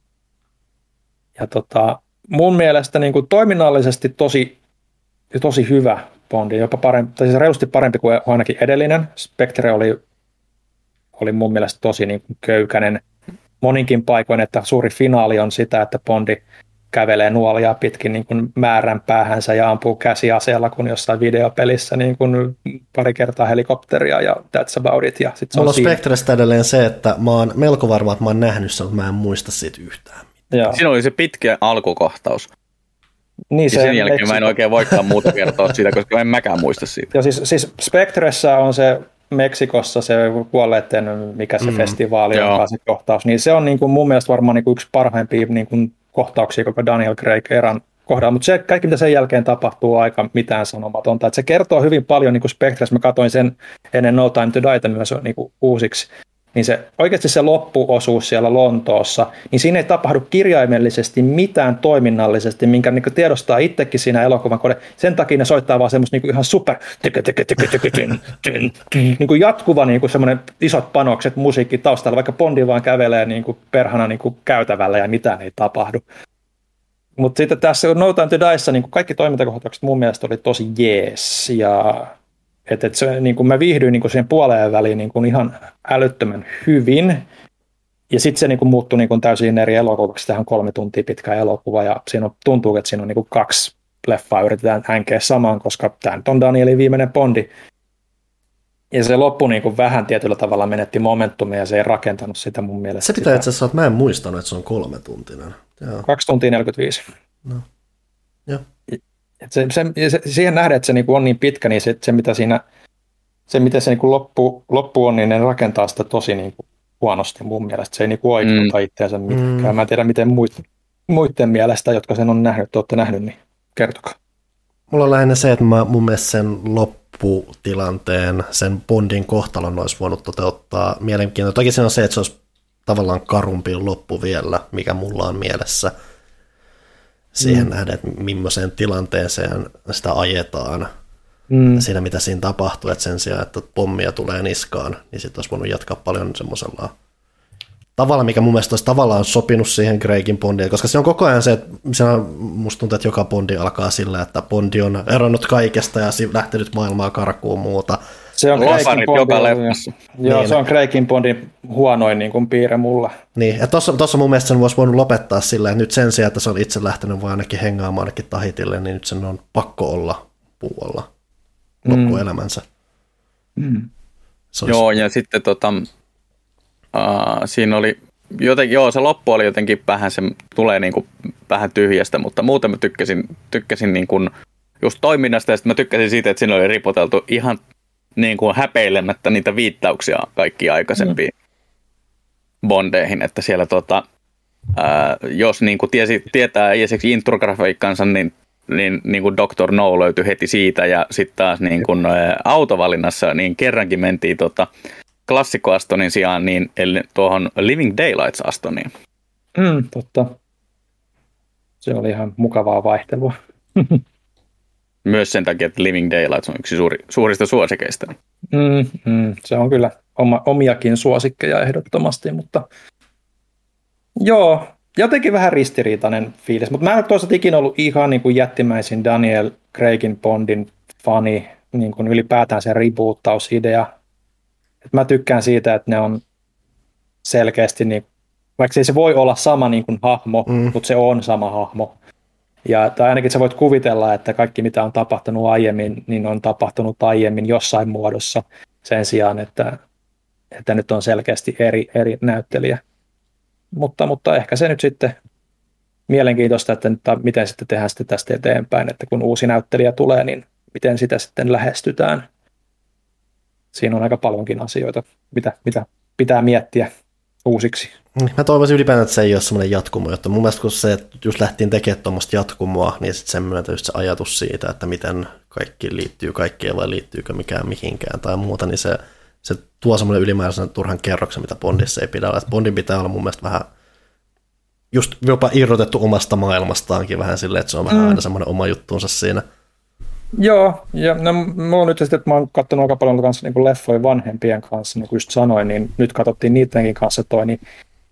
Ja mun mielestä niin kuin toiminnallisesti tosi hyvä Bondi, jopa parempi, tai siis reilusti parempi kuin ainakin edellinen. Spectre oli mun mielestä tosi niin kuin köykäinen moninkin paikoin, että suuri finaali on sitä, että Bondi kävelee nuolia pitkin niin kuin määrän päähänsä ja ampuu käsiaseella kuin jossain videopelissä niin kuin pari kertaa helikopteria ja that's about it. Ja sit mulla on Spectrestä edelleen se, että mä oon melko varma, että mä oon nähnyt sen, mutta mä en muista siitä yhtään. Siinä oli se pitkä alkukohtaus. Niin ja sen jälkeen mä en oikein voikaan muuta kertoa siitä, koska en mäkään muista siitä. Ja siis Spectressä on se Meksikossa se kuolleiden, mikä se festivaali on, se kohtaus, niin se on niin kuin mun mielestä varmaan niin kuin yksi parhaimpia niin kuin kohtauksia koko Daniel Craig-eran kohdalla, mutta se kaikki, mitä sen jälkeen tapahtuu, aika mitään sanomatonta. Että se kertoo hyvin paljon niin kuin Spectressa, mä katsoin sen ennen No Time to Die myös niin kuin uusiksi, niin se oikeasti se loppuosuus siellä Lontoossa, niin siinä ei tapahdu kirjaimellisesti mitään toiminnallisesti, minkä niin kuin tiedostaa itsekin siinä elokuvan kone. Sen takia ne soittaa vaan semmoista niin kuin ihan super niin kuin jatkuva niin kuin semmoinen isot panokset musiikki taustalla, vaikka Bondi vaan kävelee niin kuin perhana niin kuin käytävällä ja mitään ei tapahdu. Mutta sitten tässä No Time to Diessa niin kuin kaikki toimintakohtaukset mun mielestä oli tosi jees ja että se, niin kuin mä viihdyin niin kuin siihen puoleen väliin niin kuin ihan älyttömän hyvin. Ja sitten se niin kuin muuttui niin kuin täysin eri elokuvaksi. Tähän 3 tuntia pitkä elokuva. Ja siinä tuntuu, että siinä on niin kuin 2 leffaa yritetään hänkeä samaan, koska tämä on Danielin viimeinen Bondi. Ja se loppu niin kuin vähän tietyllä tavalla menetti momentumia ja se ei rakentanut sitä mun mielestä. Se pitää itse asiassa, että mä en muistanut, että se on 3 tuntinen. 2 tuntia 45. No. Joo. Siihen nähdään, että se niinku on niin pitkä, niin se mitä siinä, se miten se niinku loppu on, niin ne rakentaa sitä tosi niinku huonosti mun mielestä. Se ei niinku oikeuta itseänsä mitenkään. Mä en tiedä, miten muiden mielestä, jotka sen on nähnyt, olette nähnyt, niin kertokaa. Mulla on lähinnä se, että mun mielestä sen lopputilanteen, sen Bondin kohtalon olisi voinut toteuttaa mielenkiintoista. Toki se on se, että se olisi tavallaan karumpi loppu vielä, mikä mulla on mielessä. Siihen nähdään, että millaiseen tilanteeseen sitä ajetaan siinä, mitä siinä tapahtuu, että sen sijaan, että pommia tulee niskaan, niin sitten olisi voinut jatkaa paljon semmoisella tavalla, mikä mun mielestä olisi tavallaan sopinut siihen Craigin Bondiin, koska se on koko ajan se, että musta tuntuu, että joka Bondi alkaa sillä, että Bondi on eronnut kaikesta ja lähtenyt maailmaa karkuun muuta. Se on joka leffassa. Joo, niin. Se on Craigin Bondin huonoin niin kuin piirre mulla. Niin, että tossa mun mielestä sen voisi voinut lopettaa sillä, että nyt sen sijaan, että se on itse lähtenyt vaan ainakin hengaamaan ainakin Tahitille, niin nyt sen on pakko olla puolella loppuelämänsä. Joo, ja sitten siinä oli jotenkin, se loppu oli jotenkin vähän, se tulee niin kuin vähän tyhjästä, mutta muuten mä tykkäsin niin kuin just toiminnasta, ja sitten mä tykkäsin siitä, että siinä oli ripoteltu ihan niin kuin häpeilemättä niitä viittauksia kaikkiin aikaisempiin Bondeihin, että siellä jos niin kuin tietää esimerkiksi intrografiikkansa, niin kuin Dr. No löytyi heti siitä, ja sitten taas niin kuin autovalinnassa niin kerrankin mentiin klassikko Astonin sijaan niin, eli tuohon Living Daylights Astoniin. Totta. Se oli ihan mukavaa vaihtelua. Myös sen takia, että Living Daylights on yksi suurista suosikeista. Se on kyllä omiakin suosikkeja ehdottomasti, mutta joo, jotenkin vähän ristiriitainen fiilis, mutta mä en ole toisaalta ikinä ollut ihan niin kuin jättimäisin Daniel Craigin Bondin fani, niin kuin ylipäätään se reboottausidea. Et mä tykkään siitä, että ne on selkeästi, niin, vaikka ei se voi olla sama niin kuin hahmo, mutta se on sama hahmo. Tai ainakin sä voit kuvitella, että kaikki mitä on tapahtunut aiemmin, niin on tapahtunut aiemmin jossain muodossa sen sijaan, että nyt on selkeästi eri näyttelijä. Mutta ehkä se nyt sitten mielenkiintoista, että miten sitten tehdään sitten tästä eteenpäin, että kun uusi näyttelijä tulee, niin miten sitä sitten lähestytään. Siinä on aika paljonkin asioita, mitä pitää miettiä uusiksi. Mä toivoisin ylipäätään, että se ei ole semmoinen jatkumo, jotta mun mielestä kun se, että just lähtiin tekemään tuommoista jatkumoa, niin sitten sen myötä just se ajatus siitä, että miten kaikki liittyy kaikkeen vai liittyykö mikään mihinkään tai muuta, niin se tuo semmoinen ylimääräisen turhan kerroksen, mitä Bondissa ei pidä olla. Että Bondin pitää olla mun mielestä vähän just jopa irrotettu omasta maailmastaankin vähän silleen, että se on vähän aina semmoinen oma juttuunsa siinä. Joo, ja mulla on nyt sitten, että mä oon katsonut aika paljon kanssa niin kuin leffoja vanhempien kanssa, niin kuin just sanoin, niin nyt katsottiin niidenkin kanssa niin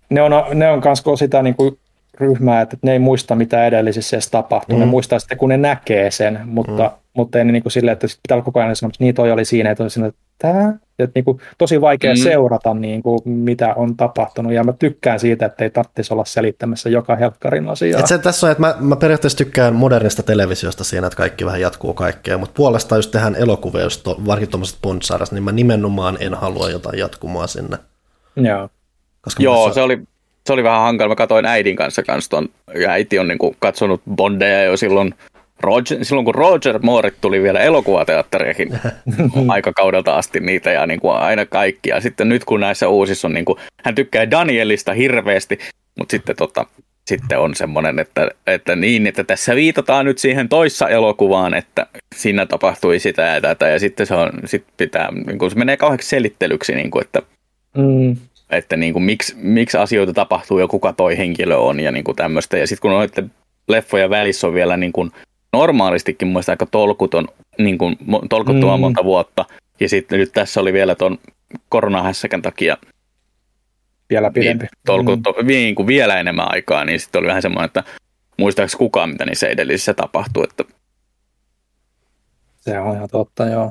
ne on kanssa sitä niin kuin ryhmää, että ne ei muista mitä edellisissä edes tapahtuu, ne muistaa sitten kun ne näkee sen, mutta ei niin kuin silleen, että pitää olla koko ajan sanoa, että niin toi oli siinä, että niin kuin tosi vaikea seurata niin kuin, mitä on tapahtunut, ja mä tykkään siitä, että ei tarvitsisi olla selittämässä joka helkkarin asiaa. Tässä on, että mä periaatteessa tykkään modernista televisiosta siinä, että kaikki vähän jatkuu kaikkea, mutta puolestaan just tehdään elokuvia, just varsinkin tuommoiset Bond-sarjasta, niin mä nimenomaan en halua jotain jatkumoa sinne. Joo. Joo, se oli vähän hankala. Mä katsoin äidin kanssa ton, ja äiti on niin kuin katsonut Bondeja jo silloin kun Roger Moore tuli vielä elokuvateattereihin aikakaudelta asti niitä ja niin kuin aina kaikki. Ja sitten nyt kun näissä uusissa on, niin kuin, hän tykkää Danielista hirveästi, mutta sitten on semmoinen, että tässä viitataan nyt siihen toissa elokuvaan, että siinä tapahtui sitä ja tätä. Ja sitten pitää, niin kuin se menee kauheaksi selittelyksi, niin kuin, että niin kuin, miksi asioita tapahtuu ja kuka toi henkilö on ja niin kuin tämmöistä. Ja sitten kun noiden leffojen välissä on vielä niin kuin normaalistikin muista aika tolkuttua monta vuotta. Ja sitten nyt tässä oli vielä tuon koronahässäkän takia vielä pidempi. Niin kuin vielä enemmän aikaa, niin sitten oli vähän semmoinen, että muistaako kukaan, mitä niissä edellisissä tapahtui. Että se on ihan totta, joo.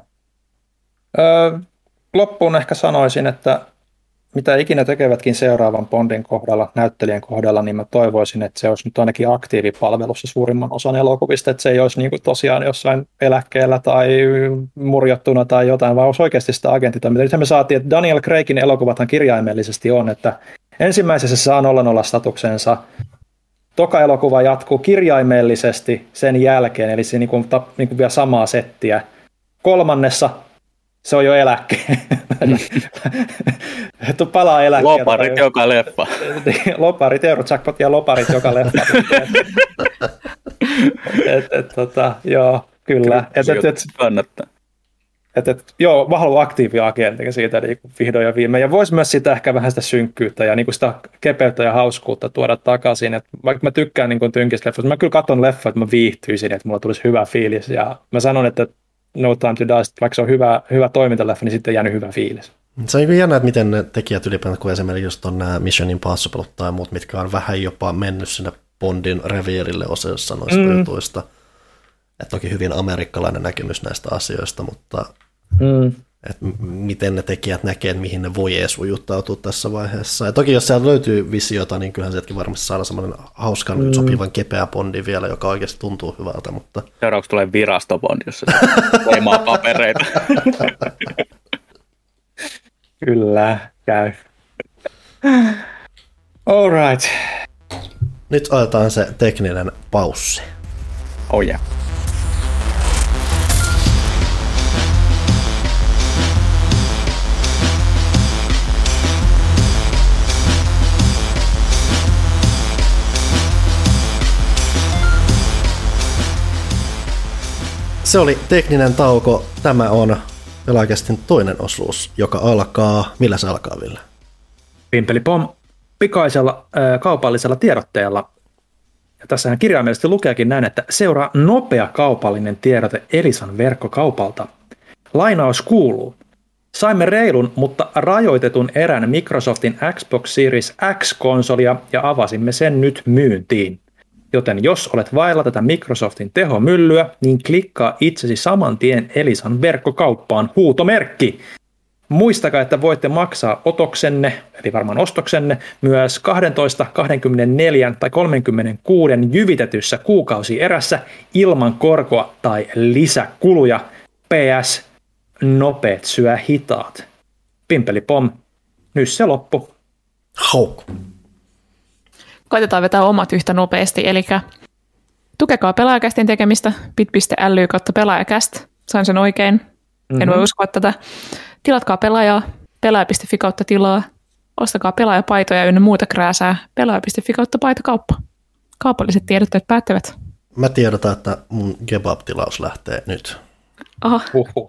Loppuun ehkä sanoisin, että mitä ikinä tekevätkin seuraavan Bondin kohdalla, näyttelijän kohdalla, niin mä toivoisin, että se olisi nyt ainakin aktiivipalvelussa suurimman osan elokuvista, että se ei olisi niin kuin tosiaan jossain eläkkeellä tai murjottuna tai jotain, vaan olisi oikeasti sitä agenttitoimintaa. Nythän me saatiin, että Daniel Craigin elokuvathan kirjaimellisesti on, että ensimmäisessä saa 00 statuksensa, toka elokuva jatkuu kirjaimellisesti sen jälkeen, eli se niin kuin vielä samaa settiä. Kolmannessa se on jo eläkkeen. Palaa eläkkeen. Loparit joka leffa. Loparit, Eurojackpot ja loparit joka leffa. Joo, kyllä. Kannattaa. Joo, mä haluan aktiiviagentin siitä niin vihdoin ja viimein. Ja voisi myös sitä ehkä vähän sitä synkkyyttä ja niin sitä kepeyttä ja hauskuutta tuoda takaisin. Et vaikka mä tykkään niin tynkistä leffoista, mä kyllä katson leffoja, että mä viihtyisin, että mulla tulisi hyvä fiilis. Ja mä sanon, että No Time to Die, vaikka se on hyvä toimintaleffa, niin sitten jäänyt hyvä fiilis. Se on jännä, että miten ne tekijät ylipäätään, kun esimerkiksi just on nämä Mission Impossible tai muut, mitkä on vähän jopa mennyt sinne Bondin reviirille osassa noista jutuista. Että toki hyvin amerikkalainen näkemys näistä asioista, mutta että miten ne tekijät näkee, että mihin ne voi edes ujuttautua tässä vaiheessa. Ja toki jos sieltä löytyy visiota, niin kyllähän sieltäkin varmasti saada semmoinen hauskan, sopivan kepeä Bondi vielä, joka oikeasti tuntuu hyvältä. Mutta seuraavaksi tulee virastobondi, jossa leimaa papereita. Kyllä, käy. All right. Nyt otetaan se tekninen paussi. Oh yeah. Se oli tekninen tauko. Tämä on Pelaajakästin toinen osuus, joka alkaa... Millä se alkaa, Ville? Pimpelipom pikaisella kaupallisella tiedotteella. Ja tässähän kirjaimellisesti lukeekin näin, että seuraa nopea kaupallinen tiedote Elisan verkkokaupalta. Lainaus kuuluu. Saimme reilun, mutta rajoitetun erän Microsoftin Xbox Series X-konsolia ja avasimme sen nyt myyntiin. Joten jos olet vailla tätä Microsoftin tehomyllyä, niin klikkaa itsesi saman tien Elisan verkkokauppaan huutomerkki. Muistakaa, että voitte maksaa otoksenne, eli varmaan ostoksenne, myös 12, 24 tai 36 jyvitetyssä kuukausierässä ilman korkoa tai lisäkuluja. PS, nopeet syö hitaat. Pimpelipom, nyt se loppu. Haukku. Koitetaan vetää omat yhtä nopeasti, eli tukekaa Pelaajakästin tekemistä, bit.ly/pelaajakäst. Sain sen oikein, en voi uskoa tätä. Tilatkaa Pelaajaa, pelaaja.fi/tilaa. Ostakaa pelaajapaitoja ynnä muuta krääsää, pelaaja.fi/paitokauppa. Kaupalliset tiedotteet päättävät. Mä tiedotan, että mun kebab-tilaus lähtee nyt. Aha.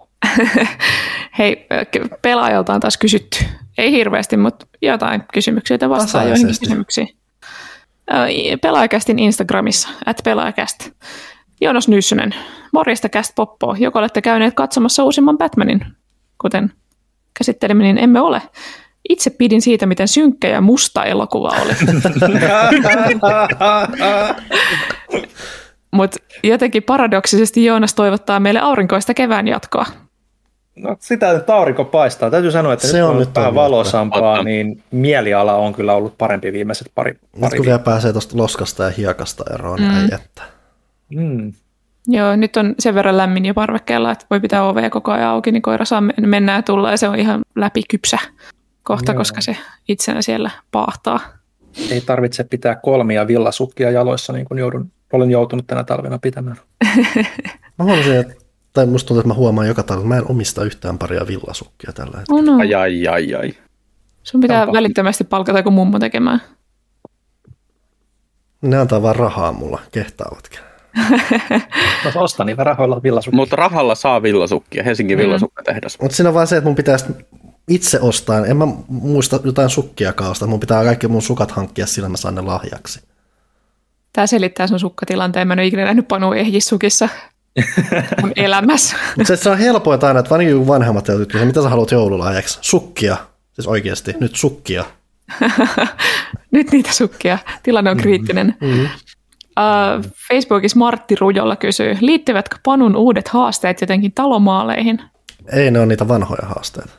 Hei, Pelaajalta on taas kysytty. Ei hirveästi, mutta jotain kysymyksiä te vastaa joihinkin kysymyksiin. Pelaajakästin Instagramissa, @pelaajakäst. Joonas Nyssynen, morjesta Käst Poppo, joko olette käyneet katsomassa uusimman Batmanin? Kuten käsittelimme, niin emme ole. Itse pidin siitä, miten synkkä ja musta elokuva oli. Mutta jotenkin paradoksisesti Joonas toivottaa meille aurinkoista kevään jatkoa. No sitä nyt aurinko paistaa. Täytyy sanoa, että se nyt vähän valosampaa, niin mieliala on kyllä ollut parempi viimeiset pari nyt kun vielä pääsee tuosta loskasta ja hiekasta eroon, niin ei jättä. Joo, nyt on sen verran lämmin jo parvekkeella, että voi pitää ovea koko ajan auki, niin koira saa mennä ja tulla, ja se on ihan läpikypsä kohta, koska se itsenä siellä paahtaa. Ei tarvitse pitää 3 villasukkia jaloissa, niin kuin olen joutunut tänä talvena pitämään. Mä huomasin, tai musta tuntuu, että mä huomaan joka talvi, että mä en omista yhtään paria villasukkia tällä hetkellä. Oh no. Ai. Sun pitää välittömästi palkata joku mummo tekemään. Ne antaa vaan rahaa mulla, kehtaavatkin. No ostan niitä rahoilla villasukkia. Mutta rahalla saa villasukkia, Helsingin villasukkatehdas. Mutta siinä on vaan se, että mun pitäisi itse ostaa, en mä muista jotain sukkiakaan ostaa, mun pitää kaikki mun sukat hankkia sillä, mä saan ne lahjaksi. Tää selittää sun sukkatilanteen, mä en ole ikinä nähnyt Panu ehjissukissa mun elämässä. Mutta se on helpointa aina, että varsinkin kun vanhemmat joutuu, mitä sä haluat joululahjaksi? Sukkia, siis oikeasti, nyt sukkia. Nyt niitä sukkia, tilanne on kriittinen. Facebookissa Martti Rujolla kysyy, liittyvätkö Panun uudet haasteet jotenkin talomaaleihin? Ei, ne on niitä vanhoja haasteita.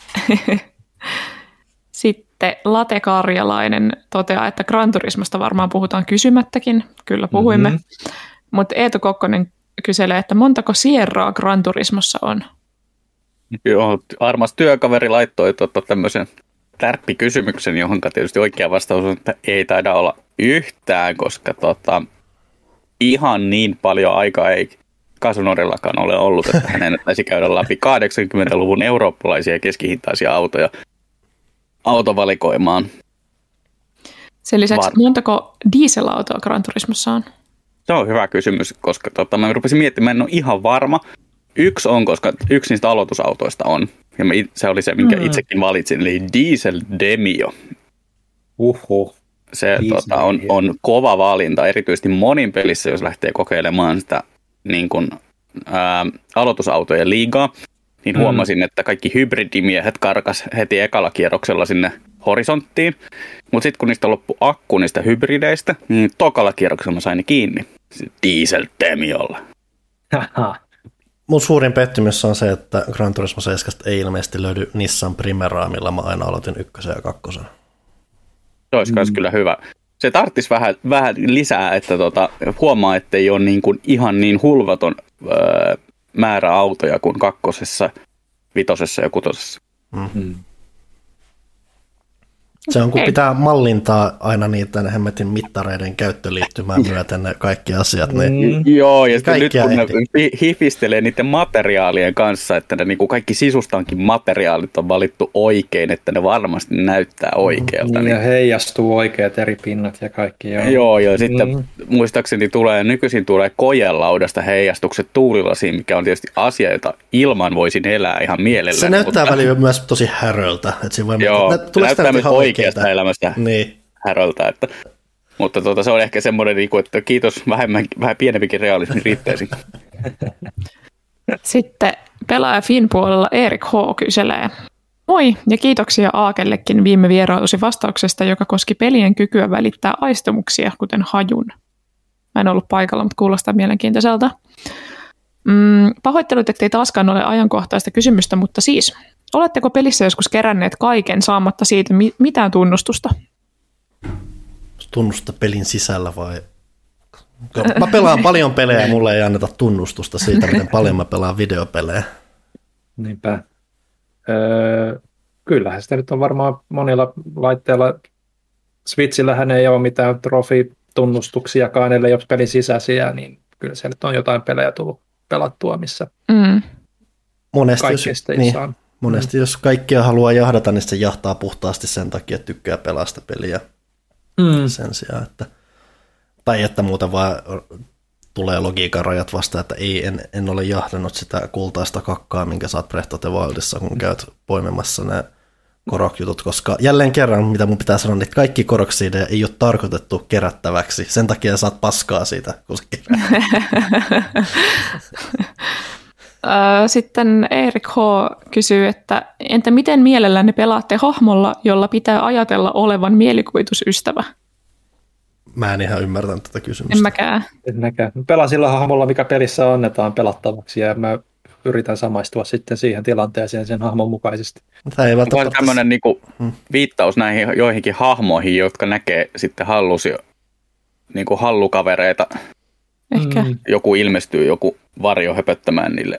Sitten Late Karjalainen toteaa, että Gran Turismosta varmaan puhutaan kysymättäkin. Kyllä puhuimme. Mutta Eetu Kokkonen kyselee, että montako Sierraa Gran Turismossa on? Joo, armas työkaveri laittoi tämmöisen tärppikysymyksen, johon tietysti oikea vastaus on, että ei taida olla yhtään, koska ihan niin paljon aikaa ei Kasunorillakaan ole ollut, että hänen taisi käydä läpi 80-luvun eurooppalaisia keskihintaisia autoja autovalikoimaan. Sen lisäksi montako dieselautoa Gran Turismossa on? Se on hyvä kysymys, koska mä rupesin miettimään, en ole ihan varma. Yksi on, koska yksi niistä aloitusautoista on, ja se oli se, minkä itsekin valitsin, eli Diesel Demio. Se on kova valinta, erityisesti monin pelissä, jos lähtee kokeilemaan sitä niin kuin, aloitusautojen liigaa, niin huomasin, että kaikki hybridimiehet karkas heti ekalla kierroksella sinne horisonttiin, mutta sitten kun niistä loppui akku niistä hybrideistä, niin tokalla kierroksella mä sain ne kiinni Diesel Demiolla. Mun suurin pettymys on se, että Gran Turismo 7 ei ilmeisesti löydy Nissan Primeraa, millä mä aina aloitin 1 ja 2. Se olisi myös kyllä hyvä. Se tarvitsisi vähän lisää, että huomaa, että ei ole niin kuin ihan niin hulvaton määrä autoja kuin 2., 5. ja 6. Se on, kun pitää mallintaa aina niitä hemmetin mittareiden käyttöliittymään myöten ne kaikki asiat. Joo, ja sitten nyt kun ne hifistelee niiden materiaalien kanssa, että ne niin kaikki sisustankin materiaalit on valittu oikein, että ne varmasti näyttää oikealta. Ja heijastuu oikeat eri pinnat ja kaikki. Joo, ja sitten muistaakseni nykyisin tulee kojelaudasta heijastukset tuulilasiin, mikä on tietysti asia, jota ilman voisin elää ihan mielellään. Se näyttää välillä myös tosi häröltä. Että joo, se näyttää myös oikeasta elämästä niin. häröltä. Mutta se on ehkä semmoinen, että kiitos, vähän pienempikin realismi riittäisi. Sitten pelaaja Fin puolella Erik H. kyselee. Moi, ja kiitoksia Aakellekin viime vierailusi vastauksesta, joka koski pelien kykyä välittää aistumuksia, kuten hajun. Mä en ollut paikalla, mutta kuulostaa mielenkiintoiselta. Pahoittelut, ettei taaskaan ole ajankohtaista kysymystä, mutta siis, oletteko pelissä joskus keränneet kaiken saamatta siitä mitään tunnustusta? Tunnustusta pelin sisällä vai? Mä pelaan paljon pelejä ja mulle ei anneta tunnustusta siitä, miten paljon mä pelaan videopelejä. Niinpä. Kyllähän sitä nyt on varmaan monilla laitteilla. Switchillähän ei ole mitään trofi-tunnustuksiakaan, ellei ole pelin sisäisiä, niin kyllä siellä nyt on jotain pelejä tullut pelattua, missä monesti jos kaikkia haluaa jahdata, niin se jahtaa puhtaasti sen takia, että tykkää pelaa sitä peliä sen sijaan, tai että muuten vaan tulee logiikan rajat vastaan, että en ole jahdannut sitä kultaista kakkaa, minkä saat Breath of the Wildissa, kun käyt poimimassa ne korok-jutut, koska jälleen kerran, mitä mun pitää sanoa, niin kaikki korok-siidejä ei ole tarkoitettu kerättäväksi, sen takia saat paskaa siitä, kun se kerää. Sitten Erik H. kysyy, että entä miten mielellänne pelaatte hahmolla, jolla pitää ajatella olevan mielikuvitusystävä? Mä en ihan ymmärtänyt tätä kysymystä. En mäkään. Mä pelaan sillä hahmolla, mikä pelissä annetaan pelattavaksi, ja mä yritän samaistua sitten siihen tilanteeseen sen hahmon mukaisesti. On tämmöinen niinku viittaus näihin joihinkin hahmoihin, jotka näkee sitten niinku hallukavereita. Ehkä. Joku ilmestyy, joku varjo höpöttämään niille.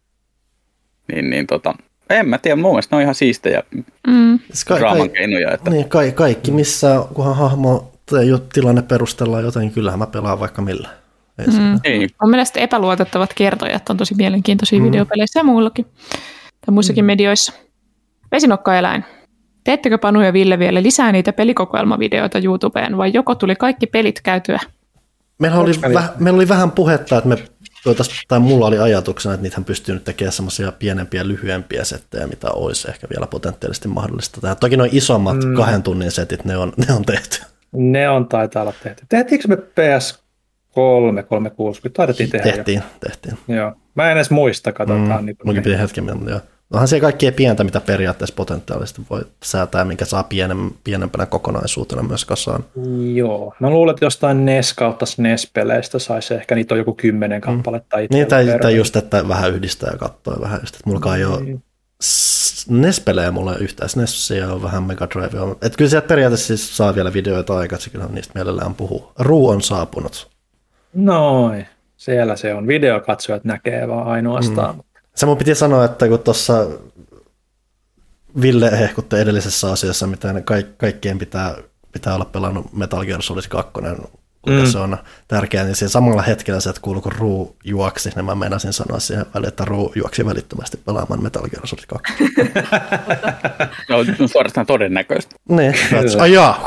En mä tiedä, mun mielestä ne on ihan siistejä draaman keinoja. Että... Niin, kaikki missä, kunhan hahmo tai tilanne perustellaan joten kyllähän mä pelaan vaikka millä. Niin. On mielestäni epäluotettavat kertojat on tosi mielenkiintoisia videopeleissä ja muullakin. Tai muissakin medioissa. Vesinokkaeläin. Teettekö Panu ja Ville vielä lisää niitä pelikokoelmavideoita YouTubeen vai joko tuli kaikki pelit käytyä? Meillä oli vähän puhetta, että mulla oli ajatuksena, että niitähän pystyy nyt tekemään semmoisia pienempiä, lyhyempiä settejä, mitä olisi ehkä vielä potentiaalisesti mahdollista tehdä. Toki nuo isommat 2 tunnin setit, ne on tehty. Ne on taitaa olla tehty. Tehtiinkö me PS3, 360? Taidettiin tehdä. Tehtiin. Joo. Mä en edes muista, katsotaan. Munkin piti hetken, joo. Onhan se kaikkea pientä, mitä periaatteessa potentiaalisesti voi säätää, minkä saa pienempänä kokonaisuutena myös kasaan. Joo. Mä luulen, että jostain NES kautta SNES-peleistä saisi ehkä, niitä on joku 10 kappaletta. Niin, tai just, että vähän yhdistää ja katsoo vähän just, että mulla ei ole NES-pelejä mulla yhtään. SNESia on vähän Mega Drive. Että kyllä sieltä periaatteessa siis saa vielä videoita aikaisemmin, kyllä niistä mielellään puhuu. Ruu on saapunut. Noin. Siellä se on. Videokatsojat näkee vaan ainoastaan. Se mun piti sanoa, että kun tuossa Ville hehkutti edellisessä asiassa, miten kaikkien pitää olla pelannut Metal Gear Solid 2, kuinka se on tärkeää, niin siinä samalla hetkellä se, että kuuluuko Ruu juoksi, niin mä meinasin sanoa siihen väliin, että Ruu juoksi välittömästi pelaamaan Metal Gear Solid 2. No, suorastaan todennäköistä. Niin, ajaa!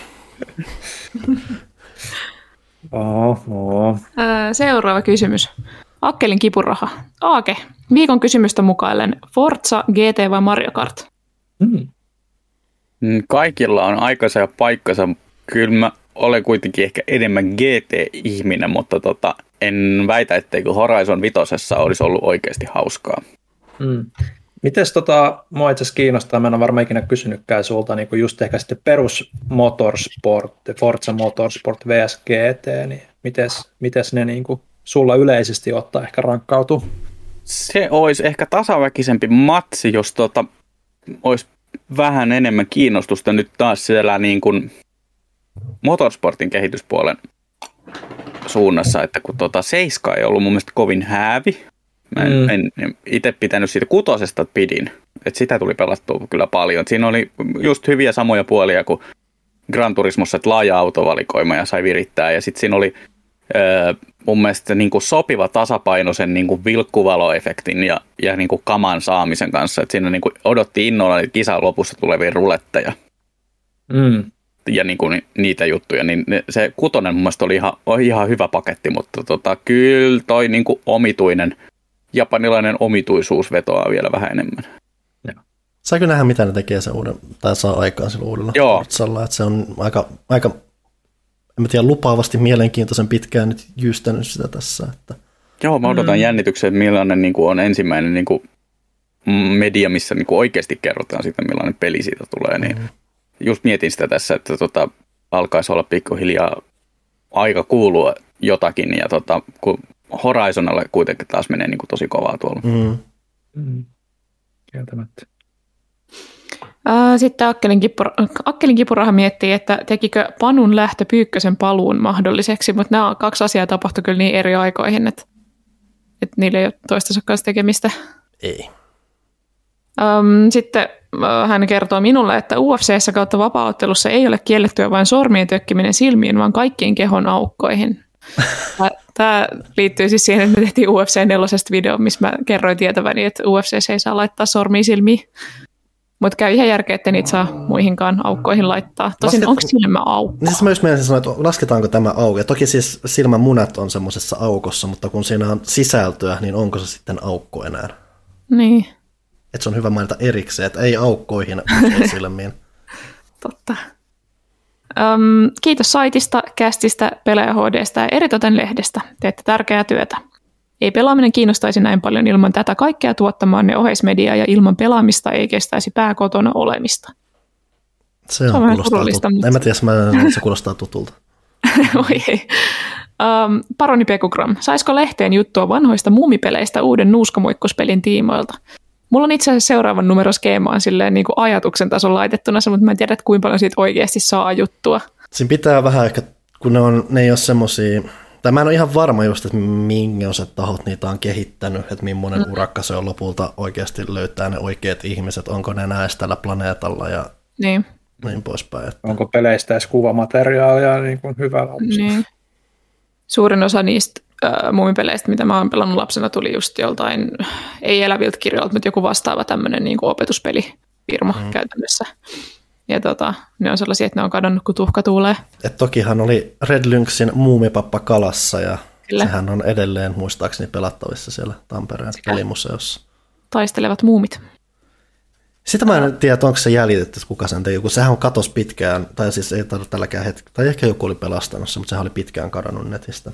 Seuraava kysymys. Akkelin kipuraha. Aake, viikon kysymystä mukaillen Forza, GT vai Mario Kart? Kaikilla on aikansa ja paikkansa. Kyllä mä olen kuitenkin ehkä enemmän GT-ihminen, mutta en väitä, etteikö Horizon 5 olisi ollut oikeasti hauskaa. Mites mua itse asiassa kiinnostaa, mä en ole varmaan ikinä kysynytkään sulta, niin just ehkä sitten perus Motorsport, Forza Motorsport vs GT, niin mites ne niin kuin sulla yleisesti ottaa ehkä rankkautuu? Se olisi ehkä tasaväkisempi matsi, jos olisi vähän enemmän kiinnostusta nyt taas siellä niin kuin motorsportin kehityspuolen suunnassa, että kun 7 ei ollut mun mielestä kovin häävi. Mä en itse pitänyt siitä 6 pidin, että sitä tuli pelattua kyllä paljon. Siinä oli just hyviä samoja puolia kuin Gran Turismossa, että laaja autovalikoima ja sai virittää. Ja sitten siinä oli mun mielestä niin kuin sopiva tasapaino sen niin kuin vilkkuvaloefektin ja niin kuin kaman saamisen kanssa. Että siinä niin kuin odotti innolla kisan lopussa tulevia ruletteja. Ja niin kuin niitä juttuja. Niin se 6 mun mielestä oli ihan hyvä paketti, mutta kyllä toi niin kuin omituinen, japanilainen omituisuus vetoaa vielä vähän enemmän. Saiko nähdä, mitä ne tekee sen uuden, tai saa aikaan sillä uudella Forzalla, että se on aika en tiedä, lupaavasti mielenkiintoisen pitkään nyt jyystänyt sitä tässä. Että. Joo, mä odotan jännityksen, että millainen niin kuin on ensimmäinen niin kuin media, missä niin kuin oikeasti kerrotaan siitä, millainen peli siitä tulee. Niin just mietin sitä tässä, että alkaisi olla pikkuhiljaa aika kuulua jotakin, ja kun Horizonalle kuitenkin taas menee niin kuin tosi kovaa tuolla. Kieltämättä. Sitten Akkelin kipuraha miettii, että tekikö Panun lähtö Pyykkösen paluun mahdolliseksi, mutta nämä 2 asiaa tapahtui kyllä niin eri aikoihin, että niillä ei ole toistensa kanssa tekemistä. Ei. Sitten hän kertoo minulle, että UFC:ssä kautta vapaaottelussa ei ole kiellettyä vain sormien tökkiminen silmiin, vaan kaikkiin kehon aukkoihin. Tämä liittyy siis siihen, että me tehtiin UFC 4 video, missä mä kerroin tietäväni, että UFC ei saa laittaa sormia silmiin. Mutta käy ihan järkeä, että niitä saa muihinkaan aukkoihin laittaa. Tosin onko silmä aukko? Niin siis mä just mielestäni sanoa, että lasketaanko tämä auki. Ja toki siis silmän munat on semmoisessa aukossa, mutta kun siinä on sisältöä, niin onko se sitten aukko enää? Niin. Että se on hyvä mainita erikseen, että ei aukkoihin, ei silmiin. Totta. Kiitos saitista, kästistä, Pelaaja HD:stä ja eritoten lehdestä. Teette tärkeää työtä. Ei pelaaminen kiinnostaisi näin paljon ilman tätä kaikkea tuottamaanne oheismediaa ja ilman pelaamista ei kestäisi pää kotona olemista. Se on kuulostaa tutulta. En mä tiedä, se kuulostaa tutulta. Oi ei. Paroni Pekugram, saisiko lehteen juttua vanhoista muumipeleistä uuden nuuskamoikkuspelin tiimoilta? Mulla on itse asiassa seuraavan numeroskeemaan silleen niin kuin ajatuksen tason laitettuna, mutta mä en tiedä, kuinka paljon siitä oikeasti saa juttua. Siinä pitää vähän ehkä, kun ne ei ole semmosia, tai mä en ole ihan varma just, että millaiset tahot niitä on kehittänyt, että millainen urakka se on lopulta oikeasti löytää ne oikeat ihmiset, onko ne näistä tällä planeetalla ja niin poispäin. Että. Onko peleistä edes kuvamateriaalia niin kuin hyvällä niin. Suurin osa niistä muumipeleistä, mitä mä oon pelannut lapsena, tuli just joltain, ei eläviltä kirjoilta, mutta joku vastaava tämmöinen niin kuin opetuspelifirma käytännössä. Ja ne on sellaisia, että ne on kadonnut, kun tuhka tuulee. Et tokihan oli Red Lynxin Muumipappa Kalassa, ja kyllä. Sehän on edelleen muistaakseni pelattavissa siellä Tampereen pelimuseossa. Taistelevat muumit. Sitä mä en tiedä, onko se jäljitetty, että kuka sen teki, kun sehän on katos pitkään, tai siis ei tarvitse tälläkään hetkellä, tai ehkä joku oli pelastanut se, mutta sehän oli pitkään kadonnut netistä.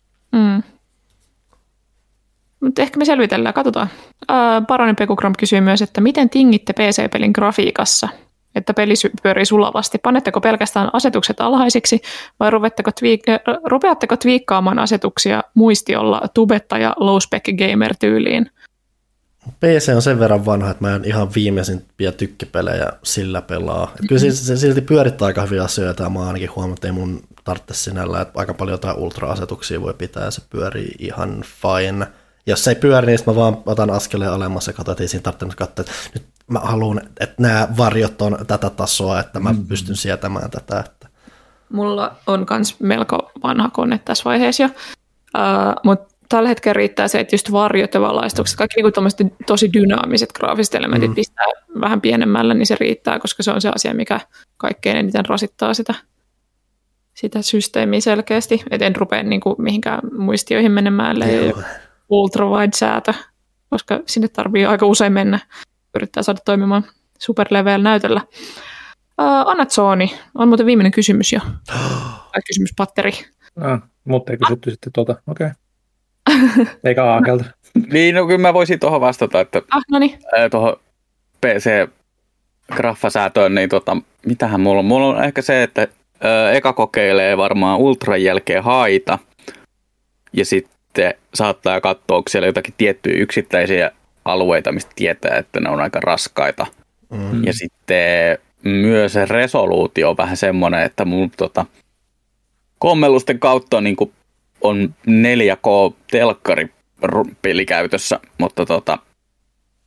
Mutta ehkä me selvitellään, katsotaan. Paroni Pekukram kysyy myös, että miten tingitte PC-pelin grafiikassa, että peli pyörii sulavasti? Panetteko pelkästään asetukset alhaisiksi vai rupeatteko twiikkaamaan asetuksia muistiolla tubetta ja low-spec gamer-tyyliin? PC on sen verran vanha, että mä en ihan viimeisimpiä tykkipelejä sillä pelaa. Kyllä se silti pyörittää aika hyviä asioita, ja mä ainakin huomannut, että ei mun tarvitse sinällä, että aika paljon jotain ultra-asetuksia voi pitää, ja se pyörii ihan fine. Jos se ei pyöri, niin mä vaan otan askeleen alemmas ja katsoin, että ei siinä tarvitse katsoa, että nyt mä haluan, että nämä varjot on tätä tasoa, että mä pystyn sietämään tätä. Että. Mulla on myös melko vanha kone tässä vaiheessa jo, mutta tällä hetkellä riittää se, että just varjot ja valaistukset, kaikki niin tosi dynaamiset graafiset elementit pistää vähän pienemmällä, niin se riittää, koska se on se asia, mikä kaikkein eniten rasittaa sitä systeemiä selkeästi. Et en rupea niin kuin mihinkään muistioihin menemään, ultrawide-säätö, koska sinne tarvii aika usein mennä, yrittää saada toimimaan superlevel-näytöllä. Anatsoni on muuten viimeinen kysymys jo. Kysymyspatteri. Mutta ei kysytty sitten okei. Eikä Aakelta. Niin, no kyllä mä voisin tuohon vastata, että tuohon PC-graffasäätöön, niin mitähän mulla on? Mulla on ehkä se, että eka kokeilee varmaan ultran jälkeen haita, ja sitten saattaa katsoa, onko siellä jotakin tiettyjä yksittäisiä alueita, mistä tietää, että ne on aika raskaita. Ja sitten myös se resoluutio on vähän semmoinen, että mun kommellusten kautta on, niin kuin, on 4K-telkkari pelikäytössä, mutta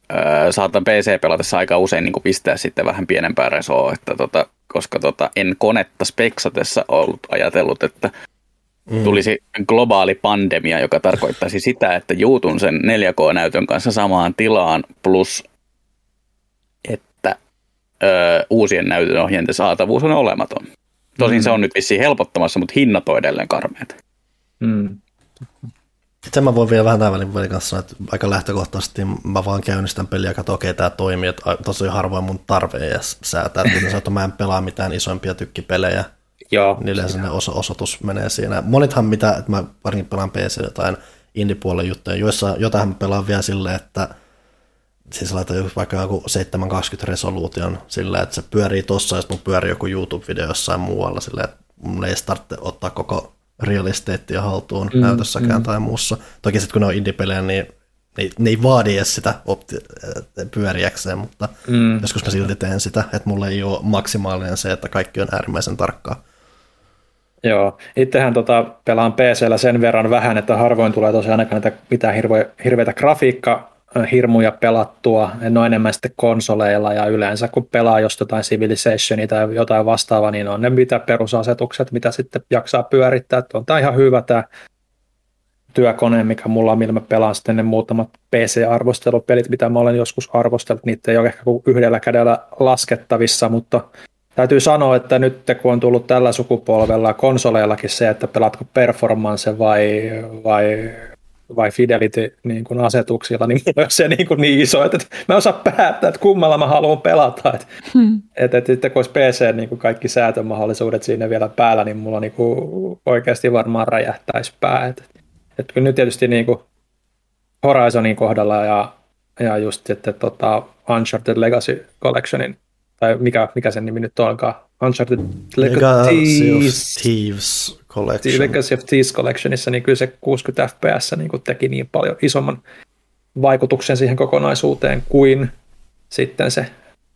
saatan PC-pelatessa aika usein niin kuin pistää sitten vähän pienempää resoa, että koska en konetta speksatessa ollut ajatellut, että tulisi globaali pandemia, joka tarkoittaisi sitä, että juutun sen 4K-näytön kanssa samaan tilaan, plus että uusien näytönohjeiden saatavuus on olematon. Tosin se on nyt vissiin helpottamassa, mutta hinnat on edelleen karmeita. Sen mä voin vielä vähän tämän välin kanssa sanoa, että aika lähtökohtaisesti mä vaan käynnistän peliä ja katson, okei, tämä toimii, että tosi harvoin mun tarve ei säätää. Kuten sanoin, että mä en pelaa mitään isompia tykkipelejä, niin yleensä ne osoitus menee siinä. Monithan mitä, että mä varsinkin pelaan PC jotain indie-puolen juttuja, jotain mä pelaan vielä silleen, että siis laitan vaikka joku 720 resoluution silleen, että se pyörii tossa ja sitten mun pyörii joku YouTube-video jossain muualla silleen, että mun ei tarvitse ottaa koko real estatea haltuun näytössäkään tai muussa. Toki sitten kun ne on indie-pelejä, niin ne ei vaadi edes sitä pyöriäkseen, mutta joskus mä silti teen sitä, että mulla ei ole maksimaalinen se, että kaikki on äärimmäisen tarkkaa. Joo, itsehän pelaan PC:llä sen verran vähän, että harvoin tulee tosiaan ainakaan näitä mitään hirveitä grafiikkahirmuja pelattua. En ole enemmän sitten konsoleilla ja yleensä kun pelaa just jotain Civilizationia tai jotain vastaavaa, niin on ne mitä perusasetukset, mitä sitten jaksaa pyörittää. On tämä ihan hyvä tämä työkone, mikä mulla on, millä mä pelaan sitten ne muutamat PC-arvostelupelit, mitä mä olen joskus arvostellut. Niitä ei ole ehkä kuin yhdellä kädellä laskettavissa, mutta täytyy sanoa, että nyt kun on tullut tällä sukupolvella konsoleillakin se, että pelaatko performance vai fidelity niin kuin asetuksilla, niin mulla on se niin iso, että mä en osaa päättää, että kummalla mä haluan pelata. Että sitten kun olisi PC niin kuin kaikki säätömahdollisuudet siinä vielä päällä, niin mulla niin kuin oikeasti varmaan räjähtäisi pää. Että nyt tietysti niin kuin Horizonin kohdalla ja just sitten Uncharted Legacy Collectionin, tai mikä sen nimi nyt onkaan, Uncharted Legacy of Thieves Collection. Legacy of Thieves Collectionissa, niin kyllä se 60 fps niin kuin teki niin paljon isomman vaikutuksen siihen kokonaisuuteen kuin sitten se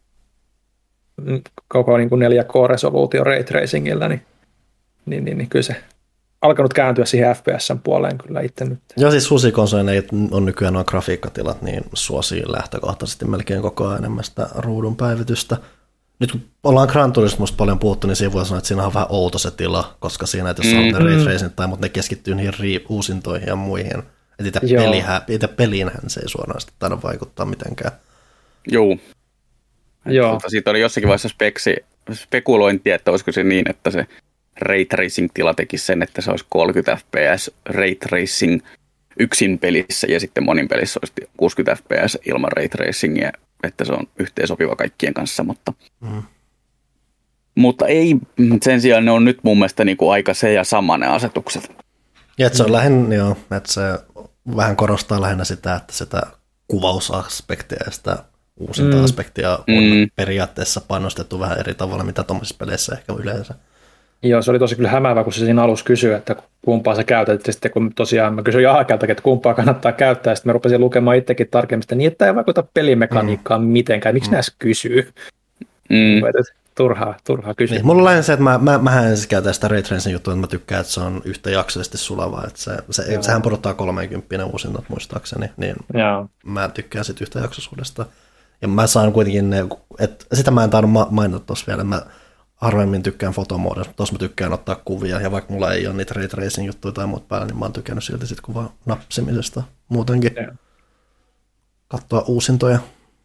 koko niin kuin 4K-resoluutio ray tracingillä, niin kyllä se alkanut kääntyä siihen FPS:n puoleen kyllä itse nyt. Joo, siis uusia on nykyään nuo grafiikkatilat, niin suosii lähtökohtaisesti melkein koko ajan enemmän sitä ruudun päivitystä. Nyt kun ollaan Gran Turismosta paljon puhuttu, niin siinä voi sanoa, että siinä on vähän outo se tila, koska siinä, että jos on ne ray tracing tai mutta ne keskittyy niihin uusintoihin ja muihin. Että itse peliinhän se ei suoraan taida vaikuttaa mitenkään. Joo. Siitä oli jossakin vaiheessa spekulointia, että olisiko se niin, että se ray tracing-tila tekisi sen, että se olisi 30 fps ray tracing yksin pelissä ja sitten monin pelissä olisi 60 fps ilman ray tracingia, että se on yhteensopiva kaikkien kanssa, mutta ei, sen sijaan ne on nyt mun mielestä niin kuin aika se ja sama ne asetukset. Ja että se on lähinnä, että se vähän korostaa lähinnä sitä, että sitä kuvausaspektia ja sitä uusinta-aspektia on periaatteessa panostettu vähän eri tavalla, mitä tuollaisissa peleissä ehkä yleensä. Joo, se oli tosi kyllä hämäävä, kun se siinä alussa kysyi, että kumpaa sä käytät. Ja sitten kun tosiaan mä kysyin Jahakeltakin, että kumpaa kannattaa käyttää, ja sitten mä rupesin lukemaan itsekin tarkemmin, niin että ei vaikuta pelimekaniikkaan mitenkään. Miksi näissä kysyy? Turhaa kysyä. Niin, mulla on lähinnä se, että mähän en siis käytä sitä ray tracing juttua, että mä tykkään, että se on yhtäjaksoisesti sulavaa. Että sehän porottaa 30 uusintat muistaakseni, niin mä tykkään sit yhtäjaksoisuudesta. Ja mä saan kuitenkin ne, että sitä mä en tainnut mainita tuossa vielä, että mä harvemmin tykkään fotomuodossa, mutta tuossa mä tykkään ottaa kuvia, ja vaikka mulla ei ole niitä ray tracing juttuja tai muut päällä, niin mä oon tykännyt silti sit kuvan napsimisesta muutenkin. Katsoa uusintoja.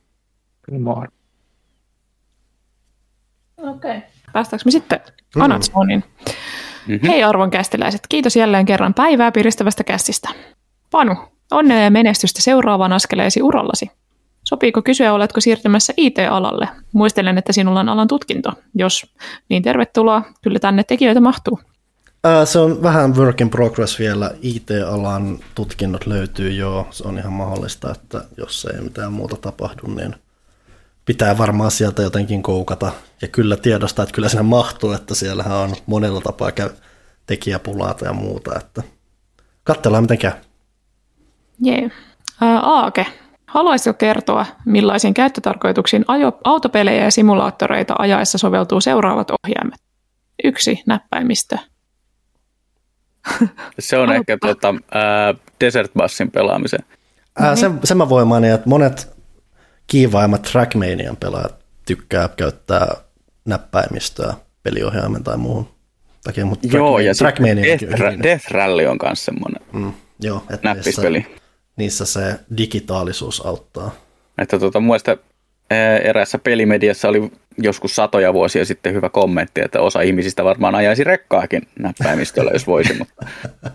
Okei. Päästäänkö me sitten Anatsoniin? Hei arvon kästiläiset, kiitos jälleen kerran päivää piristävästä kästistä. Panu, onnea ja menestystä seuraavaan askeleesi urallasi. Sopiiko kysyä, oletko siirtymässä IT-alalle? Muistelen, että sinulla on alan tutkinto. Jos, niin tervetuloa. Kyllä tänne tekijöitä mahtuu. Se on vähän work in progress vielä. IT-alan tutkinnot löytyy jo. Se on ihan mahdollista, että jos ei mitään muuta tapahdu, niin pitää varmaan sieltä jotenkin koukata. Ja kyllä tiedostaa, että kyllä siinä mahtuu, että siellähän on monella tapaa tekijäpulaa ja muuta. Että katsellaan, miten käy. Jee. Aake. Haluaisitko kertoa, millaisiin käyttötarkoituksiin autopelejä ja simulaattoreita ajaessa soveltuu seuraavat ohjaimet? 1. Näppäimistö. Se on ehkä Desert Bussin pelaamiseen. Sen mä voin mainita, että monet kiivaimmat Trackmanian pelaajat tykkää käyttää näppäimistöä peliohjaimen tai muuhun takia, mutta joo, ja Death Rally on myös semmoinen näppispeli. Niissä se digitaalisuus auttaa. Että muista eräässä pelimediassa oli joskus satoja vuosia sitten hyvä kommentti, että osa ihmisistä varmaan ajaisi rekkaakin näppäimistöllä, jos voisi, mutta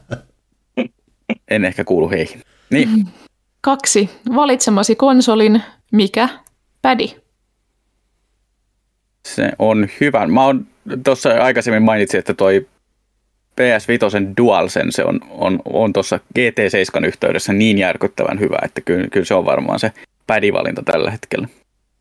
en ehkä kuulu heihin. Niin. 2. Valitsemasi konsolin mikä pädi? Se on hyvä. Mä oon tuossa aikaisemmin mainitsin, että toi PS5 DualSense on tuossa GT7 yhteydessä niin järkyttävän hyvä, että kyllä se on varmaan se pädivalinta tällä hetkellä.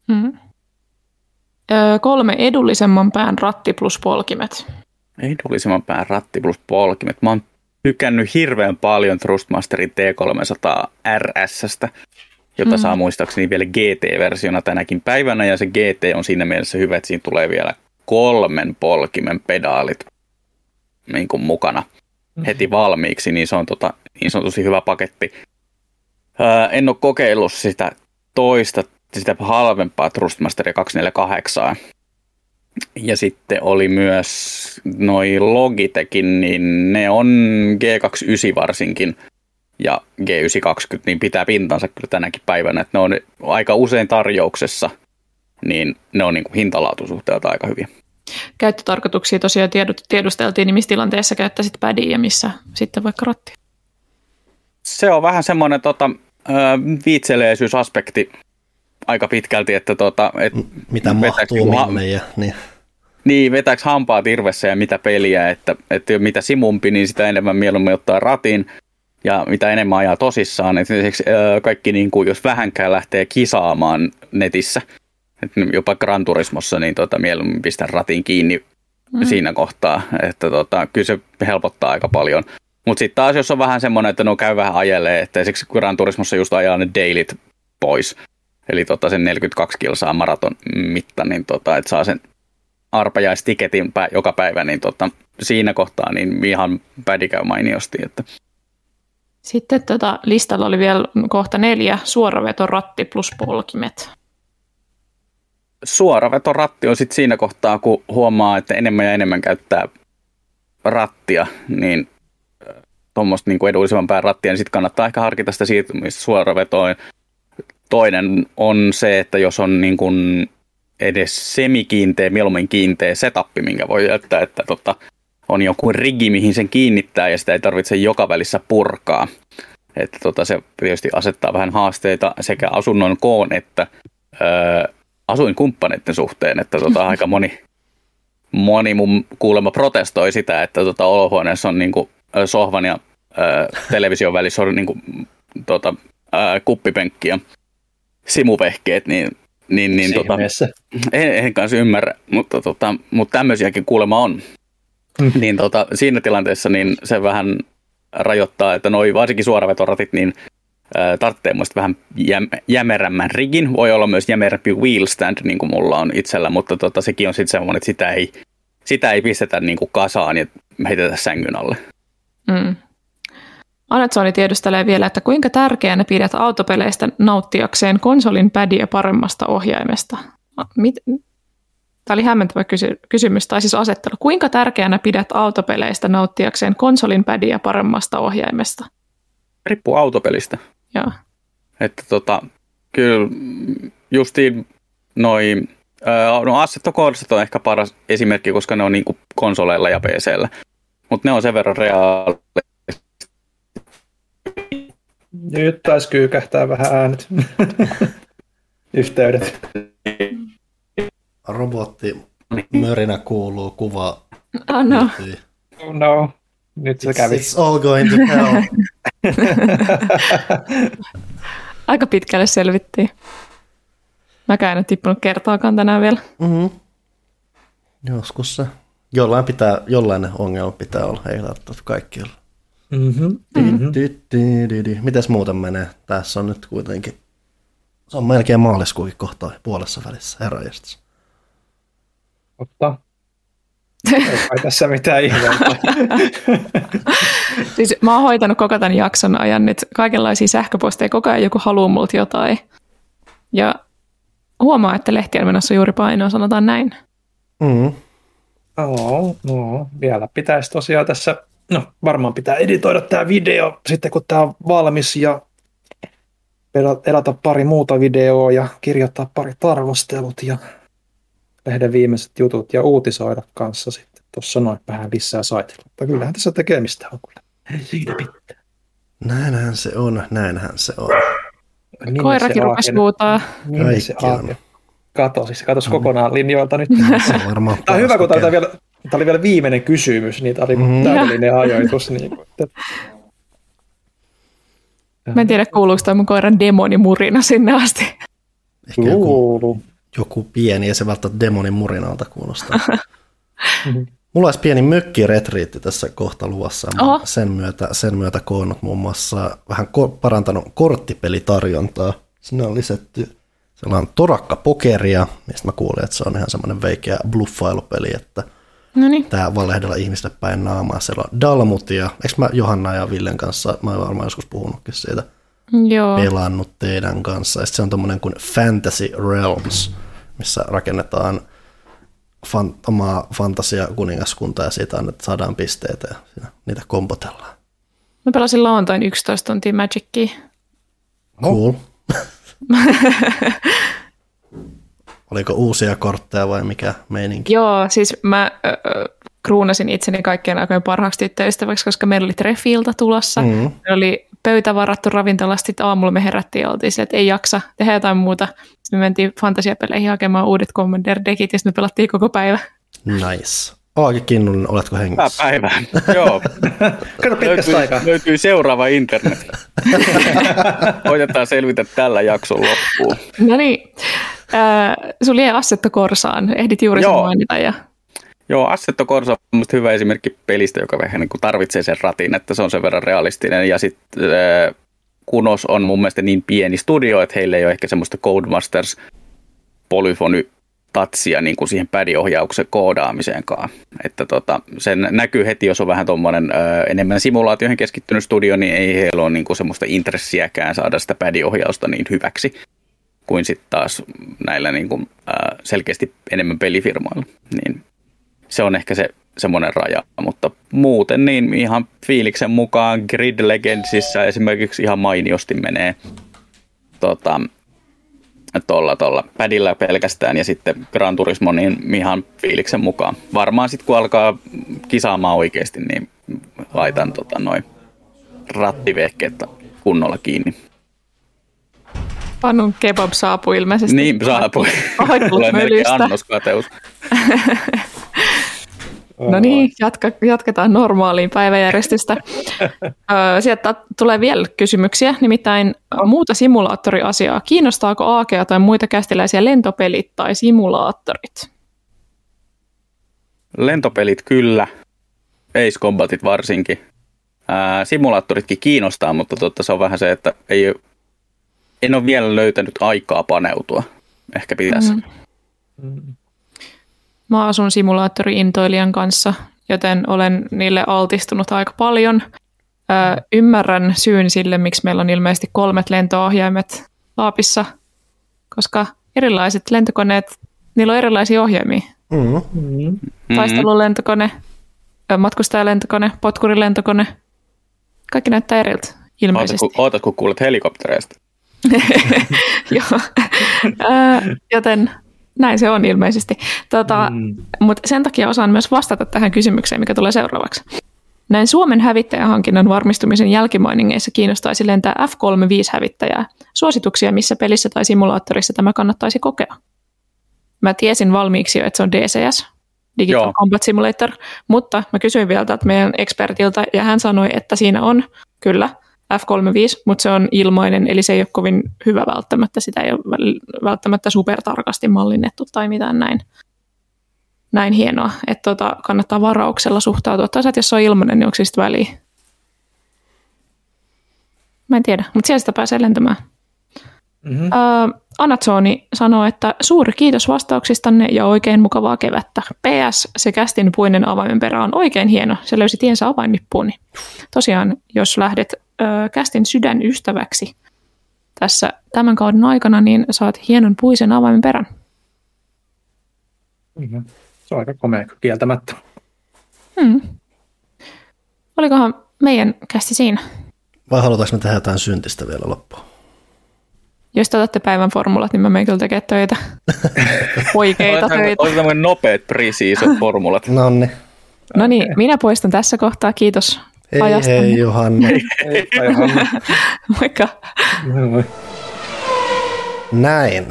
3. Edullisemman pään ratti plus polkimet. Edullisemman pään ratti plus polkimet. Mä oon tykännyt hirveän paljon Thrustmasterin T300 RS:stä, jota saa muistaakseni vielä GT-versiona tänäkin päivänä, ja se GT on siinä mielessä hyvä, että siinä tulee vielä 3 polkimen pedaalit niin kuin mukana heti valmiiksi, niin se on tosi hyvä paketti. En ole kokeillut sitä sitä halvempaa Thrustmasteria 248. Ja sitten oli myös noi Logitechin, niin ne on G29 varsinkin ja G920, niin pitää pintansa kyllä tänäkin päivänä, että ne on aika usein tarjouksessa, niin ne on niin kuin hintalaatusuhteelta aika hyviä. Käyttötarkoituksia tosiaan tiedusteltiin, niin missä tilanteessa käyttäisit pädiä ja missä sitten vaikka rattia? Se on vähän semmoinen viitseleisyys-aspekti aika pitkälti, että mitä mahtuu minne ja niin. Niin, vetääkö hampaat irvessä ja mitä peliä, että mitä simumpi, niin sitä enemmän mieluummin ottaa ratin ja mitä enemmän ajaa tosissaan. Esimerkiksi kaikki, niin kuin, jos vähänkään lähtee kisaamaan netissä, että jopa Gran Turismossa, niin mieluummin pistän ratin kiinni siinä kohtaa, että kyllä se helpottaa aika paljon. Mutta sitten taas, jos on vähän semmoinen, että käy vähän ajelee, että esimerkiksi Gran Turismossa just ajaa ne dailyt pois, eli sen 42 kilsaa maraton mitta, niin että saa sen arpajaistiketin joka päivä, niin siinä kohtaa niin ihan pädi käy mainiosti. Että. Sitten listalla oli vielä kohta 4, suoravetoratti plus polkimet. Suoravetoratti on sitten siinä kohtaa, kun huomaa, että enemmän ja enemmän käyttää rattia, niin tuommoista niin edullisemman pään rattia, niin sitten kannattaa ehkä harkita sitä siirtymistä suoravetoon. Toinen on se, että jos on niin kuin edes semikiinteä, mieluummin kiinteä setappi, minkä voi jättää, että on joku rigi, mihin sen kiinnittää ja sitä ei tarvitse joka välissä purkaa. Että se tietysti asettaa vähän haasteita sekä asunnon koon että asuinkumppaneiden suhteen, että aika moni mun kuulemma protestoi sitä, että olohuoneessa on niinku sohvan ja television välissä on niinku kuppipenkki ja simuvehkeet, niin en kanssa ymmärrä, mutta tämmöisiäkin kuulemma on. Niin siinä tilanteessa niin se vähän rajoittaa, että varsinkin suoravetoratit niin tarvitsee muista vähän jämerämmän rigin. Voi olla myös jämerämpi wheel stand, niin kuin mulla on itsellä, mutta sekin on sitten semmoinen, että sitä ei pistetä niin kuin kasaan ja heitetä sängyn alle. Anetsoni tiedustelee vielä, että kuinka tärkeänä pidät autopeleistä nauttiakseen konsolin pädiä paremmasta ohjaimesta? Tämä oli hämmentävä kysymys, tai siis asettelu. Kuinka tärkeänä pidät autopeleistä nauttiakseen konsolin pädiä paremmasta ohjaimesta? Riippuu autopelistä. Joo. Että kyllä justiin Assetto Corsat on ehkä paras esimerkki, koska ne on niinku konsoleilla ja PC:llä. Mutta ne on sen verran reaali. Nyt taisi kyykähtää vähän äänet. Yhteydet. Robotti mörinä kuuluu, kuva. Oh no. Oh no. Nyt se kävi. It's all going to hell. Aika pitkälle selvittiin. Mäkään en ole tippunut kertaakaan tänään vielä. Mm-hmm. Joskus se. Jollain ongelma pitää olla, ei välttämättä kaikkialla. Mitäs muuten menee? Tässä on nyt kuitenkin, se on melkein maaliskuukin kohtaa puolessa välissä, herranjestas. Totta. Ei kai tässä mitään ihmeeltä. Siis mä oon hoitanut koko tämän jakson ajan nyt kaikenlaisia sähköposteja, koko ajan joku haluaa multa jotain. Ja huomaa, että lehti on menossa juuri painoon, sanotaan näin. Mm. No, vielä pitäisi tosiaan tässä, varmaan pitää editoida tämä video sitten kun tämä on valmis ja edata pari muuta videoa ja kirjoittaa pari arvostelut ja lehden viimeiset jutut ja uutisoida kanssa sitten tuossa noin vähän lisää saitilla. Mutta kyllähän tässä tekemistä on kyllä. Ei siinä pitää. Näinhän se on. Koirakin rupesi huutaa. Niin se aake. Katosi kokonaan linjoilta nyt. Se on varmaan tämä on hyvä, kun tämä oli vielä viimeinen kysymys, niin tämä oli täydellinen ajoitus. Niin, mä en tiedä, kuuluuko tämä mun koiran demonimurina sinne asti. Ehkä joku pieni, ja se välttämättä demonin murinalta kuulostaa. Mulla olisi pieni mökkiretriitti tässä kohta luvassa. Sen myötä koonnut muun muassa vähän parantanut korttipelitarjontaa. Sinne on lisätty sellainen torakkapokeria, mistä mä kuulin, että se on ihan semmoinen veikeä bluffailupeli, että tää valehdella ihmistä päin naamaa. Siellä on Dalmutia. Eikö mä Johanna ja Villen kanssa, mä oon varmaan joskus puhunutkin siitä, pelannut teidän kanssa. Ja se on tommoinen kuin Fantasy Realms, missä rakennetaan omaa fantasia-kuningaskuntaa ja siitä saadaan pisteitä ja niitä kompotellaan. Mä pelasin lauantain 11 tuntia Magicia. Cool. Oliko uusia kortteja vai mikä meininki? Joo, siis mä kruunasin itseni kaikkien aikojen parhaaksi tyttöystäväksi, koska meillä oli treffi-ilta tulossa. Meillä oli pöytä varattu ravintolasta, sitten aamulla me herättiin ja oltiin sille, että ei jaksa tehdä jotain muuta. Sitten me mentiin fantasiapeleihin hakemaan uudet Commander-dekit ja sitten me pelattiin koko päivä. Nice. Aaki Kinnunen, oletko hengissä? Hyvää päivää. Joo. Kato pitkästä aikaa. Löytyy seuraava internet. Koitetaan selvitä tällä jakson loppuun. No niin. Sulla jäi Assetto Corsaan. Ehdit juuri sen mainita. Joo, Assetto Corsa on mielestäni hyvä esimerkki pelistä, joka vähän niin kuin tarvitsee sen ratin, että se on sen verran realistinen. Ja sitten Kunos on mun mielestä niin pieni studio, että heillä ei ole ehkä semmoista Codemasters polyfony-tatsia niin kuin siihen pädiohjauksen koodaamiseenkaan. Että sen näkyy heti, jos on vähän tuommoinen enemmän simulaatioihin keskittynyt studio, niin ei heillä ole niin kuin semmoista intressiäkään saada sitä pädiohjausta niin hyväksi kuin sitten taas näillä niin kuin, selkeästi enemmän pelifirmoilla. Niin se on ehkä se semmoinen raja, mutta muuten niin ihan fiiliksen mukaan Grid Legendsissa esimerkiksi ihan mainiosti menee tuolla padilla pelkästään ja sitten Gran Turismo niin ihan fiiliksen mukaan. Varmaan sitten kun alkaa kisaamaan oikeasti, niin laitan noin rattivehkeet kunnolla kiinni. Pannun kebab saapui ilmeisesti. Niin saapui. Tulee melkein annoskateus. No niin, jatketaan normaaliin päiväjärjestystä. Sieltä tulee vielä kysymyksiä, nimittäin muuta simulaattoriasiaa. Kiinnostaako Aakea tai muita kästiläisiä lentopelit tai simulaattorit? Lentopelit kyllä, Ace Combatit varsinkin. Simulaattoritkin kiinnostaa, mutta se on vähän se, että en ole vielä löytänyt aikaa paneutua. Ehkä pitäisi. Mä asun simulaattori-intoilijan kanssa, joten olen niille altistunut aika paljon. Ymmärrän syyn sille, miksi meillä on ilmeisesti 3 lentoohjaimet Laapissa, koska erilaiset lentokoneet, niillä on erilaisia ohjaimia. Taistelulentokone, matkustajalentokone, potkurilentokone. Kaikki näyttää eriltä ilmeisesti. Ootat, kun kuulet helikoptereista. Joo, joten näin se on ilmeisesti. Mutta sen takia osaan myös vastata tähän kysymykseen, mikä tulee seuraavaksi. Näin Suomen hävittäjähankinnan varmistumisen jälkimainingeissa kiinnostaisi lentää F-35-hävittäjää. Suosituksia, missä pelissä tai simulaattorissa tämä kannattaisi kokea. Mä tiesin valmiiksi jo, että se on DCS, Digital Combat Simulator, mutta mä kysyin vielä että meidän ekspertiltä, ja hän sanoi, että siinä on kyllä F-35, mutta se on ilmainen, eli se ei ole kovin hyvä välttämättä. Sitä ei ole välttämättä supertarkasti mallinnettu tai mitään näin hienoa. Että kannattaa varauksella suhtautua. Toisaalta jos se on ilmainen, niin onko se sitten väliä? Mä en tiedä, mutta siellä sitä pääsee lentämään. Anazoni sanoo, että suuri kiitos vastauksistanne ja oikein mukavaa kevättä. PS, se kästin puinen avaimen perä on oikein hieno. Se löysi tiensä avainnippuuni. Tosiaan, jos lähdet kästin sydänystäväksi, tässä tämän kauden aikana, niin saat hienon puisen avaimen perän. Se on aika komea kieltämättä. Olikohan meidän kästi siinä? Vai halutaanko me tehdä jotain syntistä vielä loppuun? Jos te otatte päivän formulat, niin mä menen kyllä tekemään töitä. Oikeita töitä. Olisi tämmöinen nopeat preciiset formulat. Nonni. No niin, minä poistan tässä kohtaa. Kiitos ajasta. Hei Johanna. Moikka. Näin.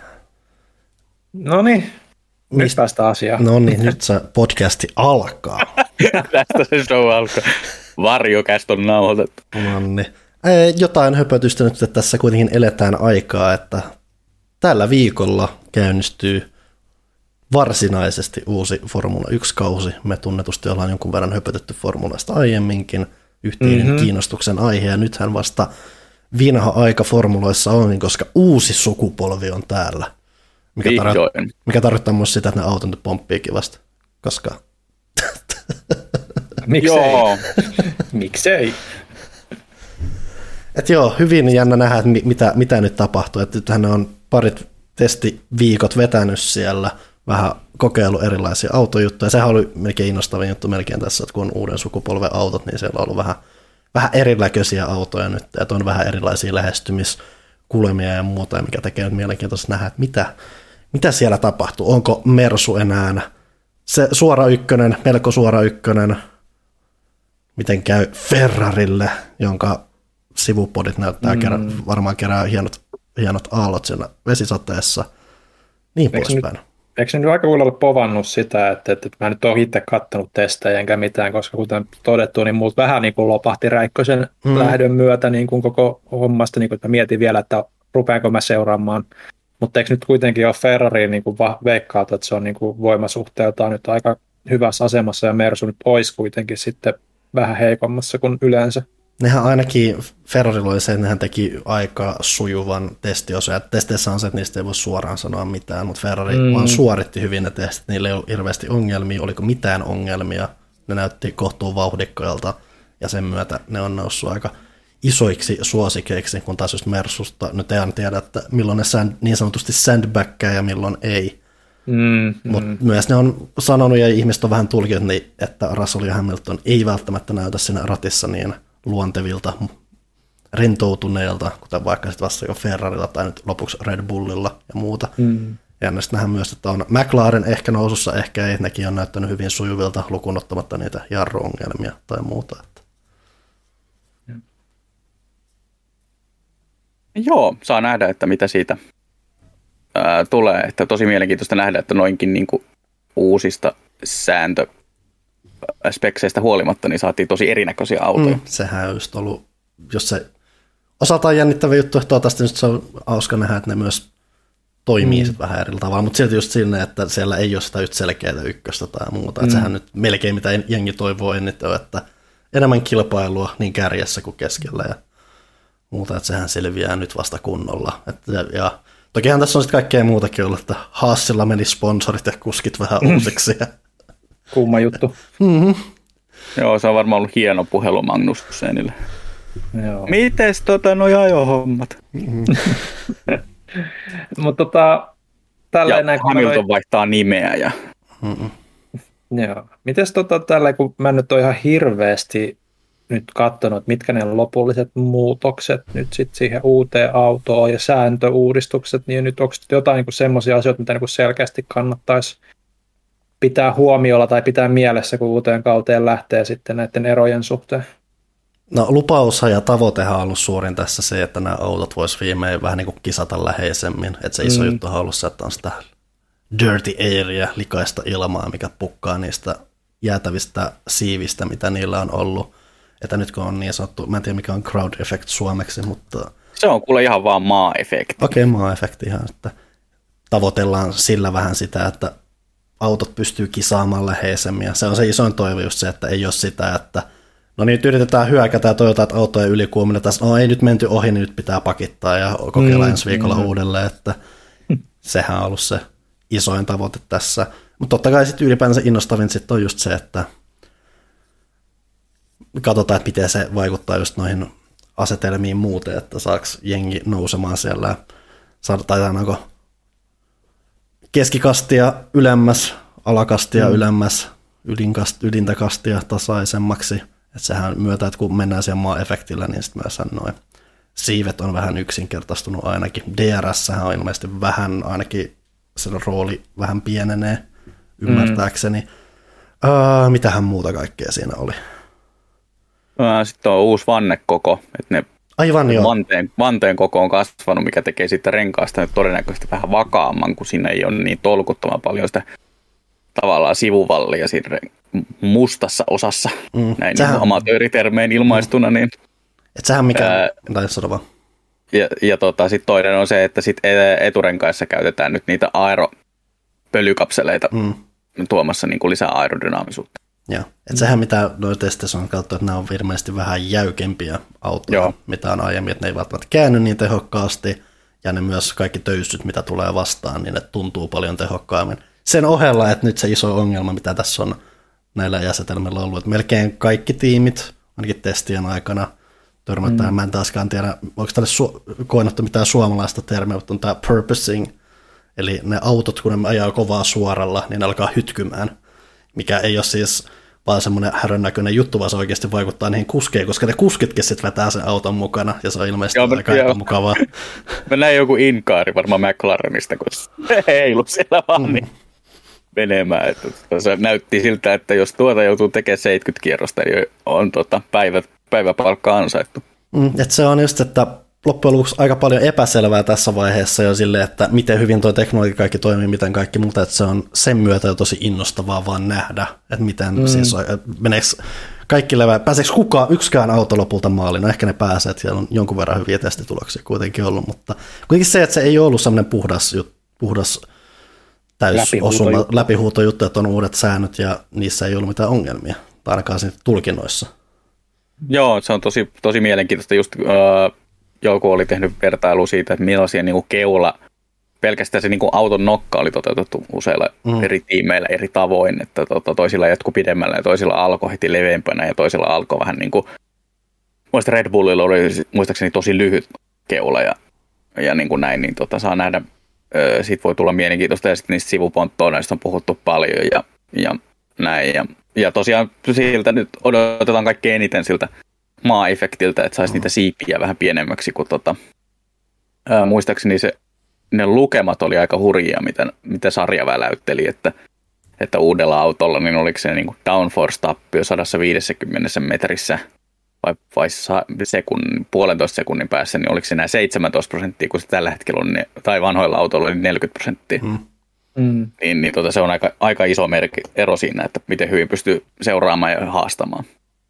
No niin, nyt päästään asiaan. No niin, nyt se podcasti alkaa. Tästä se show alkaa. Varjokäst on nauhoitettu. Nonni. Jotain höpötystä nyt, että tässä kuitenkin eletään aikaa, että tällä viikolla käynnistyy varsinaisesti uusi Formula 1-kausi. Me tunnetusti ollaan jonkun verran höpötetty formulaista aiemminkin, yhteinen kiinnostuksen aihe, ja nythän vasta vinha aika formuloissa on, koska uusi sukupolvi on täällä. Mikä tarkoittaa myös sitä, että ne autot pomppii kivasti, koska... Miksei? Miksei? Et joo, hyvin jännä nähdä, että mitä nyt tapahtuu. Et nythän on parit testiviikot vetänyt siellä, vähän kokeilu erilaisia autojuttuja. Sehän oli melkein innostavin juttu melkein tässä, että kun on uuden sukupolven autot, niin siellä on ollut vähän erinäköisiä autoja nyt, että on vähän erilaisia lähestymiskulmia ja muuta, mikä tekee nyt mielenkiintoista nähdä, että mitä siellä tapahtuu. Onko Mersu enää se suora ykkönen, melko suora ykkönen, miten käy Ferrarille, jonka sivupodit näyttää varmaan kerää hienot aallot siinä vesisateessa, niin poispäin. Eikö se nyt aika olla povannut sitä, että mä nyt oon itse kattonut testejä enkä mitään, koska kuten todettu, niin multa vähän niin kuin lopahti Räikkösen lähdön myötä niin kuin koko hommasta, niin kuin, että mä mietin vielä, että rupeanko mä seuraamaan. Mutta eikö nyt kuitenkin ole Ferrariin niin kuin veikkaatu, että se on niin kuin voimasuhteeltaan nyt aika hyvässä asemassa ja Mersu nyt olisi kuitenkin sitten vähän heikommassa kuin yleensä. Nehän ainakin, Ferrarilla oli se, että nehän teki aika sujuvan testiosan. Testeissä on se, että niistä ei voi suoraan sanoa mitään, mutta Ferrari vaan suoritti hyvin ne testit. Niillä ei ollut hirveästi ongelmia, oliko mitään ongelmia. Ne näytti kohtuun vauhdikkailta ja sen myötä ne on noussut aika isoiksi suosikeiksi, kun taas just Mersusta nyt ei aina tiedä, että milloin ne niin sanotusti sandbaggää ja milloin ei. Mutta myös ne on sanonut ja ihmiset on vähän tulkinut, että Russell ja Hamilton ei välttämättä näytä siinä ratissa niin luontevilta, rentoutuneilta, kuten vaikka sitten vasta jo Ferrarilla tai nyt lopuksi Red Bullilla ja muuta. Ja sitten nähdään myös, että on McLaren ehkä nousussa, ehkä ei, nekin on näyttänyt hyvin sujuvilta lukuun ottamatta niitä jarruongelmia tai muuta. Joo, saa nähdä, että mitä siitä tulee. Että tosi mielenkiintoista nähdä, että noinkin niin kuin uusista sääntöspekseistä huolimatta niin saatiin tosi erinäköisiä autoja. Sehän on just ollut, jos se osataan jännittävä juttu, että toivottavasti nyt se on hauska nähdä, että ne myös toimii sit vähän eri tavalla, mutta silti just sinne, että siellä ei ole sitä yhtä selkeää ykköstä tai muuta. Että sehän nyt melkein mitä jengi toivoo eniten, että enemmän kilpailua niin kärjessä kuin keskellä ja muuta, että sehän selviää nyt vasta kunnolla. Ja tokihan tässä on sitten kaikkea muutakin ollut, että Haasilla meni sponsorit ja kuskit vähän uusiksi. Kumma juttu. Joo, se on varmaan ollut hieno puhelu Magnussenille. Joo. Mites noi ajohommat? Mutta tälleen näin, Hamilton vaihtaa nimeä ja... Joo. Mites tälleen, kun mä nyt oon ihan hirveästi nyt katsonut, mitkä ne lopulliset muutokset nyt sitten siihen uuteen autoon ja sääntöuudistukset, niin nyt onko jotain niin semmoisia asioita, mitä niin selkeästi kannattaisi pitää huomiolla tai pitää mielessä, kun uuteen kauteen lähtee sitten näiden erojen suhteen? No lupaushan ja tavoitehan on ollut suurin tässä se, että nämä autot vois viimein vähän niin kuin kisata läheisemmin, että se iso juttu on ollut se, että on sitä dirty airia, likaista ilmaa, mikä pukkaa niistä jäätävistä siivistä, mitä niillä on ollut. Että nyt kun on niin sanottu, mä en tiedä mikä on crowd effect suomeksi, mutta... Se on kuule ihan vaan maa-efekti. Okei, maa-efekti ihan, että tavoitellaan sillä vähän sitä, että autot pystyy kisaamaan läheisemmin. Ja se on se isoin toive just se, että ei ole sitä, että no niin, yritetään hyökätä ja toivotaan, että autoja ylikuumennetaan. No ei nyt menty ohi, niin nyt pitää pakittaa ja kokeilla ensi viikolla uudelleen, että sehän on ollut se isoin tavoite tässä. Mutta totta kai sitten ylipäänsä innostavin sitten on just se, että katsotaan, että miten se vaikuttaa just noihin asetelmiin muuten, että saaks jengi nousemaan siellä, saadaanko keskikastia ylemmäs, alakastia ylemmäs, ydintä kastia tasaisemmaksi. Että sehän myötä, että kun mennään siihen maa-efektillä, niin sitten myös noin siivet on vähän yksinkertaistunut ainakin. DRS-sähän on ilmeisesti vähän, ainakin sen rooli vähän pienenee, ymmärtääkseni. Mitähän muuta kaikkea siinä oli? Sitten on uusi vannekoko, että ne aivan joo. Vanteen koko on kasvanut, mikä tekee siitä renkaasta nyt todennäköisesti vähän vakaamman, kun siinä ei ole niin tolkuttoman paljon sitä tavallaan sivuvallia siinä mustassa osassa, näin niin amatööritermeen ilmaistuna. Niin, et sehän mikä, tai sano vaan. Ja sitten toinen on se, että sit eturenkaissa käytetään nyt niitä aeropölykapseleita tuomassa niin kuin lisää aerodynaamisuutta. Joo, että sehän mitä noin testeissä on katsottu, että nämä on ilmeisesti vähän jäykempiä autoja, mitä on aiemmin, että ne ei välttämättä käänny niin tehokkaasti, ja ne myös kaikki töyssyt, mitä tulee vastaan, niin ne tuntuu paljon tehokkaammin. Sen ohella, että nyt se iso ongelma, mitä tässä on näillä jäsetelmillä ollut, että melkein kaikki tiimit, ainakin testien aikana, törmätään, mä en taaskaan tiedä, onko tälle koennuttu mitään suomalaista termiä, mutta on tämä purposing, eli ne autot, kun ne ajaa kovaa suoralla, niin ne alkaa hytkymään, mikä ei ole siis vaan semmoinen härön näköinen juttu, vaan se oikeasti vaikuttaa niihin kuskeihin, koska ne kuskitkin sitten vetää sen auton mukana, ja se on ilmeisesti aika mukavaa. Mä näin joku inkaari varmaan McLarenista, kun se heilu siellä vaan niin menemään. Että se näytti siltä, että jos joutuu tekemään 70 kierrosta, niin on päiväpalkka ansaittu. Että se on just, että loppujen lopuksi aika paljon epäselvää tässä vaiheessa jo silleen, että miten hyvin tuo teknologia kaikki toimii, miten kaikki muuta, että se on sen myötä jo tosi innostavaa vaan nähdä, että miten siis meneekö kaikki levää, pääseekö yksikään auto lopulta maaliin, no ehkä ne pääsee, että siellä on jonkun verran hyviä testituloksia kuitenkin ollut, mutta kuitenkin se, että se ei ole ollut semmoinen puhdas läpihuutojuttu, että on uudet säännöt ja niissä ei ollut mitään ongelmia, tai ainakaan siinä tulkinnoissa. Joo, se on tosi mielenkiintoista. Just joku oli tehnyt vertailua siitä, että millaisia niin kuin pelkästään se niin kuin auton nokka oli toteutettu useilla eri tiimeillä eri tavoin, että toisilla jatkui pidemmällä ja toisilla alkoi heti leveämpänä ja toisilla alkoi vähän niin kuin, muista Red Bullilla oli muistaakseni tosi lyhyt keula ja niin kuin näin, niin saa nähdä, siitä voi tulla mielenkiintoista ja sitten niistä sivuponttoista on puhuttu paljon ja näin ja tosiaan siltä nyt odotetaan kaikkein eniten siltä maa-efektiltä, että saisi niitä siipiä vähän pienemmäksi, kun muistaakseni ne lukemat oli aika hurjia, mitä sarja väläytteli, että uudella autolla, niin oliko se niin kuin downforce-tappio 150 metrissä vai puolentoista sekunnin päässä, niin oliko se nämä 17%, kun se tällä hetkellä on, tai vanhoilla autoilla oli 40%. Niin se on aika iso ero siinä, että miten hyvin pystyy seuraamaan ja haastamaan.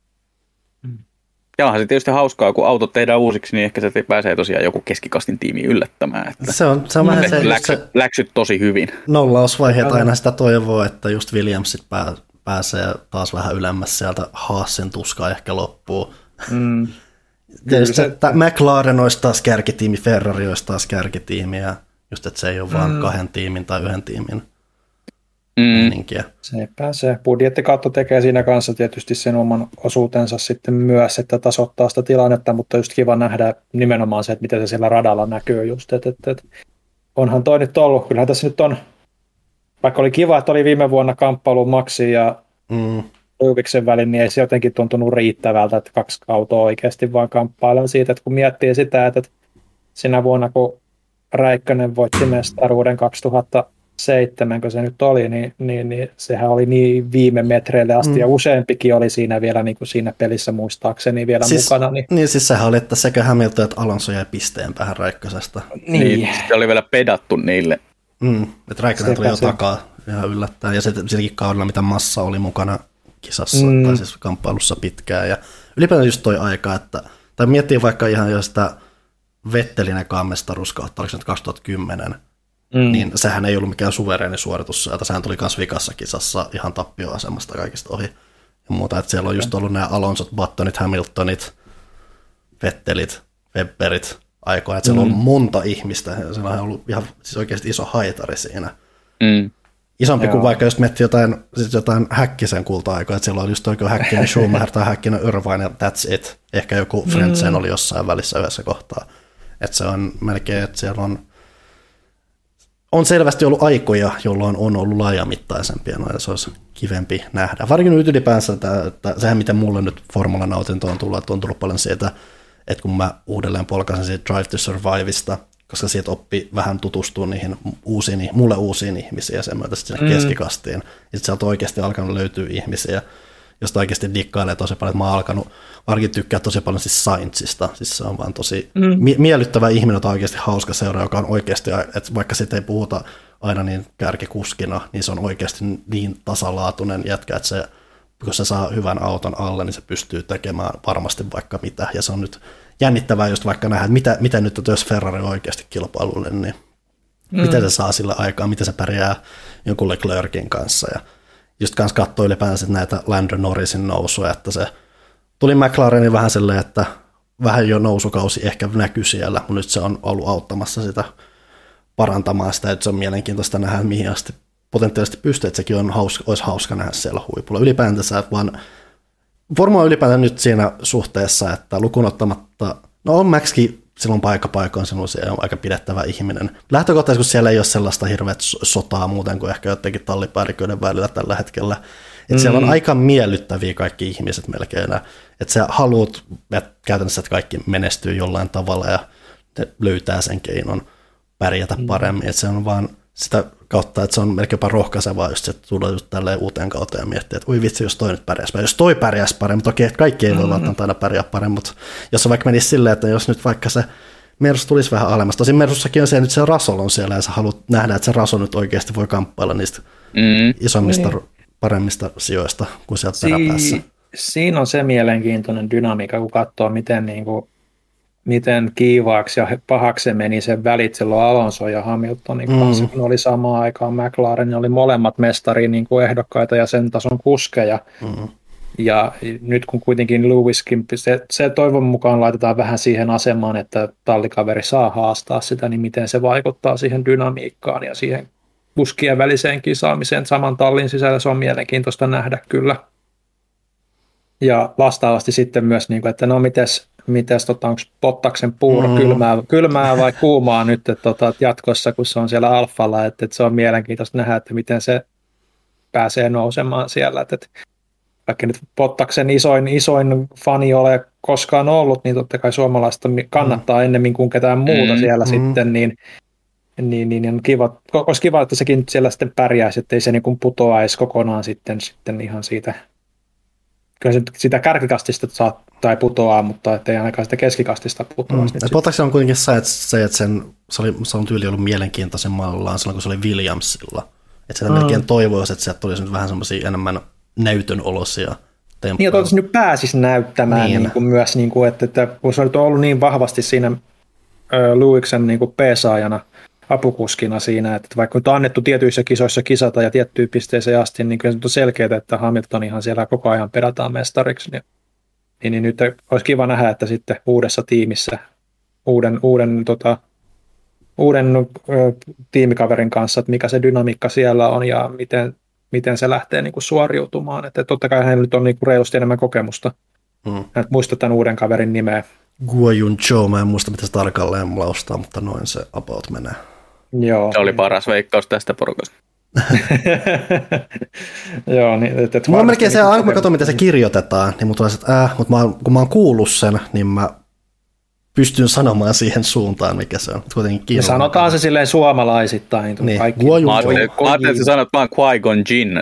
Ja onhan se tietysti hauskaa, kun autot tehdään uusiksi, niin ehkä se pääsee tosiaan joku keskikastin tiimi yllättämään. Että se on vähän se läksyt tosi hyvin. Nollausvaiheet aina sitä toivoo, että just Williamsit pääsee taas vähän ylemmäs sieltä, Haasin tuskaa ehkä loppuu. Tietysti, että McLaren olisi taas kärkitiimi, Ferrari olisi taas kärkitiimi, ja just, että se ei ole vaan kahden tiimin tai yhden tiimin meininkiä. Se pääsee. Budjettikaatto tekee siinä kanssa tietysti sen oman osuutensa sitten myös, että tasoittaa sitä tilannetta, mutta just kiva nähdä nimenomaan se, että miten se siellä radalla näkyy just, että onhan toi nyt ollut. Kyllähän tässä nyt on, vaikka oli kiva, että oli viime vuonna kamppailu Maxi ja Ruviksen välin, niin ei se jotenkin tuntunut riittävältä, että kaksi autoa oikeasti vaan kamppailee siitä, että kun miettii sitä, että sinä vuonna, kun Räikkönen voitti mestaruuden 2007, kun se nyt oli, niin sehän oli niin viime metreille asti, ja useampikin oli siinä vielä niin kuin siinä pelissä muistaakseni vielä siis, mukana. Niin siis sehän oli, että sekä Hamilton että Alonso jäi pisteen päähän Räikkösestä. Niin, se oli vielä pedattu niille. Että Räikkönen tuli jo takaa ihan yllättäen, ja silläkin kaudella, mitä Massa oli mukana kisassa, tai siis kamppailussa pitkään, ja ylipäätään just toi aika, että, tai miettii vaikka ihan jo sitä Vettelin ekaan mestaruuskautta, oliko se nyt 2010, niin sehän ei ollut mikään suvereeni suoritus, että sehän tuli myös vikassa kisassa ihan tappioasemasta kaikista ohi ja muuta, että siellä on just ollut nämä Alonsot, Buttonit, Hamiltonit, Vettelit, Webberit aikoina, että siellä on ollut monta ihmistä, ja siellä on ollut ihan siis oikeasti iso haitari siinä. isompi kuin vaikka jos miettii jotain Häkkisen kulta-aikaa, että siellä oli just oikein Häkkinen Schumacher tai Häkkinen Irvine ja that's it. Ehkä joku Frentzen oli jossain välissä yhdessä kohtaa. Että se on melkein, että siellä on selvästi ollut aikoja, jolloin on ollut laajamittaisempia, ja se olisi kivempi nähdä. Varsinkin nyt ylipäänsä, että sehän miten mulle nyt formulanautinto on tullut paljon siitä, että kun mä uudelleen polkasin siitä Drive to Surviveista, koska siitä oppi vähän tutustua niihin mulle uusiin ihmisiin ja sen myötä sinne keskikastiin. Ja sitten sieltä oikeasti alkanut löytyä ihmisiä, josta oikeasti dikkailee tosi paljon. Mä oon alkanut varsinkin tykkää tosi paljon siis Saintsista. Siis se on vaan tosi miellyttävä ihminen, jota on oikeasti hauska seura, joka on oikeasti, että vaikka siitä ei puhuta aina niin kärkikuskina, niin se on oikeasti niin tasalaatuinen jätkä, että se, kun se saa hyvän auton alle, niin se pystyy tekemään varmasti vaikka mitä. Ja se on nyt jännittävää just vaikka nähdä, että mitä nyt, jos Ferrari on oikeasti kilpailullinen, niin miten se saa sillä aikaa, miten se pärjää jonkun Leclercin kanssa. Ja just kanssa katsoi ylipäänsä näitä Lando Norrisin nousuja, että se tuli McLarenin vähän silleen, että vähän jo nousukausi ehkä näkyy siellä, mutta nyt se on ollut auttamassa sitä parantamaan sitä, että se on mielenkiintoista nähdä, mihin asti potentiaalisesti pystyy, että sekin olisi hauska nähdä siellä huipulla. Ylipäätänsä, että vaan Formula ylipäätään nyt siinä suhteessa, että lukuun ottamatta, no on Maxkin silloin paikka-paikoin on aika pidettävä ihminen. Lähtökohtaisesti, kun siellä ei ole sellaista hirveät sotaa muuten kuin ehkä jotenkin tallipäälliköiden välillä tällä hetkellä. Että siellä on aika miellyttäviä kaikki ihmiset melkein. Että sä haluat käytännössä, että kaikki menestyy jollain tavalla ja löytää sen keinon pärjätä paremmin. Että se on vaan sitä kautta, että se on melkein jopa rohkaisevaa, just, että tulee just tälleen uuteen kautta ja miettii, että oi vitsi, jos toi nyt pärjäisi paremmin. Jos toi pärjäisi paremmin, mutta okei, että kaikki ei voi välttämättä aina pärjää paremmin, mutta jos se vaikka menisi silleen, että jos nyt vaikka se Mersu tulisi vähän alemmas. Tosin Mersussakin on se, nyt se Russell on siellä ja sä haluat nähdä, että se Russell nyt oikeasti voi kamppailla niistä isommista, paremmista sijoista kuin sieltä peräpäässä. Siinä on se mielenkiintoinen dynamiikka, kun katsoo, miten kiivaaksi ja pahaksi se meni sen välit silloin Alonso ja Hamiltonin kanssa, kun oli samaan aikaan McLaren, oli molemmat mestariin niin kuin ehdokkaita ja sen tason kuskeja. Ja nyt kun kuitenkin Lewiskin, se toivon mukaan laitetaan vähän siihen asemaan, että tallikaveri saa haastaa sitä, niin miten se vaikuttaa siihen dynamiikkaan ja siihen kuskien väliseen kisaamiseen saman tallin sisällä, se on mielenkiintoista nähdä kyllä. Ja vastaavasti sitten myös, että no onko Bottaksen puuro kylmää vai kuumaa nyt että jatkossa, kun se on siellä alfalla, että se on mielenkiintoista nähdä, että miten se pääsee nousemaan siellä. Että vaikka nyt Bottaksen isoin fani ole koskaan ollut, niin totta kai suomalaista kannattaa ennemmin kuin ketään muuta siellä sitten, niin on kiva, olisi kiva, että sekin nyt siellä sitten pärjäisi, ettei se niin kuin putoaisi kokonaan sitten ihan siitä. Kyllä se sitä kärkikastista saa tai putoaa, mutta ettei ainakaan sitä keskikastista putoa. Bottaksen on kuitenkin se, että se on tyyli ollut mielenkiintoisemmallaan silloin, kun se oli Williamsilla. Että sitä melkein toivoisi, että sieltä tulisi nyt vähän semmoisia enemmän näytön olosia temppuja. Niin, että nyt pääsisi näyttämään niin kuin myös, niin kuin, että kun se on ollut niin vahvasti siinä Lewisin niin kuin peesaajana, apukuskina siinä, että vaikka nyt on annettu tietyissä kisoissa kisata ja tiettyyn pisteeseen asti, niin kyllä se on selkeää, että Hamiltonihan siellä koko ajan pedataan mestariksi. Niin nyt olisi kiva nähdä, että sitten uudessa tiimissä, uuden tiimikaverin kanssa, että mikä se dynamiikka siellä on ja miten se lähtee niin kuin suoriutumaan. Että totta kai hänellä nyt on niin kuin reilusti enemmän kokemusta. Et muista tämän uuden kaverin nimeä. Guojun Zhou, mä en muista mitä se tarkalleen laustaa, mutta noin se about menee. Joo. Se oli paras veikkaus tästä porukasta. Joo, niin, mulla on melkein se, aina kun mä katson, miten se kirjoitetaan, niin mun tulee se, että mutta kun mä oon kuullut sen, niin mä pystyn sanomaan siihen suuntaan, mikä se on. Me sanotaan se silleen suomalaisittain. Niin. Mä ajattelin, että sä sanot vaan Qui-Gon Jinn.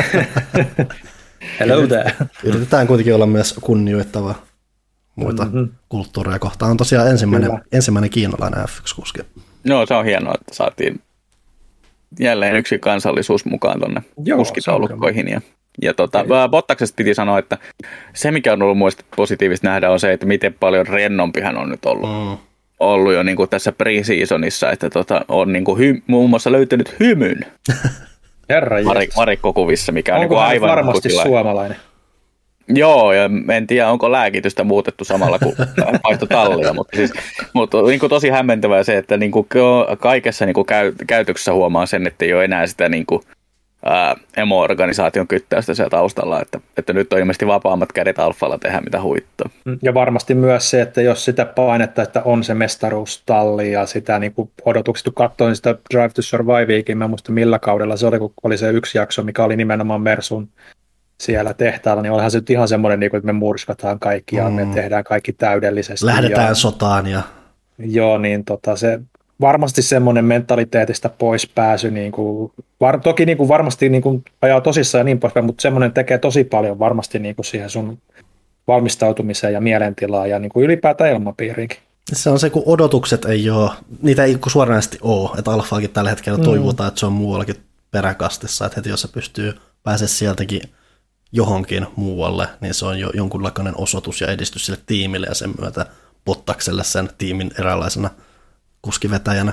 Hello there. Yritetään kuitenkin olla myös kunnioittava muita kulttuureja kohtaan. On tosiaan ensimmäinen kiinalainen F1-kuski. No, se on hienoa, että saatiin jälleen yksi kansallisuus mukaan tuonne kuskitaulukkoihin. Ja Bottaksesta piti sanoa, että se mikä on ollut muista positiivista nähdä on se, että miten paljon rennompi hän on nyt ollut jo niin kuin tässä pre-seasonissa, että on niin kuin muun muassa löytänyt hymyn Marikko-kuvissa, mikä on niin kuin aivan varmasti suomalainen. Joo, ja en tiedä, onko lääkitystä muutettu samalla kuin vaihtotallia, mutta niin kuin tosi hämmentävää se, että niin kuin kaikessa niin kuin käytöksessä huomaa sen, että ei ole enää sitä niin kuin emo-organisaation kyttäystä siellä taustalla, että nyt on ilmeisesti vapaammat kädet alfalla tehdä mitä huittaa. Ja varmasti myös se, että jos sitä painetta, että on se mestaruustalli ja sitä niin odotukset, katsoin sitä Drive to Surviveakin, mä en muista millä kaudella se oli, kun oli se yksi jakso, mikä oli nimenomaan Mersun siellä tehtaalla, niin olihan se nyt ihan semmoinen, että me murskataan kaikki ja me tehdään kaikki täydellisesti. Lähdetään sotaan. Joo, niin se varmasti semmoinen mentaliteetistä poispääsy, niin kuin, toki niin kuin varmasti niin kuin ajaa tosissaan ja niin poispäin, mutta semmoinen tekee tosi paljon varmasti niin kuin siihen sun valmistautumiseen ja mielentilaan ja niin kuin ylipäätään ilmapiiriinkin. Se on se, kun odotukset ei ole, niitä ei suoranaisesti ole, että alfaakin tällä hetkellä toivotaan, että se on muuallakin peräkastissa, että heti jos se pystyy pääsemään sieltäkin johonkin muualle, niin se on jo jonkunlainen osoitus ja edistys sille tiimille ja sen myötä Bottakselle sen tiimin eräänlaisena kuskivetäjänä.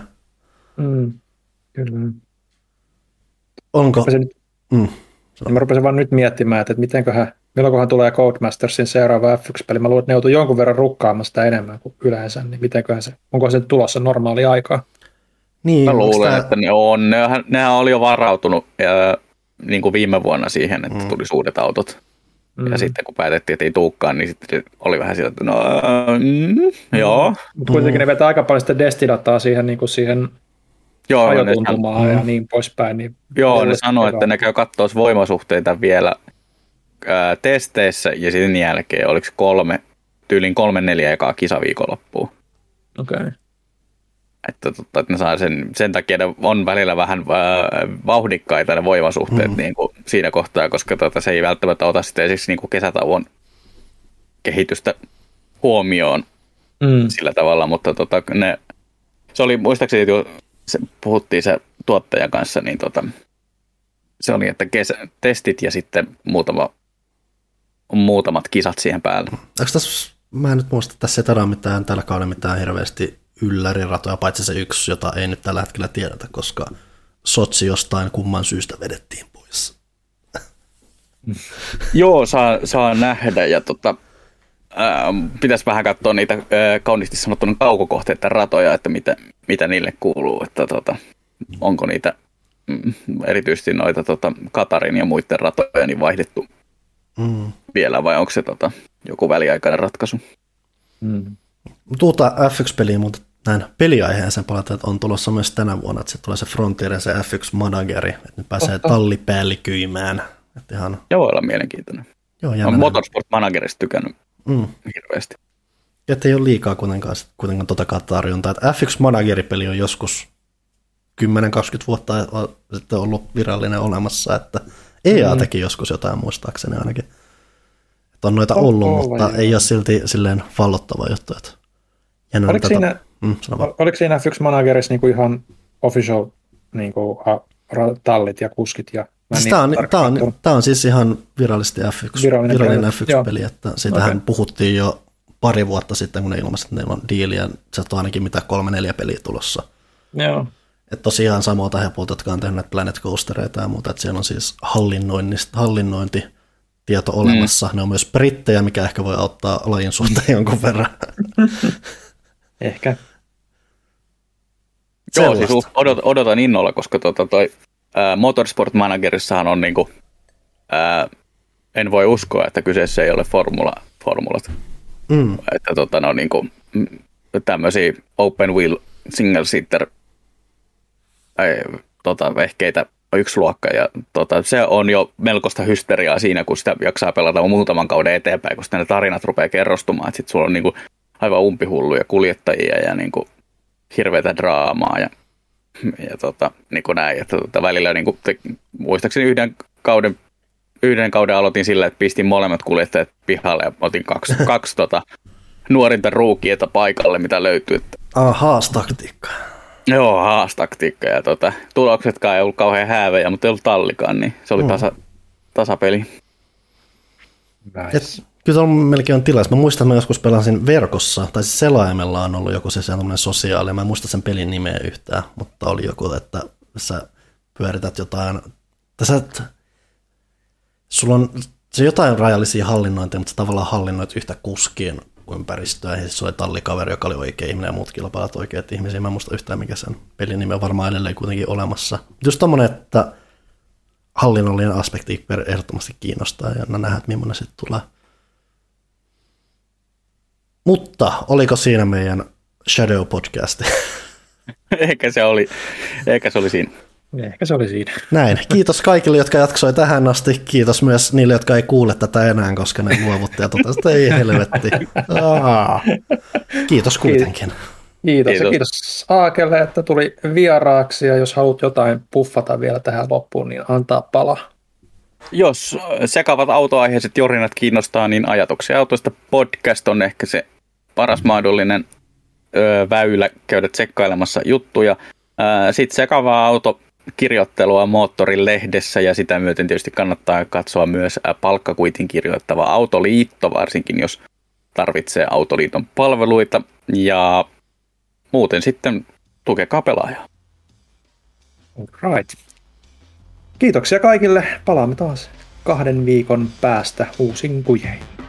Kyllä. Onko? Mä rupesin vaan nyt miettimään, että milloinkohan tulee Codemastersin seuraava F1-peli. Mä luulen, että ne joutuu jonkun verran rukkaamaan sitä enemmän kuin yleensä, niin onko se tulossa normaali aikaa? Niin, mä luulen, että ne on. Nehän oli jo varautunut niin kuin viime vuonna siihen, että tuli uudet autot. Ja sitten kun päätettiin, että ei tulekaan, niin sitten oli vähän sillä, että joo. Mutta kuitenkin ne vetää aika paljon sitä destidataa siihen, niin kuin siihen ajotuntumaan ja niin poispäin. Niin joo, ne sanoo, että ne käy katsoa voimasuhteita vielä testeissä ja sitten jälkeen oliko 3-4 ekaa kisaviikonloppuun. Okei. Että ne saa sen takia ne on välillä vähän vauhdikkaita ne voimasuhteet niin kuin siinä kohtaa, koska se ei välttämättä ota sitten esimerkiksi niin kuin kesätauon kehitystä huomioon sillä tavalla, mutta se oli muistaakseni, puhuttiin se tuottajan kanssa, niin se oli, että testit ja sitten muutamat kisat siihen päälle. Onko tässä, mä en nyt muista, että tässä ei taida mitään tällä kaudella mitään hirveästi ylläriratoja, paitsi se yksi, jota ei nyt tällä hetkellä tiedetä, koska Sotsi jostain kumman syystä vedettiin pois. Joo, saa nähdä ja pitäisi vähän katsoa niitä kauniisti sanottuna kaukokohteiden ratoja, että mitä niille kuuluu, että onko niitä erityisesti noita Katarin ja muiden ratoja niin vaihdettu vielä vai onko se joku väliaikainen ratkaisu? F1-peliä, mutta näin peliaiheeseen palataan, että on tulossa myös tänä vuonna, että se tulee se Frontierin se F1-manageri, että nyt pääsee tallipäällikyimään. Että ihan... Ja voi olla mielenkiintoinen. Joo, olen Motorsport-managerista tykännyt hirveästi. Että ei ole liikaa kuitenkaan tarjontaa. Että F1-manageripeli on joskus 10-20 vuotta sitten ollut virallinen olemassa, että EA teki joskus jotain muistaakseni ainakin. Että on noita ollut, mutta ei ole silti silleen vallottava juttu. Oliko siinä F1-managerissa niinku ihan official niinku, tallit ja kuskit? Tämä on siis ihan virallisesti virallinen F1-peli, että siitähän puhuttiin jo pari vuotta sitten, kun ne ilmaisivat, että neillä on diili, ja se on ainakin mitä 3-4 peliä tulossa. Joo. Että tosiaan samoilta hepulta, jotka on tehnyt Planet Coastereita ja muuta, että siellä on siis hallinnointitieto olemassa. Ne on myös brittejä, mikä ehkä voi auttaa lajin suhteen jonkun verran. Ehkä. Joo, siis odotan innolla, koska toi Motorsport Managerissahan on niinku, en voi uskoa, että kyseessä ei ole formulat. Että no niinku tämmöisiä open wheel single seater vehkeitä yksi luokka ja se on jo melkoista hysteriaa siinä, kun sitä jaksaa pelata muutaman kauden eteenpäin, kun sitten ne tarinat rupeaa kerrostumaan, että sitten sulla on niinku aivan umpihulluja kuljettajia ja niinku hirveätä draamaa ja niinku näin, että välillä niinku muistaakseni yhden kauden aloitin sillä, että pistin molemmat kuljettajat pihalle ja otin kaksi nuorinta ruukieta paikalle, mitä löytyy. Haastaktiikka. Joo, haastaktiikka ja tuloksetkaan ei ollut kauhean häävejä, mutta ei ollut tallikaan, niin se oli tasapeli. Nice. Kyllä se on melkein tilais. Mä muistan, että mä joskus pelasin verkossa, tai siis selaimella on ollut joku sellainen sosiaali, mä en muista sen pelin nimeä yhtään, mutta oli joku, että sä pyörität jotain, sulla on se jotain rajallisia hallinnointia, mutta sä tavallaan hallinnoit yhtä kuskien ympäristöä, ja siis se oli tallikaveri, joka oli oikea ihminen, ja muut kilpailijat oikeat ihmisiä, mä en muista yhtään, mikä sen pelin nimi on varmaan edelleen kuitenkin olemassa. Just tommonen, että hallinnollinen aspekti ehdottomasti kiinnostaa ja nähdään, että millainen sitten tulee. Mutta oliko siinä meidän Shadow-podcast? Ehkä se oli siinä. Ehkä se oli siinä. Näin. Kiitos kaikille, jotka jaksoi tähän asti. Kiitos myös niille, jotka ei kuule tätä enää, koska ne luovutti ja totesi, että ei helvetti. Kiitos kuitenkin. Kiitos. Ja kiitos Aakelle, että tuli vieraaksi, ja jos haluat jotain puffata vielä tähän loppuun, niin antaa palaa. Jos sekavat autoaiheiset jorinat kiinnostaa, niin Ajatuksia autoista podcast on ehkä se paras mahdollinen väylä käydä tsekkailemassa juttuja. Sitten sekavaa autokirjoittelua Moottorin lehdessä, ja sitä myöten tietysti kannattaa katsoa myös palkkakuitin kirjoittava Autoliitto, varsinkin jos tarvitsee Autoliiton palveluita, ja muuten sitten tukekaa pelaajaa. Right. Kiitoksia kaikille. Palaamme taas 2 viikon päästä uusin kujein.